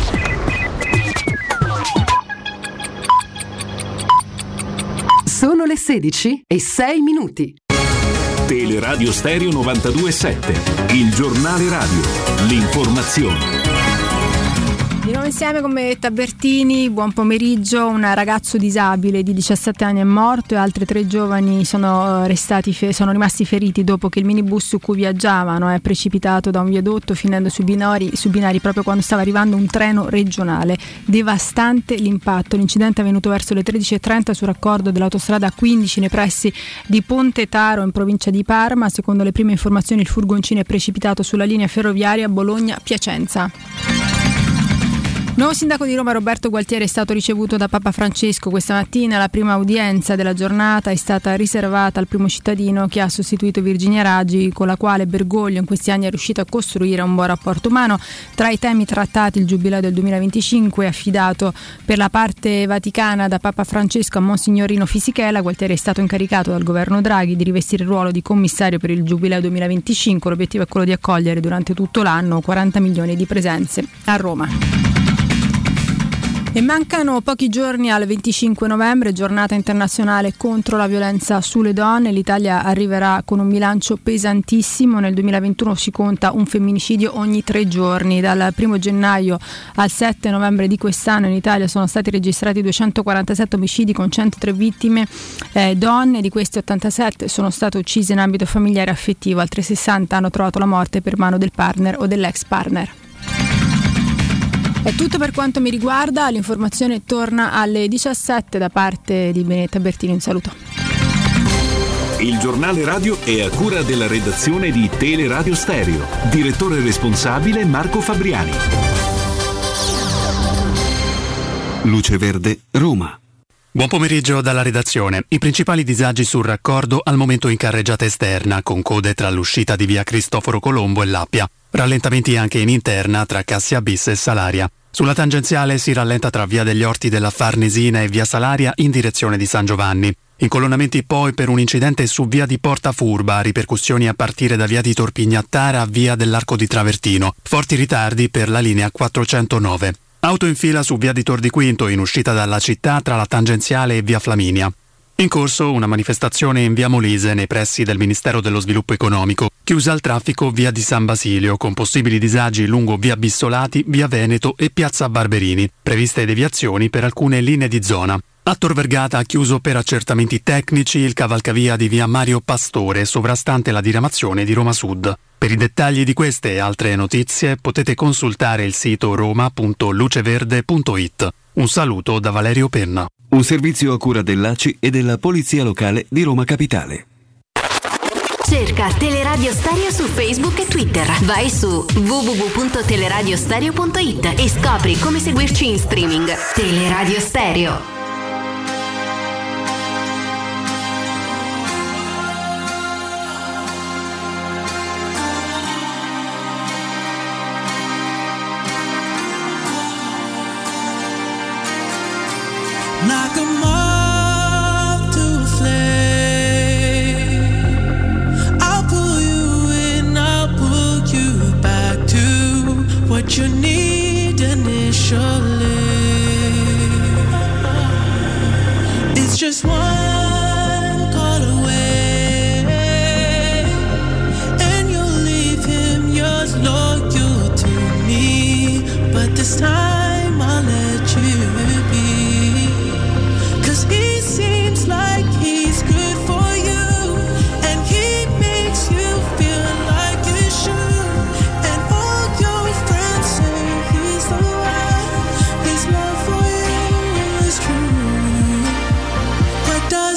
[SPEAKER 6] Sono le sedici e sei minuti.
[SPEAKER 10] Teleradio Stereo novantadue sette, il giornale radio, l'informazione.
[SPEAKER 23] Di nuovo insieme con Benedetta Bertini, buon pomeriggio. Un ragazzo disabile di diciassette anni è morto e altri tre giovani sono, restati, sono rimasti feriti dopo che il minibus su cui viaggiavano è precipitato da un viadotto finendo sui binari, sui binari proprio quando stava arrivando un treno regionale. Devastante l'impatto. L'incidente è avvenuto verso le tredici e trenta sul raccordo dell'autostrada quindici nei pressi di Ponte Taro in provincia di Parma. Secondo le prime informazioni il furgoncino è precipitato sulla linea ferroviaria Bologna-Piacenza. Nuovo sindaco di Roma Roberto Gualtieri è stato ricevuto da Papa Francesco questa mattina. La prima udienza della giornata è stata riservata al primo cittadino che ha sostituito Virginia Raggi, con la quale Bergoglio in questi anni è riuscito a costruire un buon rapporto umano. Tra i temi trattati il giubileo del duemilaventicinque, affidato per la parte vaticana da Papa Francesco a Monsignorino Fisichella. Gualtieri è stato incaricato dal governo Draghi di rivestire il ruolo di commissario per il giubileo duemilaventicinque. L'obiettivo è quello di accogliere durante tutto l'anno quaranta milioni di presenze a Roma. E mancano pochi giorni al venticinque novembre, giornata internazionale contro la violenza sulle donne. L'Italia arriverà con un bilancio pesantissimo. Nel duemilaventuno si conta un femminicidio ogni tre giorni. Dal primo gennaio al sette novembre di quest'anno in Italia sono stati registrati duecentoquarantasette omicidi con centotré vittime eh, donne. Di queste ottantasette sono state uccise in ambito familiare e affettivo. Altre sessanta hanno trovato la morte per mano del partner o dell'ex partner. È tutto per quanto mi riguarda, l'informazione torna alle diciassette da parte di Benedetta Bertini, un saluto.
[SPEAKER 10] Il giornale radio è a cura della redazione di Teleradio Stereo, direttore responsabile Marco Fabriani.
[SPEAKER 24] Luce Verde, Roma.
[SPEAKER 25] Buon pomeriggio dalla redazione. I principali disagi sul raccordo al momento in carreggiata esterna, con code tra l'uscita di via Cristoforo Colombo e l'Appia. Rallentamenti anche in interna tra Cassia Bis e Salaria. Sulla tangenziale si rallenta tra via degli Orti della Farnesina e via Salaria in direzione di San Giovanni. Incolonnamenti poi per un incidente su via di Porta Furba, ripercussioni a partire da via di Torpignattara a via dell'Arco di Travertino. Forti ritardi per la linea quattrocentonove. Auto in fila su via di Tor di Quinto in uscita dalla città tra la tangenziale e via Flaminia. In corso una manifestazione in via Molise nei pressi del Ministero dello Sviluppo Economico. Chiusa al traffico via di San Basilio, con possibili disagi lungo via Bissolati, via Veneto e piazza Barberini. Previste deviazioni per alcune linee di zona. A Tor Vergata ha chiuso per accertamenti tecnici il cavalcavia di via Mario Pastore, sovrastante la diramazione di Roma Sud. Per i dettagli di queste e altre notizie potete consultare il sito roma punto luceverde punto it. Un saluto da Valerio Penna.
[SPEAKER 24] Un servizio a cura dell'A C I e della Polizia Locale di Roma Capitale.
[SPEAKER 8] Cerca Teleradio Stereo su Facebook e Twitter. Vai su w w w punto teleradiostereo punto it e scopri come seguirci in streaming. Teleradio Stereo.
[SPEAKER 11] Like a moth to a flame, I'll pull you in, I'll pull you back to what you need initially. It's just one call away, and you'll leave him yours loyal to me. But this time I'll let you be. He seems like he's good for you, and he makes you feel like you should. And all your friends say he's the one, his love for you is true. But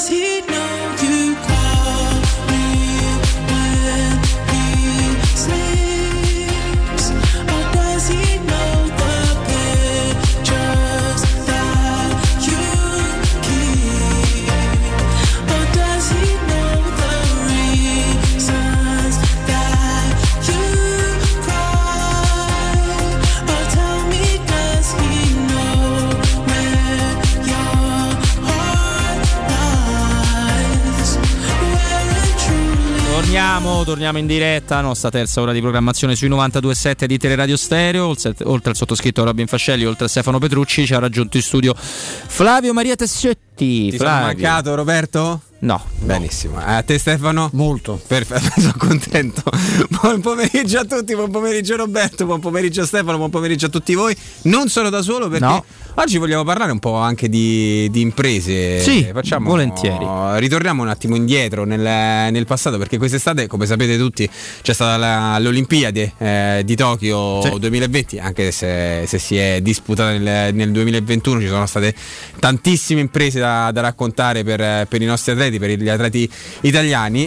[SPEAKER 1] torniamo, torniamo in diretta, nostra terza ora di programmazione sui novantadue virgola sette di Teleradio Stereo. Oltre al sottoscritto Robin Fascelli, oltre a Stefano Petrucci, ci ha raggiunto in studio Flavio Maria Tessetti.
[SPEAKER 7] Ti
[SPEAKER 1] Flavio.
[SPEAKER 7] sono mancato, Roberto?
[SPEAKER 1] No.
[SPEAKER 7] Benissimo. A te Stefano?
[SPEAKER 2] Molto.
[SPEAKER 7] Perfetto, sono contento. Buon pomeriggio a tutti, buon pomeriggio Roberto, buon pomeriggio Stefano, buon pomeriggio a tutti voi. Non sono da solo perché
[SPEAKER 1] no.
[SPEAKER 7] oggi vogliamo parlare un po' anche di, di imprese.
[SPEAKER 1] Sì,
[SPEAKER 7] facciamo,
[SPEAKER 1] volentieri.
[SPEAKER 7] Ritorniamo un attimo indietro nel, nel passato, perché quest'estate, come sapete tutti, c'è stata la, l'Olimpiade eh, di Tokyo sì. duemilaventi, anche se, se si è disputata nel, nel duemilaventuno. Ci sono state tantissime imprese da, da raccontare per, per i nostri atleti, per gli atleti italiani,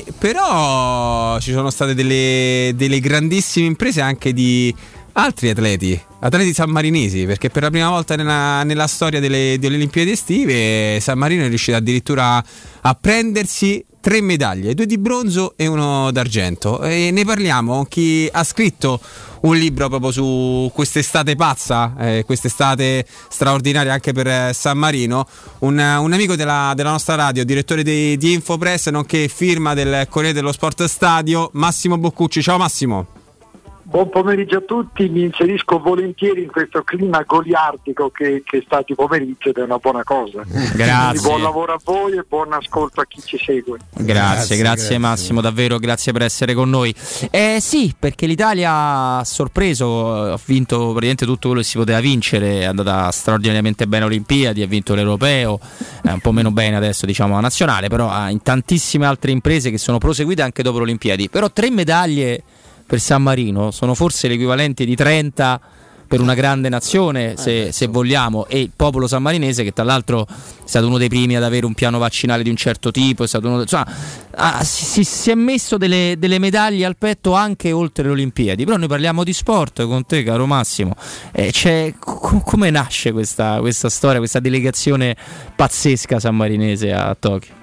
[SPEAKER 7] però ci sono state delle, delle grandissime imprese anche di altri atleti, atleti sammarinesi, perché per la prima volta nella, nella storia delle, delle Olimpiadi estive San Marino è riuscito addirittura a prendersi tre medaglie, due di bronzo e uno d'argento, e ne parliamo con chi ha scritto un libro proprio su quest'estate pazza, eh, quest'estate straordinaria anche per San Marino, un, un amico della, della nostra radio, direttore di, di Infopress, nonché firma del Corriere dello Sport Stadio, Massimo Boccucci. Ciao Massimo.
[SPEAKER 12] Buon pomeriggio a tutti, mi inserisco volentieri in questo clima goliardico che, che sta di pomeriggio ed è una buona cosa.
[SPEAKER 1] Grazie.
[SPEAKER 12] Quindi buon lavoro a voi e buon ascolto a chi ci segue.
[SPEAKER 1] Grazie, grazie, grazie Massimo, davvero grazie per essere con noi. Eh sì, perché l'Italia ha sorpreso, ha vinto praticamente tutto quello che si poteva vincere, è andata straordinariamente bene alle Olimpiadi, ha vinto l'Europeo, è un po' meno bene adesso diciamo la nazionale, però ha in tantissime altre imprese che sono proseguite anche dopo le Olimpiadi. Però tre medaglie per San Marino sono forse l'equivalente di trenta per una grande nazione, se, se vogliamo, e il popolo sammarinese, che tra l'altro è stato uno dei primi ad avere un piano vaccinale di un certo tipo, è stato uno, insomma, ah, si, si è messo delle, delle medaglie al petto anche oltre le Olimpiadi. Però noi parliamo di sport con te, caro Massimo, eh, c'è, co- come nasce questa, questa storia, questa delegazione pazzesca sammarinese a Tokyo?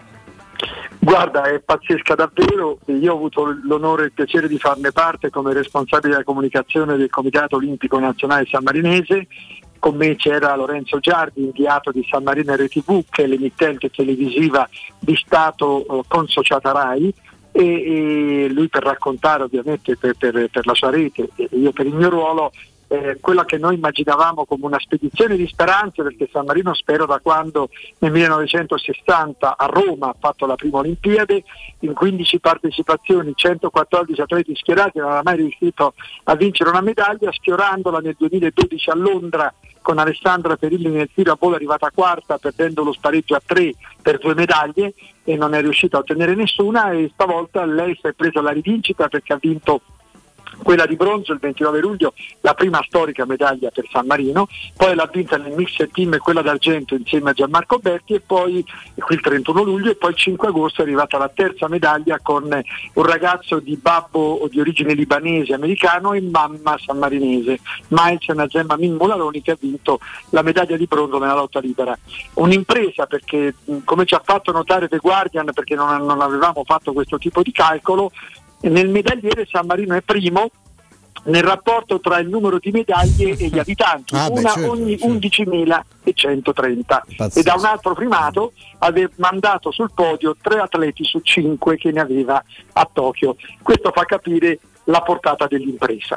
[SPEAKER 12] Guarda, è pazzesca davvero, io ho avuto l'onore e il piacere di farne parte come responsabile della comunicazione del Comitato Olimpico Nazionale Sammarinese. Con me c'era Lorenzo Giardi, inviato di San Marino R T V, che è l'emittente televisiva di Stato eh, consociata RAI, e, e lui per raccontare ovviamente per, per, per la sua rete e io per il mio ruolo Eh, quella che noi immaginavamo come una spedizione di speranze, perché San Marino spero da quando nel millenovecentosessanta a Roma ha fatto la prima Olimpiade, in quindici partecipazioni, centoquattordici atleti schierati, non ha mai riuscito a vincere una medaglia, sfiorandola nel duemiladodici a Londra con Alessandra Perilli nel tiro a volo, arrivata quarta perdendo lo spareggio a tre per due medaglie e non è riuscita a ottenere nessuna, e stavolta lei si è presa la rivincita perché ha vinto quella di bronzo il ventinove luglio, la prima storica medaglia per San Marino, poi l'ha vinta nel mixed team quella d'argento insieme a Gianmarco Berti, e poi qui il trentuno luglio, e poi il cinque agosto è arrivata la terza medaglia con un ragazzo di babbo di origine libanese americano e mamma sammarinese, Miles Nazem Amin Mularoni, che ha vinto la medaglia di bronzo nella lotta libera. Un'impresa perché, come ci ha fatto notare The Guardian, perché non, non avevamo fatto questo tipo di calcolo, nel medagliere San Marino è primo nel rapporto tra il numero di medaglie e gli abitanti,
[SPEAKER 2] ah,
[SPEAKER 12] una
[SPEAKER 2] beh, certo,
[SPEAKER 12] ogni
[SPEAKER 2] certo.
[SPEAKER 12] undicimilacentotrenta, e da un altro primato aveva mandato sul podio tre atleti su cinque che ne aveva a Tokyo. Questo fa capire la portata dell'impresa.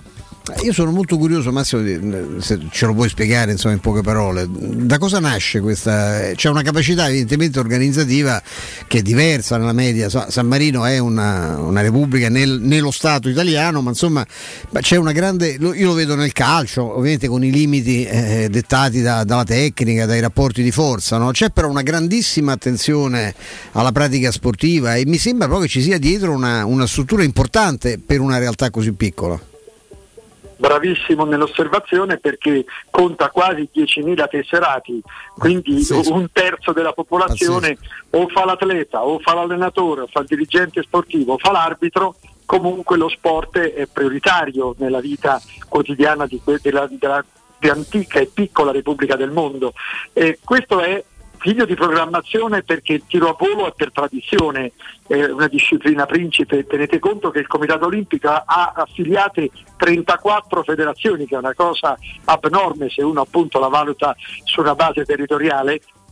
[SPEAKER 2] Io sono molto curioso, Massimo, se ce lo puoi spiegare insomma in poche parole, da cosa nasce questa? C'è una capacità evidentemente organizzativa che è diversa nella media. San Marino è una, una repubblica nel, nello Stato italiano, ma insomma c'è una grande, io lo vedo nel calcio ovviamente con i limiti eh, dettati da, dalla tecnica, dai rapporti di forza, no? C'è però una grandissima attenzione alla pratica sportiva e mi sembra proprio che ci sia dietro una, una struttura importante per una realtà così piccola.
[SPEAKER 12] Bravissimo nell'osservazione, perché conta quasi diecimila tesserati, quindi sì, un terzo della popolazione o fa l'atleta o fa l'allenatore o fa il dirigente sportivo o fa l'arbitro. Comunque lo sport è prioritario nella vita quotidiana di, della, della, della antica e piccola Repubblica del mondo, e questo è figlio di programmazione, perché il tiro a volo è per tradizione eh, una disciplina principe. Tenete conto che il Comitato Olimpico ha affiliate trentaquattro federazioni, che è una cosa abnorme se uno appunto la valuta su una base territoriale,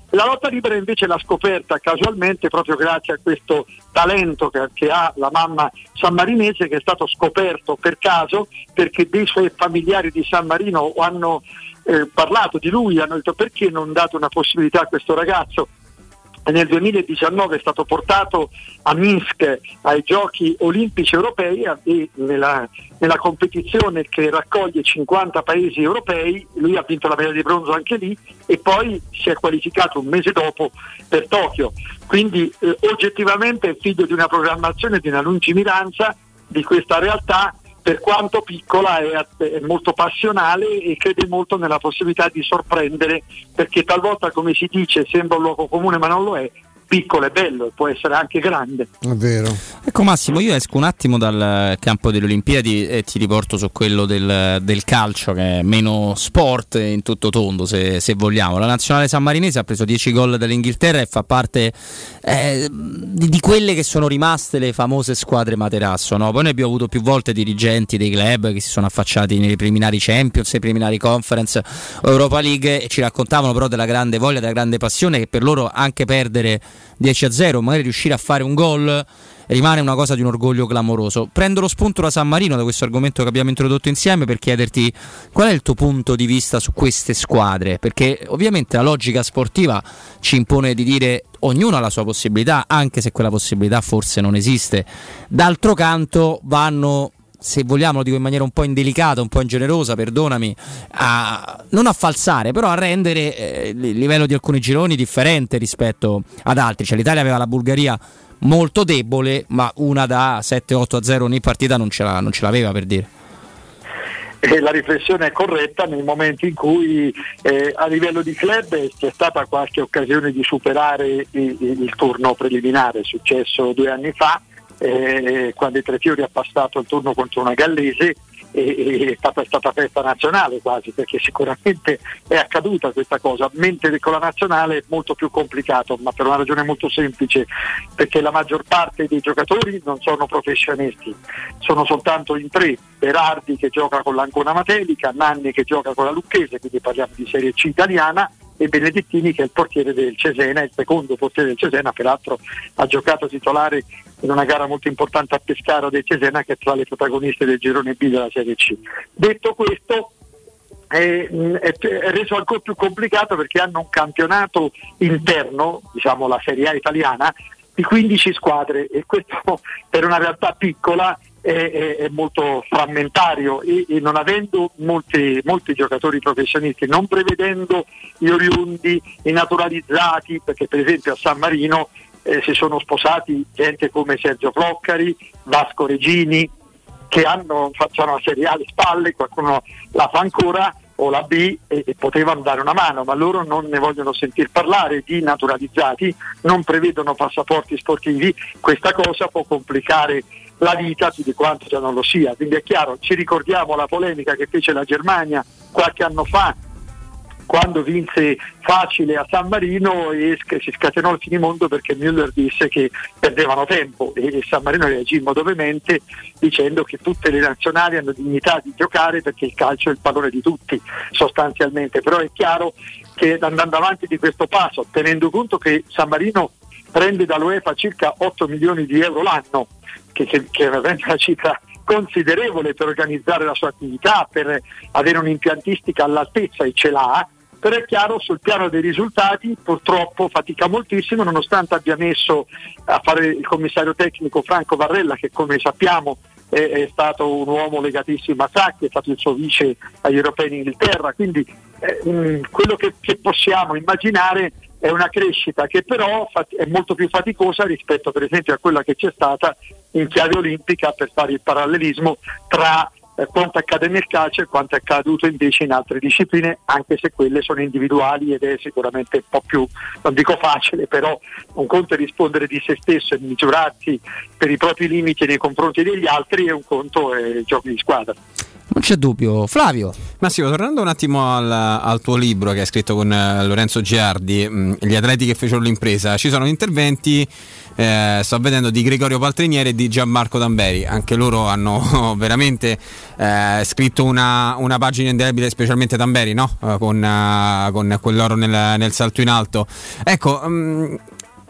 [SPEAKER 12] La lotta libera invece l'ha scoperta casualmente proprio grazie a questo talento che, che ha la mamma sammarinese, che è stato scoperto per caso perché dei suoi familiari di San Marino hanno eh, parlato di lui, hanno detto perché non date una possibilità a questo ragazzo. E nel duemiladiciannove è stato portato a Minsk ai Giochi Olimpici Europei e nella, nella competizione che raccoglie cinquanta paesi europei lui ha vinto la medaglia di bronzo anche lì e poi si è qualificato un mese dopo per Tokyo. Quindi eh, oggettivamente è figlio di una programmazione, di una lungimiranza di questa realtà, per quanto piccola è, è molto passionale e crede molto nella possibilità di sorprendere, perché talvolta, come si dice, sembra un luogo comune ma non lo è. Piccolo e bello, e può essere anche grande.
[SPEAKER 2] È vero.
[SPEAKER 1] Ecco Massimo, io esco un attimo dal campo delle Olimpiadi e ti riporto su quello del, del calcio, che è meno sport in tutto tondo, se, se vogliamo. La nazionale sammarinese ha preso dieci gol dall'Inghilterra e fa parte eh, di, di quelle che sono rimaste le famose squadre materasso, no? Poi noi abbiamo avuto più volte dirigenti dei club che si sono affacciati nei preliminari Champions, nei preliminari Conference o Europa League e ci raccontavano però della grande voglia, della grande passione, che per loro anche perdere dieci a zero, magari riuscire a fare un gol rimane una cosa di un orgoglio clamoroso. Prendo lo spunto da San Marino, da questo argomento che abbiamo introdotto insieme, per chiederti qual è il tuo punto di vista su queste squadre, perché ovviamente la logica sportiva ci impone di dire ognuno ha la sua possibilità, anche se quella possibilità forse non esiste. D'altro canto vanno, se vogliamo, lo dico in maniera un po' indelicata, un po' ingenerosa, perdonami, a non a falsare, però a rendere eh, il livello di alcuni gironi differente rispetto ad altri. Cioè l'Italia aveva la Bulgaria molto debole, ma una da sette otto a zero ogni partita non ce, la, non ce l'aveva, per dire.
[SPEAKER 12] E la riflessione è corretta nei momenti in cui eh, a livello di club c'è stata qualche occasione di superare il, il turno preliminare, è successo due anni fa, Eh, quando il Trefiori ha passato il turno contro una gallese e, e è stata, è stata festa nazionale quasi, perché sicuramente è accaduta questa cosa, mentre con la nazionale è molto più complicato, ma per una ragione molto semplice, perché la maggior parte dei giocatori non sono professionisti, sono soltanto in tre: Berardi che gioca con l'Ancona Matelica, Nanni che gioca con la Lucchese, quindi parliamo di Serie C italiana, e Benedettini che è il portiere del Cesena, il secondo portiere del Cesena, peraltro ha giocato titolare in una gara molto importante a Pescara del Cesena, che è tra le protagoniste del girone B della Serie C. Detto questo, è, è, è reso ancora più complicato perché hanno un campionato interno, diciamo la Serie A italiana, di quindici squadre, e questo per una realtà piccola è, è, è molto frammentario, e, e non avendo molti, molti giocatori professionisti, non prevedendo gli oriundi, i naturalizzati, perché per esempio a San Marino eh, si sono sposati gente come Sergio Floccari, Vasco Regini, che hanno, facciano la Serie A alle spalle, qualcuno la fa ancora o la B e, e potevano dare una mano, ma loro non ne vogliono sentir parlare di naturalizzati, non prevedono passaporti sportivi. Questa cosa può complicare la vita più di quanto già non lo sia, quindi è chiaro, ci ricordiamo la polemica che fece la Germania qualche anno fa quando vinse facile a San Marino e si scatenò il finimondo perché Müller disse che perdevano tempo, e San Marino reagì in modo veemente dicendo che tutte le nazionali hanno dignità di giocare perché il calcio è il pallone di tutti sostanzialmente. Però è chiaro che andando avanti di questo passo, tenendo conto che San Marino prende dall'UEFA circa otto milioni di euro l'anno, che, che, che è veramente una cifra considerevole per organizzare la sua attività, per avere un'impiantistica all'altezza, e ce l'ha, però è chiaro sul piano dei risultati purtroppo fatica moltissimo, nonostante abbia messo a fare il commissario tecnico Franco Varrella, che come sappiamo è, è stato un uomo legatissimo a Sacchi, è stato il suo vice agli europei in Inghilterra, quindi eh, mh, quello che, che possiamo immaginare è una crescita che però è molto più faticosa rispetto per esempio a quella che c'è stata in chiave olimpica, per fare il parallelismo tra eh, quanto accade nel calcio e quanto è accaduto invece in altre discipline, anche se quelle sono individuali ed è sicuramente un po' più, non dico facile, però un conto è rispondere di se stesso e misurarsi per i propri limiti nei confronti degli altri, e un conto è il gioco di squadra.
[SPEAKER 1] Non c'è dubbio. Flavio.
[SPEAKER 7] Massimo, tornando un attimo al, al tuo libro che hai scritto con eh, Lorenzo Giardi, mh, Gli atleti che fecero l'impresa, ci sono interventi, eh, sto vedendo, di Gregorio Paltrinieri e di Gianmarco Tamberi. Anche loro hanno veramente eh, scritto una, una pagina indelebile, specialmente Tamberi, no? Eh, con, uh, con quell'oro nel, nel salto in alto. Ecco, mh,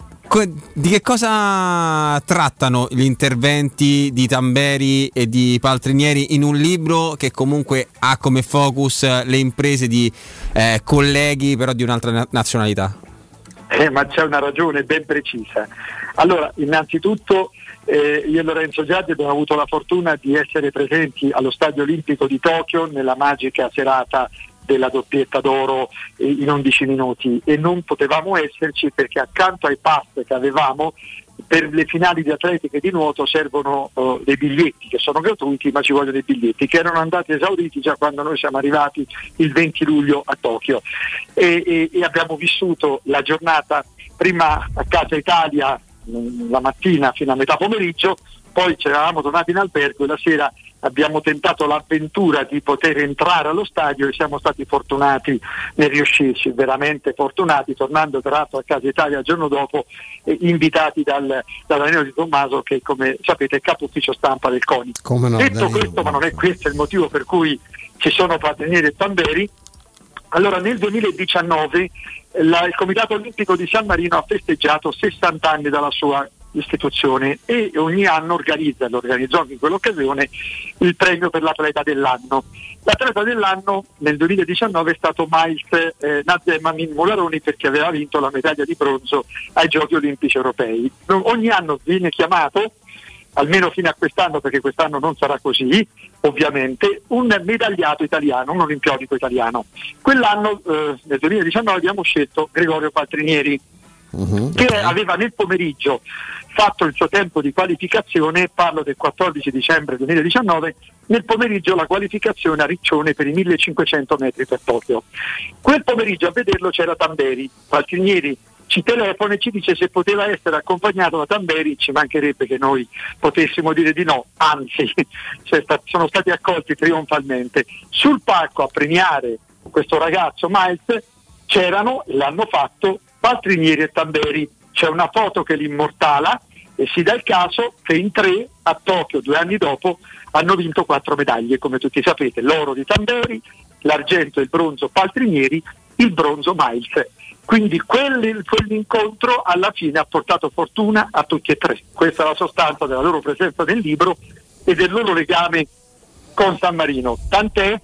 [SPEAKER 7] di che cosa trattano gli interventi di Tamberi e di Paltrinieri in un libro che comunque ha come focus le imprese di eh, colleghi però di un'altra na- nazionalità?
[SPEAKER 12] Eh, ma c'è una ragione ben precisa. Allora, innanzitutto eh, io e Lorenzo Giardi abbiamo avuto la fortuna di essere presenti allo Stadio Olimpico di Tokyo nella magica serata della doppietta d'oro in undici minuti, e non potevamo esserci perché accanto ai pass che avevamo per le finali di atletica e di nuoto servono uh, dei biglietti che sono gratuiti, ma ci vogliono dei biglietti che erano andati esauriti già quando noi siamo arrivati il venti luglio a Tokyo, e, e, e abbiamo vissuto la giornata prima a Casa Italia mh, la mattina fino a metà pomeriggio, poi ci eravamo tornati in albergo e la sera abbiamo tentato l'avventura di poter entrare allo stadio e siamo stati fortunati nel riuscirci, veramente fortunati, tornando tra l'altro a Casa Italia il giorno dopo, eh, invitati dal, da Danilo Di Tommaso, che come sapete è capo ufficio stampa del CONI.
[SPEAKER 2] Come no,
[SPEAKER 12] Detto
[SPEAKER 2] Danilo.
[SPEAKER 12] questo, ma non è questo il motivo per cui ci sono Paltrinieri e Tamberi, allora nel duemiladiciannove la, il Comitato Olimpico di San Marino ha festeggiato sessanta anni dalla sua istituzione e ogni anno organizza, lo organizzò in quell'occasione, il premio per l'atleta dell'anno. L'atleta dell'anno nel duemiladiciannove è stato Miles eh, Nazem Amin Mularoni, perché aveva vinto la medaglia di bronzo ai Giochi Olimpici Europei. Ogni anno viene chiamato, almeno fino a quest'anno, perché quest'anno non sarà così ovviamente, un medagliato italiano, un olimpionico italiano. Quell'anno eh, nel duemiladiciannove abbiamo scelto Gregorio Paltrinieri, uh-huh, che okay. aveva nel pomeriggio fatto il suo tempo di qualificazione, parlo del quattordici dicembre duemiladiciannove, nel pomeriggio la qualificazione a Riccione per i millecinquecento metri per Tokyo. Quel pomeriggio a vederlo c'era Tamberi. Paltrinieri ci telefona e ci dice se poteva essere accompagnato da Tamberi, ci mancherebbe che noi potessimo dire di no, anzi cioè, sono stati accolti trionfalmente. Sul palco a premiare questo ragazzo Miles c'erano, e l'hanno fatto, Paltrinieri e Tamberi. C'è una foto che li immortala e si dà il caso che in tre a Tokyo due anni dopo hanno vinto quattro medaglie, come tutti sapete: l'oro di Tamberi, l'argento e il bronzo Paltrinieri, il bronzo Miles. Quindi quelli, quell'incontro alla fine ha portato fortuna a tutti e tre. Questa è la sostanza della loro presenza nel libro e del loro legame con San Marino, tant'è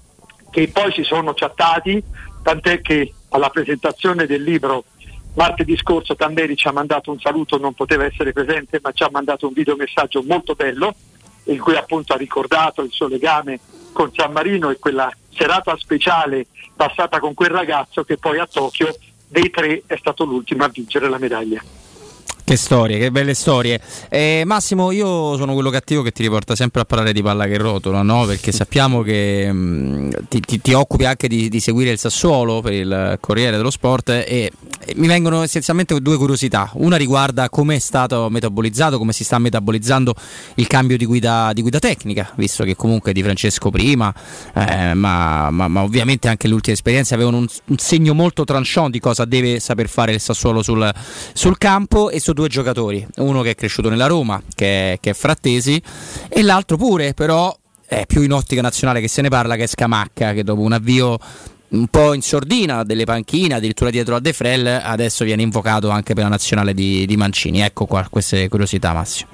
[SPEAKER 12] che poi si sono chattati, tant'è che alla presentazione del libro martedì scorso Tamberi ci ha mandato un saluto, non poteva essere presente, ma ci ha mandato un videomessaggio molto bello in cui appunto ha ricordato il suo legame con San Marino e quella serata speciale passata con quel ragazzo che poi a Tokyo dei tre è stato l'ultimo a vincere la medaglia.
[SPEAKER 1] Che storie, che belle storie. Eh, Massimo, io sono quello cattivo che ti riporta sempre a parlare di palla che rotola, no? Perché sappiamo che mh, ti, ti, ti occupi anche di, di seguire il Sassuolo per il Corriere dello Sport e, e mi vengono essenzialmente due curiosità. Una riguarda come è stato metabolizzato, come si sta metabolizzando il cambio di guida, di guida tecnica, visto che comunque Di Francesco prima, eh, ma, ma, ma ovviamente anche le ultime esperienze avevano un, un segno molto tranchant di cosa deve saper fare il Sassuolo sul, sul campo, e su due giocatori, uno che è cresciuto nella Roma, che è, che è Frattesi, e l'altro pure, però è più in ottica nazionale che se ne parla, che è Scamacca, che dopo un avvio un po' in sordina delle panchine, addirittura dietro a De Frel, adesso viene invocato anche per la nazionale di, di Mancini. Ecco qua queste curiosità, Massimo.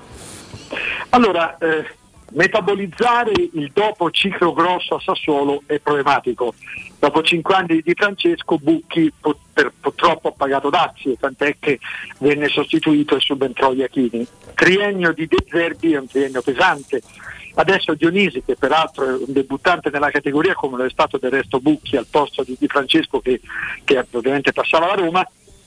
[SPEAKER 12] Allora, eh, metabolizzare il dopo ciclo grosso a Sassuolo è problematico. Dopo cinque anni di Francesco, Bucchi po- per, purtroppo ha pagato dazi, tant'è che venne sostituito e subentrò Iachini. Triennio di De Zerbi è un triennio pesante. Adesso Dionisi, che peraltro è un debuttante nella categoria, come lo è stato del resto Bucchi, al posto di Di Francesco che, che ovviamente passava alla Roma,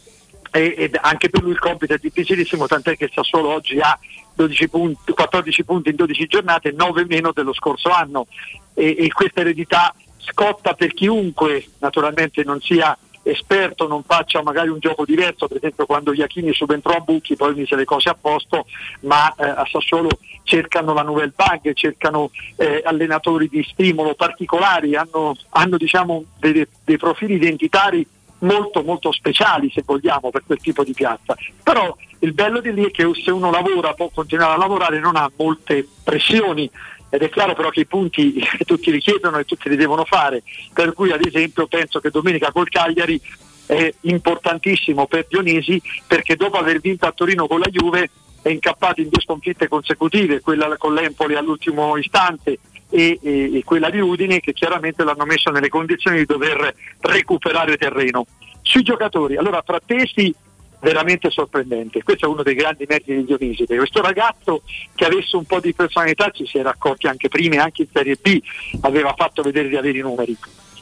[SPEAKER 12] e, ed anche per lui il compito è difficilissimo, tant'è che Sassuolo oggi ha dodici punti, quattordici punti in dodici giornate, nove meno dello scorso anno, e, e questa eredità scotta per chiunque naturalmente non sia esperto non faccia magari un gioco diverso, per esempio quando Iachini subentrò a Bucchi poi mise le cose a posto, ma eh, a Sassuolo cercano la nouvelle vague, cercano eh, allenatori di stimolo particolari, hanno, hanno diciamo dei, dei profili identitari molto molto speciali, se vogliamo, per quel tipo di piazza. Però il bello di lì è che se uno lavora, può continuare a lavorare, non ha molte pressioni, ed è chiaro però che i punti tutti li chiedono e tutti li devono fare, per cui ad esempio penso che domenica col Cagliari è importantissimo per Dionisi, perché dopo aver vinto a Torino con la Juve è incappato in due sconfitte consecutive, quella con l'Empoli all'ultimo istante e, e, e quella di Udine, che chiaramente l'hanno messo nelle condizioni di dover recuperare terreno. Sui giocatori, allora Frattesi veramente sorprendente, questo è uno dei grandi meriti di Dionisi, perché questo ragazzo che avesse un po' di personalità ci si era accorti anche prima, e anche in Serie B aveva fatto vedere di avere i numeri.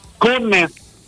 [SPEAKER 12] Con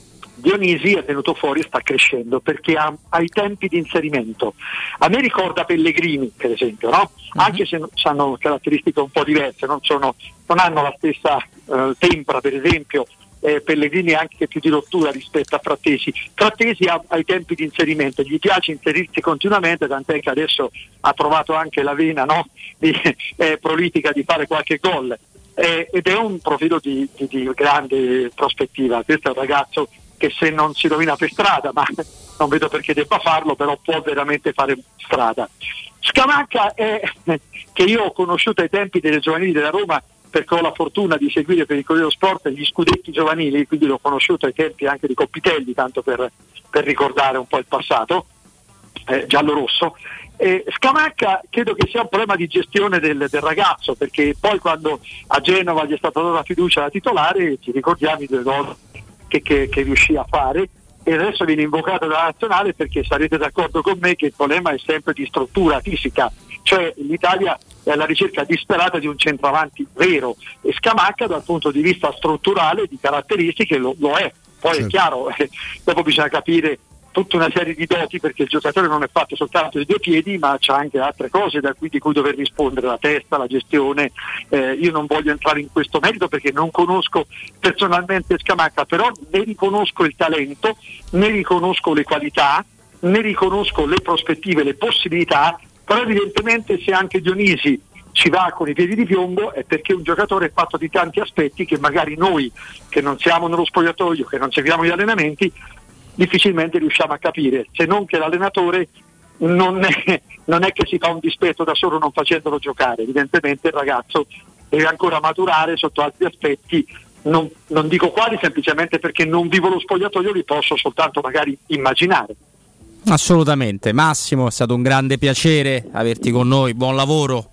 [SPEAKER 12] Dionisi è venuto fuori e sta crescendo perché ha, ha i tempi di inserimento. A me ricorda Pellegrini, per esempio, no? Uh-huh. Anche se hanno caratteristiche un po' diverse, non, sono, non hanno la stessa uh, tempra, per esempio. Eh, Pellegrini è anche più di rottura rispetto a Frattesi. Frattesi ha, ha i tempi di inserimento, gli piace inserirsi continuamente, tant'è che adesso ha trovato anche la vena, no? di, eh, prolifica di fare qualche gol, eh, ed è un profilo di, di, di grande prospettiva. Questo è un ragazzo che se non si rovina per strada, ma non vedo perché debba farlo, però può veramente fare strada. Scamacca è che io ho conosciuto ai tempi delle giovanili della Roma, perché ho la fortuna di seguire per il Corriere dello Sport gli scudetti giovanili, quindi l'ho conosciuto ai tempi anche di Coppitelli, tanto per, per ricordare un po' il passato, eh, giallo-rosso. Eh, Scamacca credo che sia un problema di gestione del, del ragazzo, perché poi quando a Genova gli è stata data la fiducia da titolare, ci ricordiamo i due gol che, che, che riuscì a fare, e adesso viene invocato dalla nazionale, perché sarete d'accordo con me che il problema è sempre di struttura fisica, cioè l'Italia è alla ricerca disperata di un centravanti vero, e Scamacca dal punto di vista strutturale di caratteristiche lo, lo è. Poi certo. È chiaro, eh, dopo bisogna capire tutta una serie di doti, perché il giocatore non è fatto soltanto di due piedi, ma c'ha anche altre cose da cui, di cui dover rispondere, la testa, la gestione. Eh, io non voglio entrare in questo merito perché non conosco personalmente Scamacca, però ne riconosco il talento, ne riconosco le qualità, ne riconosco le prospettive, le possibilità. Però evidentemente se anche Dionisi ci va con i piedi di piombo è perché un giocatore è fatto di tanti aspetti che magari noi, che non siamo nello spogliatoio, che non seguiamo gli allenamenti, difficilmente riusciamo a capire, se non che l'allenatore non è, non è che si fa un dispetto da solo non facendolo giocare. Evidentemente il ragazzo deve ancora maturare sotto altri aspetti, non, non dico quali, semplicemente perché non vivo lo spogliatoio, li posso soltanto magari immaginare.
[SPEAKER 1] Assolutamente. Massimo, è stato un grande piacere averti con noi, buon lavoro.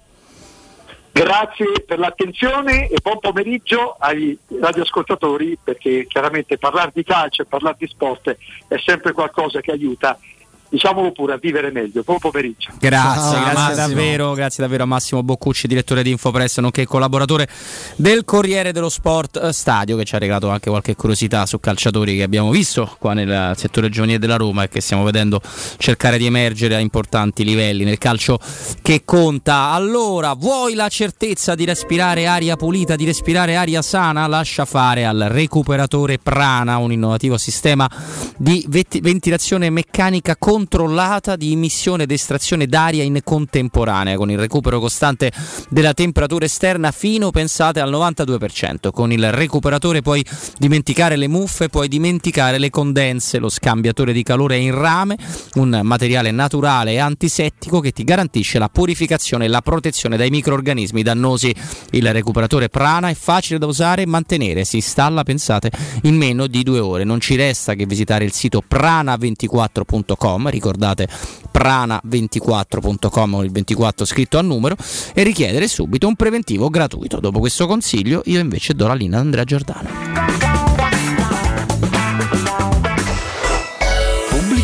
[SPEAKER 12] Grazie per l'attenzione e buon pomeriggio ai radioascoltatori, perché chiaramente parlare di calcio e parlare di sport è sempre qualcosa che aiuta, diciamolo pure, a vivere meglio. Buon pomeriggio.
[SPEAKER 1] Grazie, Ciao, grazie davvero, grazie davvero a Massimo Boccucci, direttore di Infopress, nonché collaboratore del Corriere dello Sport Stadio, che ci ha regalato anche qualche curiosità su calciatori che abbiamo visto qua nel settore giovanile della Roma e che stiamo vedendo cercare di emergere a importanti livelli nel calcio che conta. Allora, vuoi la certezza di respirare aria pulita, di respirare aria sana? Lascia fare al recuperatore Prana, un innovativo sistema di vet- ventilazione meccanica con controllata di immissione ed estrazione d'aria in contemporanea, con il recupero costante della temperatura esterna fino, pensate, al novantadue per cento. Con il recuperatore puoi dimenticare le muffe, puoi dimenticare le condense. Lo scambiatore di calore è in rame, un materiale naturale e antisettico che ti garantisce la purificazione e la protezione dai microrganismi dannosi. Il recuperatore Prana è facile da usare e mantenere, si installa, pensate, in meno di due ore. Non ci resta che visitare il sito prana ventiquattro punto com, ricordate prana ventiquattro punto com con il ventiquattro scritto a numero, e richiedere subito un preventivo gratuito. Dopo questo consiglio io invece do la linea ad Andrea Giordano.
[SPEAKER 4] Pubblicità.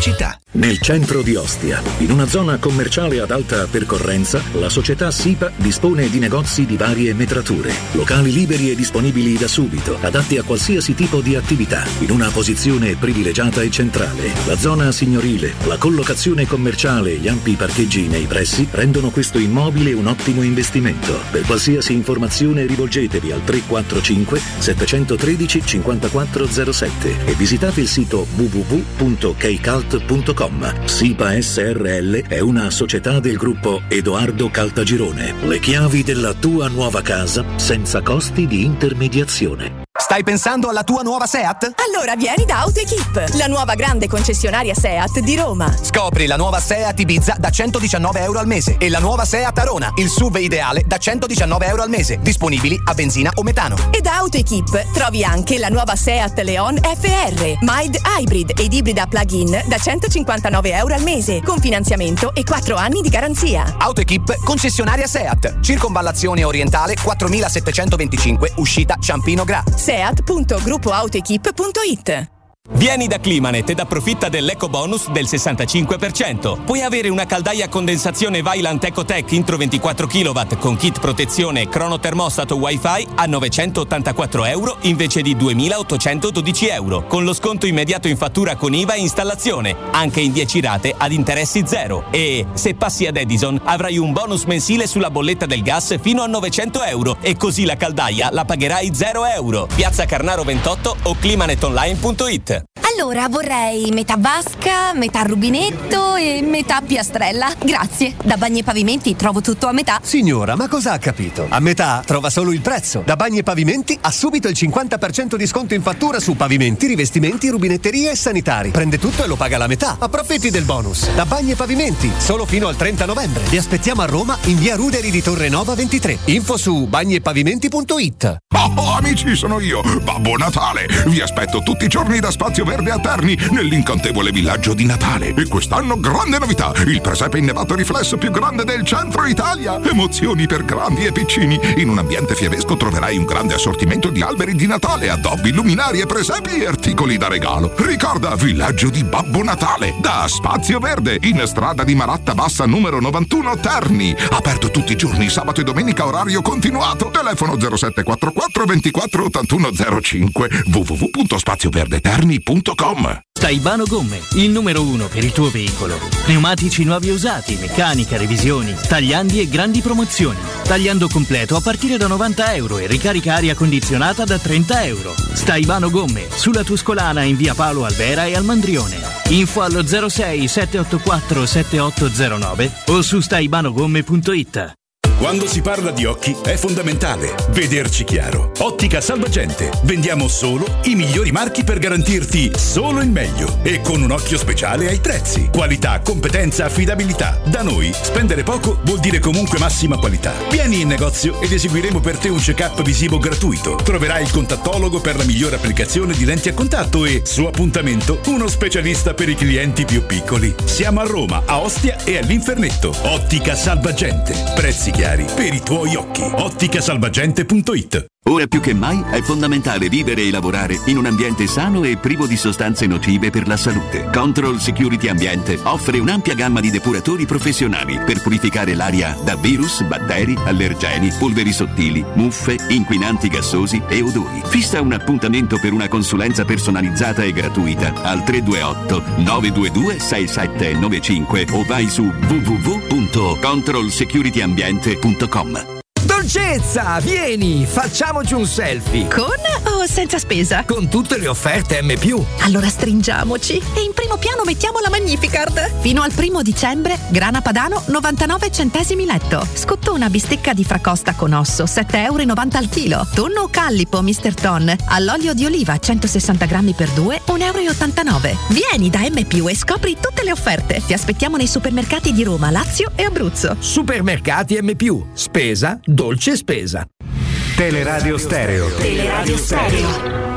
[SPEAKER 4] Nel centro di Ostia, in una zona commerciale ad alta percorrenza, la società SIPA dispone di negozi di varie metrature, locali liberi e disponibili da subito, adatti a qualsiasi tipo di attività, in una posizione privilegiata e centrale. La zona signorile, la collocazione commerciale e gli ampi parcheggi nei pressi rendono questo immobile un ottimo investimento. Per qualsiasi informazione rivolgetevi al tre quattro cinque sette uno tre cinque zero sette e visitate il sito w w w punto keycult punto com. SIPA S R L è una società del gruppo Edoardo Caltagirone. Le chiavi della tua nuova casa senza costi di intermediazione.
[SPEAKER 3] Stai pensando alla tua nuova Seat?
[SPEAKER 13] Allora vieni da AutoEquip, la nuova grande concessionaria Seat di Roma.
[SPEAKER 3] Scopri la nuova Seat Ibiza da centodiciannove euro al mese e la nuova Seat Arona, il S U V ideale da centodiciannove euro al mese, disponibili a benzina o metano.
[SPEAKER 13] E da AutoEquip trovi anche la nuova Seat Leon F R, mild hybrid ed ibrida plug-in da centocinquantanove euro al mese, con finanziamento e quattro anni di garanzia.
[SPEAKER 3] AutoEquip, concessionaria Seat, circonvallazione orientale quattromilasettecentoventicinque, uscita Ciampino Gra.
[SPEAKER 13] seat punto gruppo autoequip punto it.
[SPEAKER 15] Vieni da Climanet ed approfitta dell'eco bonus del sessantacinque per cento. Puoi avere una caldaia a condensazione Vaillant Ecotech Intro ventiquattro chilowatt con kit protezione e cronotermostato Wi-Fi a novecentottantaquattro euro invece di duemilaottocentododici euro, con lo sconto immediato in fattura con I V A e installazione, anche in dieci rate ad interessi zero. E se passi ad Edison avrai un bonus mensile sulla bolletta del gas fino a novecento euro e così la caldaia la pagherai zero euro. Piazza Carnaro ventotto o climanetonline punto it.
[SPEAKER 17] Allora vorrei metà vasca, metà rubinetto e metà piastrella. Grazie. Da Bagni e Pavimenti trovo tutto a metà.
[SPEAKER 22] Signora, ma cosa ha capito? A metà trova solo il prezzo. Da Bagni e Pavimenti ha subito il cinquanta per cento di sconto in fattura su pavimenti, rivestimenti, rubinetterie e sanitari. Prende tutto e lo paga la metà. Approfitti del bonus. Da Bagni e Pavimenti, solo fino al trenta novembre. Vi aspettiamo a Roma in via Ruderi di Torre Nova ventitré. Info su bagni e pavimenti punto it.
[SPEAKER 26] Oh, amici, sono io, Babbo Natale. Vi aspetto tutti i giorni da Spazio Verde a Terni, nell'incantevole villaggio di Natale. E quest'anno grande novità, il presepe innevato riflesso più grande del centro Italia. Emozioni per grandi e piccini. In un ambiente fiabesco troverai un grande assortimento di alberi di Natale, addobbi, luminari e presepi e articoli da regalo. Ricorda, villaggio di Babbo Natale, da Spazio Verde, in strada di Maratta Bassa numero novantuno Terni. Aperto tutti i giorni, sabato e domenica, orario continuato. Telefono zero sette quattro quattro ventiquattro ottantuno zero cinque w w w punto spazioverdeterni punto com.
[SPEAKER 27] Staibano Gomme, il numero uno per il tuo veicolo. Pneumatici nuovi e usati, meccanica, revisioni, tagliandi e grandi promozioni. Tagliando completo a partire da novanta euro e ricarica aria condizionata da trenta euro. Staibano Gomme, sulla Tuscolana in via Paolo Albera e al Mandrione. Info allo zero sei sette otto quattro sette otto zero nove o su staibanogomme punto it.
[SPEAKER 20] Quando si parla di occhi è fondamentale vederci chiaro. Ottica Salvagente. Vendiamo solo i migliori marchi per garantirti solo il meglio e con un occhio speciale ai prezzi. Qualità, competenza, affidabilità. Da noi spendere poco vuol dire comunque massima qualità. Vieni in negozio ed eseguiremo per te un check-up visivo gratuito. Troverai il contattologo per la migliore applicazione di lenti a contatto e, su appuntamento, uno specialista per i clienti più piccoli. Siamo a Roma, a Ostia e all'Infernetto. Ottica Salvagente. Prezzi chiari per i tuoi occhi. ottica salvagente punto it.
[SPEAKER 24] Ora più che mai è fondamentale vivere e lavorare in un ambiente sano e privo di sostanze nocive per la salute. Control Security Ambiente offre un'ampia gamma di depuratori professionali per purificare l'aria da virus, batteri, allergeni, polveri sottili, muffe, inquinanti gassosi e odori. Fissa un appuntamento per una consulenza personalizzata e gratuita al tre due otto nove due due sei sette nove cinque o vai su w w w punto control security ambiente punto com.
[SPEAKER 28] Dolcezza, vieni, facciamoci un selfie.
[SPEAKER 17] Con o senza spesa?
[SPEAKER 28] Con tutte le offerte M più.
[SPEAKER 17] Allora stringiamoci e in primo piano mettiamo la Magnificard. Fino al primo dicembre, grana padano novantanove centesimi letto. Scottona bistecca di fracosta con osso sette e novanta euro al chilo. Tonno callipo mister Ton all'olio di oliva centosessanta grammi per due un euro e ottantanove. Vieni da M più e scopri tutte le offerte. Ti aspettiamo nei supermercati di Roma, Lazio e Abruzzo.
[SPEAKER 28] Supermercati M più. Spesa, dolce spesa.
[SPEAKER 29] Teleradio Stereo.
[SPEAKER 8] Teleradio Stereo.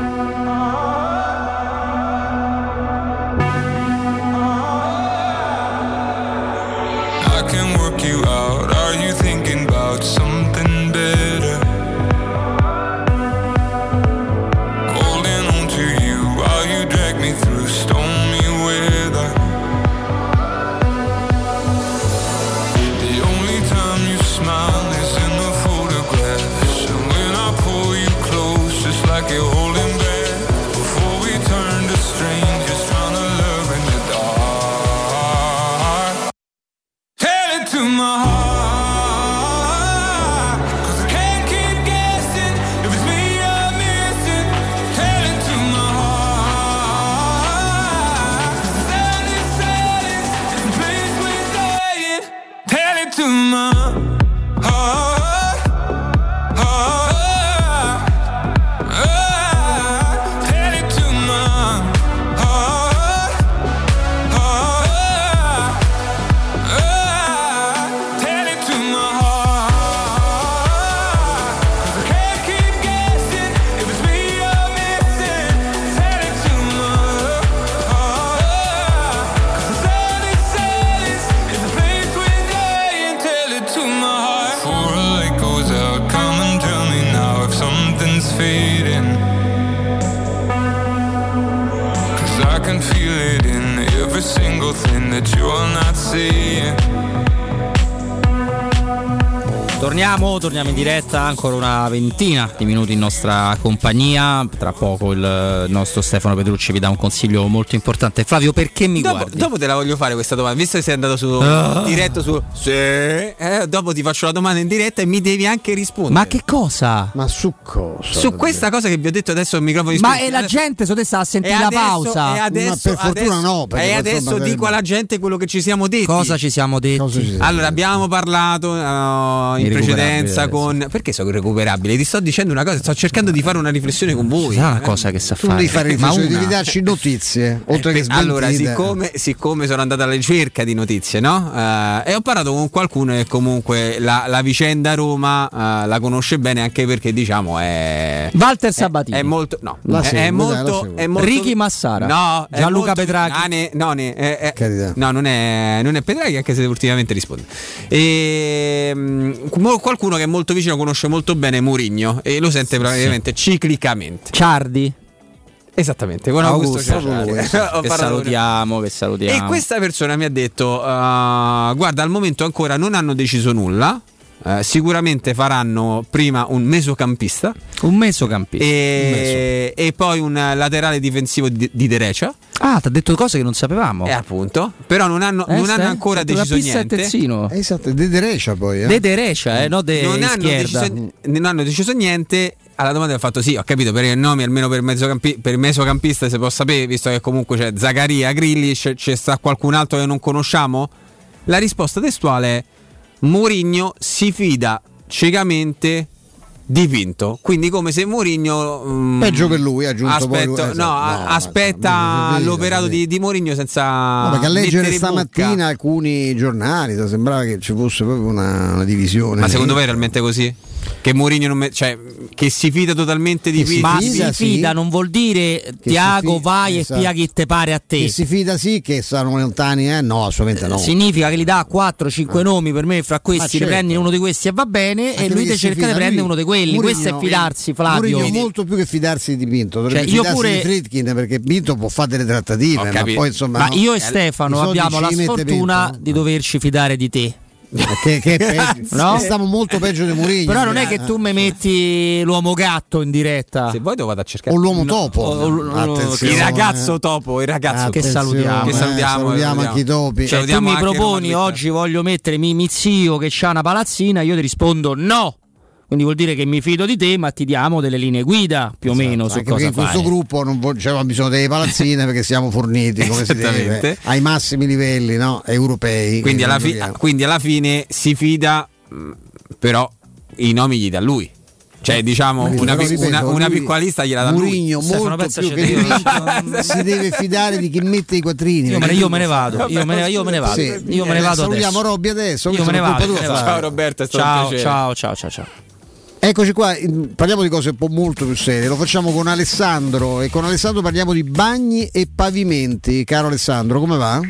[SPEAKER 11] I can work you out. Are you thinking about something better? Holding on to you while you drag me through stormy weather. to my heart, 'cause I can't keep guessing if it's me you're missing. Tell it to my heart, 'cause silence, silence is the place we're dying. Tell it to my heart, heart, heart. Tell it to my heart, heart, heart. Tell it to my heart, 'cause I can't keep guessing if it's me you're missing. Tell it to my heart, 'cause silence, silence is the place we're dying. Tell it to my heart. Before a light goes out, come and tell me now if something's fading, 'cause I can feel it in every single thing that you're not seeing.
[SPEAKER 1] Torniamo, torniamo in diretta, ancora una ventina di minuti in nostra compagnia. Tra poco il nostro Stefano Petrucci vi dà un consiglio molto importante. Flavio, perché mi
[SPEAKER 7] dopo,
[SPEAKER 1] guardi?
[SPEAKER 7] Dopo te la voglio fare questa domanda, visto che sei andato su
[SPEAKER 1] Ah.
[SPEAKER 7] diretto su sì, eh, dopo ti faccio la domanda in diretta e mi devi anche rispondere.
[SPEAKER 1] Ma che cosa?
[SPEAKER 2] Ma su cosa?
[SPEAKER 7] Su questa cosa che vi ho detto adesso al microfono
[SPEAKER 1] Ma e la gente se te sta a sentire la pausa?
[SPEAKER 7] E adesso,
[SPEAKER 2] Ma per fortuna
[SPEAKER 7] adesso-
[SPEAKER 2] no, perché
[SPEAKER 7] E
[SPEAKER 2] insomma,
[SPEAKER 7] adesso
[SPEAKER 2] sarebbe-
[SPEAKER 7] dico alla gente quello che ci siamo detti.
[SPEAKER 1] Cosa ci siamo detti?
[SPEAKER 7] Allora, abbiamo parlato uh, in
[SPEAKER 1] Irrecuperabile
[SPEAKER 7] precedenza
[SPEAKER 1] adesso.
[SPEAKER 7] con. Perché sono irrecuperabile? Ti sto dicendo una cosa, sto cercando di fare una riflessione con voi.
[SPEAKER 1] Sa una cosa che sa
[SPEAKER 2] Tu
[SPEAKER 1] fare.
[SPEAKER 2] devi fare
[SPEAKER 1] Ma
[SPEAKER 2] riflessioni,
[SPEAKER 1] una.
[SPEAKER 2] devi darci notizie, oltre
[SPEAKER 7] Eh,
[SPEAKER 2] che
[SPEAKER 7] beh,
[SPEAKER 2] smentite.
[SPEAKER 7] allora, siccome, siccome sono andato alla ricerca di notizie, no? Eh, e ho parlato con qualcuno che comunque la, la vicenda Roma eh, la conosce bene, anche perché diciamo è.
[SPEAKER 1] Walter Sabatini.
[SPEAKER 7] È, è molto. No,
[SPEAKER 2] La
[SPEAKER 7] è,
[SPEAKER 2] seguo,
[SPEAKER 7] è,
[SPEAKER 2] dai, la
[SPEAKER 7] molto,
[SPEAKER 2] seguo.
[SPEAKER 7] è molto.
[SPEAKER 1] Ricky Massara.
[SPEAKER 7] No, è
[SPEAKER 1] Gianluca
[SPEAKER 7] molto-
[SPEAKER 1] Petraghi.
[SPEAKER 7] Ah, ne- no, ne- è- è-
[SPEAKER 2] Carità.
[SPEAKER 7] no, non è, non è Petraghi, anche se ultimamente risponde. E, mh, qualcuno che è molto vicino conosce molto bene Mourinho e lo sente praticamente ciclicamente.
[SPEAKER 1] Ciardi.
[SPEAKER 7] Esattamente, con Augusto,
[SPEAKER 1] Augusto
[SPEAKER 7] Ciardi.
[SPEAKER 1] Ciardi.
[SPEAKER 7] Ho
[SPEAKER 1] Che
[SPEAKER 7] parlato-
[SPEAKER 1] salutiamo, che salutiamo.
[SPEAKER 7] E questa persona mi ha detto: uh, guarda, al momento ancora non hanno deciso nulla. eh, sicuramente faranno prima un mesocampista
[SPEAKER 1] Un mesocampista.
[SPEAKER 7] e, e poi un laterale difensivo di, di Derecha.
[SPEAKER 1] Ah, ti ha detto cose che non sapevamo.
[SPEAKER 7] E appunto, però non hanno,
[SPEAKER 1] Eh,
[SPEAKER 7] non
[SPEAKER 1] stai?
[SPEAKER 7] hanno ancora
[SPEAKER 1] Sento la
[SPEAKER 7] deciso
[SPEAKER 1] pizza e
[SPEAKER 7] niente.
[SPEAKER 1] terzino.
[SPEAKER 2] Eh, esatto, De Derecha poi. Eh.
[SPEAKER 1] De Derecha, eh, no de
[SPEAKER 7] Non hanno,
[SPEAKER 1] Izquierda.
[SPEAKER 7] deciso, non hanno deciso niente. Alla domanda ho fatto sì, ho capito, per i nomi almeno per, mezzocampi, per il mesocampista si può sapere, visto che comunque c'è Zaccaria, Grealish, c'è sta qualcun altro che non conosciamo? La risposta testuale è: Mourinho si fida ciecamente di Pinto, quindi come se Mourinho mm,
[SPEAKER 2] Peggio per lui, ha aggiunto
[SPEAKER 7] aspetta,
[SPEAKER 2] poi lui,
[SPEAKER 7] no,
[SPEAKER 2] esatto.
[SPEAKER 7] a-
[SPEAKER 2] No,
[SPEAKER 7] aspetta
[SPEAKER 2] ma- ma-
[SPEAKER 7] l'operato
[SPEAKER 2] ma-
[SPEAKER 7] di, di Mourinho senza
[SPEAKER 2] No, perché a leggere
[SPEAKER 7] mettere
[SPEAKER 2] stamattina
[SPEAKER 7] bocca.
[SPEAKER 2] alcuni giornali sembrava che ci fosse proprio una, una divisione.
[SPEAKER 7] Ma secondo voi è realmente così? Che Mourinho non me- cioè che si fida totalmente di
[SPEAKER 2] Che si
[SPEAKER 7] Pinto?
[SPEAKER 1] Ma
[SPEAKER 2] fida,
[SPEAKER 1] si fida
[SPEAKER 2] sì.
[SPEAKER 1] non vuol dire
[SPEAKER 2] si
[SPEAKER 1] Tiago
[SPEAKER 2] fi-
[SPEAKER 1] vai
[SPEAKER 2] esatto.
[SPEAKER 1] e pia chi te pare a te.
[SPEAKER 2] Che si fida sì, che stanno lontani, eh? No, assolutamente no.
[SPEAKER 1] Significa che gli dà quattro cinque nomi per me, fra questi
[SPEAKER 2] Ma
[SPEAKER 1] ne
[SPEAKER 2] certo.
[SPEAKER 1] prendi uno di questi e va bene,
[SPEAKER 2] Anche
[SPEAKER 1] e lui
[SPEAKER 2] perché
[SPEAKER 1] ti
[SPEAKER 2] si
[SPEAKER 1] cerca di
[SPEAKER 2] fida,
[SPEAKER 1] prendere
[SPEAKER 2] lui-
[SPEAKER 1] uno di quelli.
[SPEAKER 2] Mourinho-
[SPEAKER 1] Questo è fidarsi, Flavio.
[SPEAKER 2] Mourinho molto più che fidarsi di Pinto, dovrebbe
[SPEAKER 1] Cioè, io
[SPEAKER 2] fidarsi
[SPEAKER 1] pure-
[SPEAKER 2] di Friedkin, perché Pinto può fare delle trattative,
[SPEAKER 7] Ho
[SPEAKER 2] ma
[SPEAKER 7] capito.
[SPEAKER 2] poi insomma
[SPEAKER 1] Ma
[SPEAKER 2] no.
[SPEAKER 1] io e
[SPEAKER 2] I
[SPEAKER 1] Stefano
[SPEAKER 2] soldi
[SPEAKER 1] abbiamo
[SPEAKER 2] ci
[SPEAKER 1] la
[SPEAKER 2] li mette
[SPEAKER 1] sfortuna
[SPEAKER 2] Pinto.
[SPEAKER 1] di doverci fidare di te.
[SPEAKER 2] Che, che è peggio.
[SPEAKER 1] No?
[SPEAKER 2] Stiamo molto peggio di Mourinho.
[SPEAKER 1] Però non è che tu mi metti l'uomo gatto in diretta.
[SPEAKER 7] Se vuoi te lo vado a cercare.
[SPEAKER 2] O l'uomo topo.
[SPEAKER 1] o- o-
[SPEAKER 2] Attenzione.
[SPEAKER 7] Il ragazzo topo, il ragazzo
[SPEAKER 1] che
[SPEAKER 2] Attenzione,
[SPEAKER 1] salutiamo,
[SPEAKER 7] che
[SPEAKER 2] eh,
[SPEAKER 7] salutiamo,
[SPEAKER 2] salutiamo anche i topi.
[SPEAKER 1] Cioè, tu
[SPEAKER 7] Salutiamo
[SPEAKER 1] mi
[SPEAKER 7] anche
[SPEAKER 1] proponi
[SPEAKER 7] Roma
[SPEAKER 1] oggi voglio mettermi mio zio che c'ha una palazzina, io ti rispondo no. Quindi vuol dire che mi fido di te, ma ti diamo delle linee guida più o meno su
[SPEAKER 2] Anche
[SPEAKER 1] cosa
[SPEAKER 2] perché in questo
[SPEAKER 1] fare.
[SPEAKER 2] gruppo non vo- c'avevamo bisogno delle palazzine perché siamo forniti come si deve
[SPEAKER 7] Esattamente.
[SPEAKER 2] ai massimi livelli, no? Europei.
[SPEAKER 7] Quindi alla, fi-
[SPEAKER 2] giochiamo.
[SPEAKER 7] quindi alla fine si fida, mh, però i nomi gli dà lui. Cioè, diciamo,
[SPEAKER 2] Ma
[SPEAKER 7] una,
[SPEAKER 2] però,
[SPEAKER 7] pi-
[SPEAKER 2] ripeto,
[SPEAKER 7] una- una
[SPEAKER 2] lui-
[SPEAKER 7] piccola lista gliela dà lui.
[SPEAKER 2] Mourinho
[SPEAKER 1] Stefano,
[SPEAKER 2] molto
[SPEAKER 1] pensa
[SPEAKER 2] più
[SPEAKER 1] c'è
[SPEAKER 2] che di
[SPEAKER 1] Dio.
[SPEAKER 2] Pinto si deve fidare di chi mette i quattrini.
[SPEAKER 1] Io me, ne,
[SPEAKER 2] perché
[SPEAKER 1] io me ne vado, io me ne, io me ne vado,
[SPEAKER 2] Sì.
[SPEAKER 1] io me ne
[SPEAKER 2] Eh,
[SPEAKER 1] vado
[SPEAKER 2] salutiamo
[SPEAKER 1] adesso.
[SPEAKER 2] Robby adesso.
[SPEAKER 1] Io
[SPEAKER 2] questa
[SPEAKER 1] me ne
[SPEAKER 2] è colpa
[SPEAKER 1] vado,
[SPEAKER 2] tua,
[SPEAKER 1] me ne vado.
[SPEAKER 2] Flavio.
[SPEAKER 7] Ciao Roberto, è stato un
[SPEAKER 1] Ciao,
[SPEAKER 7] piacere.
[SPEAKER 1] ciao, ciao, ciao, ciao.
[SPEAKER 2] Eccoci qua, parliamo di cose un po' molto più serie, lo facciamo con Alessandro e con Alessandro parliamo di bagni e pavimenti. Caro Alessandro, come va?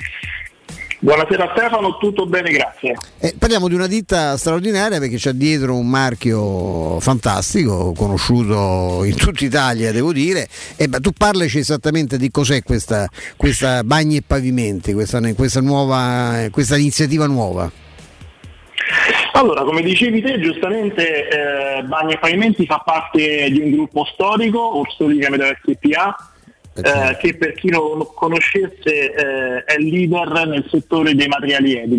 [SPEAKER 5] Buonasera Stefano, tutto bene, grazie.
[SPEAKER 2] Eh, parliamo di una ditta straordinaria perché c'è dietro un marchio fantastico, conosciuto in tutta Italia, devo dire. E beh, tu parlaci esattamente di cos'è questa, questa bagni e pavimenti, questa, questa, nuova, questa iniziativa nuova.
[SPEAKER 5] Allora, come dicevi te, giustamente eh, Bagni e Pavimenti fa parte di un gruppo storico, Orsolia Medeo S P A, eh, che per chi non lo conoscesse eh, è leader nel settore dei materiali edili.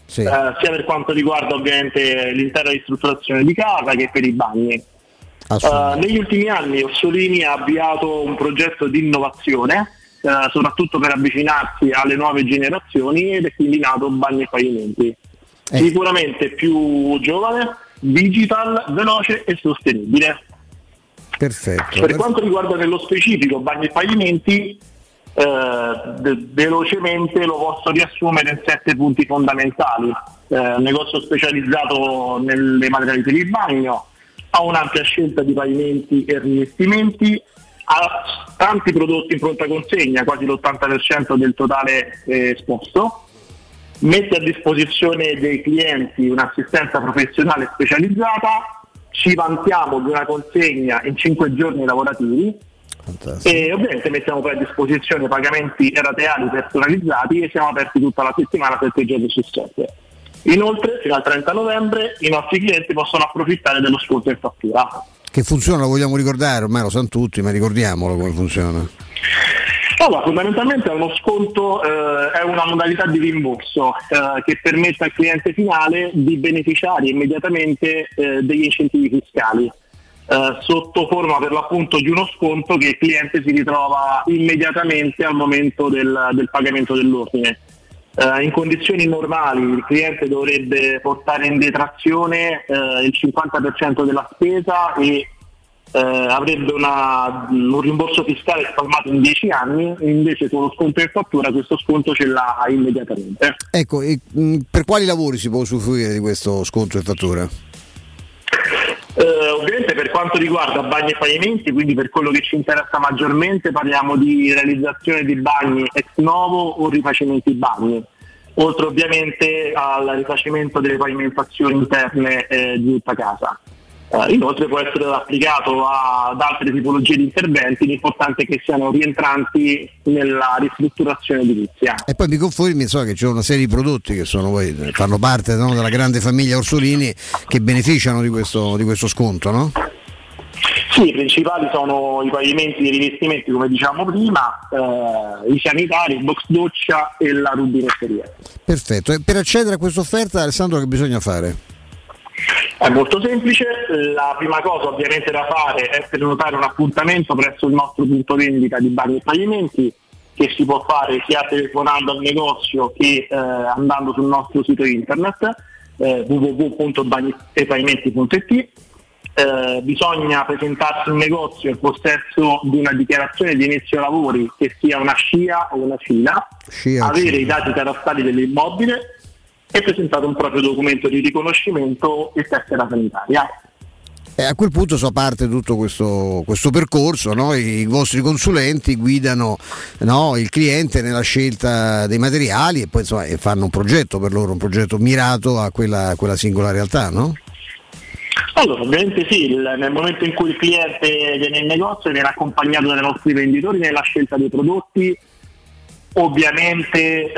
[SPEAKER 2] sì.
[SPEAKER 5] eh, sia per quanto riguarda ovviamente l'intera ristrutturazione di casa che per i bagni. Uh, negli ultimi anni Orsolini ha avviato un progetto di innovazione, uh, soprattutto per avvicinarsi alle nuove generazioni, ed è quindi nato Bagni e Pavimenti. Eh. Sicuramente più giovane, digital, veloce e sostenibile.
[SPEAKER 2] Perfetto.
[SPEAKER 5] Per quanto riguarda nello specifico Bagni e Pavimenti, eh, de- velocemente lo posso riassumere in sette punti fondamentali. Eh, un negozio specializzato nelle materiali per il bagno, ha un'ampia scelta di pavimenti e rivestimenti, ha tanti prodotti in pronta consegna, quasi l'ottanta per cento del totale eh, esposto, mette a disposizione dei clienti un'assistenza professionale specializzata, ci vantiamo di una consegna in cinque giorni lavorativi. Fantastico. E ovviamente mettiamo poi a disposizione pagamenti rateali personalizzati e siamo aperti tutta la settimana, sette giorni su sette. Inoltre, fino al trenta novembre, i nostri clienti possono approfittare dello sconto in fattura.
[SPEAKER 2] Che funziona, lo vogliamo ricordare, ormai lo sanno tutti, ma ricordiamolo come funziona.
[SPEAKER 5] Allora, fondamentalmente è uno sconto, eh, è una modalità di rimborso eh, che permette al cliente finale di beneficiare immediatamente eh, degli incentivi fiscali, eh, sotto forma per l'appunto di uno sconto che il cliente si ritrova immediatamente al momento del, del pagamento dell'ordine. Uh, in condizioni normali il cliente dovrebbe portare in detrazione uh, il cinquanta per cento della spesa e uh, avrebbe una, un rimborso fiscale spalmato in dieci anni, invece con lo sconto in fattura questo sconto ce l'ha immediatamente.
[SPEAKER 2] Ecco, e, mh, per quali lavori si può usufruire di questo sconto in fattura?
[SPEAKER 5] Uh, ovviamente per quanto riguarda bagni e pavimenti, quindi per quello che ci interessa maggiormente, parliamo di realizzazione di bagni ex novo o rifacimenti bagni, oltre ovviamente al rifacimento delle pavimentazioni interne eh, di tutta casa. Uh, inoltre può essere applicato a, ad altre tipologie di interventi, l'importante è che siano rientranti nella ristrutturazione edilizia.
[SPEAKER 2] E poi mi confermi, so che c'è una serie di prodotti che sono poi fanno parte, no, della grande famiglia Orsolini, che beneficiano di questo, di questo sconto, no?
[SPEAKER 5] Sì, i principali sono i pavimenti e i rivestimenti, come diciamo prima, eh, i sanitari, il box doccia e la rubinetteria.
[SPEAKER 2] Perfetto, e per accedere a questa offerta, Alessandro, che bisogna fare?
[SPEAKER 5] È molto semplice, la prima cosa ovviamente da fare è prenotare un appuntamento presso il nostro punto vendita di bagni e pavimenti, che si può fare sia telefonando al negozio che eh, andando sul nostro sito internet eh, w w w punto bagni e pavimenti punto i t. Eh, bisogna presentarsi in negozio in possesso di una dichiarazione di inizio lavori, che sia una scia o una fila,
[SPEAKER 2] scia,
[SPEAKER 5] avere
[SPEAKER 2] scia.
[SPEAKER 5] i dati catastali dell'immobile e presentare un proprio documento di riconoscimento e tessera sanitaria.
[SPEAKER 2] E a quel punto so parte tutto questo, questo percorso, no? I vostri consulenti guidano, no, il cliente nella scelta dei materiali e poi insomma fanno un progetto per loro, un progetto mirato a quella, a quella singola realtà, no?
[SPEAKER 5] Allora, ovviamente sì, il, nel momento in cui il cliente viene in negozio viene accompagnato dai nostri venditori nella scelta dei prodotti, ovviamente eh,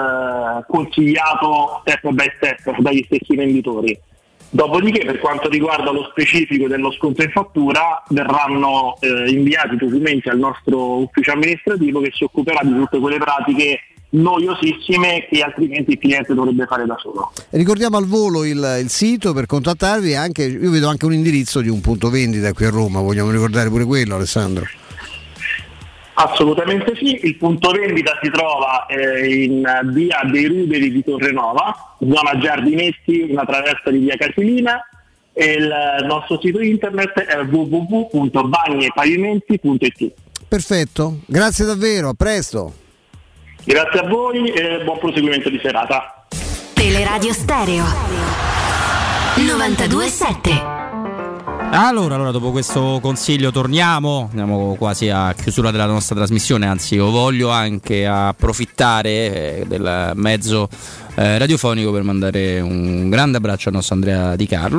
[SPEAKER 5] consigliato step by step dagli stessi venditori. Dopodiché, per quanto riguarda lo specifico dello sconto in fattura, verranno eh, inviati documenti al nostro ufficio amministrativo che si occuperà di tutte quelle pratiche noiosissime che altrimenti il cliente dovrebbe fare da solo.
[SPEAKER 2] Ricordiamo al volo il, il sito per contattarvi, anche, io vedo anche un indirizzo di un punto vendita qui a Roma, vogliamo ricordare pure quello, Alessandro?
[SPEAKER 5] Assolutamente sì, il punto vendita si trova eh, in via dei Ruderi di Torrenova, zona Giardinetti, una traversa di via Casilina, e il nostro sito internet è w w w punto bagni e pavimenti punto i t.
[SPEAKER 2] Perfetto, grazie davvero, a presto.
[SPEAKER 5] Grazie a voi e buon proseguimento di serata.
[SPEAKER 8] Teleradio Stereo novantadue sette.
[SPEAKER 1] Allora, allora, dopo questo consiglio torniamo, andiamo quasi a chiusura della nostra trasmissione, anzi io voglio anche approfittare eh, del mezzo eh, radiofonico per mandare un grande abbraccio al nostro Andrea Di Carlo.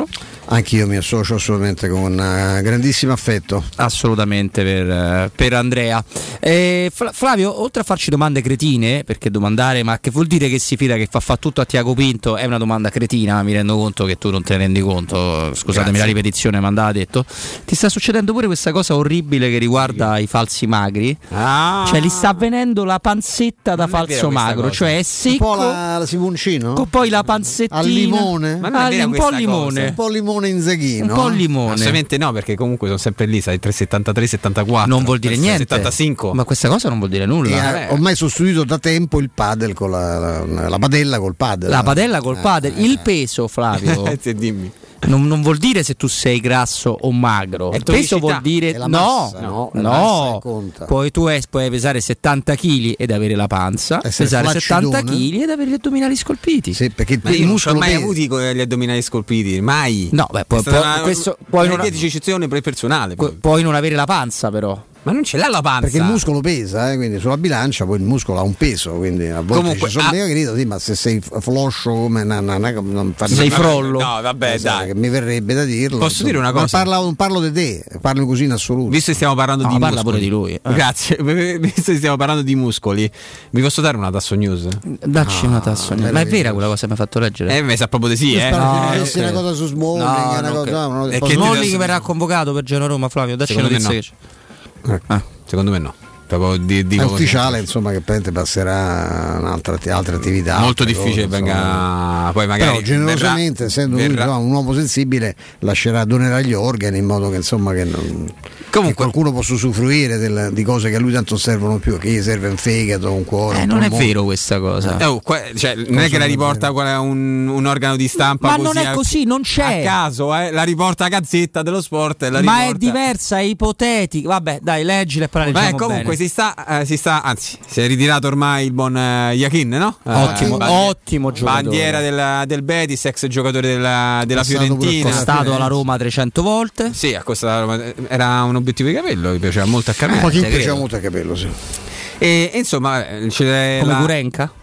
[SPEAKER 2] Anch'io mi associo assolutamente con uh, grandissimo affetto.
[SPEAKER 1] Assolutamente per, per Andrea. Eh, Flavio, oltre a farci domande cretine, perché domandare, ma che vuol dire che si fida che fa, fa tutto a Tiago Pinto, è una domanda cretina, mi rendo conto che tu non te ne rendi conto, scusatemi. Grazie. La ripetizione mi andava detto. Ti sta succedendo pure questa cosa orribile che riguarda sì. i falsi magri?
[SPEAKER 7] Ah.
[SPEAKER 1] Cioè, gli sta avvenendo la panzetta da falso magro, cosa. Cioè è secco,
[SPEAKER 2] un po' la, la Simoncino,
[SPEAKER 1] con poi la panzettina
[SPEAKER 2] al limone,
[SPEAKER 1] ma non è ah, un po' limone,
[SPEAKER 2] un po' limone inzaghino,
[SPEAKER 1] un po' limone.
[SPEAKER 7] Assolutamente no, perché comunque sono sempre lì, sai, tre settantatré settantaquattro.
[SPEAKER 1] Non vuol dire niente.
[SPEAKER 7] settantacinque.
[SPEAKER 1] Ma questa cosa non vuol dire nulla.
[SPEAKER 2] Eh, ormai sostituito da tempo il padel con la, la, la padella col padel.
[SPEAKER 1] La padella col padel, eh, il peso, Flavio.
[SPEAKER 7] Dimmi.
[SPEAKER 1] Non, non vuol dire se tu sei grasso o magro. È il peso vuol dire
[SPEAKER 2] la
[SPEAKER 1] no,
[SPEAKER 2] massa, no,
[SPEAKER 1] no.
[SPEAKER 2] Conta.
[SPEAKER 1] Poi tu es, puoi pesare settanta chili ed avere la panza,
[SPEAKER 2] essere
[SPEAKER 1] pesare
[SPEAKER 2] flaccidone.
[SPEAKER 1] settanta chili ed avere gli addominali scolpiti.
[SPEAKER 2] Sì, perché
[SPEAKER 7] ma io non ho mai avuti gli addominali scolpiti, mai.
[SPEAKER 1] No, beh, poi, poi,
[SPEAKER 7] una,
[SPEAKER 1] questo puoi
[SPEAKER 7] una
[SPEAKER 1] non
[SPEAKER 7] eccezione personale.
[SPEAKER 1] Poi. puoi non avere la panza, però.
[SPEAKER 7] Ma non ce l'ha la panza.
[SPEAKER 2] Perché il muscolo pesa, eh, quindi sulla bilancia poi il muscolo ha un peso, quindi a volte comunque, ci sono ah, io sì, ma se sei floscio come na, na, na, non fa
[SPEAKER 1] sei frollo.
[SPEAKER 7] No, vabbè,
[SPEAKER 2] so,
[SPEAKER 7] dai.
[SPEAKER 2] Che mi verrebbe da dirlo.
[SPEAKER 7] Posso
[SPEAKER 2] insomma.
[SPEAKER 7] dire una cosa?
[SPEAKER 2] Non parlo, non parlo di te, parlo così in assoluto.
[SPEAKER 7] Visto che stiamo parlando
[SPEAKER 1] no,
[SPEAKER 7] di
[SPEAKER 1] parla
[SPEAKER 7] muscoli.
[SPEAKER 1] pure di lui. Eh.
[SPEAKER 7] Grazie. Visto che stiamo parlando di muscoli, vi posso dare una Tasso News?
[SPEAKER 1] Dacci ah, una Tasso News. Ma è vera quella cosa che mi ha fatto leggere?
[SPEAKER 7] Eh, mi sa proprio di sì, eh.
[SPEAKER 2] No, no, una cosa su Smalling, no, una cosa, no,
[SPEAKER 1] è che Smalling verrà convocato per Genoa Roma, Flavio, dacci una notizia che c'è.
[SPEAKER 7] Ah. Secondo me no. Di, di
[SPEAKER 2] è ufficiale, insomma, che penso passerà un'altra altre attività.
[SPEAKER 7] Molto difficile
[SPEAKER 2] però,
[SPEAKER 7] venga
[SPEAKER 2] insomma,
[SPEAKER 7] poi magari.
[SPEAKER 2] Però generosamente,
[SPEAKER 7] verrà,
[SPEAKER 2] essendo
[SPEAKER 7] verrà.
[SPEAKER 2] Lui, no, un uomo sensibile, lascerà donerà gli organi in modo che insomma che, non, che qualcuno possa usufruire del, di cose che a lui tanto servono più, che gli serve un fegato, un cuore.
[SPEAKER 1] Eh,
[SPEAKER 2] un
[SPEAKER 1] non
[SPEAKER 2] polmone.
[SPEAKER 1] è vero questa cosa.
[SPEAKER 7] Eh, oh, qua, cioè, non è che la riporta un, un organo di stampa.
[SPEAKER 1] Ma
[SPEAKER 7] così
[SPEAKER 1] non è
[SPEAKER 7] a,
[SPEAKER 1] così, non c'è.
[SPEAKER 7] A caso, eh, la riporta a Gazzetta dello Sport. La
[SPEAKER 1] ma
[SPEAKER 7] riporta.
[SPEAKER 1] È diversa, è ipotetica. Vabbè, dai, leggila e poi la leggiamo.
[SPEAKER 7] Beh, comunque
[SPEAKER 1] bene.
[SPEAKER 7] si sta, eh, si sta, anzi, si è ritirato ormai il buon uh, Yakin, no?
[SPEAKER 1] Ottimo,
[SPEAKER 7] eh, bandiera,
[SPEAKER 1] ottimo giocatore.
[SPEAKER 7] Bandiera del, del Betis, ex giocatore della, della Fiorentina.
[SPEAKER 1] È stato alla Roma trecento volte.
[SPEAKER 7] Sì, ha costato la Roma. Era un obiettivo di capello, mi piaceva molto a Carmelo.
[SPEAKER 2] Ma chi piaceva molto a capello, sì.
[SPEAKER 7] E, e insomma, c'è
[SPEAKER 1] come
[SPEAKER 7] la...
[SPEAKER 1] Gurenka?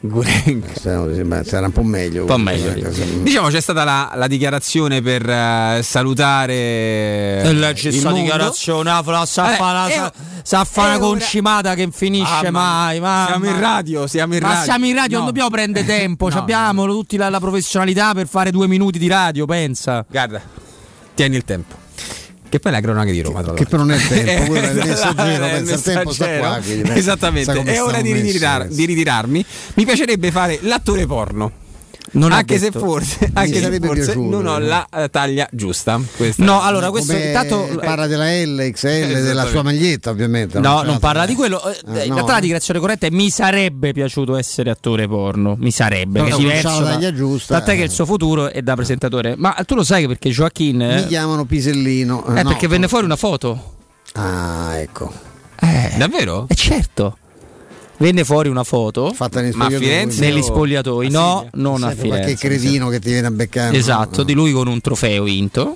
[SPEAKER 2] Gurenka sarà un po' meglio,
[SPEAKER 1] un po' meglio.
[SPEAKER 7] Diciamo c'è stata la, la dichiarazione per uh, salutare
[SPEAKER 1] e legge questa dichiarazione ah, sa fare eh, sa fa una concimata che finisce ah, mai ma,
[SPEAKER 7] siamo in radio siamo in
[SPEAKER 1] ma
[SPEAKER 7] radio
[SPEAKER 1] siamo in radio
[SPEAKER 7] no.
[SPEAKER 1] Non dobbiamo prendere tempo
[SPEAKER 7] no,
[SPEAKER 1] abbiamo no. tutti la, la professionalità per fare due minuti di radio, pensa.
[SPEAKER 7] Guarda, tieni il tempo. Che poi è la cronaca di Roma,
[SPEAKER 2] che però non è tempo, quello è il messaggero, pensa, il tempo sta qua. Quindi,
[SPEAKER 7] esattamente, è ora di, ritirar- di ritirarmi. Mi piacerebbe fare l'attore porno.
[SPEAKER 1] Non
[SPEAKER 7] anche se forse, anche se forse
[SPEAKER 2] piaciuto,
[SPEAKER 7] non ho la uh, taglia giusta. Questa
[SPEAKER 1] no, allora questo intanto
[SPEAKER 2] parla della L X L della sua maglietta, ovviamente.
[SPEAKER 1] No,
[SPEAKER 2] non,
[SPEAKER 1] non parla di quello.
[SPEAKER 2] Ah,
[SPEAKER 1] in
[SPEAKER 2] no.
[SPEAKER 1] realtà la dichiarazione corretta è: mi sarebbe piaciuto essere attore porno. Mi sarebbe,
[SPEAKER 2] no,
[SPEAKER 1] che è diverso.
[SPEAKER 2] La taglia giusta.
[SPEAKER 1] Tant'è eh. che il suo futuro è da presentatore. Ma tu lo sai che perché Joaquin
[SPEAKER 2] mi chiamano Pisellino.
[SPEAKER 1] Eh,
[SPEAKER 2] no,
[SPEAKER 1] perché venne fuori una foto.
[SPEAKER 2] Ah, ecco.
[SPEAKER 1] Eh,
[SPEAKER 7] davvero?
[SPEAKER 1] Eh certo. Venne fuori una foto
[SPEAKER 2] fatta negli
[SPEAKER 7] ma a Firenze
[SPEAKER 1] negli spogliatoi, no, non a Firenze.
[SPEAKER 2] Qualche cretino che ti viene a beccare.
[SPEAKER 1] Esatto, no. Di lui con un trofeo vinto.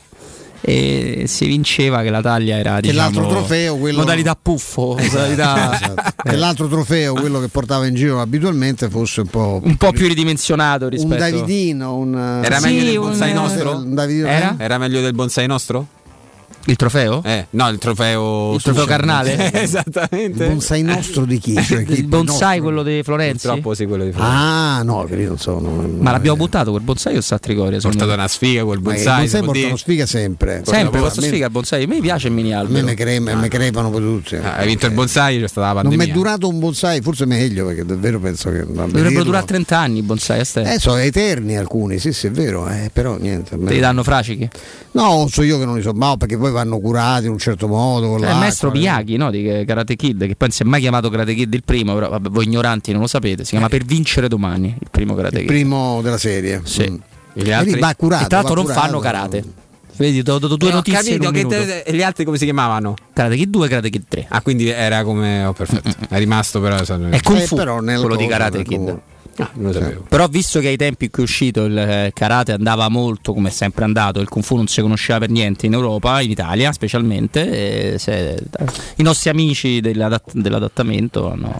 [SPEAKER 1] E si vinceva che la taglia era, diciamo,
[SPEAKER 2] l'altro trofeo, quello
[SPEAKER 1] modalità puffo, modalità
[SPEAKER 2] esatto. E l'altro trofeo, quello che portava in giro abitualmente, fosse un po'
[SPEAKER 1] un po' più ridimensionato rispetto
[SPEAKER 2] un Davidino, un
[SPEAKER 7] era
[SPEAKER 1] sì,
[SPEAKER 7] meglio del bonsai
[SPEAKER 1] un...
[SPEAKER 7] nostro?
[SPEAKER 2] Un Davidino,
[SPEAKER 1] era?
[SPEAKER 7] Era meglio del bonsai nostro?
[SPEAKER 1] Il trofeo?
[SPEAKER 7] Eh, no, il trofeo
[SPEAKER 1] il trofeo carnale?
[SPEAKER 7] Esattamente.
[SPEAKER 2] Il bonsai nostro di chi? Cioè, chi
[SPEAKER 1] il bonsai quello di Florenzi?
[SPEAKER 7] Purtroppo sì, quello di Florenzi.
[SPEAKER 2] Ah, no, che io non so. Non,
[SPEAKER 1] ma l'abbiamo buttato quel bonsai o sta a Trigoria?
[SPEAKER 7] Ha portato una sfiga quel bonsai.
[SPEAKER 2] Il bonsai porta una sfiga sempre.
[SPEAKER 1] Sempre porta sfiga il bonsai. A me piace il mini albero.
[SPEAKER 2] A me mi crema, ah. crepano poi tutti.
[SPEAKER 7] Ah, hai vinto il bonsai, c'è stata la pandemia.
[SPEAKER 2] Non mi è durato un bonsai, forse meglio, perché davvero penso che
[SPEAKER 1] dovrebbero durare trenta anni i bonsai.
[SPEAKER 2] Eh, sono eterni alcuni, sì, sì, è vero, eh, però niente.
[SPEAKER 1] Te li danno fracichi?
[SPEAKER 2] No, so io che non li so, ma perché poi vanno curati in un certo modo. Con
[SPEAKER 1] è il maestro Miyagi, no, di Karate Kid, che poi non si è mai chiamato Karate Kid il primo, però vabbè, voi ignoranti non lo sapete, si chiama eh. Per vincere domani, il primo Karate Kid.
[SPEAKER 2] Il primo della serie.
[SPEAKER 1] Sì.
[SPEAKER 2] Mm.
[SPEAKER 7] Gli altri
[SPEAKER 2] va curato,
[SPEAKER 1] e tra l'altro
[SPEAKER 2] va
[SPEAKER 1] non
[SPEAKER 2] curato,
[SPEAKER 1] fanno karate.
[SPEAKER 2] No.
[SPEAKER 1] Vedi, do, do, do due
[SPEAKER 7] eh,
[SPEAKER 1] notizie in un
[SPEAKER 7] che
[SPEAKER 1] minuto.
[SPEAKER 7] Te, gli altri come si chiamavano?
[SPEAKER 1] Karate Kid due e Karate Kid tre.
[SPEAKER 7] Ah, quindi era come oh, perfetto. Mm-hmm. È rimasto però
[SPEAKER 1] è Kung Fu,
[SPEAKER 2] eh, però nel
[SPEAKER 1] quello
[SPEAKER 2] coso,
[SPEAKER 1] di Karate Kid.
[SPEAKER 7] Ah, non lo sapevo.
[SPEAKER 1] Però visto che ai tempi in cui è uscito il karate andava molto come è sempre andato, il Kung Fu non si conosceva per niente in Europa, in Italia specialmente, e se, i nostri amici dell'adatt- dell'adattamento hanno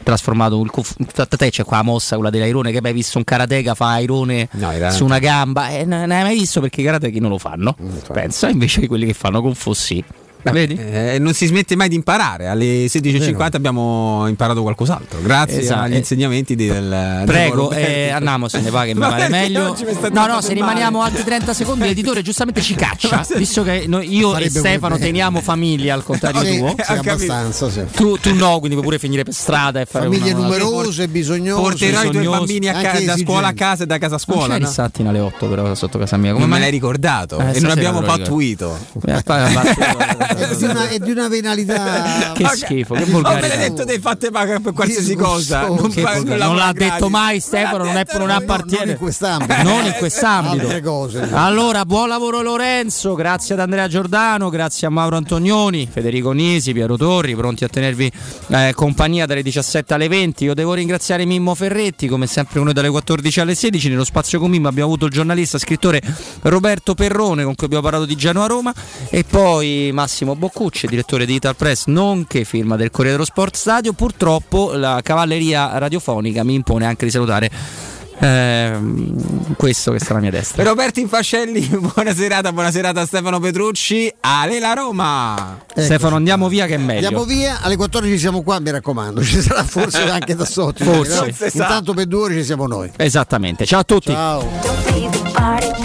[SPEAKER 1] trasformato il cuf- te c'è qua la mossa, quella dell'airone, che hai visto un karateka fa airone
[SPEAKER 7] No, era-
[SPEAKER 1] su una gamba, e non hai mai visto, perché i karateki non lo fanno, pensa, invece di quelli che fanno con Fossi. Vedi?
[SPEAKER 7] Eh, non si smette mai di imparare. Alle sedici e cinquanta abbiamo imparato qualcos'altro grazie
[SPEAKER 1] Esatto.
[SPEAKER 7] agli insegnamenti del
[SPEAKER 1] Prego,
[SPEAKER 7] del
[SPEAKER 1] eh, andiamo, se ne va che mi
[SPEAKER 7] Ma
[SPEAKER 1] pare
[SPEAKER 7] perché
[SPEAKER 1] meglio.
[SPEAKER 7] oggi mi stai
[SPEAKER 1] No, no,
[SPEAKER 7] trattando
[SPEAKER 1] se rimaniamo
[SPEAKER 7] male?
[SPEAKER 1] altri trenta secondi l'editore giustamente ci caccia, visto che noi- io
[SPEAKER 2] Farebbe
[SPEAKER 1] e Stefano
[SPEAKER 2] pure bene.
[SPEAKER 1] teniamo famiglia al contrario
[SPEAKER 2] Sì,
[SPEAKER 1] tuo.
[SPEAKER 2] sì, abbastanza, sì.
[SPEAKER 1] Tu, tu no, quindi puoi pure finire per strada e fare
[SPEAKER 2] Famiglie
[SPEAKER 1] una, una-
[SPEAKER 2] numerose, bisognose.
[SPEAKER 7] Porterai i tuoi
[SPEAKER 1] bisognoso,
[SPEAKER 7] bambini a ca-
[SPEAKER 2] anche
[SPEAKER 7] da
[SPEAKER 2] esigenti.
[SPEAKER 7] scuola a casa e da casa a
[SPEAKER 1] Non
[SPEAKER 7] scuola,
[SPEAKER 1] c'eri
[SPEAKER 7] no?
[SPEAKER 1] Sattin alle otto però sotto casa mia.
[SPEAKER 7] Come me
[SPEAKER 1] mai-
[SPEAKER 7] l'hai ricordato?
[SPEAKER 1] Eh,
[SPEAKER 7] e non
[SPEAKER 1] stasera
[SPEAKER 7] abbiamo
[SPEAKER 1] me lo
[SPEAKER 7] pattuito.
[SPEAKER 1] Eh, poi-
[SPEAKER 2] È di una, è di una venalità.
[SPEAKER 1] Che schifo, che
[SPEAKER 7] Oh,
[SPEAKER 1] volgarità.
[SPEAKER 7] Benedetto, te fate pagare per qualsiasi cosa. Non,
[SPEAKER 2] Che
[SPEAKER 7] fa-
[SPEAKER 2] volgarità.
[SPEAKER 7] non
[SPEAKER 1] Non
[SPEAKER 7] lavora
[SPEAKER 1] l'ha
[SPEAKER 7] gratis.
[SPEAKER 1] detto mai Stefano, non, è, non
[SPEAKER 2] Non
[SPEAKER 1] appartiene
[SPEAKER 2] in quest'ambito.
[SPEAKER 1] non in quest'ambito.
[SPEAKER 2] Altre cose.
[SPEAKER 1] Allora, buon lavoro Lorenzo, grazie ad Andrea Giordano, grazie a Mauro Antonioni, Federico Nisi, Piero Torri, pronti a tenervi eh, compagnia dalle diciassette alle venti. Io devo ringraziare Mimmo Ferretti, come sempre con noi dalle quattordici alle sedici. Nello spazio con Mimmo abbiamo avuto il giornalista, scrittore Roberto Perrone, con cui abbiamo parlato di Genoa-Roma, e poi Massimo Boccucci, direttore di Ital Press, nonché firma del Corriere dello Sport Stadio. Purtroppo la cavalleria radiofonica mi impone anche di salutare ehm, questo che sta alla mia destra.
[SPEAKER 7] Roberto Infascelli, buona serata, buona serata a Stefano Petrucci. Ale la Roma.
[SPEAKER 1] Stefano, andiamo via che è meglio.
[SPEAKER 2] Andiamo via, alle quattordici siamo qua, mi raccomando, ci sarà forse anche da sotto.
[SPEAKER 1] Forse.
[SPEAKER 2] Però intanto per due ore ci siamo noi.
[SPEAKER 1] Esattamente. Ciao a tutti.
[SPEAKER 2] Ciao.
[SPEAKER 6] Don't be the party